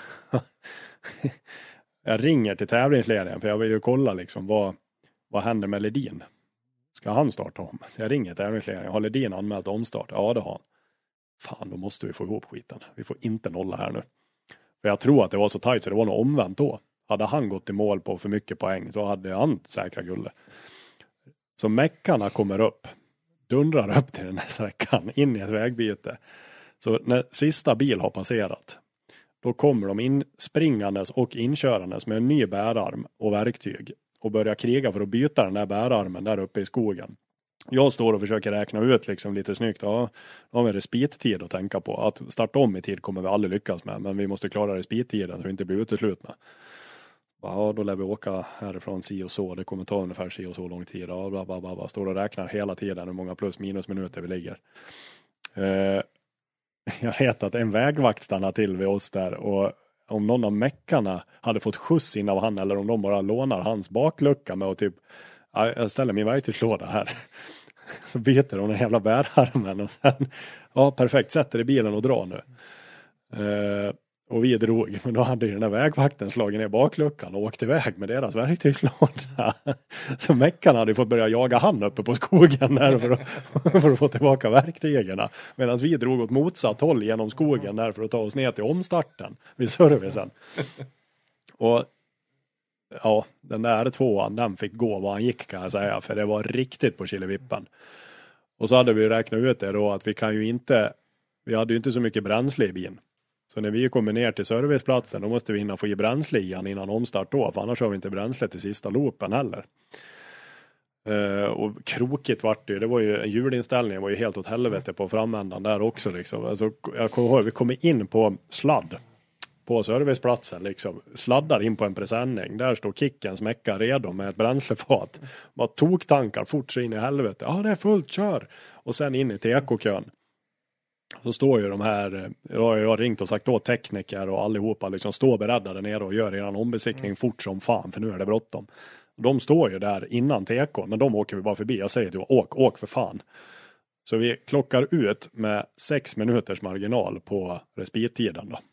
Speaker 2: jag ringer till tävlingsledningen för jag vill ju kolla liksom vad, vad händer med Ledin. Ska han starta om? Jag ringer till tävlingsledningen. Har Ledin anmält omstart? Ja, det har han. Fan, då måste vi få ihop skiten. Vi får inte nolla här nu. För jag tror att det var så tajt så det var något omvänt då. Hade han gått i mål på för mycket poäng så hade han säkra guldet. Så meckarna kommer upp. Dundrar upp till den här sträckan. In i ett vägbyte. Så när sista bil har passerat. Då kommer de in springandes och inkörandes med en ny bärarm och verktyg. Och börjar kriga för att byta den där bärarmen där uppe i skogen. Jag står och försöker räkna ut liksom lite snyggt. Ja, då har vi respittid att tänka på. Att starta om i tid kommer vi aldrig lyckas med. Men vi måste klara respittiden så vi inte blir uteslutna. Ja, då lär vi åka härifrån si och så. Det kommer ta ungefär si och så lång tid. Ja, bla, bla, bla, bla. Står och räknar hela tiden hur många plus minus minuter vi ligger. Eh, jag vet att en vägvakt stannar till vid oss där. Och om någon av meckarna hade fått skjuts in av han eller om de bara lånar hans baklucka med och typ, ja, jag ställer min verktygslåda här. Så byter de den jävla bärarmen och sen, ja perfekt, sätter i bilen och drar nu. Eh, Och vi drog, men då hade ju den där vägvakten slagit ner bakluckan och åkt iväg med deras verktygslåda. Så meckarna hade fått börja jaga han uppe på skogen där för att, för att få tillbaka verktygen. Medan vi drog åt motsatt håll genom skogen där för att ta oss ner till omstarten vid servicen. Och ja, den där tvåan, den fick gå vad han gick kan jag säga. För det var riktigt på Killevippen. Och så hade vi räknat ut det då att vi kan ju inte, vi hade ju inte så mycket bränsle i bilen. Så när vi kommer ner till serviceplatsen då måste vi hinna få i bränsle igen innan omstart då. För annars har vi inte bränsle till sista loopen heller. Uh, och krokigt vart det. Det var ju, hjulinställningen var ju helt åt helvete på framändan där också liksom. Alltså, jag kommer ihåg, vi kommer in på sladd. på serviceplatsen liksom. Sladdar in på en presenning. Där står kicken smäckar redo med ett bränslefat. Bara tog tankar fort så in i helvete. Ja, det är fullt, kör! Och sen in i T K-kön. Så står ju de här, jag har ringt och sagt åt tekniker och allihopa liksom stå beredda där nere och gör eran ombesiktning mm. fort som fan, för nu är det bråttom. De står ju där innan T K, men de åker vi bara förbi. Jag säger till dem, åk, åk för fan. Så vi klockar ut med sex minuters marginal på respittiden då.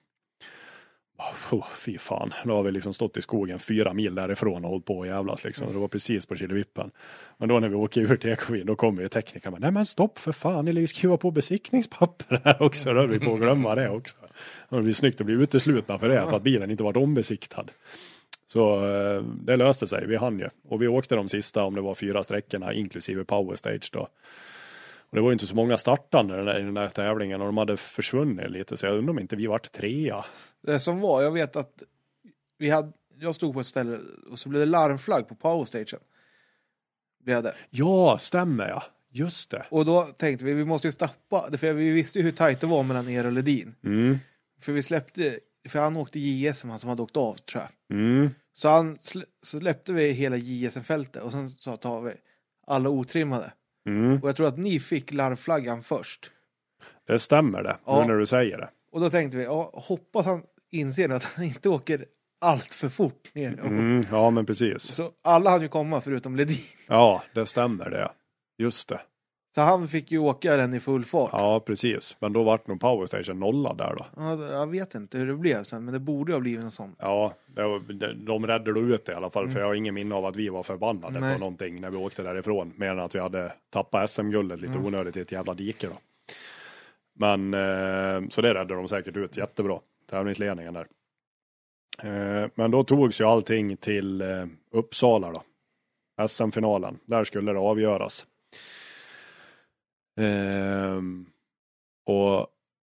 Speaker 2: Oh, fy fan, då har vi liksom stått i skogen fyra mil därifrån och hållit på och jävlas liksom. Mm. Det var precis på Kilevippen. Men då när vi åker ur T K, då kommer ju teknikerna. Nej men stopp för fan, ni skriva på besiktningspapper här också. Då höll vi på att glömma det också. Det blir snyggt att bli uteslutna för det, för att bilen inte varit ombesiktad. Så det löste sig, vi hann ju. Och vi åkte de sista, om det var fyra sträckorna, inklusive Power Stage då. Och det var ju inte så många startande i den där tävlingen och de hade försvunnit lite, så jag undrar om inte vi vart trea.
Speaker 1: Det som var, jag vet att vi hade, jag stod på ett ställe och så blev det larmflagg på powerstation. Vi hade.
Speaker 2: Ja, stämmer ja. Just det.
Speaker 1: Och då tänkte vi, vi måste ju stoppa, för vi visste ju hur tajt det var mellan er och Ledin.
Speaker 2: Mm.
Speaker 1: För vi släppte, för han åkte J S M, han som hade åkt av tror jag.
Speaker 2: Mm.
Speaker 1: Så, han, så släppte vi hela J S M-fältet och sen så tar vi alla otrimmade.
Speaker 2: Mm.
Speaker 1: Och jag tror att ni fick larmflaggan först.
Speaker 2: Det stämmer det,
Speaker 1: ja.
Speaker 2: Nu när du säger det.
Speaker 1: Och då tänkte vi, ja, hoppas han inser att han inte åker allt för fort ner.
Speaker 2: Mm, ja, men precis.
Speaker 1: Så alla hade ju komma förutom Ledin.
Speaker 2: Ja, det stämmer det. Just det.
Speaker 1: Så han fick ju åka den i full fart.
Speaker 2: Ja, precis. Men då vart nog Powerstation nolla där då.
Speaker 1: Ja, jag vet inte hur det blev sen, men det borde ha blivit en sån.
Speaker 2: Ja, det var, de räddade ut det i alla fall. Mm. För jag har ingen minne av att vi var förbannade
Speaker 1: Nej.
Speaker 2: på någonting när vi åkte därifrån. Mer än att vi hade tappat S M-guldet lite mm. onödigt i ett jävla dike då. Men, eh, så det räddade de säkert ut jättebra. Tävlingsledningen där. Eh, men då togs ju allting till eh, Uppsala då. S M-finalen. Där skulle det avgöras. Ehm, och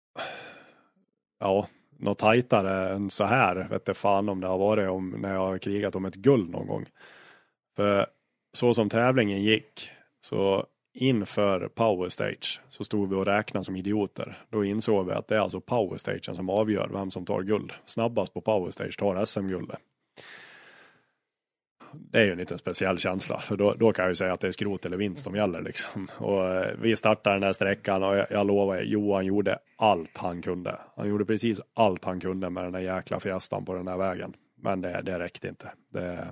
Speaker 2: ja, något tajtare än så här vet jag fan om det har varit om när jag har krigat om ett guld någon gång. För så som tävlingen gick, så inför Power Stage så stod vi och räknade som idioter. Då insåg vi att det är alltså Power Stagen som avgör vem som tar guld. Snabbast på Power Stage tar S M-guldet. Det är ju en liten speciell känsla, för då, då kan jag ju säga att det är skrot eller vinst som gäller liksom. Och eh, vi startade den här sträckan och jag, jag lovar, Johan gjorde allt han kunde. Han gjorde precis allt han kunde med den där jäkla fiestan på den här vägen. Men det, det räckte inte. Det,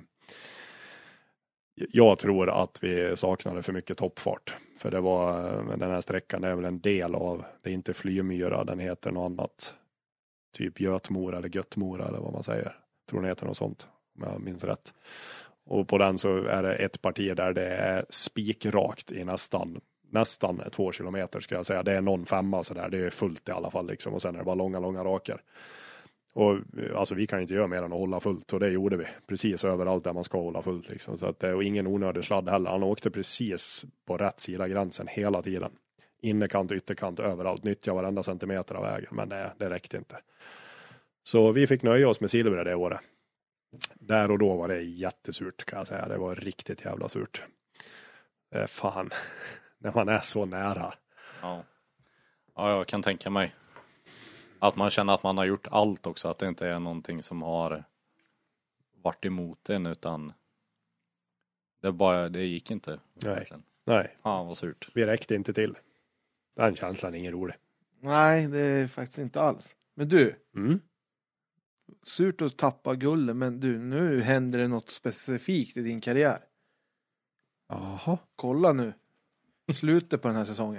Speaker 2: jag tror att vi saknade för mycket toppfart. För det var, den här sträckan är väl en del av, det är inte Flymyra, den heter något annat. Typ Götmora eller Göttmora eller vad man säger. Jag tror den heter något sånt, om jag minns rätt. Och på den så är det ett parti där det är spikrakt i nästan nästan två kilometer ska jag säga. Det är någon femma så där. Det är fullt i alla fall liksom. Och sen är det bara långa, långa raker. Och alltså vi kan inte göra mer än att hålla fullt. Och det gjorde vi. Precis överallt där man ska hålla fullt liksom. Så att det är ingen onödig sladd heller. Han åkte precis på rätt sida gränsen hela tiden. Innerkant, ytterkant, överallt. Nyttja varenda centimeter av vägen. Men det, det räckte inte. Så vi fick nöja oss med silver det året. Där och då var det jättesurt kan jag säga. Det var riktigt jävla surt. Eh, fan. När man är så nära.
Speaker 3: Ja. Ja, jag kan tänka mig. Att man känner att man har gjort allt också. Att det inte är någonting som har varit emot en. Utan det, bara, det gick inte.
Speaker 2: Nej. Nej.
Speaker 3: Fan vad surt.
Speaker 2: Vi räckte inte till. Den känslan är ingen rolig.
Speaker 1: Nej, det är faktiskt inte alls. Men du.
Speaker 2: Mm.
Speaker 1: Surt att tappa guldet, men du, nu händer det något specifikt i din karriär.
Speaker 2: Jaha.
Speaker 1: Kolla nu. Slutet på den här säsongen.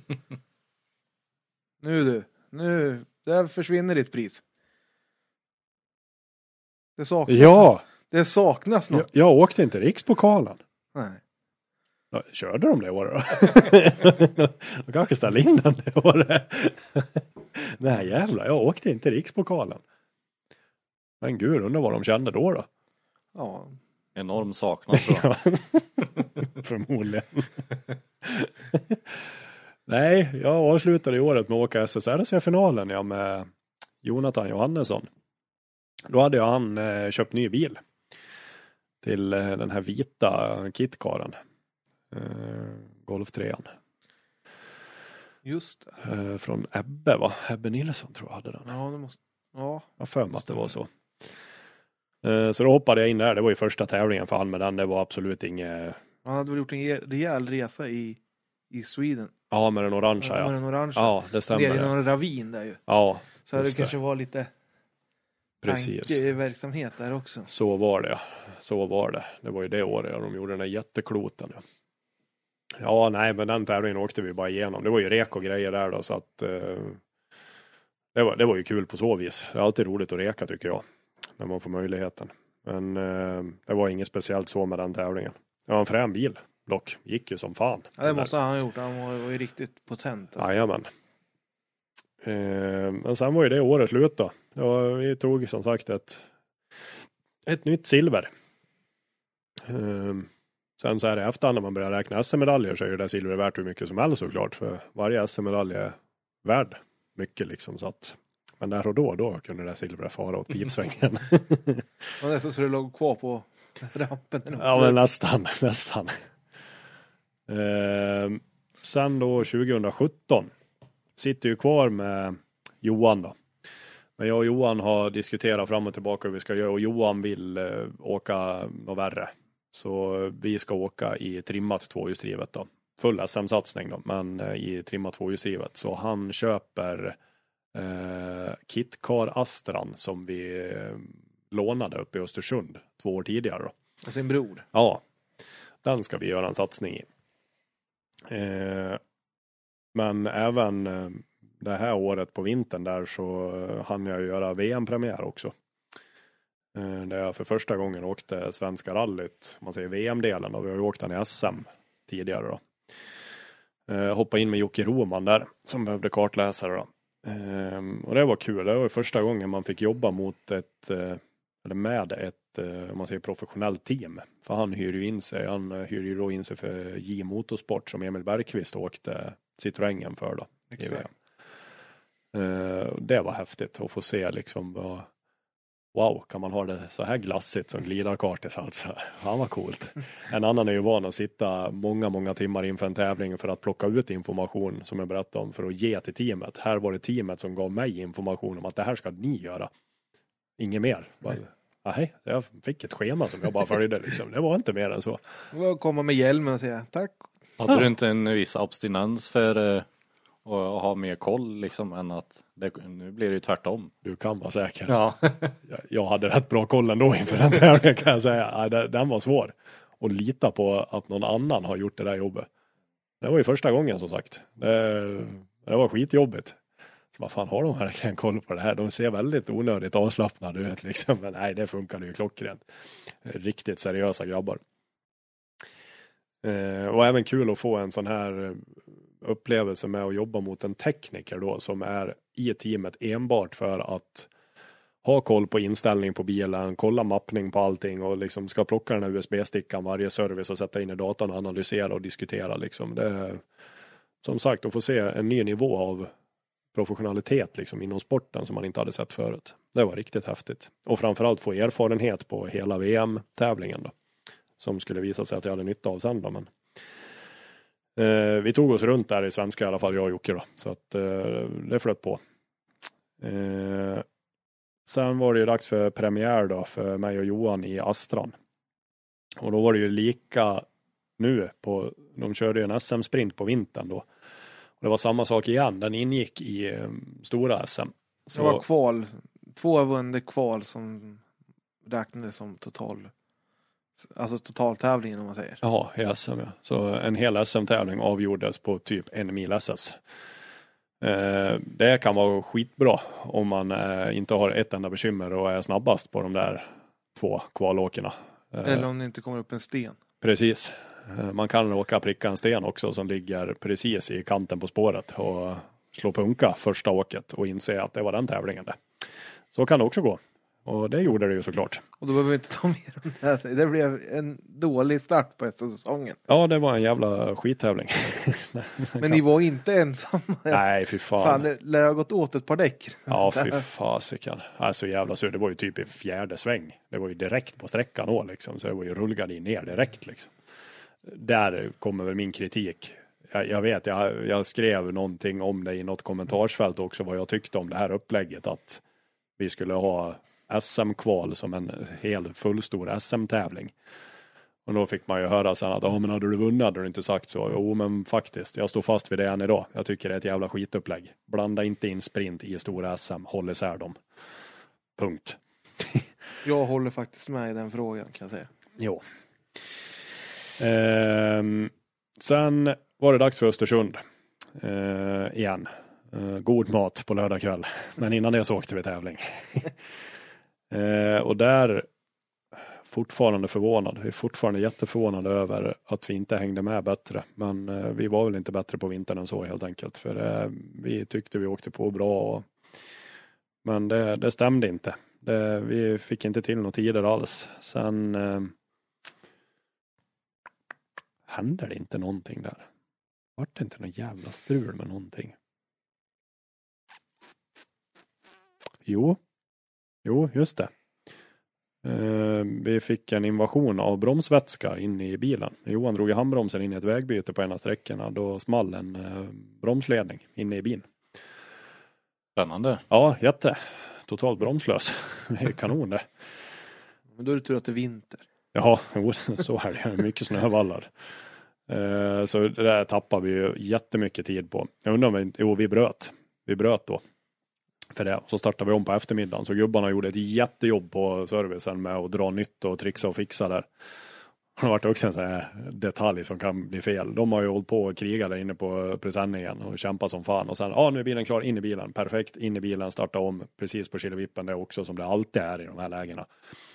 Speaker 1: Nu du. Nu. Där försvinner ditt pris. Det saknas.
Speaker 2: Ja.
Speaker 1: Det saknas något.
Speaker 2: Jag, jag åkte inte rikspokalen.
Speaker 1: Nej.
Speaker 2: Ja, körde de det året då? De kanske ställde in den det året. Nej jävlar, jag åkte inte rikspokalen. Men gud, undrar vad de kände då då?
Speaker 1: Ja.
Speaker 3: Enorm saknad tror jag.
Speaker 2: Förmodligen. Nej, jag avslutade i året med att åka S S R C-finalen ja, med Jonathan Johannesson. Då hade jag han eh, köpt ny bil. Till eh, den här vita kitkaren. Eh, Golf tre.
Speaker 1: Just det.
Speaker 2: Eh, från Ebbe va? Ebbe Nilsson tror jag hade den.
Speaker 1: Ja, det måste... Ja.
Speaker 2: Jag för mig att det var så. Så då hoppade jag in där. Det var ju första tävlingen för han med den. Det var absolut inget...
Speaker 1: Han hade väl gjort en rejäl resa i, i Sweden.
Speaker 2: Ja, med den orangea.
Speaker 1: Ja, med den orangea.
Speaker 2: Ja, det stämmer.
Speaker 1: Ner i någon ravin där ju.
Speaker 2: Ja,
Speaker 1: så det kanske var lite tankeverksamhet där också.
Speaker 2: Så var det. Så var det. Det var ju det året de gjorde den där jättekloten. Ja. Ja, nej, men den tävlingen åkte vi bara igenom. Det var ju rek och grejer där då, så att eh, det, var, det var ju kul på så vis. Det är alltid roligt att reka tycker jag, när man får möjligheten. Men eh, det var inget speciellt så med den tävlingen. Det var en frän bil dock. Gick ju som fan.
Speaker 1: Ja, det måste han ha gjort. Han var, var ju riktigt potent.
Speaker 2: Jajamän. Eh, men sen var ju det året slut då. Ja, vi tog som sagt ett, ett nytt silver. Eh, sen så här i efterhand när man börjar räkna S M-medaljer så är ju det silver värt hur mycket som helst såklart. För varje S M-medalj är värd mycket liksom. Så att, men där och då, då kunde det silvret fara åt pipsvängen.
Speaker 1: Och nästan så det låg kvar på rampen.
Speaker 2: Ja, men nästan, nästan. Eh, sen då tjugohundrasjutton sitter ju kvar med Johan då. Men jag och Johan har diskuterat fram och tillbaka hur vi ska göra och Johan vill eh, åka något värre. Så vi ska åka i trimmat tvåhjulsdrivet då. Full S M-satsning då, men eh, i trimmat tvåhjulsdrivet. Så han köper eh, Kitcar Astran som vi eh, lånade upp i Östersund två år tidigare då.
Speaker 1: Och sin bror.
Speaker 2: Ja, den ska vi göra en satsning i. Eh, men även eh, det här året på vintern där så eh, hann jag göra V M-premiär också. Eh, där jag för första gången åkte Svenska rallyt, man säger V M-delen, och vi har ju åkt den i S M tidigare då. Eh, hoppa in med Jocke Roman där som behövde kartläsare då. Eh, och det var kul, det var första gången man fick jobba mot ett eh, eller med ett om man säger professionellt team. För han hyr ju in sig, han hyr ju då in sig för J Motorsport som Emil Bergqvist åkte Citroën för då.
Speaker 1: Exakt.
Speaker 2: Uh, det var häftigt att få se liksom uh, wow, kan man ha det så här glassigt som glidarkartis alltså. Han var coolt. En annan är ju van att sitta många, många timmar inför en tävling för att plocka ut information som jag berättade om för att ge till teamet. Här var det teamet som gav mig information om att det här ska ni göra. Inget mer. Nej. Nej, jag fick ett schema som jag bara följde liksom. Det var inte mer än så.
Speaker 1: Jag kommer med hjälmen och säga tack.
Speaker 3: Hade du inte en viss abstinens för uh, att ha mer koll liksom än att det, nu blir det ju tvärtom.
Speaker 2: Du kan vara säker.
Speaker 3: Ja.
Speaker 2: jag, jag hade rätt bra koll ändå inför den tävlingen kan jag säga. Ja, den var svår. Och lita på att någon annan har gjort det där jobbet. Det var ju första gången som sagt. Det, det var skitjobbigt. Så vad fan har de verkligen koll på det här? De ser väldigt onödigt avslappnade ut liksom. Men nej, det funkar ju klockrent. Riktigt seriösa grabbar. Eh, och även kul att få en sån här upplevelse med att jobba mot en tekniker då som är i teamet enbart för att ha koll på inställning på bilen, kolla mappning på allting och liksom ska plocka den här U S B-stickan varje service och sätta in i datorn och analysera och diskutera liksom. Det är, som sagt, att få se en ny nivå av professionalitet liksom inom sporten som man inte hade sett förut. Det var riktigt häftigt. Och framförallt få erfarenhet på hela V M-tävlingen då. Som skulle visa sig att jag hade nytta av sen då, men eh, vi tog oss runt där i svenska i alla fall, jag och Jocke då. Så att eh, det flöt på. Eh, sen var det ju dags för premiär då för mig och Johan i Astran. Och då var det ju lika nu på, de körde ju en S M-sprint på vintern då. Det var samma sak igen. Den ingick i eh, stora S M. Så...
Speaker 1: Det var kval. Två vunnde kval som räknades som total. Alltså totaltävlingen om man säger.
Speaker 2: Ja, i S M ja. Så en hel S M-tävling avgjordes på typ en mil S S. Eh, det kan vara skitbra om man eh, inte har ett enda bekymmer och är snabbast på de där två kvalåkerna. Eh,
Speaker 1: Eller om det inte kommer upp en sten.
Speaker 2: Precis. Man kan åka pricka en sten också som ligger precis i kanten på spåret och slå punka första åket och inse att det var den tävlingen där. Så kan det också gå. Och det gjorde det ju såklart.
Speaker 1: Och då behöver vi inte ta mer om det här. Det blev en dålig start på säsongen.
Speaker 2: Ja, det var en jävla skittävling.
Speaker 1: Men ni var inte ensamma.
Speaker 2: Nej, fy fan.
Speaker 1: Fan, det lär ha gått åt ett par däck.
Speaker 2: Ja, fy fasiken. Alltså jävla sur. Det var ju typ i fjärde sväng. Det var ju direkt på sträckan då liksom. Så det var ju rullgardin ner direkt liksom. Där kommer väl min kritik. Jag, jag vet, jag, jag skrev någonting om det i något kommentarsfält också. Vad jag tyckte om det här upplägget. Att vi skulle ha S M-kval som en hel fullstor S M-tävling. Och då fick man ju höra sen att, ja men hade du vunnit hade du inte sagt så. Jo men faktiskt, jag står fast vid det än idag. Jag tycker det är ett jävla skitupplägg. Blanda inte in sprint i stora S M, håll isär dem. Punkt.
Speaker 1: Jag håller faktiskt med i den frågan kan jag säga.
Speaker 2: Jo. Ehm, sen var det dags för Östersund. Ehm, igen. Ehm, god mat på lördag kväll. Men innan det så åkte vi tävling. ehm, och där fortfarande förvånad. Vi är fortfarande jätteförvånade över att vi inte hängde med bättre. Men eh, vi var väl inte bättre på vintern än så helt enkelt. För eh, vi tyckte vi åkte på bra. Och, men det, det stämde inte. Det, vi fick inte till några tider alls. Sen eh, hände det inte någonting där. Vart det inte någon jävla strul med någonting? Jo. Jo, just det. Uh, vi fick en invasion av bromsvätska in i bilen. Johan drog i handbromsen in i ett vägbyte på en av sträckorna. Då small en uh, bromsledning inne i bilen.
Speaker 3: Spännande.
Speaker 2: Ja, jätte. Totalt bromslös. Det är kanon det.
Speaker 1: Men då är det tur att det är vinter.
Speaker 2: Ja, så är det. Mycket snövallar. Uh, så det där tappade vi ju jättemycket tid på. Jag undrar om vi, jo, vi bröt. Vi bröt då. För det. Så startade vi om på eftermiddagen. Så gubbarna gjorde ett jättejobb på servicen med att dra nytt och trixa och fixa där. Det har varit också en sån här detalj som kan bli fel. De har ju hållit på och krigat där inne på presenningen och kämpat som fan. Och sen, ja ah, nu är bilen klar, in i bilen. Perfekt, in i bilen, starta om precis på kilovippen. Det också som det alltid är i de här lägena.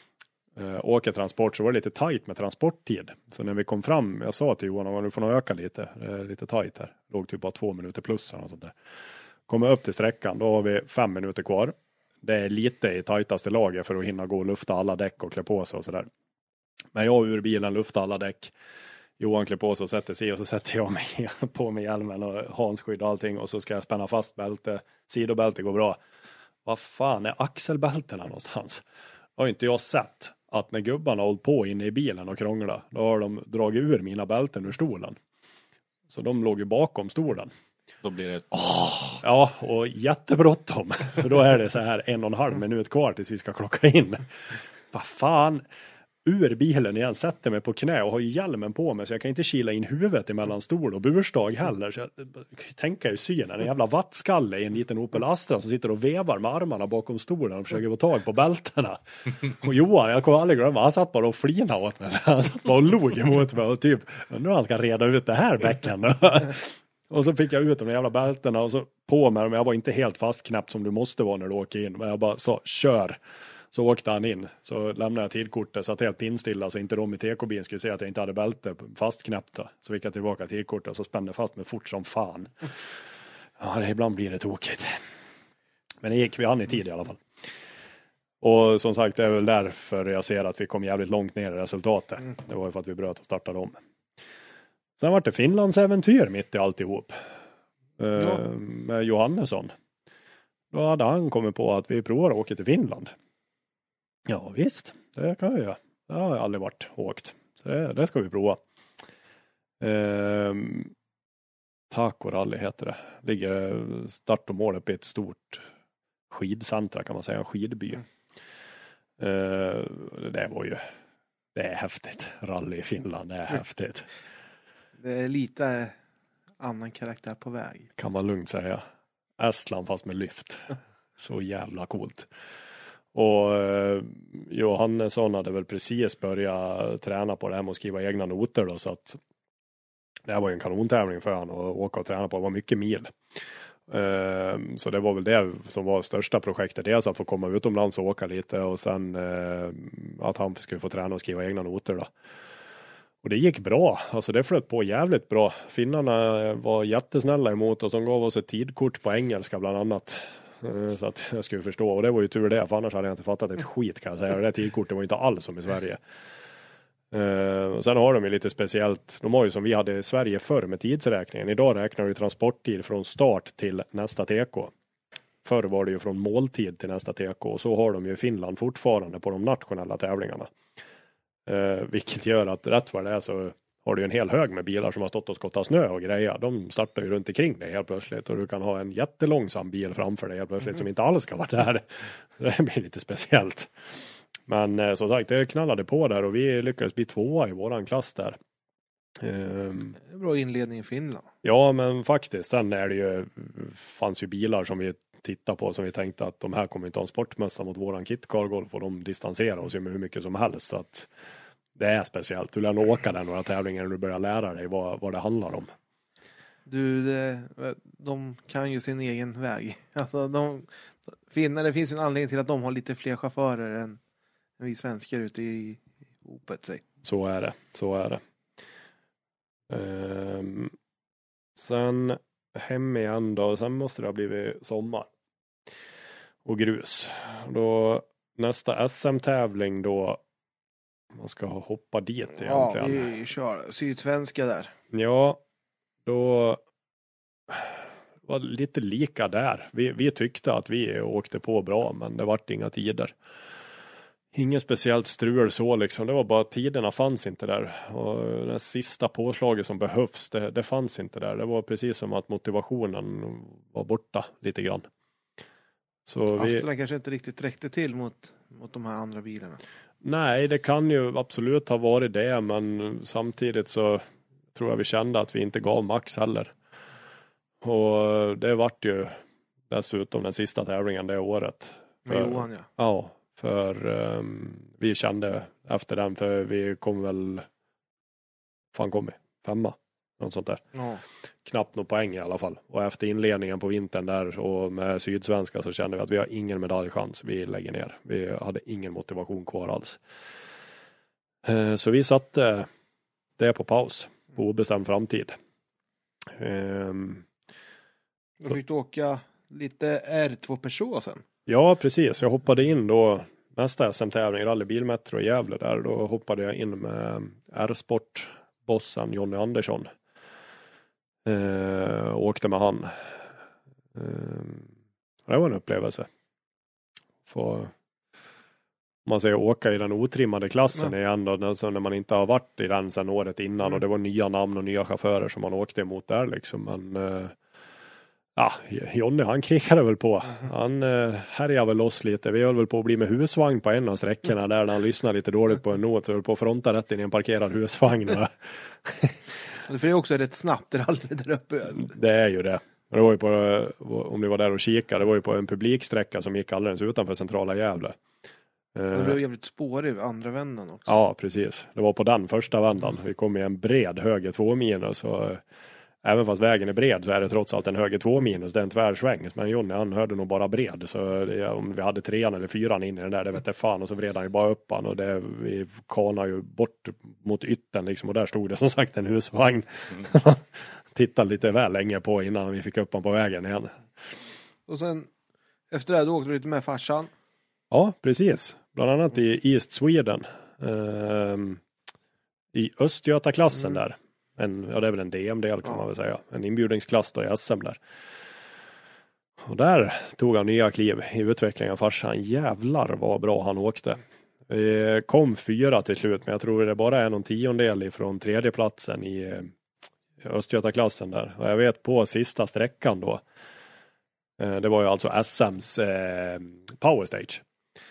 Speaker 2: Uh, åker transport så var det lite tajt med transporttid. Så när vi kom fram, jag sa till Johan, nu får nog öka lite. Det är lite tajt här. Låg typ bara två minuter plus och sånt där. Kommer upp till sträckan, då har vi fem minuter kvar. Det är lite i tajtaste laget för att hinna gå och lufta alla däck och klä på sig och sådär. Men jag ur bilen luftar alla däck. Johan klär på sig och sätter sig och så sätter jag mig på med hjälmen och handskydd och allting. Och så ska jag spänna fast bälte. Sidobälte går bra. Vad fan är axelbältena någonstans? Har inte jag sett att när gubbarna har hållit på inne i bilen och krånglat, då har de dragit ur mina bälten ur stolen. Så de låg ju bakom stolen.
Speaker 3: Då blir det...
Speaker 2: Oh, ja, och jättebråttom. För då är det så här en och en halv minut kvar tills vi ska klocka in. Vad fan, ur bilen igen, sätter mig på knä och har hjälmen på mig så jag kan inte kila in huvudet emellan stol och burstag heller. Så jag tänker ju synen, en jävla vattskalle i en liten Opel Astra som sitter och vevar med armarna bakom stolen och försöker få tag på bältena. Och Johan, jag kommer aldrig glömma, han satt bara och flinade åt mig. Han satt bara och log emot mig och typ, undrar han ska reda ut det här bäcken då. Och så fick jag ut de jävla bältena och så på mig, men jag var inte helt fastknäppt som du måste vara när du åker in. Men jag bara sa, kör. Så åkte han in. Så lämnade jag tidkortet, satt helt pinstilla så inte de i T K-bilen skulle se att jag inte hade bälte fastknäppta. Så fick jag tillbaka tidkortet och så spände fast mig fort som fan. Ja, det, ibland blir det tokigt. Men det gick vi an i tid i alla fall. Och som sagt, det är väl därför jag ser att vi kom jävligt långt ner i resultatet. Det var ju för att vi bröt och startade om. Sen var det Finlands äventyr mitt i alltihop. Ja. Uh, med Johannesson. Då hade han kommit på att vi provar att åka till Finland. Ja visst, det kan jag göra. Det har jag aldrig varit åkt. Så det, det ska vi prova. Uh, Taco Rally heter det. Ligger start och mål uppe i ett stort skidcentra kan man säga. En skidby. Uh, det var ju, det är häftigt. Rally i Finland, det är häftigt.
Speaker 1: Det är lite annan karaktär på väg.
Speaker 2: Kan man lugnt säga. Estland fast med lyft. Så jävla coolt. Och eh, Johannesson hade väl precis börjat träna på det här med att skriva egna noter då, så att det här var ju en kanontävling för han att åka och träna på. Det var mycket mil. Eh, så det var väl det som var största projektet. Dels att få komma utomlands och åka lite och sen eh, att han skulle få träna och skriva egna noter då. Och det gick bra. Alltså det flöt på jävligt bra. Finnarna var jättesnälla emot oss. De gav oss ett tidkort på engelska bland annat. Så att jag skulle förstå. Och det var ju tur det. För annars hade jag inte fattat ett skit kan jag säga. Och det tidkortet var inte alls som i Sverige. Och sen har de ju lite speciellt. De har ju som vi hade i Sverige förr med tidsräkningen. Idag räknar du transporttid från start till nästa T K. Förr var det ju från måltid till nästa T K. Och så har de ju i Finland fortfarande på de nationella tävlingarna. Uh, vilket gör att rätt vad det är så har du en hel hög med bilar som har stått och skottat snö och grejer. De startar ju runt omkring dig helt plötsligt. Och du kan ha en jättelångsam bil framför dig helt plötsligt mm. som inte alls ska vara där. Det blir lite speciellt. Men eh, som sagt, det knallade på där och vi lyckades bli tvåa i våran klass där. Um,
Speaker 1: det är bra inledning i Finland.
Speaker 2: Ja, men faktiskt. Sen är det ju, fanns ju bilar som vi tittade på som vi tänkte att de här kommer inte ha en sportmässa mot våran KitKar-golf och de distanserar oss ju med hur mycket som helst. Så att det är speciellt. Du lär nog åka där några tävlingar när du börjar lära dig vad, vad det handlar om.
Speaker 1: Du, det, de kan ju sin egen väg. Alltså de finnar, det finns ju en anledning till att de har lite fler chaufförer än, än vi svenskar ute i opet sig.
Speaker 2: Så är det, så är det. Um, sen hem igen då, sen måste det ha blivit sommar och grus. Då nästa S M-tävling då man ska hoppa dit egentligen.
Speaker 1: Ja, vi kör sydsvenska där.
Speaker 2: Ja, då var det lite lika där. Vi, vi tyckte att vi åkte på bra, men det vart inga tider. Inget speciellt strul så liksom. Det var bara att tiderna fanns inte där. Och det sista påslaget som behövs, det, det fanns inte där. Det var precis som att motivationen var borta lite grann. Så
Speaker 1: Astra
Speaker 2: vi...
Speaker 1: kanske inte riktigt räckte till mot, mot de här andra bilarna.
Speaker 2: Nej, det kan ju absolut ha varit det. Men samtidigt så tror jag vi kände att vi inte gav max heller. Och det vart ju dessutom den sista tävlingen det året.
Speaker 1: Med
Speaker 2: för,
Speaker 1: Johan, ja.
Speaker 2: Ja, för um, vi kände efter den, för vi kom väl, fan kom vi, femma, något sånt där.
Speaker 1: Ja.
Speaker 2: Knappt någon poäng i alla fall. Och efter inledningen på vintern där och med sydsvenska så kände vi att vi har ingen medaljchans, vi lägger ner. Vi hade ingen motivation kvar alls. Uh, så vi satte det på paus, på obestämd framtid. Um,
Speaker 1: Då fick du åka lite R två Peugeot sen.
Speaker 2: Ja, precis. Jag hoppade in då nästa S M-tävling, Rally Bilmetro i Gävle där. Då hoppade jag in med R-sport-bossen Jonny Andersson. Eh, och åkte med han. Eh, det var en upplevelse. Få, man säger åka i den otrimmade klassen ja. igen då, alltså när man inte har varit i den sedan året innan. Mm. Och det var nya namn och nya chaufförer som man åkte emot där liksom. Men... Eh, Ja, Jonny han krigade väl på. Han eh, härjade väl loss lite. Vi höll väl på att bli med husvagn på en av sträckorna där när han lyssnade lite dåligt på en not. Så höll på att fronta rätt in i en parkerad husvagn.
Speaker 1: För det är också rätt snabbt rally där uppe.
Speaker 2: Det är ju det. Det var ju på, om ni var där och kikade, det var ju på en publiksträcka som gick alldeles utanför centrala Gävle.
Speaker 1: Det blev jävligt spårig andra vändan också.
Speaker 2: Ja, precis. Det var på den första vändan. Vi kom i en bred höger två minus och även fast vägen är bred så är det trots allt en höger två minus. Det är en tvärsväng. Men Jonny han hörde nog bara bred. Så det, om vi hade trean eller fyran in i den där, det vet jag fan. Och så vred han ju bara upp han. Och det, vi kanade ju bort mot ytten liksom. Och där stod det som sagt en husvagn. Mm. Tittade lite väl länge på innan vi fick upp han på vägen igen.
Speaker 1: Och sen efter det då åkte du lite med farsan.
Speaker 2: Ja, precis. Bland annat i East Sweden. Ehm, I Östgötaklassen mm. där. En, ja, det är väl en D M-del kan ja. man väl säga. En inbjudningsklass då i S M där. Och där tog han nya kliv i utvecklingen av farsan. Jävlar vad bra han åkte. Vi kom fyra till slut, men jag tror det bara är någon tiondel ifrån tredje platsen i Östgötaklassen där. Och jag vet på sista sträckan då. Det var ju alltså S M:s eh, Power Stage.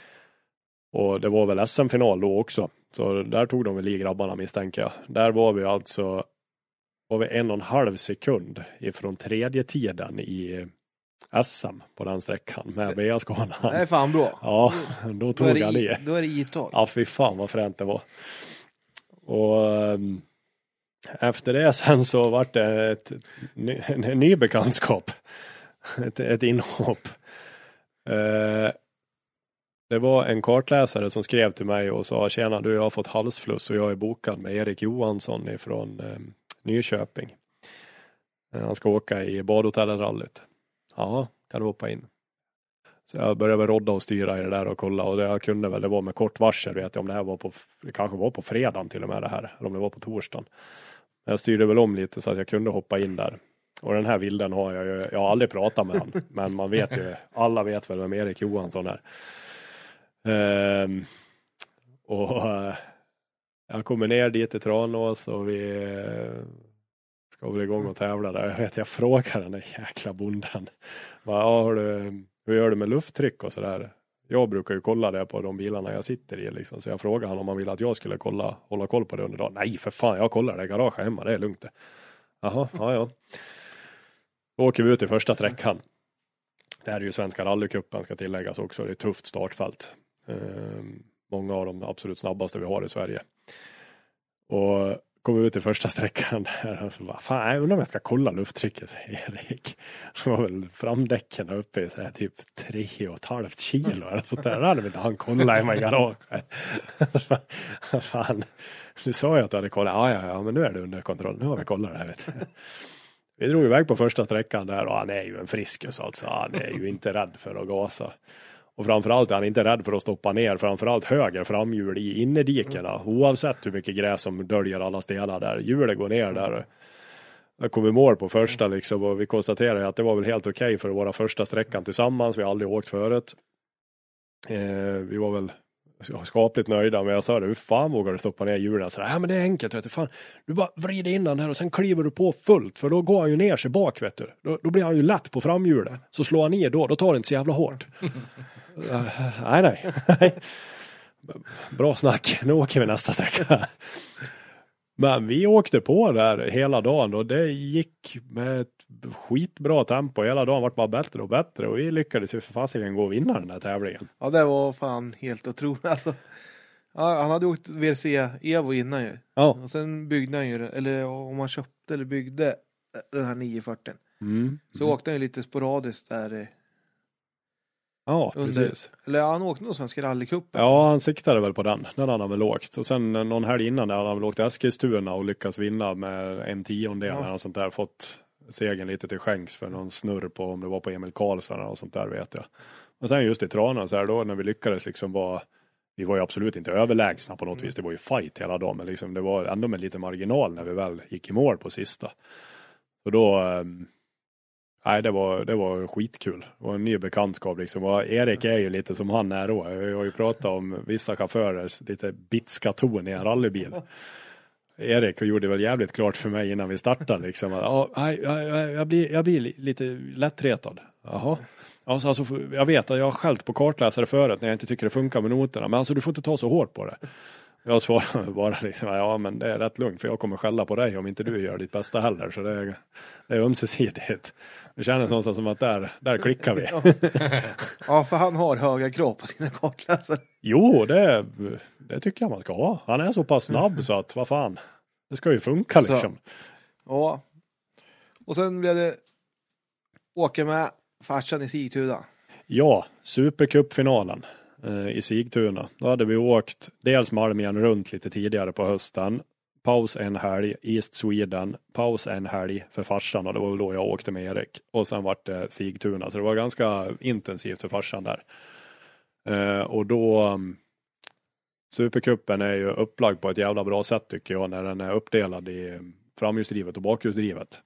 Speaker 2: Och det var väl S M-final då också. Så där tog de väl i grabbarna misstänker jag. Där var vi alltså var vi en och en halv sekund ifrån tredje tiden i S M på den sträckan med B A-skanan.
Speaker 1: Det är fan bra.
Speaker 2: Ja, då tog
Speaker 1: då
Speaker 2: han i.
Speaker 1: Då är det i-tag.
Speaker 2: Ja, fy fan vad fränt det var. Och um, efter det sen så var det ett, ny, en, en ny bekantskap. Ett, ett inhopp. Uh, Det var en kartläsare som skrev till mig och sa: tjena, du, jag har fått halsfluss och jag är bokad med Erik Johansson ifrån eh, Nyköping. Eh, han ska åka i badhotellet-rallyt. Ja, kan du hoppa in. Så jag började väl rodda och styra i det där och kolla. Och det jag kunde väl, det var med kort varsel, vet jag, om det här var på, det kanske var på fredagen till och med det här. Eller om det var på torsdagen. Men jag styrde väl om lite så att jag kunde hoppa in där. Och den här bilden har jag ju, jag har aldrig pratat med han. Men man vet ju, alla vet väl vem Erik Johansson är. Um, och uh, jag kommer ner dit i Tranås och vi ska väl igång och tävla där. Jag vet, jag frågar den där jäkla bonden. Bara, ja, har du, hur gör du med lufttryck och sådär? Jag brukar ju kolla det på de bilarna jag sitter i liksom. Så jag frågar han om han vill att jag skulle kolla, hålla koll på det under dagen. Nej, för fan, jag kollar det i garaget hemma, det är lugnt det. Jaha, ja ja. Då åker vi ut i första sträckan. Det här är ju Svenska rallycupen, ska tilläggas också. Det är ett tufft startfält. Ehm, många av de absolut snabbaste vi har i Sverige. Och kommer ut i första sträckan där och så bara, fan, jag undrar om jag ska kolla lufttrycket, säger Erik. Det var väl framdäcken uppe i så här, typ tre och ett halvt kilo eller sånt där. Då hade vi inte han kolla i mig garaget. Fan, nu sa jag att du hade kollat. Ja, ja, ja, men nu är det under kontroll. Nu har vi kollat det här, vet du. Vi drog iväg på första sträckan där och han är ju en friskus alltså. Han är ju inte rädd för att gasa. Och framförallt är han inte rädd för att stoppa ner framförallt höger framhjul i innerdikena. Oavsett hur mycket gräs som döljer alla stenar där. Hjulet går ner där. Jag kom i mål på första liksom och vi konstaterade att det var väl helt okej okay för våra första sträckan tillsammans. Vi har aldrig åkt förut. Eh, vi var väl skapligt nöjda, men jag sa det, hur fan vågar du stoppa ner hjulen? Så, ja men det är enkelt, vet du, fan, du bara vrider in den här och sen kliver du på fullt, för då går han ju ner sig bak, vet du. Då, då blir han ju lätt på framhjulet, så slår han ner då, då tar det inte så jävla hårt. uh, nej, nej. Bra snack, nu åker vi nästa sträcka. Men vi åkte på där hela dagen och det gick med ett skitbra tempo. Hela dagen vart bara bättre och bättre och vi lyckades ju för fasiken gå och vinna den här tävlingen.
Speaker 1: Ja, det var fan helt otroligt. Alltså, ja, han hade åkt V R C Evo innan ju.
Speaker 2: Ja.
Speaker 1: Och sen byggde han ju, eller om han köpte eller byggde den här nio fyrtio.
Speaker 2: Mm.
Speaker 1: Så
Speaker 2: mm.
Speaker 1: åkte han ju lite sporadiskt där.
Speaker 2: Ja,
Speaker 1: under,
Speaker 2: precis.
Speaker 1: Eller han åkte nog Svenska rallycupen.
Speaker 2: Ja, han siktade väl på den. Den hade han väl åkt. Och sen någon helg innan där hade han väl åkt Eskilstuna och lyckats vinna med en tiondel ja. Och sånt där. Fått segern lite till skänks för någon snurr på, om det var på Emil Karlsson och sånt där, vet jag. Och sen just i Tranås så här då när vi lyckades liksom vara, vi var ju absolut inte överlägsna på något mm. vis. Det var ju fight hela dagen, men liksom det var ändå med lite marginal när vi väl gick i mål på sista. Och då um, nej, det var, det var skitkul. Det var en ny bekantskap liksom. Och Erik är ju lite som han är då. Jag har ju pratat om vissa chaufförers lite bitska ton i en rallybil. Erik gjorde väl jävligt klart för mig innan vi startade liksom. Ja, jag, jag, jag, blir, jag blir lite lättretad. Jaha. Alltså, alltså, jag vet att jag har skällt på kartläsare förut när jag inte tycker det funkar med noterna. Men alltså du får inte ta så hårt på det. Jag svarar bara liksom, ja men det är rätt lugnt för jag kommer skälla på dig om inte du gör ditt bästa heller. Så det är, det är ömsesidigt. Det känns någonstans som att där, där klickar vi.
Speaker 1: Ja, för han har höga krav på sina kartläsare.
Speaker 2: Jo, det, det tycker jag man ska ha. Han är så pass snabb så att, vad fan, det ska ju funka liksom. Så.
Speaker 1: Ja. Och sen blev det åka med farsan i Sigtuna.
Speaker 2: Ja, Supercupfinalen i Sigtuna. Då hade vi åkt dels Malmön runt lite tidigare på hösten. Paus en helg, East Sweden. Paus en helg för farsan och det var då jag åkte med Erik. Och sen vart det Sigtuna. Så det var ganska intensivt för farsan där. Uh, och då um, Supercupen är ju upplagd på ett jävla bra sätt tycker jag. När den är uppdelad i framhjulsdrivet och bakhjulsdrivet.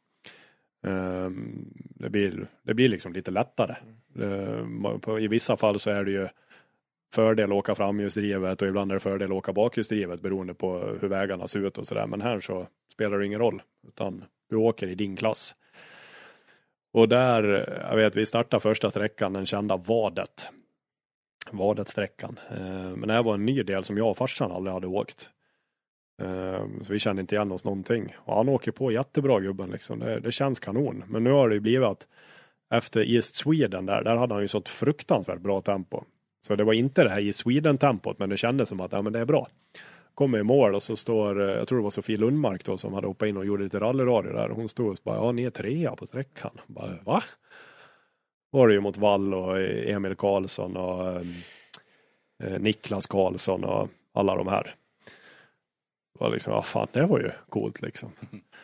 Speaker 2: Um, det, blir, det blir liksom lite lättare. Uh, på, I vissa fall så är det ju fördel åka framhjulsdrivet och ibland är det fördel åka bakhjulsdrivet beroende på hur vägarna ser ut och sådär. Men här så spelar det ingen roll utan du åker i din klass. Och där, jag vet vi startade första sträckan, den kända Vadet. Vadetsträckan. Men det här var en ny del som jag och farsan aldrig hade åkt. Så vi kände inte igen oss någonting. Och han åker på jättebra gubben liksom. Det, det känns kanon. Men nu har det ju blivit att efter East Sweden där, där hade han ju så ett fruktansvärt bra tempo. Så det var inte det här i Sweden-tempot, men det kändes som att ja, men det är bra. Kommer i mål och så står, jag tror det var Sofie Lundmark då som hade hoppat in och gjorde lite rallyradio där. Och hon stod och bara, ja ni är trea på sträckan. Bara, va? Var det ju mot Wall och Emil Karlsson och eh, Niklas Karlsson och alla de här. Det var liksom, ja fan, det var ju coolt liksom.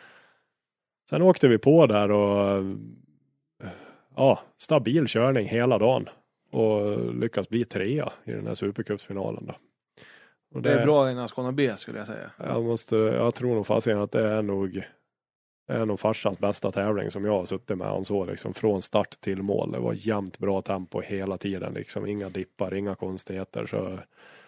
Speaker 2: Sen åkte vi på där och ja, stabil körning hela dagen. Och lyckas bli trea i den här Supercupsfinalen då. Och
Speaker 1: det, det är bra i Nascona B skulle jag säga.
Speaker 2: Jag, måste, jag tror nog fast att det är nog det är nog farsans bästa tävling som jag har suttit med. Han så liksom från start till mål. Det var jämnt bra tempo hela tiden. Liksom. Inga dippar, inga konstigheter. Så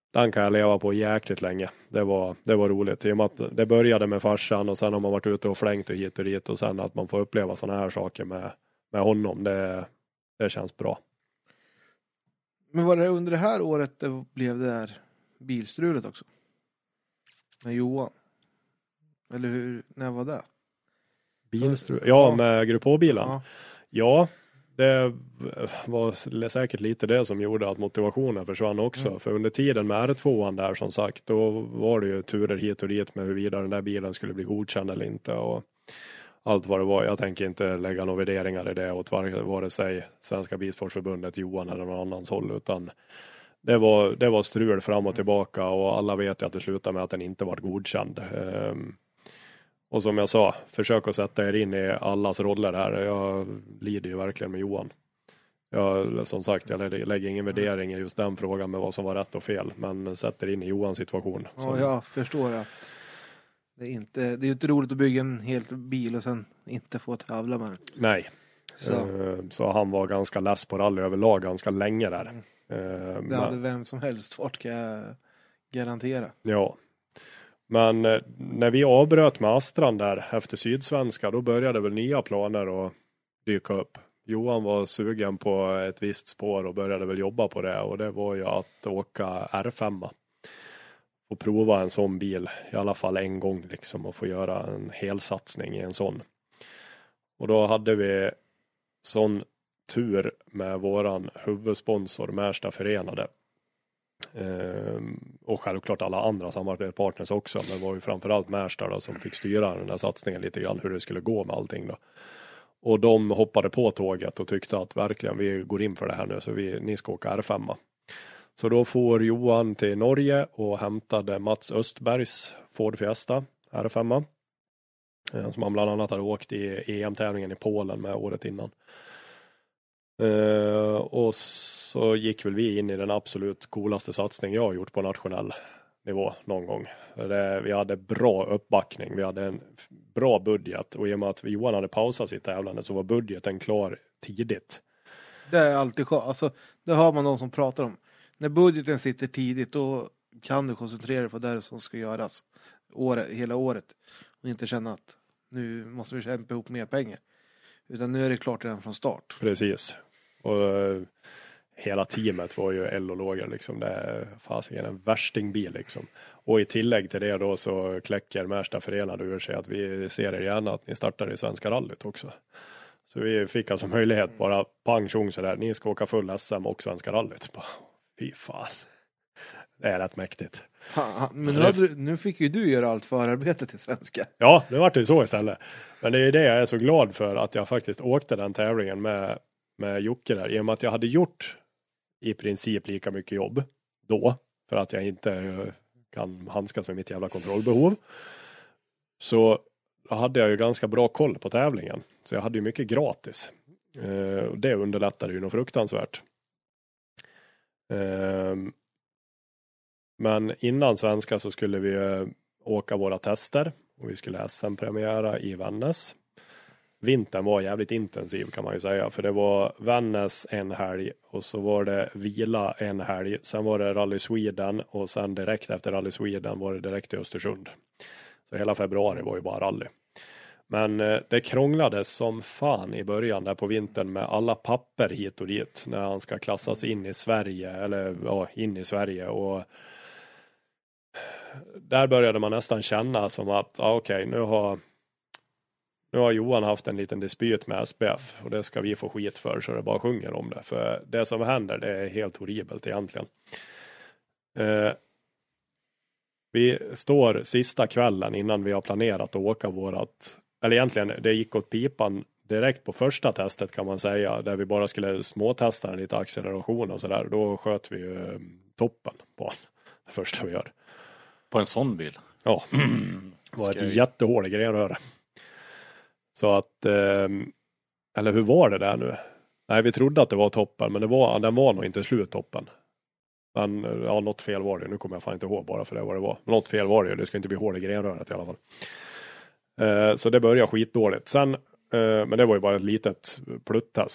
Speaker 2: den kan jag leva på jäkligt länge. Det var, det var roligt. I och med att det började med farsan och sen har man varit ute och flängt och hit och dit och sen att man får uppleva sådana här saker med, med honom. Det, det känns bra.
Speaker 1: Men var det under det här året det blev det här bilstrulet också? Med Johan? Eller hur, när var det?
Speaker 2: Bilstrul? Ja, med Grupp H-bilen.
Speaker 1: Ja.
Speaker 2: Ja, det var säkert lite det som gjorde att motivationen försvann också. Mm. För under tiden med R två där som sagt, då var det ju turer hit och dit med huruvida den där bilen skulle bli godkänd eller inte. Och allt vad det var. Jag tänker inte lägga några värderingar i det åt vare sig Svenska Bilsportförbundet, Johan eller någon annans håll. Utan det var, det var strul fram och tillbaka och alla vet ju att det slutade med att den inte var godkänd. Um, Och som jag sa, försök att sätta er in i allas roller här. Jag lider ju verkligen med Johan. Jag, som sagt, jag lägger ingen värdering i just den frågan med vad som var rätt och fel. Men sätter in i Johans situation.
Speaker 1: Ja,
Speaker 2: så.
Speaker 1: jag förstår att det är inte, det är inte roligt att bygga en hel bil och sen inte få tävla med den.
Speaker 2: Nej.
Speaker 1: Så.
Speaker 2: så han var ganska less på rally överlag ganska länge där.
Speaker 1: Mm. Det hade vem som helst varit, kan jag garantera.
Speaker 2: Ja. Men när vi avbröt med Astran där efter Sydsvenska, då började väl nya planer att dyka upp. Johan var sugen på ett visst spår och började väl jobba på det. Och det var ju att åka R fem. Och prova en sån bil i alla fall en gång liksom och få göra en hel satsning i en sån. Och då hade vi sån tur med våran huvudsponsor Märsta Förenade. Ehm, och självklart alla andra samarbetspartners också, men det var ju framförallt Märsta då, som fick styra den där satsningen lite grann, hur det skulle gå med allting då. Och de hoppade på tåget och tyckte att verkligen vi går in för det här nu, så vi, ni ska åka R fem. Så då får Johan till Norge och hämtade Mats Östbergs Ford Fiesta R fem, som han bland annat hade åkt i E M-tävlingen i Polen med året innan. Uh, och så gick väl vi in i den absolut coolaste satsning jag har gjort på nationell nivå någon gång. Det, vi hade bra uppbackning, vi hade en bra budget och i och med att Johan hade pausat sitt tävlande så var budgeten klar tidigt.
Speaker 1: Det är alltid skönt, alltså det har man någon som pratar om. När budgeten sitter tidigt då kan du koncentrera dig på det som ska göras året, hela året och inte känna att nu måste vi kämpa ihop mer pengar. Utan nu är det klart redan från start.
Speaker 2: Precis. Och uh, hela teamet var ju eld och lågor liksom. Det är fasiken en värstingbil liksom. Och i tillägg till det då så kläcker Märsta Förenade ur sig att vi ser er gärna att ni startar i Svenska rallyt också. Så vi fick alltså möjlighet bara pang tjong sådär. Ni ska åka full S M och Svenska rallyt. Fy fan. Det är rätt mäktigt.
Speaker 1: Ha, men nu, hade du, nu fick ju du göra allt förarbete till svenska.
Speaker 2: Ja, det var det ju så istället. Men det är ju det jag är så glad för, att jag faktiskt åkte den tävlingen med, med Jocke där. I och med att jag hade gjort i princip lika mycket jobb då. För att jag inte kan handskas med mitt jävla kontrollbehov. Så hade jag ju ganska bra koll på tävlingen. Så jag hade ju mycket gratis. Eh, och det underlättade ju något fruktansvärt. Eh, Men innan svenska så skulle vi åka våra tester och vi skulle S M-premiära i Vännäs. Vintern var jävligt intensiv kan man ju säga, för det var Vännäs en helg och så var det vila en helg. Sen var det Rally Sweden och sen direkt efter Rally Sweden var det direkt till Östersund. Så hela februari var ju bara rally. Men det krånglades som fan i början där på vintern med alla papper hit och dit när han ska klassas in i Sverige eller ja, in i Sverige och där började man nästan känna som att ja, okej, nu har nu har Johan haft en liten dispyt med S B F och det ska vi få skit för, så det bara sjunger om det. För det som händer, det är helt horribelt egentligen. Eh, vi står sista kvällen innan vi har planerat att åka vårat, eller egentligen det gick åt pipan direkt på första testet kan man säga, där vi bara skulle småtesta lite acceleration och sådär. Då sköt vi ju toppen på det första vi gör.
Speaker 3: På en sån bil?
Speaker 2: Ja, det var ett jättehål i grenröre. Så att, eh, eller hur var det där nu? Nej, vi trodde att det var toppen, men det var, den var nog inte slut toppen. Men ja, något fel var det. Nu kommer jag fan inte ihåg bara för det vad det var. Men något fel var det, det ska inte bli hål i grenröret i alla fall. Eh, så det började skitdåligt. Sen, eh, men det var ju bara ett litet pluttest.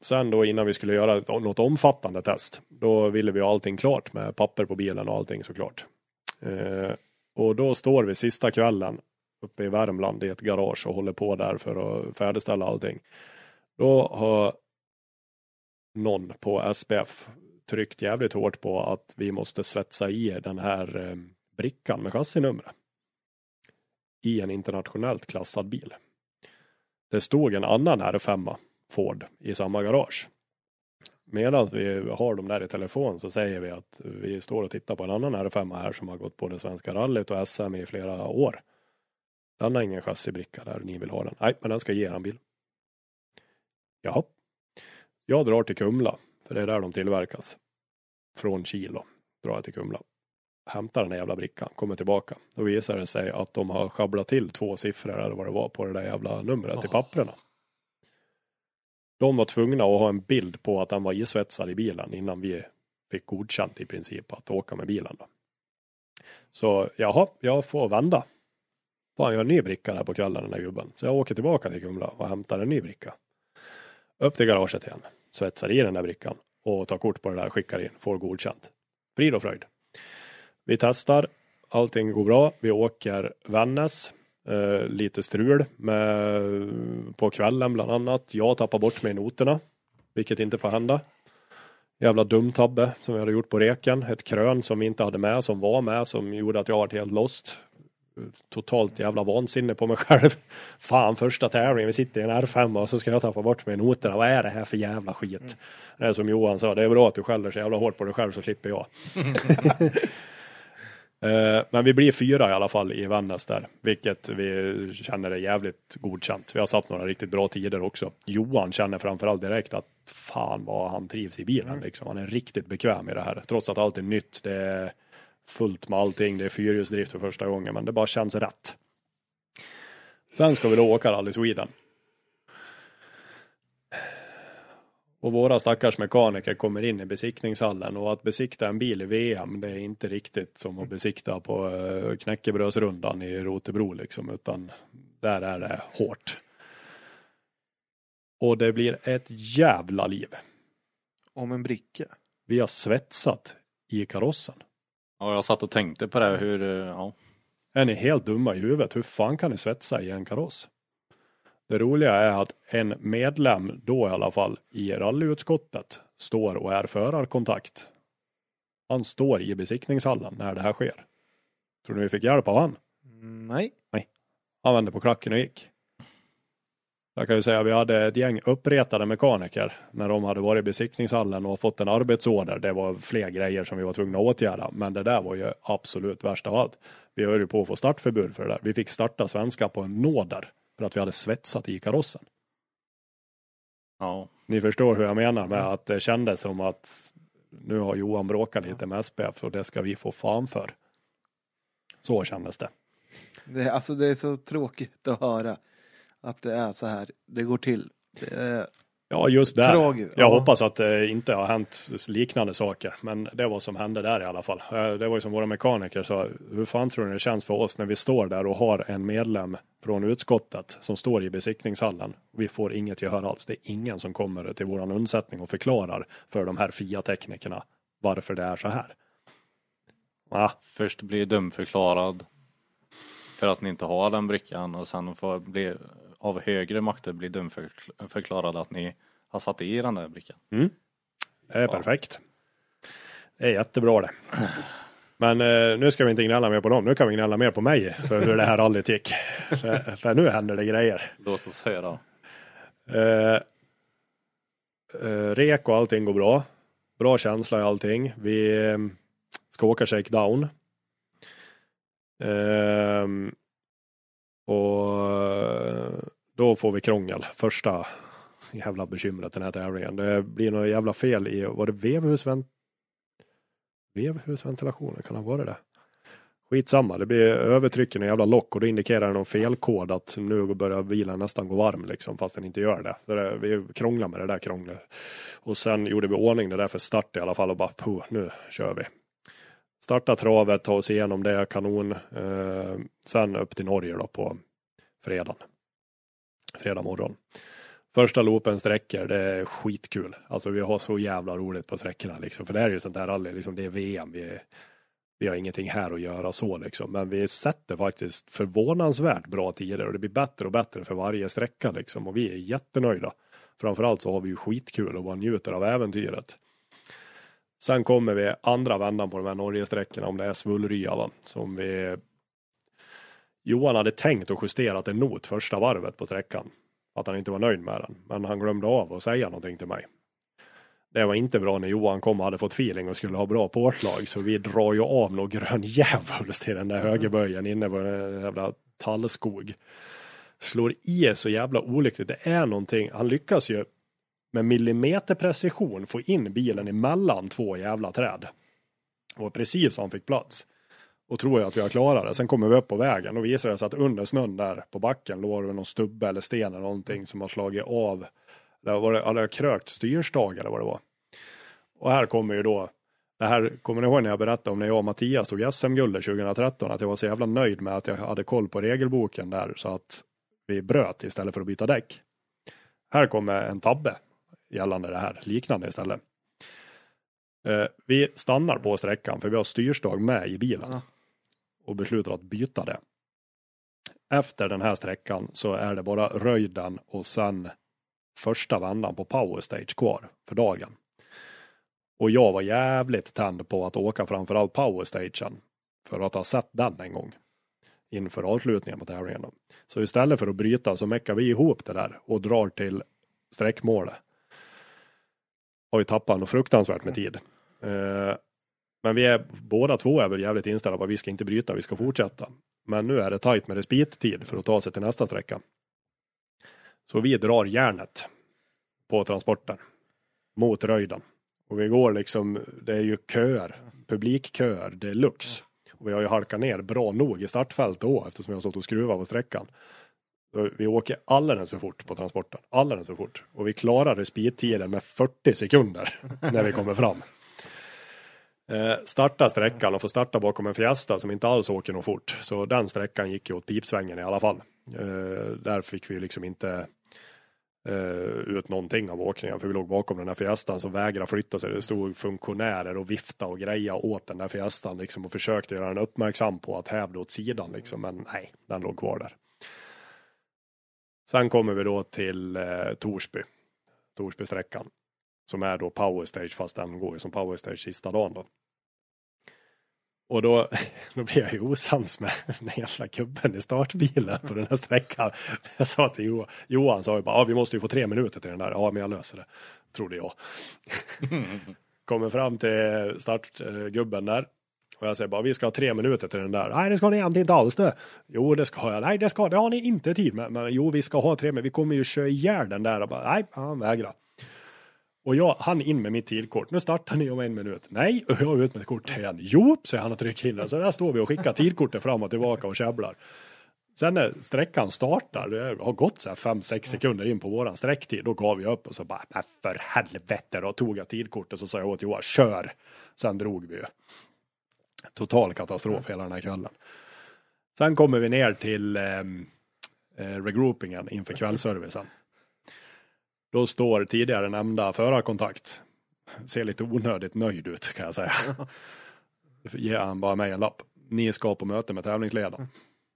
Speaker 2: sen då innan vi skulle göra något omfattande test, då ville vi ha allting klart med papper på bilen och allting såklart. Eh, och då står vi sista kvällen uppe i Värmland i ett garage och håller på där för att färdigställa allting. Då har någon på S P F tryckt jävligt hårt på att vi måste svetsa i den här eh, brickan med chassinumret i en internationellt klassad bil. Det stod en annan R fem Ford i samma garage. Medan vi har dem där i telefon så säger vi att vi står och tittar på en annan R fem här som har gått på det svenska rallyt och S M i flera år. Den har ingen chassibricka där, ni vill ha den. Nej, men den ska ge en bil. Jaha. Jag drar till Kumla, för det är där de tillverkas. Från Kilo drar jag till Kumla. Hämtar den jävla brickan, kommer tillbaka. Då visar det sig att de har schabblat till två siffror eller vad det var på det där jävla numret oh. i papperna. De var tvungna att ha en bild på att den var isvetsad i bilen innan vi fick godkänt i princip att åka med bilen då. Så jaha, jag får vända. Fan, jag har en ny bricka där på kvällen den där gubben. Så jag åker tillbaka till Kumla och hämtar en ny bricka. Upp till garaget igen. Svetsar i den där brickan. Och tar kort på det där, skickar in. Får godkänt. Frid och fröjd. Vi testar. Allting går bra. Vi åker Vännäs. Eh, lite strul med, på kvällen bland annat. Jag tappar bort mig i noterna. Vilket inte får hända. Jävla dumtabbe som vi hade gjort på reken. Ett krön som vi inte hade med. Som var med. Som gjorde att jag var helt lost. Totalt jävla vansinne på mig själv. Fan, första tävlingen, vi sitter i en R fem och så ska jag tappa bort mig i noterna. Vad är det här för jävla skit? Mm. Det är som Johan sa, det är bra att du skäller så jävla hårt på dig själv så slipper jag. uh, men vi blir fyra i alla fall i Vännäs där. Vilket vi känner är jävligt godkänt. Vi har satt några riktigt bra tider också. Johan känner framförallt direkt att fan vad han trivs i bilen. Mm. Liksom. Han är riktigt bekväm i det här. Trots att allt är nytt. Det är fullt med allting, det är fyrhjulsdrift för första gången, men det bara känns rätt. Sen ska vi då åka Rally Sweden. Och våra stackars mekaniker kommer in i besiktningshallen och att besikta en bil i V M, det är inte riktigt som att besikta på knäckebrödsrundan i Rotebro liksom, utan där är det hårt. Och det blir ett jävla liv.
Speaker 1: Om en bricka.
Speaker 2: Vi har svetsat i karossen.
Speaker 3: Ja, jag satt och tänkte på det, hur, ja.
Speaker 2: Är ni helt dumma i huvudet? Hur fan kan ni svetsa i en kaross? Det roliga är att en medlem då i alla fall i rallyutskottet står och är förarkontakt. Han står i besiktningshallen när det här sker. Tror ni vi fick hjälp av han?
Speaker 1: Nej.
Speaker 2: Nej. Han vände på klacken och gick. Jag kan ju säga att vi hade ett gäng uppretade mekaniker när de hade varit i besiktningshallen och fått en arbetsorder. Det var fler grejer som vi var tvungna att åtgärda. Men det där var ju absolut värst av allt. Vi höll ju på att få startförbud för det där. Vi fick starta svenska på en nåder för att vi hade svetsat i karossen.
Speaker 3: Ja.
Speaker 2: Ni förstår hur jag menar med att det kändes som att nu har Johan bråkat lite med S P F och det ska vi få fan för. Så kändes det.
Speaker 1: det alltså det är så tråkigt att höra. Att det är så här, det går till. Det är
Speaker 2: ja, just där.
Speaker 1: tragiskt.
Speaker 2: Jag
Speaker 1: ja.
Speaker 2: hoppas att det inte har hänt liknande saker. Men det var som hände där i alla fall. Det var ju som våra mekaniker sa. Hur fan tror ni det känns för oss när vi står där och har en medlem från utskottet som står i besiktningshallen. Vi får inget gehör alls. Det är ingen som kommer till våran undsättning och förklarar för de här F I A-teknikerna varför det är så här. Ah.
Speaker 3: Först blir dumförklarad för att ni inte har den brickan och sen får bli av högre makter bli dumförklarad att ni har satt i den där brickan.
Speaker 2: Mm. Det är perfekt. Det är jättebra det. Men eh, nu ska vi inte gnälla mer på dem. Nu kan vi gnälla mer på mig för hur det här rallyt gick. för, för nu händer det grejer.
Speaker 3: Låt oss höra.
Speaker 2: Eh, eh, rek och allting går bra. Bra känsla i allting. Vi eh, ska åka shakedown. Eh, och då får vi krångel. Första jävla bekymret den här tävlingen. Det blir något jävla fel i, var det vevhusvent vevhusventilationen, kan det vara det? Skitsamma, det blir övertryck i en jävla lock och då indikerar det någon felkod att nu börjar bilen nästan gå varm liksom, fast den inte gör det. Så det, vi krånglar med det där krånglet. Och sen gjorde vi ordning det där för start i alla fall och bara, puh, nu kör vi. Starta travet, ta oss igenom det, kanon. Eh, sen upp till Norge då på fredagen. Fredag morgon. Första loopen sträcker, det är skitkul. Alltså vi har så jävla roligt på sträckorna liksom. För det är ju sånt här rally, liksom det är V M. Vi, är, vi har ingenting här att göra så liksom. Men vi sätter faktiskt förvånansvärt bra tider och det blir bättre och bättre för varje sträcka liksom. Och vi är jättenöjda. Framförallt så har vi ju skitkul och bara njuter av äventyret. Sen kommer vi andra vändan på de här Norge-sträckorna, om det är Svullrya va, som vi... Johan hade tänkt att justera en not första varvet på sträckan. Att han inte var nöjd med den. Men han glömde av att säga någonting till mig. Det var inte bra när Johan kom och hade fått feeling och skulle ha bra påslag. Så vi drar ju av någon grön djävulst till den där högerböjen inne på en jävla tallskog. Slår i så jävla olyckligt. Det är någonting. Han lyckas ju med millimeterprecision få in bilen emellan två jävla träd. Och precis som han fick plats. Och tror jag att vi har klarat det. Sen kommer vi upp på vägen och visar det sig att under snön där på backen låg det någon stubbe eller sten eller någonting som har slagit av. Där var det, eller krökt styrstag eller vad det var. Och här kommer ju då, det här kommer ni ihåg när jag berättade om när jag och Mattias tog S M-guld tjugohundratretton, att jag var så jävla nöjd med att jag hade koll på regelboken där så att vi bröt istället för att byta däck. Här kommer en tabbe gällande det här, liknande istället. Eh, vi stannar på sträckan för vi har styrstag med i bilen. Ja. Och beslutar att byta det. Efter den här sträckan så är det bara röjden och sen första vändan på Power Stage kvar för dagen. Och jag var jävligt tänd på att åka framförallt Power Stagen för att ha sett den en gång inför avslutningen på tävlingen. Så istället för att bryta så mäckar vi ihop det där och drar till sträckmålet. Har ju tappat något fruktansvärt med tid. Uh, Men vi är, båda två är väl jävligt inställda på att vi ska inte bryta, vi ska fortsätta. Men nu är det tajt med respittid för att ta sig till nästa sträcka. Så vi drar järnet på transporten mot röjden. Och vi går liksom, det är ju köer, publikköer, det är lux. Och vi har ju halkat ner bra nog i startfältet då eftersom vi har stått och skruvat på sträckan. Så vi åker alldeles för fort på transporten, alldeles för fort. Och vi klarar respittiden med fyrtio sekunder när vi kommer fram. Eh, starta sträckan och få starta bakom en Fiesta som inte alls åker något fort. Så den sträckan gick ju åt pipsvängen i alla fall. Eh, där fick vi liksom inte eh, ut någonting av åkningen. För vi låg bakom den här Fiestan som vägrade flytta sig. Det stod funktionärer och vifta och greja åt den där Fiestan liksom, och försökte göra den uppmärksam på att hävda åt sidan. Liksom, men nej, den låg kvar där. Sen kommer vi då till eh, Torsby. Torsby-sträckan. Som är då Power Stage fast den går ju som Power Stage sista dagen då. Och då, då blir jag ju osams med den jävla gubben i startbilen på den här sträckan. Jag sa till Johan, Johan sa ju bara, ja vi måste ju få tre minuter till den där. Ja men jag löser det, trodde jag. Kommer fram till startgubben där. Och jag säger bara, vi ska ha tre minuter till den där. Nej det ska ni egentligen inte alls det. Jo det ska jag, nej det ska det har ni inte tid med. Men jo vi ska ha tre, men vi kommer ju köra ihjäl den där. Och bara, nej han vägrar. Och jag, han in med mitt tidkort. Nu startar ni om en minut. Nej, och jag är ut med ett kort igen. Jo, säger han och trycker in det. Så där står vi och skickar tidkortet fram och tillbaka och käbblar. Sen när sträckan startar, det har gått så här fem sex sekunder in på våran sträcktid. Då gav vi upp och så bara, nej för helvete. Då tog jag tidkortet och så sa jag åt Johan, kör. Sen drog vi ju. Total katastrof hela den här kvällen. Sen kommer vi ner till eh, regroupingen inför kvällsservicen. Då står tidigare nämnda förarkontakt. Ser lite onödigt nöjd ut kan jag säga. Ger han bara mig en lapp. Ni ska på möte med tävlingsledaren.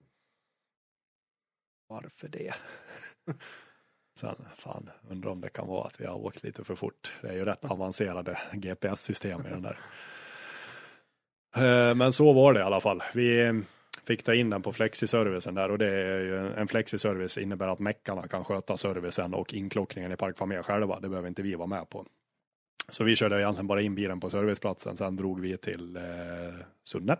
Speaker 2: Varför det? Sen, fan, undrar om det kan vara att vi har åkt lite för fort. Det är ju rätt avancerade G P S-system i den där. Men så var det i alla fall. Vi fick ta in den på flexiservicen där och det är ju en flexiservice innebär att meckarna kan sköta servicen och inklockningen i Parkfamilj själva. Det behöver inte vi vara med på. Så vi körde egentligen bara in bilen på serviceplatsen. Sen drog vi till eh, Sunne.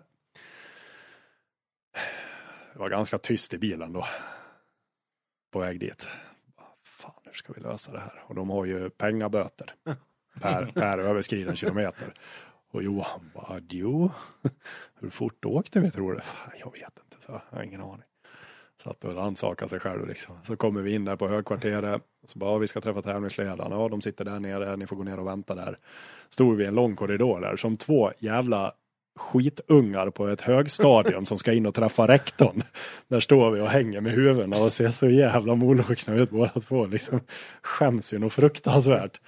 Speaker 2: Det var ganska tyst i bilen då. På väg dit. Fan, hur ska vi lösa det här? Och de har ju pengaböter. Per, per överskriden kilometer. Och Johan bara, jo, hur fort åkte vi tror du? Jag vet inte, så jag har ingen aning. Så att då rannsakade sig själv liksom. Så kommer vi in där på högkvarteret. Så bara, vi ska träffa tävlingsledarna. Ja, de sitter där nere, ni får gå ner och vänta där. Stod vi i en lång korridor där som två jävla skitungar på ett högstadium som ska in och träffa rektorn. Där står vi och hänger med huvudena och ser så jävla molokna ut båda två. Liksom skäms ju något fruktansvärt.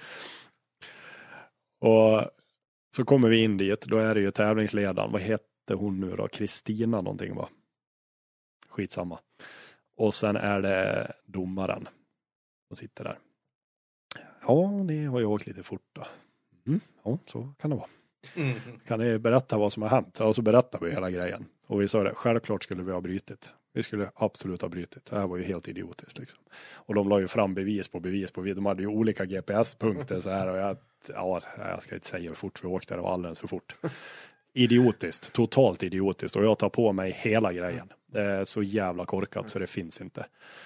Speaker 2: Och så kommer vi in dit. Då är det ju tävlingsledaren. Vad heter hon nu då? Kristina någonting va? Skitsamma. Och sen är det domaren som sitter där. Ja, det har ju åkt lite fort då. Mm, ja, så kan det vara. Mm. Kan ni berätta vad som har hänt? Ja, så berättar vi hela grejen. Och vi sa det, självklart skulle vi ha brytit. Vi skulle absolut ha brytit. Det här var ju helt idiotiskt liksom. Och de la ju fram bevis på bevis på bevis. De hade ju olika G P S-punkter så här. Och jag, ja, jag ska inte säga hur fort vi åkte. Det var alldeles för fort. Idiotiskt. Totalt idiotiskt. Och jag tar på mig hela grejen. Det är så jävla korkat så det finns inte.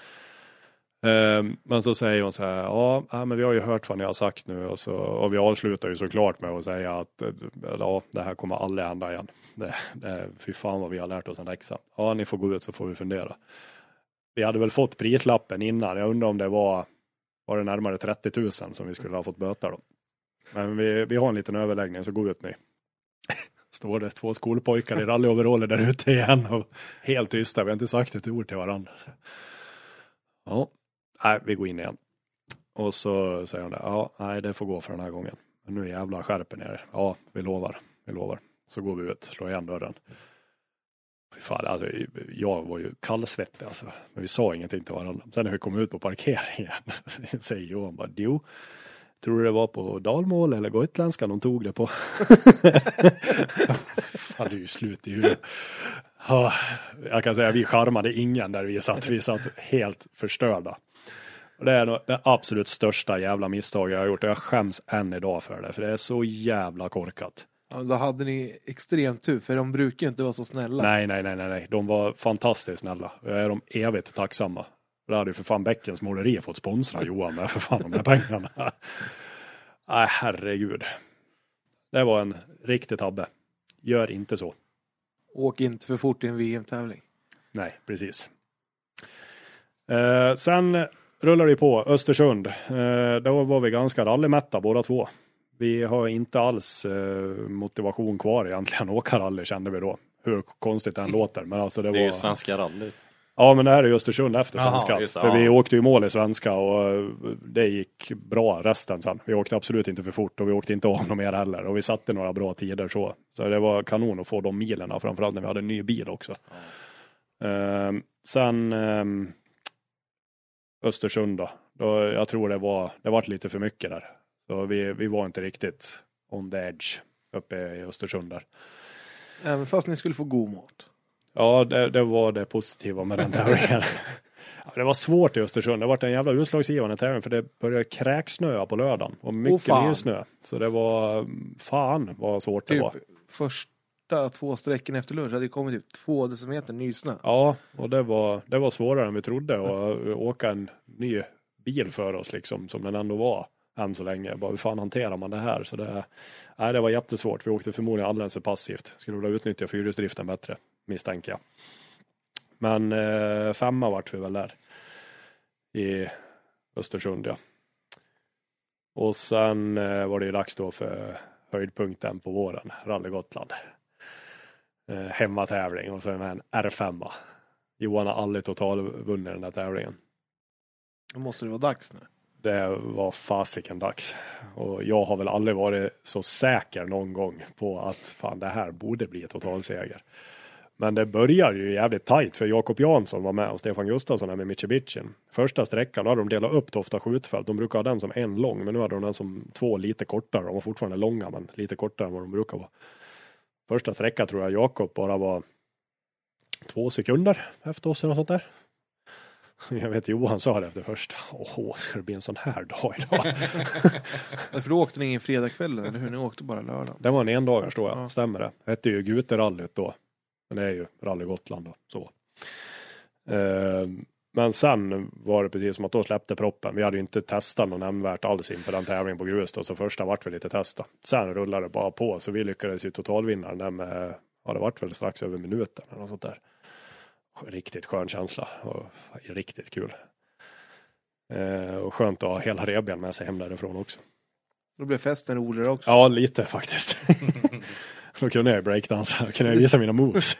Speaker 2: Men så säger hon så här, ja men vi har ju hört vad ni har sagt nu och, så, och vi avslutar ju såklart med att säga att ja, det här kommer aldrig hända igen. Det, det, fy fan vad vi har lärt oss en läxa. Ja, ni får gå ut så får vi fundera. Vi hade väl fått prislappen innan, jag undrar om det var, var det närmare trettio tusen som vi skulle ha fått böta då. Men vi, vi har en liten överläggning så gå ut ni. Står det två skolpojkar i rallyoveraller där ute igen och helt tysta, vi har inte sagt ett ord till varandra. Ja. Nej, vi går in igen. Och så säger hon det. Ja, nej, det får gå för den här gången. Men nu jävlar skärper ner. Ja, vi lovar. Vi lovar. Så går vi ut. Slår igen dörren. Fy fan, alltså, jag var ju kallsvettig alltså. Men vi sa ingenting till varandra. Sen när vi kom ut på parkeringen säger Johan bara, jo, tror du det var på dalmål eller gotländska de tog det på? Fan, det är ju slut i huvudet. Ja, jag kan säga, vi charmade ingen där vi satt. Vi satt helt förstörda. Och det är nog det absolut största jävla misstag jag har gjort. Och jag skäms än idag för det. För det är så jävla korkat.
Speaker 1: Ja, då hade ni extremt tur. För de brukar inte vara så snälla.
Speaker 2: Nej, nej, nej, nej. nej. De var fantastiskt snälla. Jag är de evigt tacksamma. Det hade ju för fan Bäckens måleri fått sponsra Johan med för fan de där pengarna. Nej, herregud. Det var en riktig tabbe. Gör inte så.
Speaker 1: Åk inte för fort i en V M-tävling.
Speaker 2: Nej, precis. Eh, sen rullar vi på Östersund. Eh, då var vi ganska rallymätta båda två. Vi har inte alls eh, motivation kvar egentligen att åka rally kände vi då. Hur konstigt den låter. Men alltså det,
Speaker 3: det är
Speaker 2: var...
Speaker 3: ju svenska rally.
Speaker 2: Ja, men det här är ju Östersund efter svenska.
Speaker 3: Aha, det,
Speaker 2: för
Speaker 3: ja.
Speaker 2: vi åkte ju mål i svenska och det gick bra resten sen. Vi åkte absolut inte för fort och vi åkte inte av något mer heller. Och vi satte några bra tider så. Så det var kanon att få de milerna, framförallt när vi hade en ny bil också. Ja. Uh, sen um, Östersund då. då. Jag tror det var, det var lite för mycket där. Så vi, vi var inte riktigt on the edge uppe i Östersund där.
Speaker 1: Även fast ni skulle få god mat.
Speaker 2: Ja, det, det var det positiva med den tävlingen. Ja, det var svårt i Östersund. Det var en jävla utslagsgivande tävling för det började kräksnöa på lördagen. Och mycket
Speaker 1: oh,
Speaker 2: mer snö. Så det var fan vad svårt
Speaker 1: typ
Speaker 2: det var.
Speaker 1: Första två sträckorna efter lunch hade det kommit typ två decimeter ny snö.
Speaker 2: Ja, och det var, det var svårare än vi trodde att åka en ny bil för oss liksom, som den ändå var än så länge. Bara hur fan hanterar man det här? Så det, nej, det var jättesvårt. Vi åkte förmodligen alldeles för passivt. Skulle vilja utnyttja fyrhjulsdriften bättre, misstänker jag. Men eh, femma vart vi väl där i Östersund, ja. Och sen eh, var det ju dags då för höjdpunkten på våren, Rally Gotland. Eh, hemmatävling och sen en R fem. Johan har aldrig total vunnit den här tävlingen.
Speaker 1: Då måste det vara dags nu.
Speaker 2: Det var fasiken dags. Och jag har väl aldrig varit så säker någon gång på att fan det här borde bli totalseger. Men det börjar ju jävligt tajt för Jakob Jansson var med och Stefan Gustafsson är med Mitsubishi. Första sträckan hade de delat upp Tofta skjutfält. De brukar ha den som en lång men nu hade de den som två lite kortare. De var fortfarande långa men lite kortare än vad de brukar vara. Första sträckan tror jag Jakob bara var två sekunder efter oss eller något sånt där. Jag vet Johan sa det efter första. Åh, ska det bli en sån här dag idag?
Speaker 1: För då åkte ni ingen fredagskvällen eller hur? Ni åkte bara lördagen.
Speaker 2: Det var en endagars tror jag,
Speaker 1: ja.
Speaker 2: Stämmer det. Det hette ju Guterallyt då. Men det är ju Rally Gotland då. Så. Uh, men sen var det precis som att då släppte proppen. Vi hade ju inte testat någon nämnvärt alls inför den tävlingen på grus då. Så första vart vi lite testa. Sen rullade det bara på. Så vi lyckades ju totalvinna den med, ja det vart väl strax över minuten eller något sånt där. Riktigt skön känsla och riktigt kul. Eh, och skönt att ha hela reben med sig hem därifrån också.
Speaker 1: Då blev festen roligare också.
Speaker 2: Ja, lite faktiskt. Då kunde jag breakdansa, då kunde jag visa mina moves.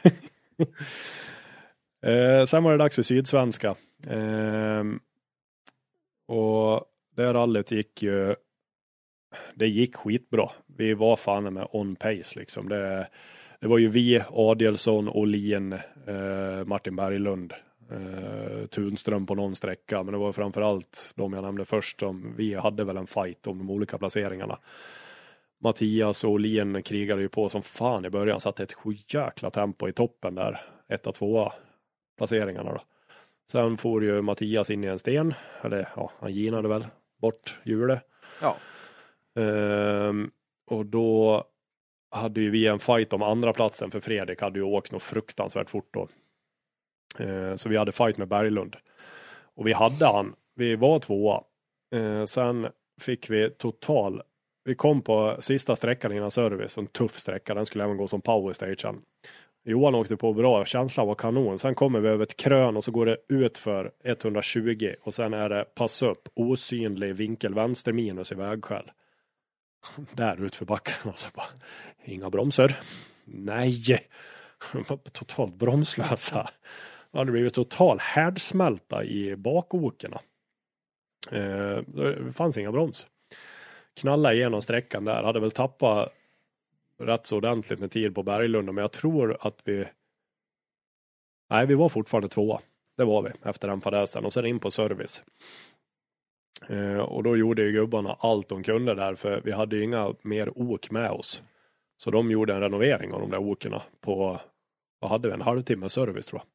Speaker 2: eh, sen var det dags för Sydsvenska. Eh, och det rallyt gick ju, det gick skitbra. Vi var fan med on pace liksom. Det, det var ju vi, Adielsson, Olin, eh, Martin Berglund, eh, Tunström på någon sträcka. Men det var framförallt de jag nämnde först som vi hade väl en fight om de olika placeringarna. Mattias och Olin krigade ju på som fan i början. Satte ett jäkla tempo i toppen där. Ett av två placeringarna då. Sen får ju Mattias in i en sten. Eller ja, han ginade väl bort hjulet.
Speaker 1: Ja.
Speaker 2: Ehm, och då hade ju vi en fight om andra platsen. För Fredrik hade ju åkt något fruktansvärt fort då. Ehm, så vi hade fight med Berglund. Och vi hade han. Vi var tvåa. Ehm, sen fick vi total... Vi kom på sista sträckan innan service. En tuff sträcka. Den skulle även gå som power station. Johan åkte på bra. Känslan var kanon. Sen kommer vi över ett krön och så går det ut för etthundratjugo. Och sen är det pass upp. Osynlig vinkel vänster minus i vägskäl. Där ut för backen. Alltså bara, inga bromser. Nej. Totalt bromslösa. Det hade blivit total härdsmälta i bakåkerna. Eh, det fanns inga broms. Knalla igenom sträckan där. Hade väl tappat rätt så ordentligt med tid på Berglund. Men jag tror att vi... Nej, vi var fortfarande tvåa. Det var vi efter den fadäsen. Och sen in på service. Eh, och då gjorde ju gubbarna allt de kunde där. För vi hade ju inga mer ok med oss. Så de gjorde en renovering av de där okerna. På, vad hade vi? En halvtimme service tror jag.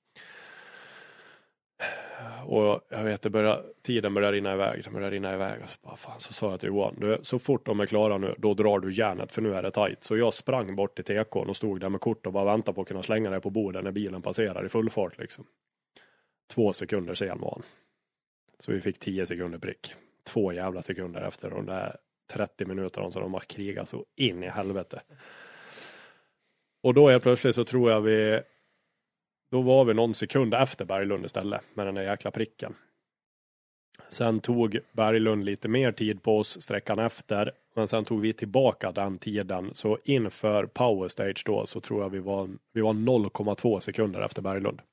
Speaker 2: Och jag vet, det började, tiden började rinna iväg. Den började rinna iväg. Och så, bara, fan, så sa jag till Johan. Du, så fort de är klara nu, då drar du järnet. För nu är det tajt. Så jag sprang bort till T K:n och stod där med kort och bara väntade på att kunna slänga det på bordet när bilen passerar i full fart. Liksom. Två sekunder sen var han. Så vi fick tio sekunder prick. Två jävla sekunder efter de där trettio minuterna. Så de har krigat så in i helvete. Och då är plötsligt så tror jag vi... Då var vi någon sekund efter Berglund istället med den där jäkla pricken. Sen tog Berglund lite mer tid på oss sträckan efter. Men sen tog vi tillbaka den tiden. Så inför power stage då så tror jag vi var, vi var noll komma två sekunder efter Berglund.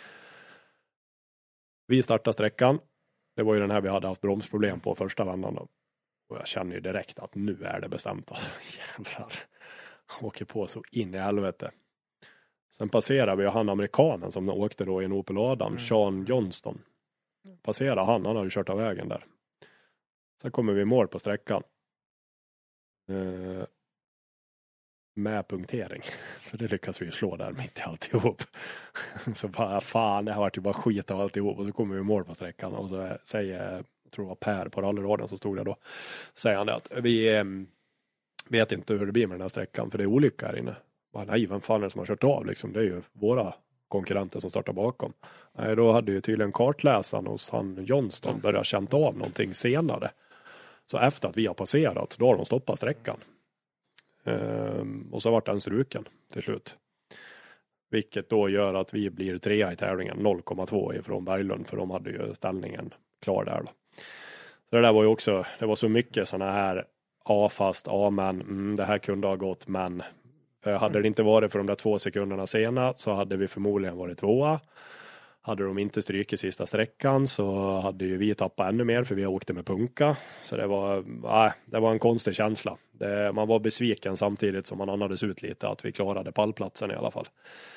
Speaker 2: Vi startade sträckan. Det var ju den här vi hade haft bromsproblem på första vändan då. Och jag känner ju direkt att nu är det bestämt. Alltså, jävlar. Åker på så in i helvete. Sen passerar vi han amerikanen som åkte då i en Opel Adam, mm. Sean Johnston. Passerar han, han hade kört av vägen där. Sen kommer vi i mål på sträckan. Eh, med punktering. För det lyckas vi ju slå där mitt i alltihop. Så bara, fan, det har varit ju bara skit av alltihop. Och så kommer vi i mål på sträckan. Och så säger, jag tror det var Per på rallyradion som stod där då. Säger han det att vi eh, vet inte hur det blir med den här sträckan. För det är olycka här inne. Nej, vem fan är det som har kört av liksom? Det är ju våra konkurrenter som startar bakom. Nej, då hade ju tydligen kartläsaren hos han Johnston börjat känt av någonting senare. Så efter att vi har passerat, då har de stoppat sträckan. Ehm, och så vart den struken till slut. Vilket då gör att vi blir trea i tävlingen, noll komma två ifrån Berglund, för de hade ju ställningen klar där då. Så det där var ju också, det var så mycket sådana här ja fast, ja men, mm, det här kunde ha gått, men hade det inte varit för de där två sekunderna sena så hade vi förmodligen varit tvåa. Hade de inte strykit sista sträckan så hade ju vi tappat ännu mer för vi åkte med punka. Så det var, nej, det var en konstig känsla. Det, man var besviken samtidigt som man andades ut lite att vi klarade pallplatsen i alla fall.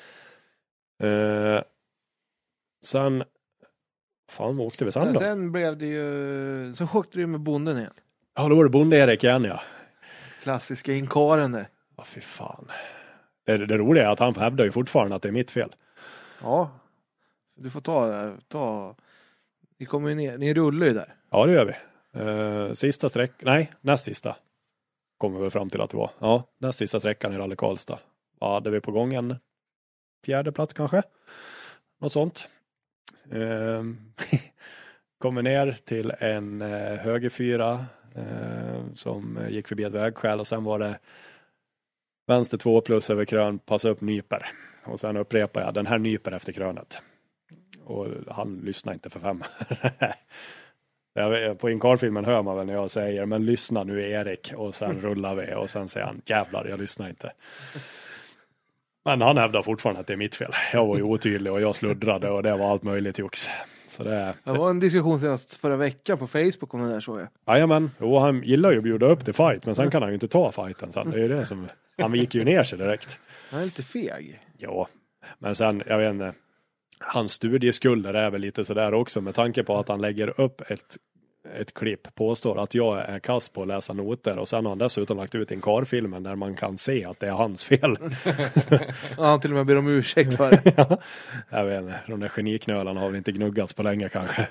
Speaker 2: Eh, sen, fan vad åkte vi sen då?
Speaker 1: Sen blev det ju, så åkte du med bonden igen.
Speaker 2: Ja, då var det bonde-Erik igen, ja.
Speaker 1: Klassiska inkaren där.
Speaker 2: Ja, fy fan. Det, det roliga är att han hävdar ju fortfarande att det är mitt fel.
Speaker 1: Ja, du får ta, ta ni kommer ju ner, ni rullar ju där.
Speaker 2: Ja, det gör vi. Uh, sista sträck, nej, näst sista kommer vi fram till att det var. Ja, näst sista sträckan i Rally Karlstad. Ja, hade vi på gång en fjärde plats kanske. Något sånt. Uh, kommer ner till en uh, högerfyra uh, som gick förbi ett vägskäl och sen var det vänster två plus över krön, passa upp nyper. Och sen upprepar jag, den här nyper efter krönet. Och han lyssnar inte för fem. På inkarfilmen hör man väl när jag säger, men lyssna nu Erik. Och sen rullar vi och sen säger han, jävlar jag lyssnar inte. Men han hävdar fortfarande att det är mitt fel. Jag var ju otydlig och jag sluddrade och det var allt möjligt jox. Så det...
Speaker 1: det var en diskussion senast förra veckan på Facebook om det där, så jag.
Speaker 2: Jajamän, jo, han gillar ju att bjuda upp till fight, men sen kan han ju inte ta fighten sen. Det är ju det som, han gick ju ner sig direkt.
Speaker 1: Han är lite feg.
Speaker 2: Ja, men sen, jag vet inte, hans studieskulder är väl lite sådär också, med tanke på att han lägger upp ett, ett klipp, påstår att jag är kass på att läsa noter, och sen har han dessutom lagt ut en karfilmen där man kan se att det är hans fel.
Speaker 1: Ja, han till och med ber om ursäkt för det.
Speaker 2: Ja, jag vet inte, de där geniknölarna har väl inte gnuggats på länge kanske.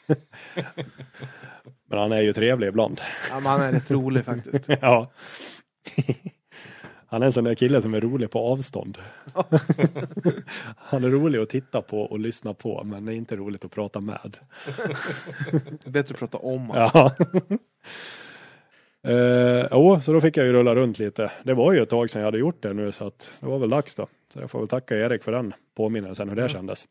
Speaker 2: Men han är ju trevlig ibland.
Speaker 1: Ja, men han är rätt rolig faktiskt.
Speaker 2: Ja. Han är en sån där kille som är rolig på avstånd. Han är rolig att titta på och lyssna på, men är inte roligt att prata med.
Speaker 1: Bättre att prata om.
Speaker 2: Ja. uh, oh, så då fick jag ju rulla runt lite. Det var ju ett tag sedan jag hade gjort det nu, så att det var väl dags då. Så jag får väl tacka Erik för den påminnelsen hur det kändes.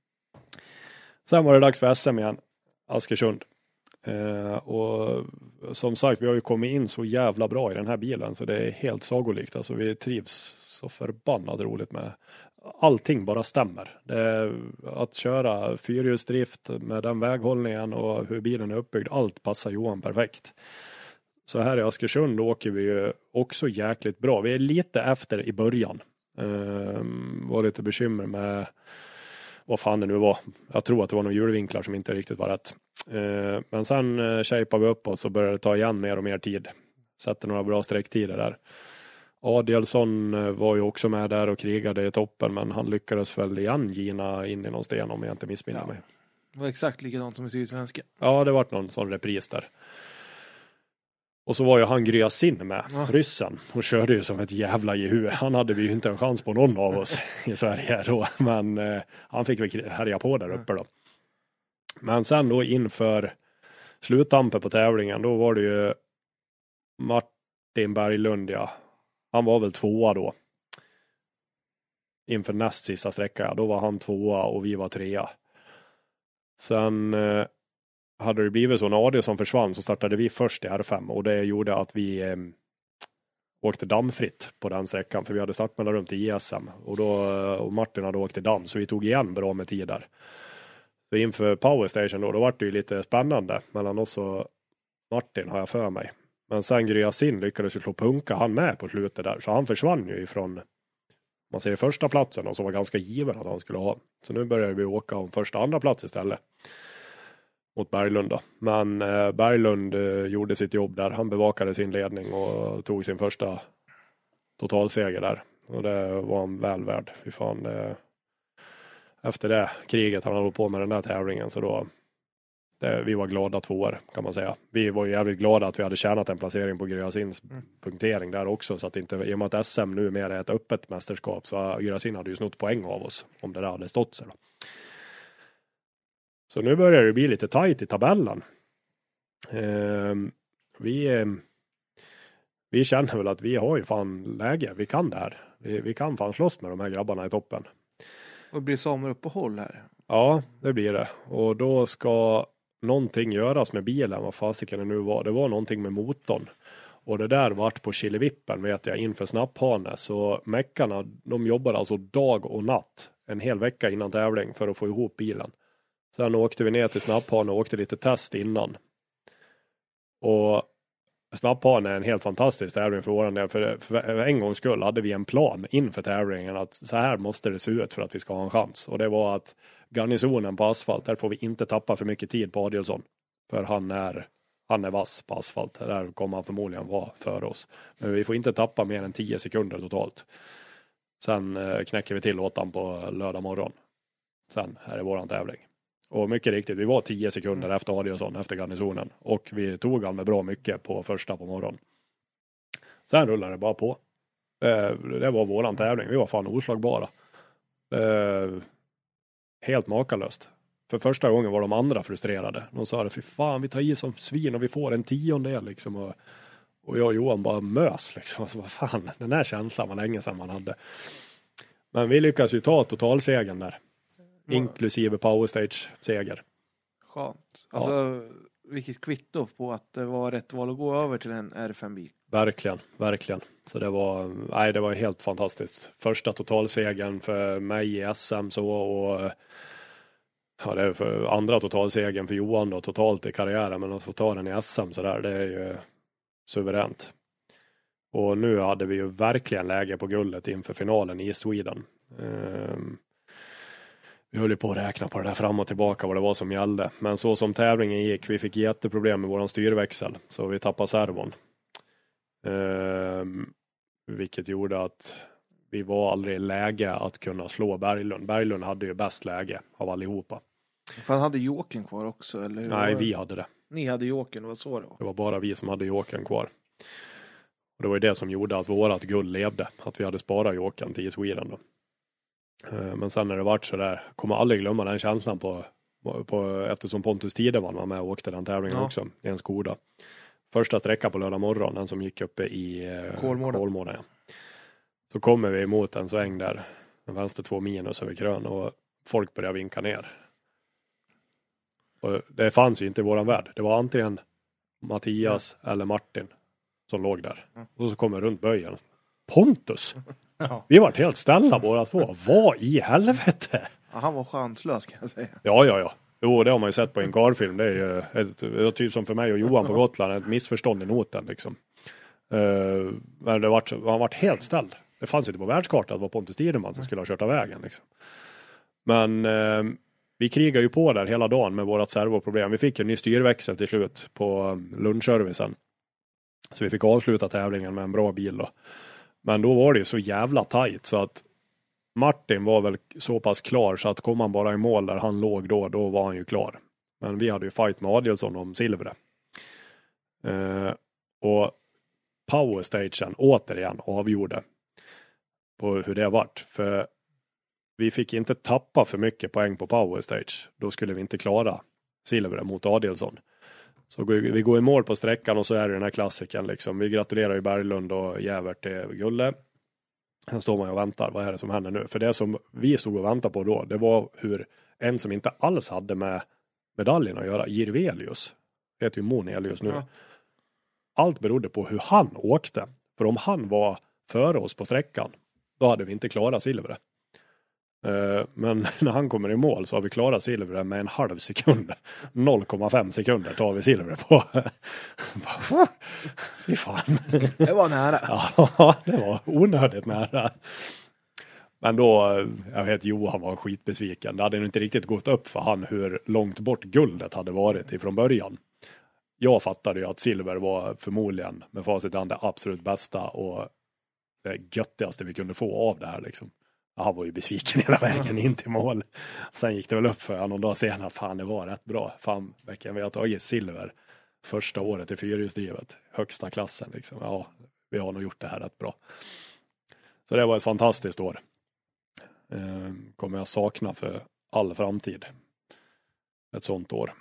Speaker 2: Sen var det dags för S M igen. Askersund. Uh, och som sagt, vi har ju kommit in så jävla bra i den här bilen, så det är helt sagolikt. Alltså vi trivs så förbannat roligt med allting, bara stämmer. Det är att köra fyrhjulsdrift med den väghållningen och hur bilen är uppbyggd, allt passar Johan perfekt. Så här i Askersund åker vi ju också jäkligt bra. Vi är lite efter i början. Uh, var lite bekymmer med vad fan det nu var. Jag tror att det var några hjulvinklar som inte riktigt var rätt. Uh, men sen uh, shapade vi upp oss och började ta igen mer och mer tid. Sätter några bra sträcktider där. Adelsson uh, var ju också med där och krigade i toppen, men han lyckades väl igen gina in i någon sten om jag inte missminner mig.
Speaker 1: Det var exakt likadant som i Sydsvenska.
Speaker 2: Ja, det var någon sån repris där. Och så var ju han Gryasin med,
Speaker 1: ja.
Speaker 2: ryssen. Hon körde ju som ett jävla jehu. Han hade vi ju inte en chans på någon av oss i Sverige då. Men eh, han fick väl härja på där uppe då. Men sen då inför sluttampen på tävlingen, då var det ju Martin Berglund, ja. Han var väl tvåa då. Inför näst sista sträcka, då var han tvåa och vi var trea. Sen... Eh, hade det blivit så när Adelsson försvann, så startade vi först i R fem, och det gjorde att vi eh, åkte dammfritt på den sträckan, för vi hade startmellanrum till I S M, och, då, och Martin hade åkt i damm, så vi tog igen bra med tid där. Så inför Power Station då, då var det ju lite spännande mellan oss och Martin, har jag för mig. Men sen Gryasin lyckades ju slå punka han med på slutet där, så han försvann ju ifrån, man säger, första platsen, och så var ganska given att han skulle ha. Så nu börjar vi åka om första andra plats istället. Mot Berglund då. Men eh, Berglund eh, gjorde sitt jobb där. Han bevakade sin ledning och tog sin första totalseger där. Och det var han väl värd. Fy fan, det... Efter det kriget han hållit på med den där tävlingen, så då det, vi var glada två år, kan man säga. Vi var ju jävligt glada att vi hade tjänat en placering på Gryasin's mm. punktering där också, så att inte, i och med att S M nu mer är ett öppet mästerskap, så Gryasin hade ju snott poäng av oss om det där hade stått sig då. Så nu börjar det bli lite tajt i tabellen. Eh, vi, eh, vi känner väl att vi har ju fan läge. Vi kan det här. Vi, vi kan fan slåss med de här grabbarna i toppen.
Speaker 1: Och det blir sommaruppehåll här.
Speaker 2: Ja, det blir det. Och då ska någonting göras med bilen. Vad fasiken det nu var. Det var någonting med motorn. Och det där vart på Killevippen, vet jag, inför Snapphane. Så meckarna, de jobbade alltså dag och natt. En hel vecka innan tävling för att få ihop bilen. Sen åkte vi ner till Snapphane och åkte lite test innan. Och Snapphane är en helt fantastisk tävling för våran del. För, för en gångs skull hade vi en plan inför tävlingen att så här måste det se ut för att vi ska ha en chans. Och det var att garnisonen på asfalt, där får vi inte tappa för mycket tid på Adelsson. För han är, han är vass på asfalt. Där kommer han förmodligen vara för oss. Men vi får inte tappa mer än tio sekunder totalt. Sen eh, knäcker vi till åt han på lördag morgon. Sen är det våran tävling. Och mycket riktigt, vi var tio sekunder mm. efter Adelsson, efter garnisonen. Och vi tog han med bra mycket på första på morgon. Sen rullade det bara på. Det, det var våran tävling. Vi var fan oslagbara. Det, helt makalöst. För första gången var de andra frustrerade. De sa det, fy fan, vi tar i som svin och vi får en tiondel liksom. Och, och jag och Johan bara mös liksom. Alltså, vad fan, den här känslan var länge sedan man hade. Men vi lyckades ju ta totalsegern där. Inklusive Power Stage-seger.
Speaker 1: Skönt. Alltså, ja. vilket kvitto på att det var rätt val att gå över till en R fem-bil.
Speaker 2: Verkligen, verkligen. Så det var, nej, det var helt fantastiskt. Första totalsegern för mig i S M så och ja, det är för andra totalsegern för Johan då, totalt i karriären, men att få ta den i S M så där, det är ju suveränt. Och nu hade vi ju verkligen läge på guldet inför finalen i Sweden. Um, vi höll ju på att räkna på det där fram och tillbaka vad det var som gällde. Men så som tävlingen gick, vi fick jätteproblem med våran styrväxel. Så vi tappade servon. Um, vilket gjorde att vi var aldrig i läge att kunna slå Berglund. Berglund hade ju bäst läge av allihopa.
Speaker 1: För han hade Jokern kvar också, eller hur?
Speaker 2: Nej, vi hade det.
Speaker 1: Ni hade Jokern, vad så då?
Speaker 2: Det var bara vi som hade Jokern kvar. Och det var ju det som gjorde att vårat guld levde. Att vi hade sparat Jokern till Sweden då. Men sen när det vart så där, kommer aldrig glömma den känslan på, på eftersom Pontus Tideman var med och åkte den tävlingen ja. också i en Skoda. Första sträcka på lördag morgon, den som gick uppe i
Speaker 1: Kolmården.
Speaker 2: Kolmården ja. Så kommer vi emot en sväng där, en vänster två minus över krön och folk börjar vinka ner. Och det fanns ju inte i våran värld. Det var antingen Mattias ja. eller Martin som låg där. Ja. Och så kommer runt böjen. Pontus! Ja. Vi var helt ställda båda två. Vad i helvete?
Speaker 1: Ja, han var chanslös kan jag säga.
Speaker 2: Ja, ja, ja. Jo, det har man ju sett på en karfilm. Det är ju ett, ett, typ som för mig och Johan på Gotland. Ett missförstånd i noten liksom. Uh, men det var, han var helt ställd. Det fanns inte på världskartan att det var Pontus Tideman som skulle ha kört av vägen liksom. Men uh, vi krigade ju på där hela dagen med vårat servoproblem. Vi fick en ny styrväxel till slut på lundservicen. Så vi fick avsluta tävlingen med en bra bil då. Men då var det ju så jävla tajt så att Martin var väl så pass klar så att kom han bara i mål där han låg då, då var han ju klar. Men vi hade ju fight med Adielsson om silvret. Eh, och powerstagen återigen avgjorde på hur det varit. För vi fick inte tappa för mycket poäng på powerstage. Då skulle vi inte klara silvret mot Adielsson. Så vi går i mål på sträckan och så är det den här klassiken liksom. Vi gratulerar ju Berglund och Jävert till Gulle. Sen står man och väntar, vad är det som händer nu? För det som vi stod och väntade på då, det var hur en som inte alls hade med medaljen att göra, Jirvelius, det heter ju Monelius nu. Ja. Allt berodde på hur han åkte. För om han var före oss på sträckan, då hade vi inte klarat silvret. Men när han kommer i mål så har vi klarat silvret med en halv sekund. noll komma fem sekunder tar vi silvret på. Fy fan.
Speaker 1: Det var nära.
Speaker 2: Ja, det var onödigt nära. Men då, jag vet Johan var skitbesviken. Det hade inte riktigt gått upp för han hur långt bort guldet hade varit ifrån början. Jag fattade ju att silver var förmodligen med facit det absolut bästa och det göttigaste vi kunde få av det här liksom. Han var ju besviken hela vägen in till mål. Sen gick det väl upp för honom någon dag senare. Fan, det var rätt bra. Fan, veckan vi har tagit silver första året i fyrhjulsdrivet. Högsta klassen liksom. Ja, vi har nog gjort det här rätt bra. Så det var ett fantastiskt år. Ehm, kommer jag sakna för all framtid. Ett sånt år.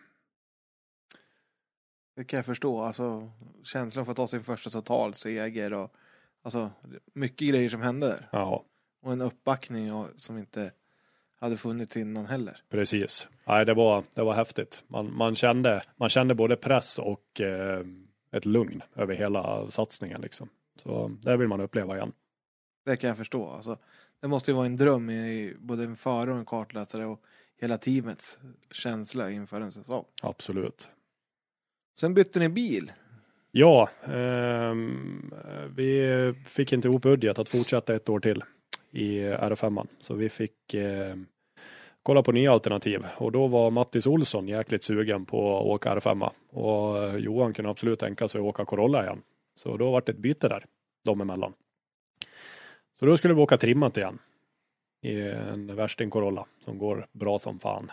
Speaker 1: Det kan jag förstå. Alltså, känslan för att ta sin första totalseger och alltså, mycket grejer som händer.
Speaker 2: Ja.
Speaker 1: Och en uppbackning som inte hade funnits innan heller.
Speaker 2: Precis. Nej, det var, det var häftigt. Man, man, kände, man kände både press och eh, ett lugn över hela satsningen. Liksom. Så det vill man uppleva igen.
Speaker 1: Det kan jag förstå. Alltså, det måste ju vara en dröm i både en förare och en kartläsare och hela teamets känsla inför en säsong.
Speaker 2: Absolut.
Speaker 1: Sen bytte ni bil.
Speaker 2: Ja, eh, vi fick inte ihop budget att fortsätta ett år till i R fem. Så vi fick eh, kolla på nya alternativ. Och då var Mattis Olsson jäkligt sugen på att åka R fem. Och Johan kunde absolut tänka sig att åka Corolla igen. Så då var det ett byte där, de emellan. Så då skulle vi åka trimmat igen. I en värsting Corolla som går bra som fan.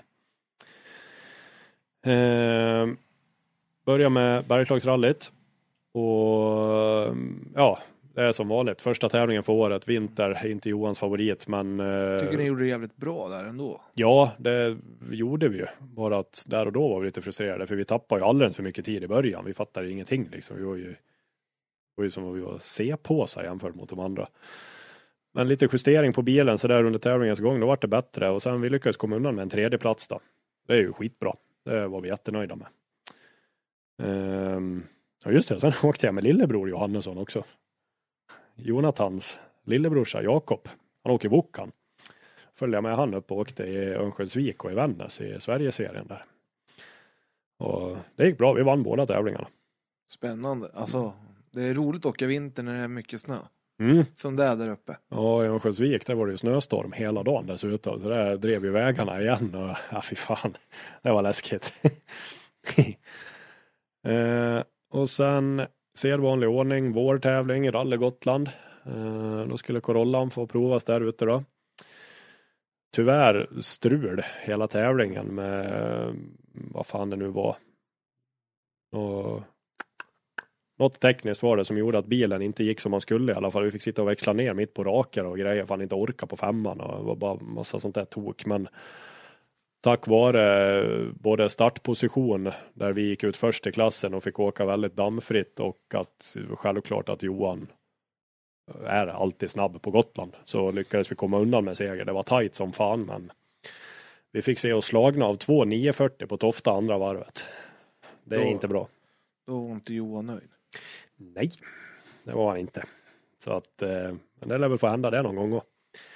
Speaker 2: Eh, börja med Bergslagsrallyt. Och ja, det är som vanligt. Första tävlingen för året, vinter, är inte Johans favorit. Men,
Speaker 1: eh, tycker ni gjorde det jävligt bra där ändå?
Speaker 2: Ja, det gjorde vi ju. Bara att där och då var vi lite frustrerade. För vi tappade ju alldeles för mycket tid i början. Vi fattade ingenting liksom. Vi var ju, var ju som att vi var se på sig jämfört mot de andra. Men lite justering på bilen så där under tävlingens gång, då var det bättre. Och sen vi lyckades komma undan med en tredje plats då. Det är ju skitbra. Det var vi jättenöjda med. Ehm, ja just det, sen åkte jag med lillebror Johannesson också. Jonathans lillebrorsa Jakob. Han åker Wokan. Följde jag med han upp och åkte i Örnsköldsvik och i Vännäs i Sverigeserien där. Och det gick bra, vi vann båda tävlingarna.
Speaker 1: Spännande. Alltså, det är roligt att åka vinter när det är mycket snö.
Speaker 2: Mm.
Speaker 1: Som det är där uppe.
Speaker 2: Ja, i Örnsköldsvik där var det ju snöstorm hela dagen dessutom. Så där drev vi vägarna igen och ja, fy fan, det var läskigt. eh, och sen sedvanlig ordning, vårtävling i Rally Gotland. Eh, då skulle Corollan få provas där ute då. Tyvärr strul hela tävlingen med vad fan det nu var. Och något tekniskt var det som gjorde att bilen inte gick som man skulle i alla fall. Vi fick sitta och växla ner mitt på raker och grejer för att inte orka på femman och det var bara massa sånt där tok. Men tack vare både startposition där vi gick ut först i klassen och fick åka väldigt dammfritt och att självklart att Johan är alltid snabb på Gotland så lyckades vi komma undan med seger. Det var tajt som fan men vi fick se oss slagna av två nio fyrtio på Tofta andra varvet. Det är
Speaker 1: Då,
Speaker 2: inte bra.
Speaker 1: Då var inte Johan nöjd.
Speaker 2: Nej, det var han inte. Så att, eh, men det lär väl få hända det någon gång då.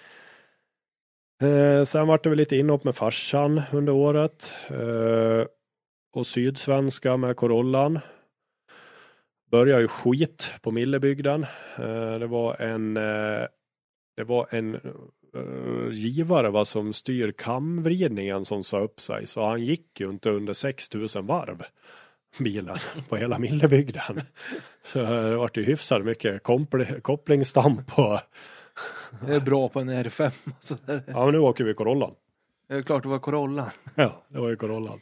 Speaker 2: Eh, sen var det väl lite inhopp med farsan under året. Eh, och sydsvenska med Corollan. Började ju skit på Millebygden. Eh, det var en eh, det var en eh, givare va, som styr kamvridningen som sa upp sig. Så han gick ju inte under sex tusen varv. Bilen på hela Millebygden. Så det var ju hyfsat mycket kompl- kopplingsstamp på.
Speaker 1: Det är bra på en R fem. Så där.
Speaker 2: Ja men nu åker vi Corollan.
Speaker 1: Det är klart det var Corollan.
Speaker 2: Ja det var ju Corollan.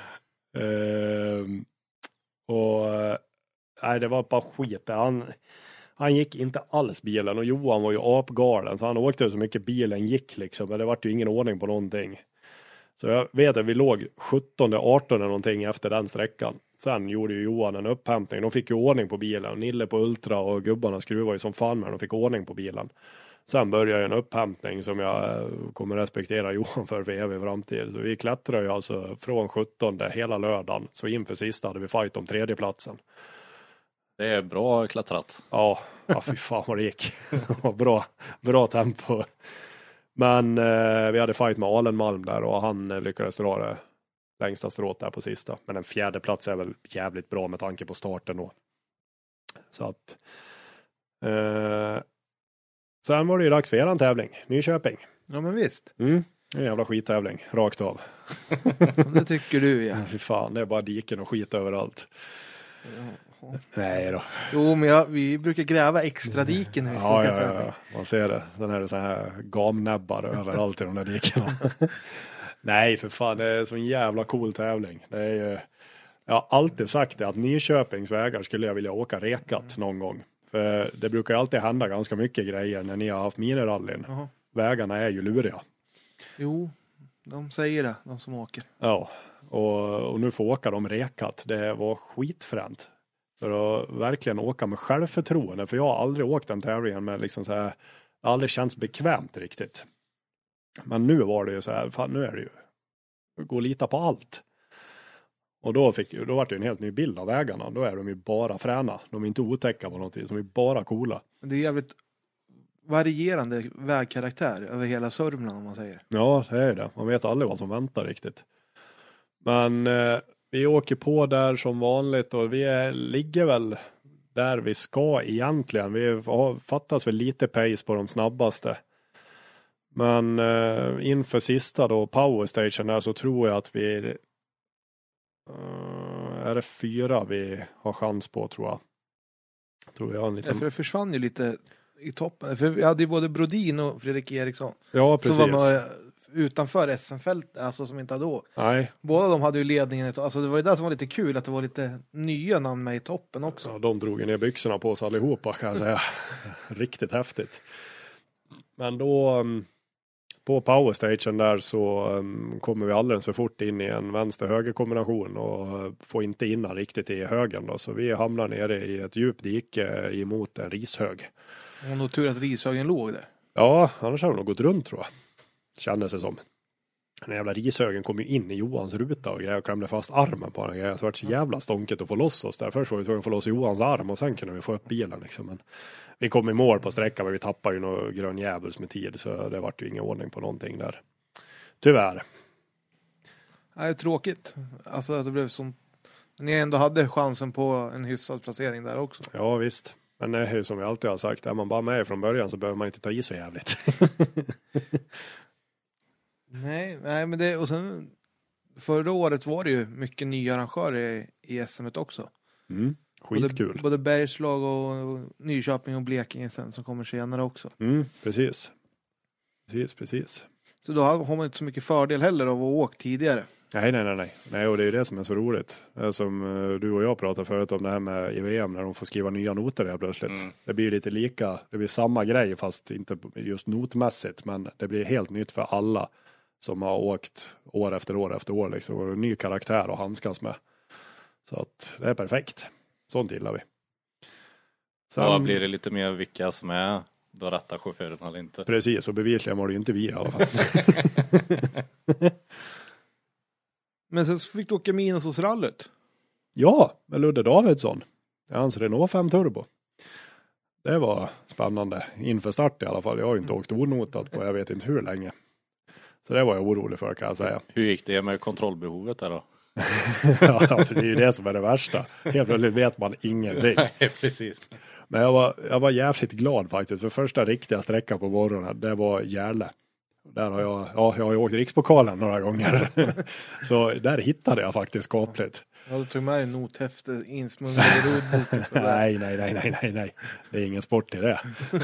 Speaker 2: Ehm, och nej det var bara skit. Han, han gick inte alls bilen och Johan var ju apgalen så han åkte så mycket bilen gick liksom men det var ju ingen ordning på någonting. Så jag vet att vi låg sjutton arton eller någonting efter den sträckan. Sen gjorde ju Johan en upphämtning. De fick ju ordning på bilen. Nille på Ultra och gubbarna skruvade ju som fan men de fick ordning på bilen. Sen började en upphämtning som jag kommer respektera Johan för för evig framtid. Så vi klättrade ju alltså från sjutton hela lördagen. Så inför sista hade vi fight om tredje platsen.
Speaker 3: Det är bra klättrat.
Speaker 2: Ja, ja fy fan vad det gick. bra, bra tempo. Men eh, vi hade fight med Alenmalm där och han eh, lyckades dra det längsta strået där på sista. Men en fjärde plats är väl jävligt bra med tanke på starten då. Så att eh, sen var det ju dags för eran tävling, Nyköping.
Speaker 1: Ja men visst.
Speaker 2: Mm, en jävla skittävling, rakt av.
Speaker 1: Det tycker du ja.
Speaker 2: Fy fan, det är bara diken och skit överallt.
Speaker 1: Ja.
Speaker 2: Nej då.
Speaker 1: Jo men jag, vi brukar gräva extra diken när vi ska
Speaker 2: Ja,
Speaker 1: åka
Speaker 2: ja, ja,
Speaker 1: tävling.
Speaker 2: ja, man ser det. Sen är det så här gamnäbbar överallt i de där dikerna. Nej, för fan, det är en sån jävla cool tävling. Det är ju, jag har alltid sagt det att Nyköpings vägar skulle jag vilja åka rekat någon gång. För det brukar ju alltid hända ganska mycket grejer när ni har haft minirallyn.
Speaker 1: Jaha.
Speaker 2: Vägarna är ju luriga.
Speaker 1: Jo, de säger det, de som åker.
Speaker 2: Ja, och, och nu får åka dem rekat. Det var skitfränt. För att verkligen åka med självförtroende. För jag har aldrig åkt en tävling med liksom så här, det har aldrig känts bekvämt riktigt. Men nu var det ju så här, fan nu är det ju, gå och lita på allt. Och då, fick, då var det ju en helt ny bild av vägarna. Då är de ju bara fräna. De är inte otäcka på något vis, de är bara coola.
Speaker 1: Det är jävligt varierande vägkaraktär över hela Sörmland om man säger.
Speaker 2: Ja, det är det. Man vet aldrig vad som väntar riktigt. Men eh, vi åker på där som vanligt och vi är, ligger väl där vi ska egentligen. Vi har, fattas väl lite pace på de snabbaste. Men eh, inför sista då, Power Station där, så tror jag att vi eh, är det fyra vi har chans på tror jag. Tror jag en liten...
Speaker 1: Ja, för det försvann ju lite i toppen. För vi hade ju både Brodin och Fredrik Eriksson.
Speaker 2: Ja, precis.
Speaker 1: Som var med utanför S M-fält, alltså som inte hade då.
Speaker 2: Nej.
Speaker 1: Båda de hade ju ledningen. Alltså det var ju det som var lite kul, att det var lite nya namn med i toppen också.
Speaker 2: Ja, de drog ner byxorna på oss allihopa kan jag säga. Riktigt häftigt. Men då um, på Power Station där så um, kommer vi alldeles för fort in i en vänster-höger kombination och uh, får inte in riktigt i högen då. Så vi hamnar nere i ett djupt dike emot en rishög.
Speaker 1: Och nog tur att rishögen låg där.
Speaker 2: Ja, annars har det nog gått runt tror jag. Kändes det som. Den jävla rishögen kom ju in i Johans ruta och grejer och klämde fast armen på den grejen. Så det var så jävla stånket att få loss oss där. Först var vi tvungna att få loss Johans arm och sen kunde vi få upp bilen liksom. Men vi kom i mål på sträckan men vi tappade ju någon grön jävels med tid så det var ju ingen ordning på någonting där. Tyvärr.
Speaker 1: Det är tråkigt. Alltså att det blev som... Ni ändå hade chansen på en hyfsad placering där också.
Speaker 2: Ja visst. Men det är ju som vi alltid har sagt. Är man bara med från början så behöver man inte ta i så jävligt.
Speaker 1: nej, nej, men det... Och sen... Förra året var det ju mycket nya arrangörer i, i S M också.
Speaker 2: Mm, skitkul.
Speaker 1: Både, både Bergslag och Nyköping och Blekinge sen som kommer senare också.
Speaker 2: Mm, precis. Precis, precis.
Speaker 1: Så då har man inte så mycket fördel heller av att åka tidigare.
Speaker 2: Nej, nej, nej, nej. Nej, och det är ju det som är så roligt. Det är som uh, du och jag pratade förut om det här med i V M när de får skriva nya noter här plötsligt. Mm. Det blir lite lika, det blir samma grej fast inte just notmässigt men det blir helt nytt för alla som har åkt år efter år efter år liksom. Och en ny karaktär att handskas med. Så att det är perfekt. Sånt gillar vi.
Speaker 3: Sen ja, blir det lite mer vilka som är då rätta chauffören eller inte.
Speaker 2: Precis, och bevisligen var det ju inte vi i alla fall.
Speaker 1: Men sen fick du åka minus hos rallyt.
Speaker 2: Ja, med Ludde Davidsson. Det är hans Renault fem Turbo. Det var spännande. Inför start i alla fall. Jag har ju inte åkt onotat på jag vet inte hur länge. Så det var jag orolig för kan jag säga.
Speaker 3: Hur gick det med kontrollbehovet där då?
Speaker 2: Ja, för det är ju det som är det värsta. Helt plötsligt vet man ingenting.
Speaker 3: Nej, precis.
Speaker 2: Men jag var, jag var jävligt glad faktiskt. För första riktiga sträckan på morgonen, det var Järle. Där har jag, ja, jag har ju åkt rikspokalen några gånger. Så där hittade jag faktiskt skapligt.
Speaker 1: Ja, du tog med en nothäfte, insmugglade rodbok.
Speaker 2: nej, nej, nej, nej, nej, nej. Det är ingen sport i det.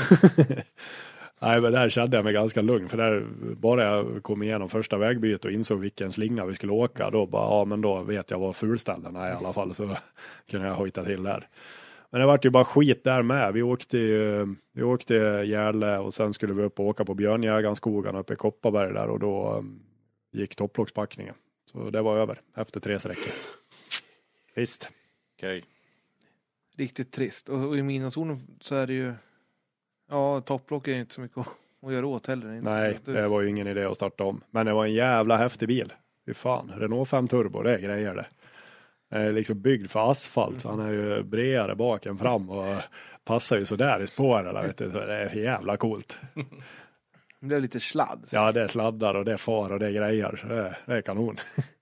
Speaker 2: Nej, men där kände jag mig ganska lugn. För där bara jag kom igenom första vägbytet och insåg vilken slinga vi skulle åka. Då bara, ja men då vet jag vad fulställena är i alla fall. Så kunde jag hojta till där. Men det var ju bara skit där med. Vi åkte, vi åkte Järle och sen skulle vi upp och åka på Björnjägarskogen uppe i Kopparberg där. Och då um, gick topplockspackningen. Så det var över efter tre sträckor. Visst.
Speaker 3: Okej. Okay.
Speaker 1: Riktigt trist. Och, och i minuszonen så är det ju... Ja, topplock är inte så mycket att, att göra åt heller. Inte.
Speaker 2: Nej, det var ju ingen idé att starta om. Men det var en jävla häftig bil. Fy fan, Renault fem Turbo, det är grejer det. Den är liksom byggd för asfalt. Så han är ju bredare bak än fram och passar ju sådär i spåren. Vet du. Det är jävla coolt.
Speaker 1: Det blev lite sladd. Så.
Speaker 2: Ja, det är sladdar och det är far och det är grejer. Så det, är, det är kanon.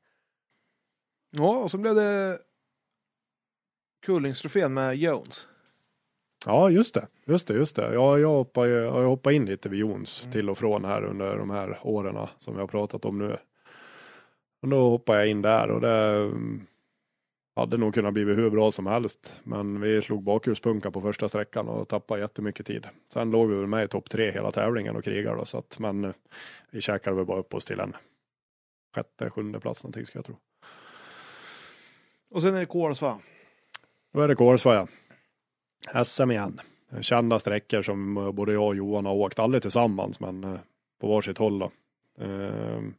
Speaker 1: Ja, och så blev det Kullingstrofén med Jones.
Speaker 2: Ja, just det. Just det, just det. Ja, jag hoppar, jag hoppar in lite vid Jons
Speaker 1: mm.
Speaker 2: till och från här under de här åren som vi har pratat om nu. Och då hoppar jag in där och det hade nog kunnat bli hur bra som helst. Men vi slog bakhjulspunka på första sträckan och tappade jättemycket tid. Sen låg vi väl med i topp tre hela tävlingen och krigade då, så att, men vi käkade väl bara upp oss till en sjätte, sjunde plats någonting ska jag tro.
Speaker 1: Och sen är det Kolsva.
Speaker 2: Då är det Kolsva, ja. S M igen. Kända sträckor som både jag och Johan har åkt. Aldrig tillsammans men på varsitt håll då. Ehm.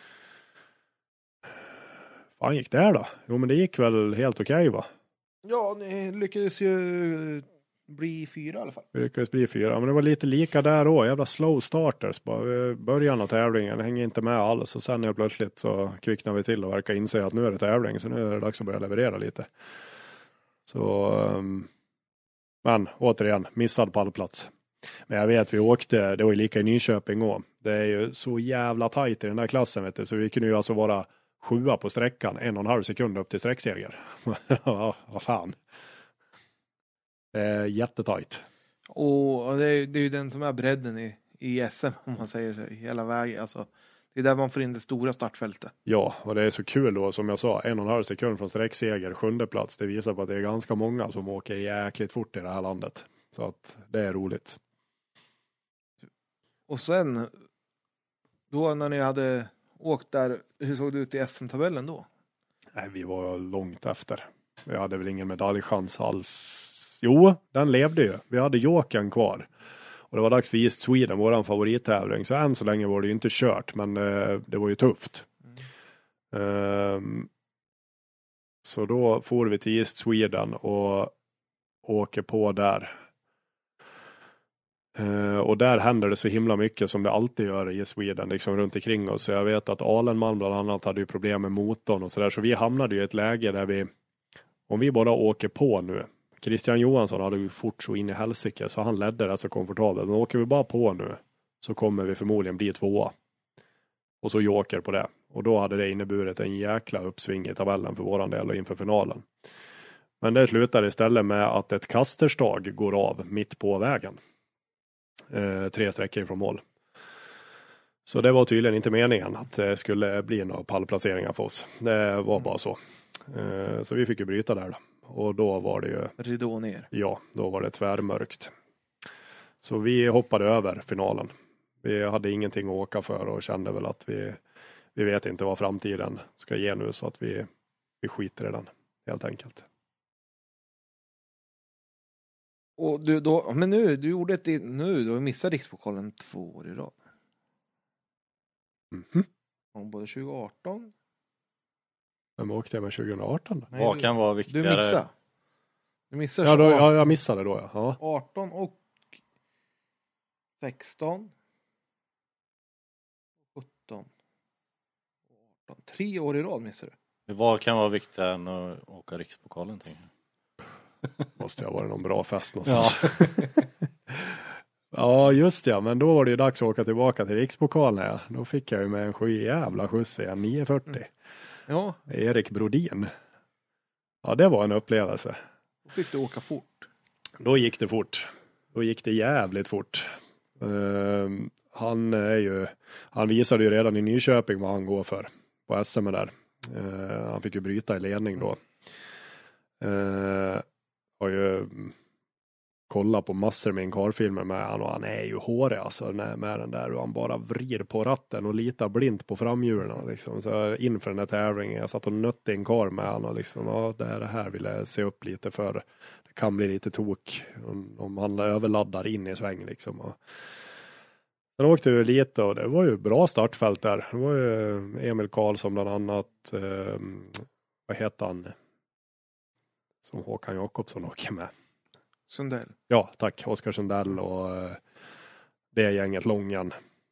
Speaker 2: Fan gick det här då? Jo men det gick väl helt okej okay, va?
Speaker 1: Ja, ni lyckades ju bli fyra i alla fall.
Speaker 2: Vi lyckades bli fyra. Men det var lite lika där då. Jävla slow starters. Bara början av tävlingen. Det hänger inte med alls. Och sen är plötsligt så kvicknar vi till och verkar inse att nu är det tävling. Så nu är det dags att börja leverera lite. Så... Um... Men återigen, missad pallplats. Men jag vet, vi åkte, det var ju lika i Nyköping också. Det är ju så jävla tajt i den där klassen, vet du. Så vi kunde ju alltså vara sjua på sträckan, en och en halv sekund upp till sträckseger. Ja, vad fan. Det är jättetajt.
Speaker 1: Och det är, det är ju den som är bredden i, i S M, om man säger så, hela vägen. Alltså, det är där man får in det stora startfältet.
Speaker 2: Ja, och det är så kul då, som jag sa, en och en halv sekund från sträckseger, sjunde plats. Det visar på att det är ganska många som åker jäkligt fort i det här landet. Så att det är roligt.
Speaker 1: Och sen, då när ni hade åkt där, hur såg det ut i S M-tabellen då?
Speaker 2: Nej, vi var långt efter. Vi hade väl ingen medaljchans alls. Jo, den levde ju. Vi hade Jokern kvar. Och det var dags för East Sweden, våran favorittävling. Så än så länge var det ju inte kört, men eh, det var ju tufft. Mm. Um, så då får vi till East Sweden och åker på där. Uh, och där händer det så himla mycket som det alltid gör i Sweden liksom runt omkring oss. Så jag vet att Alenman bland annat hade ju problem med motorn och sådär. Så vi hamnade ju i ett läge där vi, om vi bara åker på nu. Christian Johansson hade ju fort så in i helsike så han ledde rätt så komfortabelt. Men åker vi bara på nu så kommer vi förmodligen bli tvåa. Och så joker på det. Och då hade det inneburit en jäkla uppsving i tabellen för våran del och inför finalen. Men det slutar istället med att ett kasterstag går av mitt på vägen. Eh, tre sträckor ifrån mål. Så det var tydligen inte meningen att det skulle bli några pallplaceringar för oss. Det var bara så. Eh, så vi fick ju bryta där då. Och då var det ju...
Speaker 1: Ridå ner.
Speaker 2: Ja, då var det tvärmörkt. Så vi hoppade över finalen. Vi hade ingenting att åka för och kände väl att vi, vi vet inte vad framtiden ska ge nu så att vi, vi skiter i den helt enkelt.
Speaker 1: Och du då, men nu, du gjorde ett, nu, du missade Rikspokalen två år i rad.
Speaker 2: Mm-hmm.
Speaker 1: Om både tjugo arton.
Speaker 2: Vem åkte jag med tjugo arton då?
Speaker 3: Vad kan vara viktigare?
Speaker 1: Du missade. Du missade
Speaker 2: ja, då, ja, jag missade då ja. ja.
Speaker 1: arton och sexton. sjutton. arton. Tre år i rad missade du.
Speaker 3: Vad kan vara viktigare än att åka Rikspokalen, tänker jag?
Speaker 2: Måste jag vara någon bra fest någonstans. Ja. Ja, just det. Men då var det ju dags att åka tillbaka till Rikspokalen. Ja. Då fick jag ju med en sju jävla skjuts igen, nio fyrtio. Mm.
Speaker 1: Ja.
Speaker 2: Erik Brodin. Ja, det var en upplevelse.
Speaker 1: Då fick du åka fort.
Speaker 2: Då gick det fort. Då gick det jävligt fort. Uh, han är ju, han visade ju redan i Nyköping vad han går för på S M där. Uh, han fick ju bryta i ledning då. Uh, har ju kollat på massor med inkarfilmer med han och han är ju hårig alltså med den där och han bara vrider på ratten och litar blint på framhjulen liksom. Så inför den här tävlingen jag satt och nötte en kar med han och liksom ja, det är det här vill jag se upp lite för det kan bli lite tok om, om han överladdar in i sväng liksom. Och sen åkte vi lite och det var ju bra startfält där. Det var ju Emil Karlsson bland annat eh, vad heter han som Håkan Jakobsson åker med.
Speaker 1: Sundell.
Speaker 2: Ja, tack. Oskar Sundell och uh, det gänget Långan.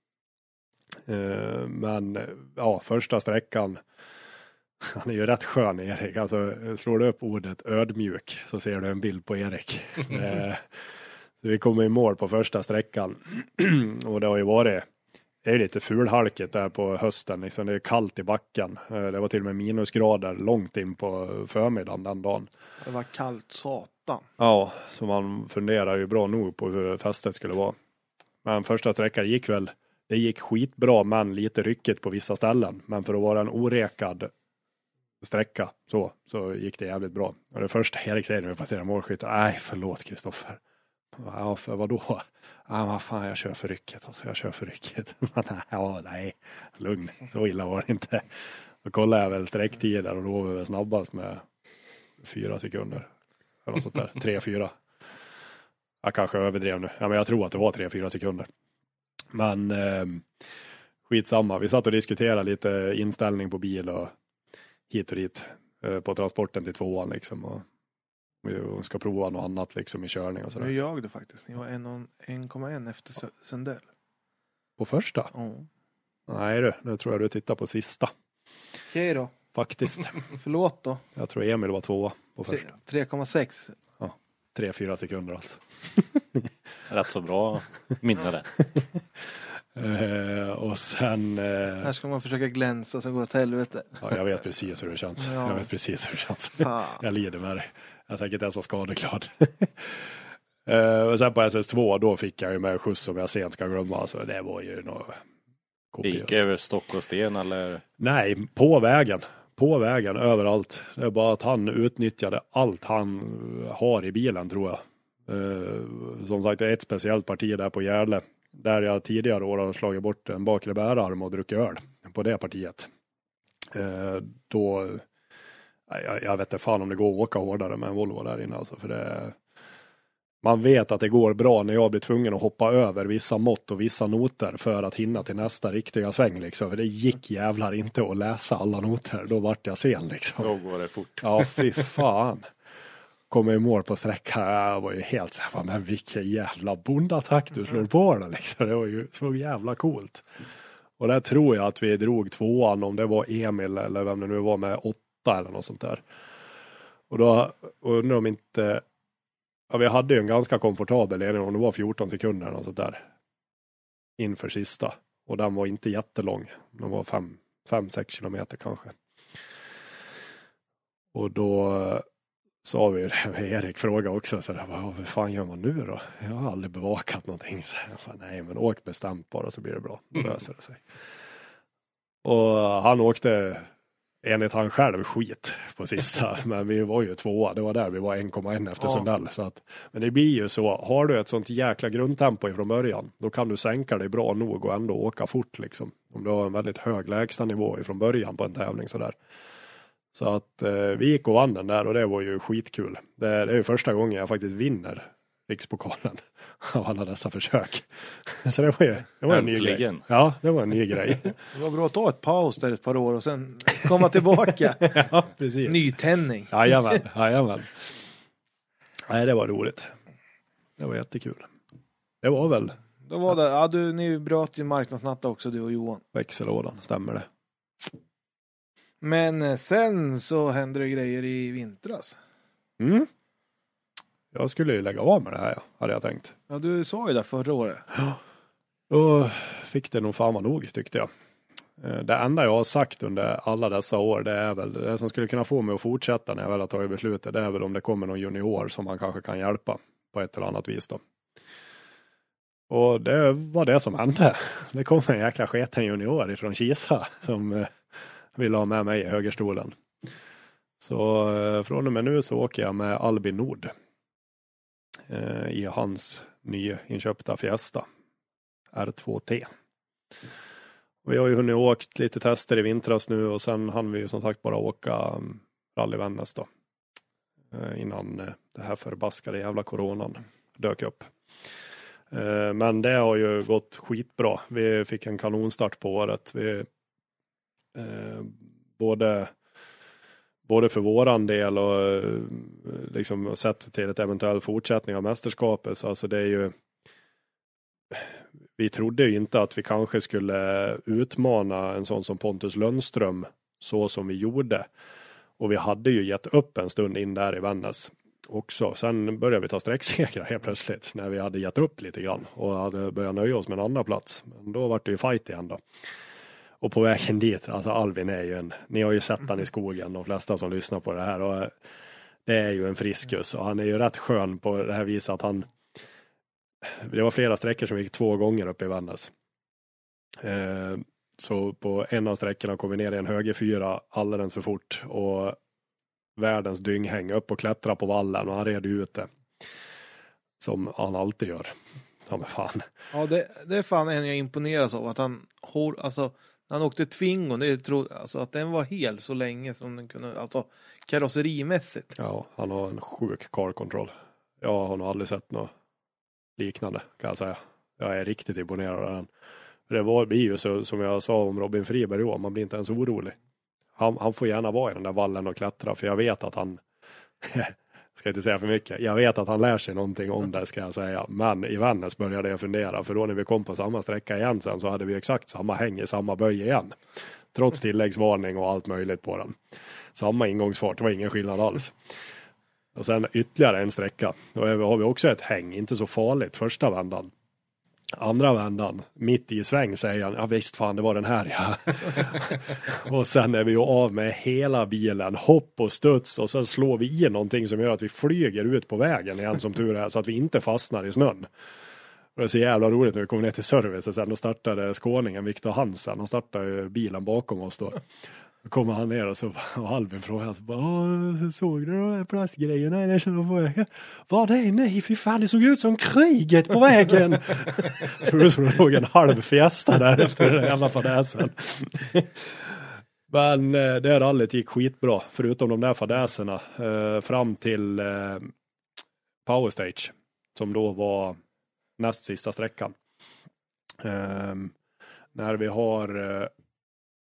Speaker 2: Uh, men ja, första sträckan han är ju rätt skön, Erik. Alltså, slår du upp ordet ödmjuk så ser du en bild på Erik. uh, så vi kommer i mål på första sträckan och det har ju varit det är lite fulhalket där på hösten. Liksom. Det är kallt i backen. Det var till och med minusgrader långt in på förmiddagen den dagen.
Speaker 1: Det var kallt satan.
Speaker 2: Ja, så man funderar ju bra nog på hur fästet skulle vara. Men första sträckan gick väl, det gick skitbra men lite ryckigt på vissa ställen. Men för att vara en orekad sträcka så, så gick det jävligt bra. Och det första Erik säger när vi passerar målskyttet, nej förlåt Kristoffer. Ja, för vad då? Ja, vad fan, jag kör för rycket. Alltså, jag kör för rycket. Ja, nej, lugn. Så illa var det inte. Då kollade jag väl sträcktider och då var vi snabbast med fyra sekunder. Eller något sånt där. Tre, fyra. Jag kanske överdrev nu. Ja, men jag tror att det var tre, fyra sekunder. Men eh, skitsamma. Vi satt och diskuterade lite inställning på bil och hit och dit. Eh, på transporten till tvåan liksom. Och vi ska prova något annat liksom i körning och sådär.
Speaker 1: Nu jag det faktiskt. Ni var en komma ett efter Sundell.
Speaker 2: På första?
Speaker 1: Ja. Oh.
Speaker 2: Nej du, nu tror jag du tittar på sista.
Speaker 1: Okej då.
Speaker 2: Faktiskt.
Speaker 1: Förlåt då.
Speaker 2: Jag tror Emil var tvåa på första.
Speaker 1: tre komma sex.
Speaker 2: Ja, tre, fyra sekunder alltså.
Speaker 3: Rätt så bra minne det.
Speaker 2: Uh, och sen... Uh,
Speaker 1: här ska man försöka glänsa så går det till helvete.
Speaker 2: Ja, jag vet precis hur det känns. Ja. Jag vet precis hur det känns. Jag lider med det. Jag tänker inte ens vara skadeglad. uh, och sen på S S två då fick jag ju med skjuts som jag sent ska glömma. Alltså, det var ju något
Speaker 3: kopiöst. Gick över stock och sten eller?
Speaker 2: Nej, på vägen. På vägen, överallt. Det är bara att han utnyttjade allt han har i bilen tror jag. Uh, som sagt, det är ett speciellt parti där på Järle. Där jag tidigare år har slagit bort en bakre bärarm och druckit öl på det partiet. Uh, då, jag, jag vet inte fan om det går att åka hårdare med en Volvo där inne. Alltså, för det, man vet att det går bra när jag blir tvungen att hoppa över vissa mått och vissa noter för att hinna till nästa riktiga sväng. Liksom. För det gick jävlar inte att läsa alla noter. Då vart jag sen liksom.
Speaker 3: Då går det fort.
Speaker 2: Ja, fy fan. kommer i mål på sträckan. Jag var ju helt så här, men vilken jävla bondattack du slår på den liksom. Det var ju så jävla coolt. Och där tror jag att vi drog tvåan, om det var Emil eller vem det nu var, med åtta eller något sånt där. Och då undrar om inte, ja, vi hade ju en ganska komfortabel ledning, om det var fjorton sekunder eller något sånt där inför sista. Och den var inte jättelång. Den var fem sex kilometer kanske. Och då sa vi det med Erik fråga också. Så där, vad fan gör man nu då? Jag har aldrig bevakat någonting. Så jag bara, nej, men åk bestämt bara så blir det bra. Då löser det sig. Och han åkte enligt han själv skit på sista. Men vi var ju tvåa. Det var där vi var en komma ett efter ja. Sundell. Så att, men det blir ju så. Har du ett sånt jäkla grundtempo ifrån början, då kan du sänka dig bra nog och ändå åka fort liksom. Om du har en väldigt hög lägsta nivå ifrån början på en tävling sådär. Så att eh, vi gick och vann den där och det var ju skitkul. Det, det är ju första gången jag faktiskt vinner rikspokalen av alla dessa försök. Så det var ju det var en ny grej. Ja, det var en ny grej.
Speaker 1: Det var bra att ta ett paus där ett par år och sen komma tillbaka.
Speaker 2: Ja, precis.
Speaker 1: Nytändning.
Speaker 2: Jajamän, jajamän. Nej, det var roligt. Det var jättekul. Det var väl.
Speaker 1: Då var det, ja du, ni bröt ju marknadsnatta också, du och Johan.
Speaker 2: Växellådan, stämmer det.
Speaker 1: Men sen så hände det grejer i vintras.
Speaker 2: Mm. Jag skulle ju lägga av med det här, hade jag tänkt.
Speaker 1: Ja, du sa ju det förra året.
Speaker 2: Ja. Då fick det nog fan vara nog, tyckte jag. Det enda jag har sagt under alla dessa år, det är väl det som skulle kunna få mig att fortsätta när jag väl har tagit beslutet. Det är väl om det kommer någon junior som man kanske kan hjälpa på ett eller annat vis då. Och det var det som hände. Det kom en jäkla sketen junior ifrån Kisa som ville ha med mig i högerstolen. Så eh, från och med nu så åker jag med Albin Nord eh, i hans nyinköpta Fiesta R två T. Vi har ju hunnit åkt lite tester i vintras nu och sen hann vi ju som sagt bara åka um, Rally Vännäs då. Eh, innan eh, det här förbaskade jävla coronan dök upp. Eh, men det har ju gått skitbra. Vi fick en kanonstart på året. Vi Eh, både både för våran del och eh, liksom sett till ett eventuell fortsättning av mästerskapet. Så alltså det är ju, vi trodde ju inte att vi kanske skulle utmana en sån som Pontus Lundström så som vi gjorde. Och vi hade ju gett upp en stund in där i Vännäs också. Sen började vi ta sträcksegrar helt plötsligt när vi hade gett upp lite grann och hade börjat nöja oss med en andra plats. Men då var det ju fight igen då. Och på vägen dit, alltså Albin är ju en, ni har ju sett han i skogen, de flesta som lyssnar på det här, och det är ju en friskus och han är ju rätt skön på det här viset att han, det var flera sträckor som gick två gånger upp i Vännäs. Eh, så på en av sträckorna kom vi ner i en högerfyra alldeles för fort och världens dynghäng upp och klättra på vallen och han red ut det. Som han alltid gör. Ja, men fan.
Speaker 1: Ja, det, det är fan en jag imponeras av att han håll, alltså han åkte Twingon, det tro, alltså att den var hel så länge som den kunde, alltså karosserimässigt.
Speaker 2: Ja, han har en sjuk car control. Jag har nog aldrig sett något liknande, kan jag säga. Jag är riktigt imponerad av den. Det var, blir ju så, som jag sa om Robin Friberg då, man blir inte ens orolig. Han, han får gärna vara i den där vallen och klättra, för jag vet att han ska inte säga för mycket. Jag vet att han lär sig någonting om det, ska jag säga. Men i Vännäs började jag fundera. För då när vi kom på samma sträcka igen sen så hade vi exakt samma häng i samma böj igen. Trots tilläggsvarning och allt möjligt på den. Samma ingångsfart, det var ingen skillnad alls. Och sen ytterligare en sträcka. Då har vi också ett häng, inte så farligt första vändan. Andra vändan, mitt i sväng, säger han, ja visst fan det var den här, ja. Och sen är vi ju av med hela bilen, hopp och studs, och sen slår vi i någonting som gör att vi flyger ut på vägen igen som tur är, så att vi inte fastnar i snön. Och det är så jävla roligt när vi kommer ner till service och sen då startade skåningen Viktor Hansen, och startade bilen bakom oss då. Då kommer han ner och så och Albin frågar så bara, såg du de här plastgrejerna där som på vägen? Var det? Nej, fy fan, det såg ut som kriget på vägen. Jag tror det låg en halv Fiesta där efter den jävla fadäsen. Men det rallyt gick skitbra, förutom de där fadäserna, eh, fram till eh, Power Stage, som då var näst sista sträckan. Eh, när vi har eh,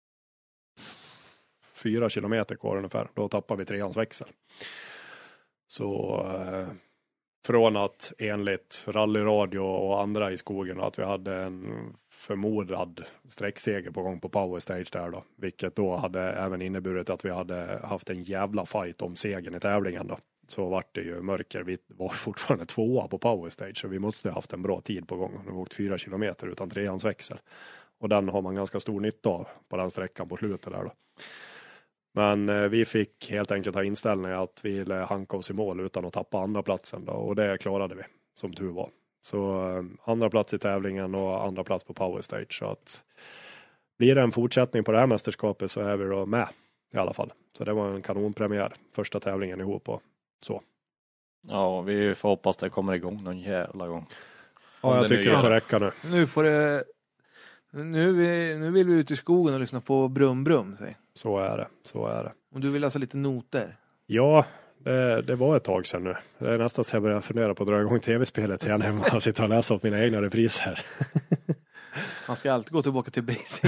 Speaker 2: fyra kilometer kvar ungefär, då tappar vi treans växel. Så eh, från att enligt rallyradio och andra i skogen att vi hade en förmodad sträckseger på gång på Power Stage där då. Vilket då hade även inneburit att vi hade haft en jävla fight om segern i tävlingen då. Så vart det ju mörker. Vi var fortfarande tvåa på Power Stage så vi måste ha haft en bra tid på gång. Vi har åkt fyra kilometer utan treans växel. Och den har man ganska stor nytta av på den sträckan på slutet där då. Men eh, vi fick helt enkelt ha inställningen att vi ville hanka oss i mål utan att tappa andra platsen då. Och det klarade vi, som tur var. Så eh, andra plats i tävlingen och andra plats på Power Stage. Så att blir det en fortsättning på det här mästerskapet så är vi då med i alla fall. Så det var en kanonpremiär. Första tävlingen ihop och så.
Speaker 3: Ja, vi får hoppas det kommer igång någon jävla gång.
Speaker 2: Ja, jag tycker det får räcka nu.
Speaker 1: Nu får det... Nu, vi, nu vill vi ut i skogen och lyssna på Brum Brum. Säg.
Speaker 2: Så är det, så är det.
Speaker 1: Och du vill alltså lite noter?
Speaker 2: Ja, det, det var ett tag sedan nu. Det är nästan så jag börjar fundera på att dra igång tv-spelet igen hemma och sitta och läsa åt mina egna repriser.
Speaker 1: Man ska alltid gå tillbaka till basic.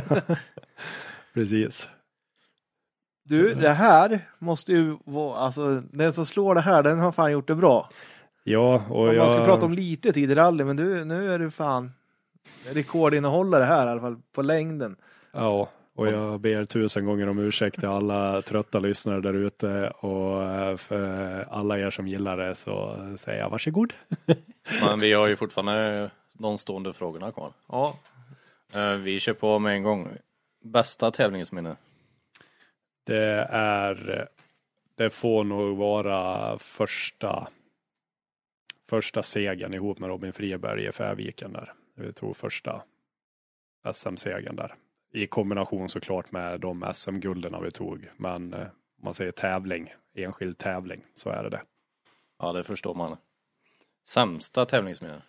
Speaker 2: Precis.
Speaker 1: Du, det här måste ju vara, alltså den som slår det här, den har fan gjort det bra.
Speaker 2: Ja, och
Speaker 1: om
Speaker 2: jag...
Speaker 1: man ska prata om lite tid i rally, men du, nu är du fan rekordinnehållare här i alla fall på längden.
Speaker 2: Ja, och jag ber tusen gånger om ursäkt till alla trötta lyssnare där ute och för alla er som gillar det så säger jag varsågod.
Speaker 3: Men vi har ju fortfarande de stående frågorna kvar.
Speaker 1: Ja.
Speaker 3: Vi kör på med en gång. Bästa tävlingsminne?
Speaker 2: Det är, det får nog vara första första segern ihop med Robin Friberg i Färviken där. Vi tog första S M-segern där. I kombination såklart med de S M-gulderna vi tog. Men om man säger tävling, enskild tävling, så är det det.
Speaker 3: Ja, det förstår man. Sämsta tävlingsminne?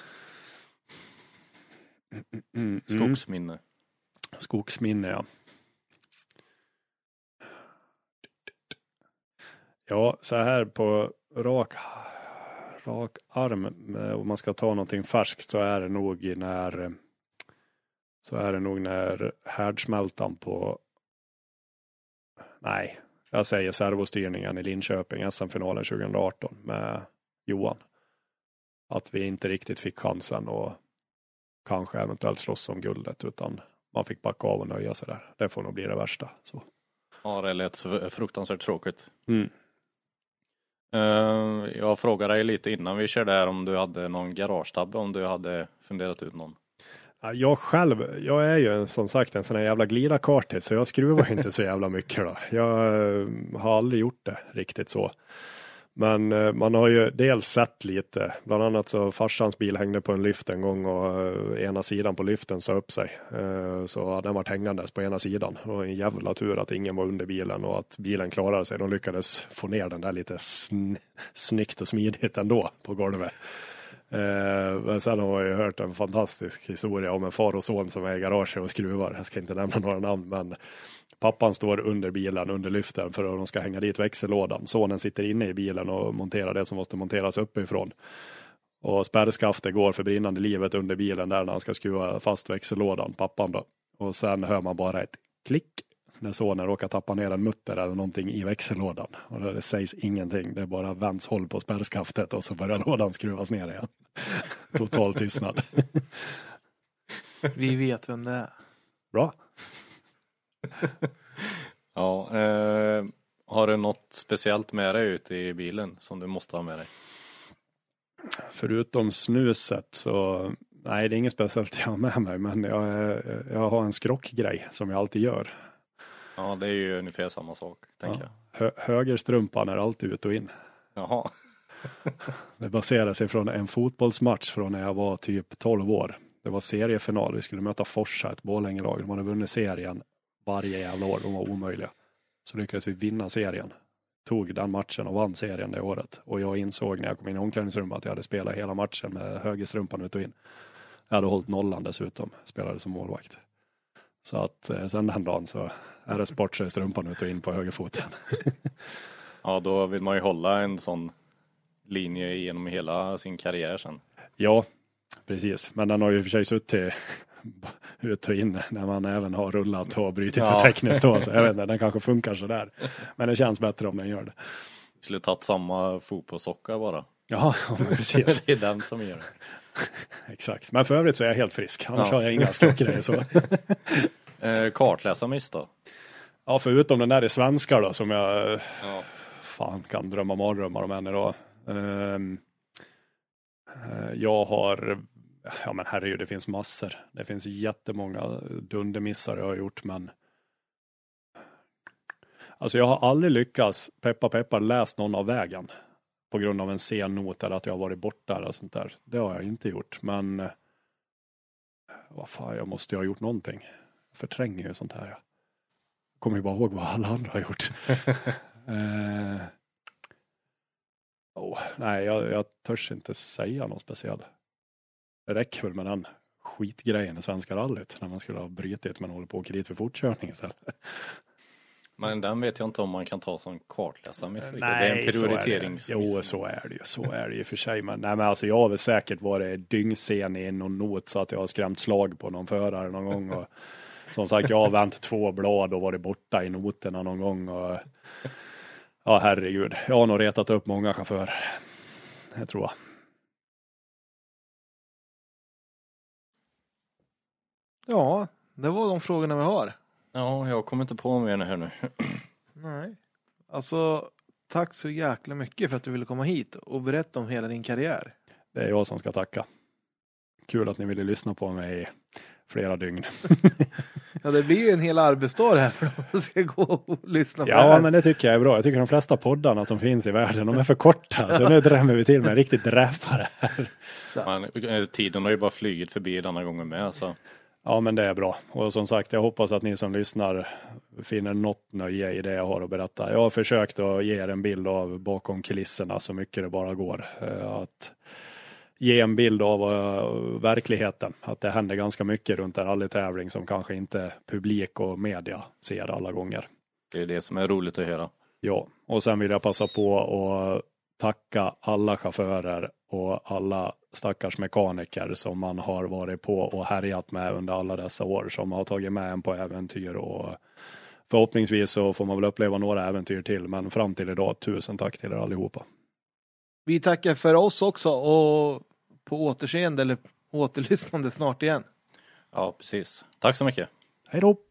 Speaker 2: Mm, mm, mm.
Speaker 3: Skogsminne?
Speaker 2: Skogsminne, ja. Ja, så här på rak, rak arm, om man ska ta någonting färskt så är det nog när så är det nog när härdsmältan på nej, jag säger servostyrningen i Linköping, S M-finalen tjugo arton med Johan. Att vi inte riktigt fick chansen och kanske eventuellt slåss om guldet, utan man fick backa av och nöja sig där. Det får nog bli det värsta. Så.
Speaker 3: Ja, det lät så fruktansvärt tråkigt.
Speaker 2: Mm.
Speaker 3: Uh, jag frågade dig lite innan vi körde här om du hade någon garagetabbe, om du hade funderat ut någon.
Speaker 2: Jag själv, jag är ju som sagt en sån här jävla glidakartig, så jag skruvar inte så jävla mycket då. Jag har aldrig gjort det riktigt så. Men man har ju dels sett lite, bland annat så farsans bil hängde på en lyft en gång och ena sidan på lyften sa upp sig. Så den var hängandes på ena sidan. Och en jävla tur att ingen var under bilen och att bilen klarade sig. De lyckades få ner den där lite sn- snyggt och smidigt ändå på golvet. Men sen har jag ju hört en fantastisk historia om en far och son som är i garaget och skruvar. Jag ska inte nämna några namn, men pappan står under bilen, under lyften för att de ska hänga dit växellådan. Sonen sitter inne i bilen och monterar det som måste monteras uppifrån. Och spärrskaftet går för brinnande livet under bilen där när han ska skruva fast växellådan, pappan då. Och sen hör man bara ett klick när sonen råkar tappa ner en mutter eller någonting i växellådan. Och det sägs ingenting, det är bara vänds håll på spärrskaftet och så börjar lådan skruvas ner igen. Total tystnad.
Speaker 1: Vi vet vem det är.
Speaker 2: Bra.
Speaker 3: Ja, eh, har du något speciellt med dig ute i bilen som du måste ha med dig?
Speaker 2: Förutom snuset så, nej det är inget speciellt jag har med mig, men jag, jag har en skrockgrej som jag alltid gör.
Speaker 3: Ja, det är ju ungefär samma sak, tänker
Speaker 2: ja.
Speaker 3: jag.
Speaker 2: Hö- högerstrumpan är alltid ut och in.
Speaker 3: Jaha.
Speaker 2: Det baserar sig från en fotbollsmatch från när jag var typ tolv år. Det var seriefinal, vi skulle möta Forsa, ett Borlängelag. De hade vunnit serien varje jävla år, de var omöjliga. Så lyckades vi vinna serien. Tog den matchen och vann serien det året. Och jag insåg när jag kom in i omklädningsrummet att jag hade spelat hela matchen med högerstrumpan ut och in. Jag hade hållit nollan dessutom, spelade som målvakt. Så att eh, sen den dagen så är det sport så är strumpan ut och in på högerfoten.
Speaker 3: Ja, då vill man ju hålla en sån linje genom hela sin karriär sen.
Speaker 2: Ja, precis. Men den har ju för sig suttit ut och in när man även har rullat och brytit ja. för tekniskt då. Så jag vet inte, den kanske funkar så där. Men det känns bättre om den gör det.
Speaker 3: Skulle tagit samma fotbollssocka bara.
Speaker 2: Ja, precis.
Speaker 3: Det är den som gör det.
Speaker 2: Exakt. Men för övrigt så är jag helt frisk. Annars
Speaker 3: Ja.
Speaker 2: har jag inga skrockgrejer så.
Speaker 3: Eh, kartläsa miss då?
Speaker 2: Ja, förutom den där i svenska då som jag
Speaker 3: Ja.
Speaker 2: fan kan drömma mardrömmar om än idag. Um, uh, jag har, ja men herregud, det finns massor. Det finns jättemånga dundermissar jag har gjort, men alltså jag har aldrig lyckats, peppa peppar, läst någon av vägen på grund av en sen not eller att jag har varit borta och sånt där. Det har jag inte gjort, men uh, vad fan, jag måste ju ha gjort någonting. Jag förtränger ju sånt här. Jag kommer ju bara ihåg vad alla andra har gjort. uh, Oh, nej, jag, jag törs inte säga något speciellt. Det räcker väl med den skitgrejen i Svenska rallyt när man skulle ha brytit men håller på och åker dit för fortkörning istället.
Speaker 3: Men den vet jag inte om man kan ta som kartläsa miss. Det
Speaker 2: Nej,
Speaker 3: är en prioriteringsmiss.
Speaker 2: så är det. Jo, så är det ju. Så är det ju för sig. Men, nej, men alltså, jag har väl säkert varit dyngsen i någon not så att jag har skrämt slag på någon förare någon gång. Och, som sagt, jag har vänt två blad och varit borta i noterna någon gång. Och, ja, herregud. Jag har nog retat upp många chaufförer. Det tror jag.
Speaker 1: Ja, det var de frågorna vi har.
Speaker 3: Ja, jag kommer inte på mer här nu.
Speaker 1: Nej. Alltså, tack så jäkla mycket för att du ville komma hit och berätta om hela din karriär.
Speaker 2: Det är jag som ska tacka. Kul att ni ville lyssna på mig i flera dygn.
Speaker 1: Ja, det blir ju en hel arbetsdag här för att de ska gå och lyssna på
Speaker 2: Ja,
Speaker 1: det här.
Speaker 2: men det tycker jag är bra. Jag tycker de flesta poddarna som finns i världen, de är för korta. Så nu drämmer vi till med en riktigt dräpare här.
Speaker 3: Men tiden har ju bara flygit förbi denna gången med. Så.
Speaker 2: Ja, men det är bra. Och som sagt, jag hoppas att ni som lyssnar finner något nöje i det jag har att berätta. Jag har försökt att ge er en bild av bakom kulisserna så mycket det bara går. Att ge en bild av uh, verkligheten. Att det händer ganska mycket runt en rallytävling som kanske inte publik och media ser alla gånger.
Speaker 3: Det är det som är roligt att höra.
Speaker 2: Ja, och sen vill jag passa på att tacka alla chaufförer och alla stackars mekaniker som man har varit på och härjat med under alla dessa år, som har tagit med en på äventyr, och förhoppningsvis så får man väl uppleva några äventyr till, men fram till idag, tusen tack till er allihopa.
Speaker 1: Vi tackar för oss också och på återseende eller återlyssnande snart igen.
Speaker 3: Ja, precis. Tack så mycket.
Speaker 2: Hej då!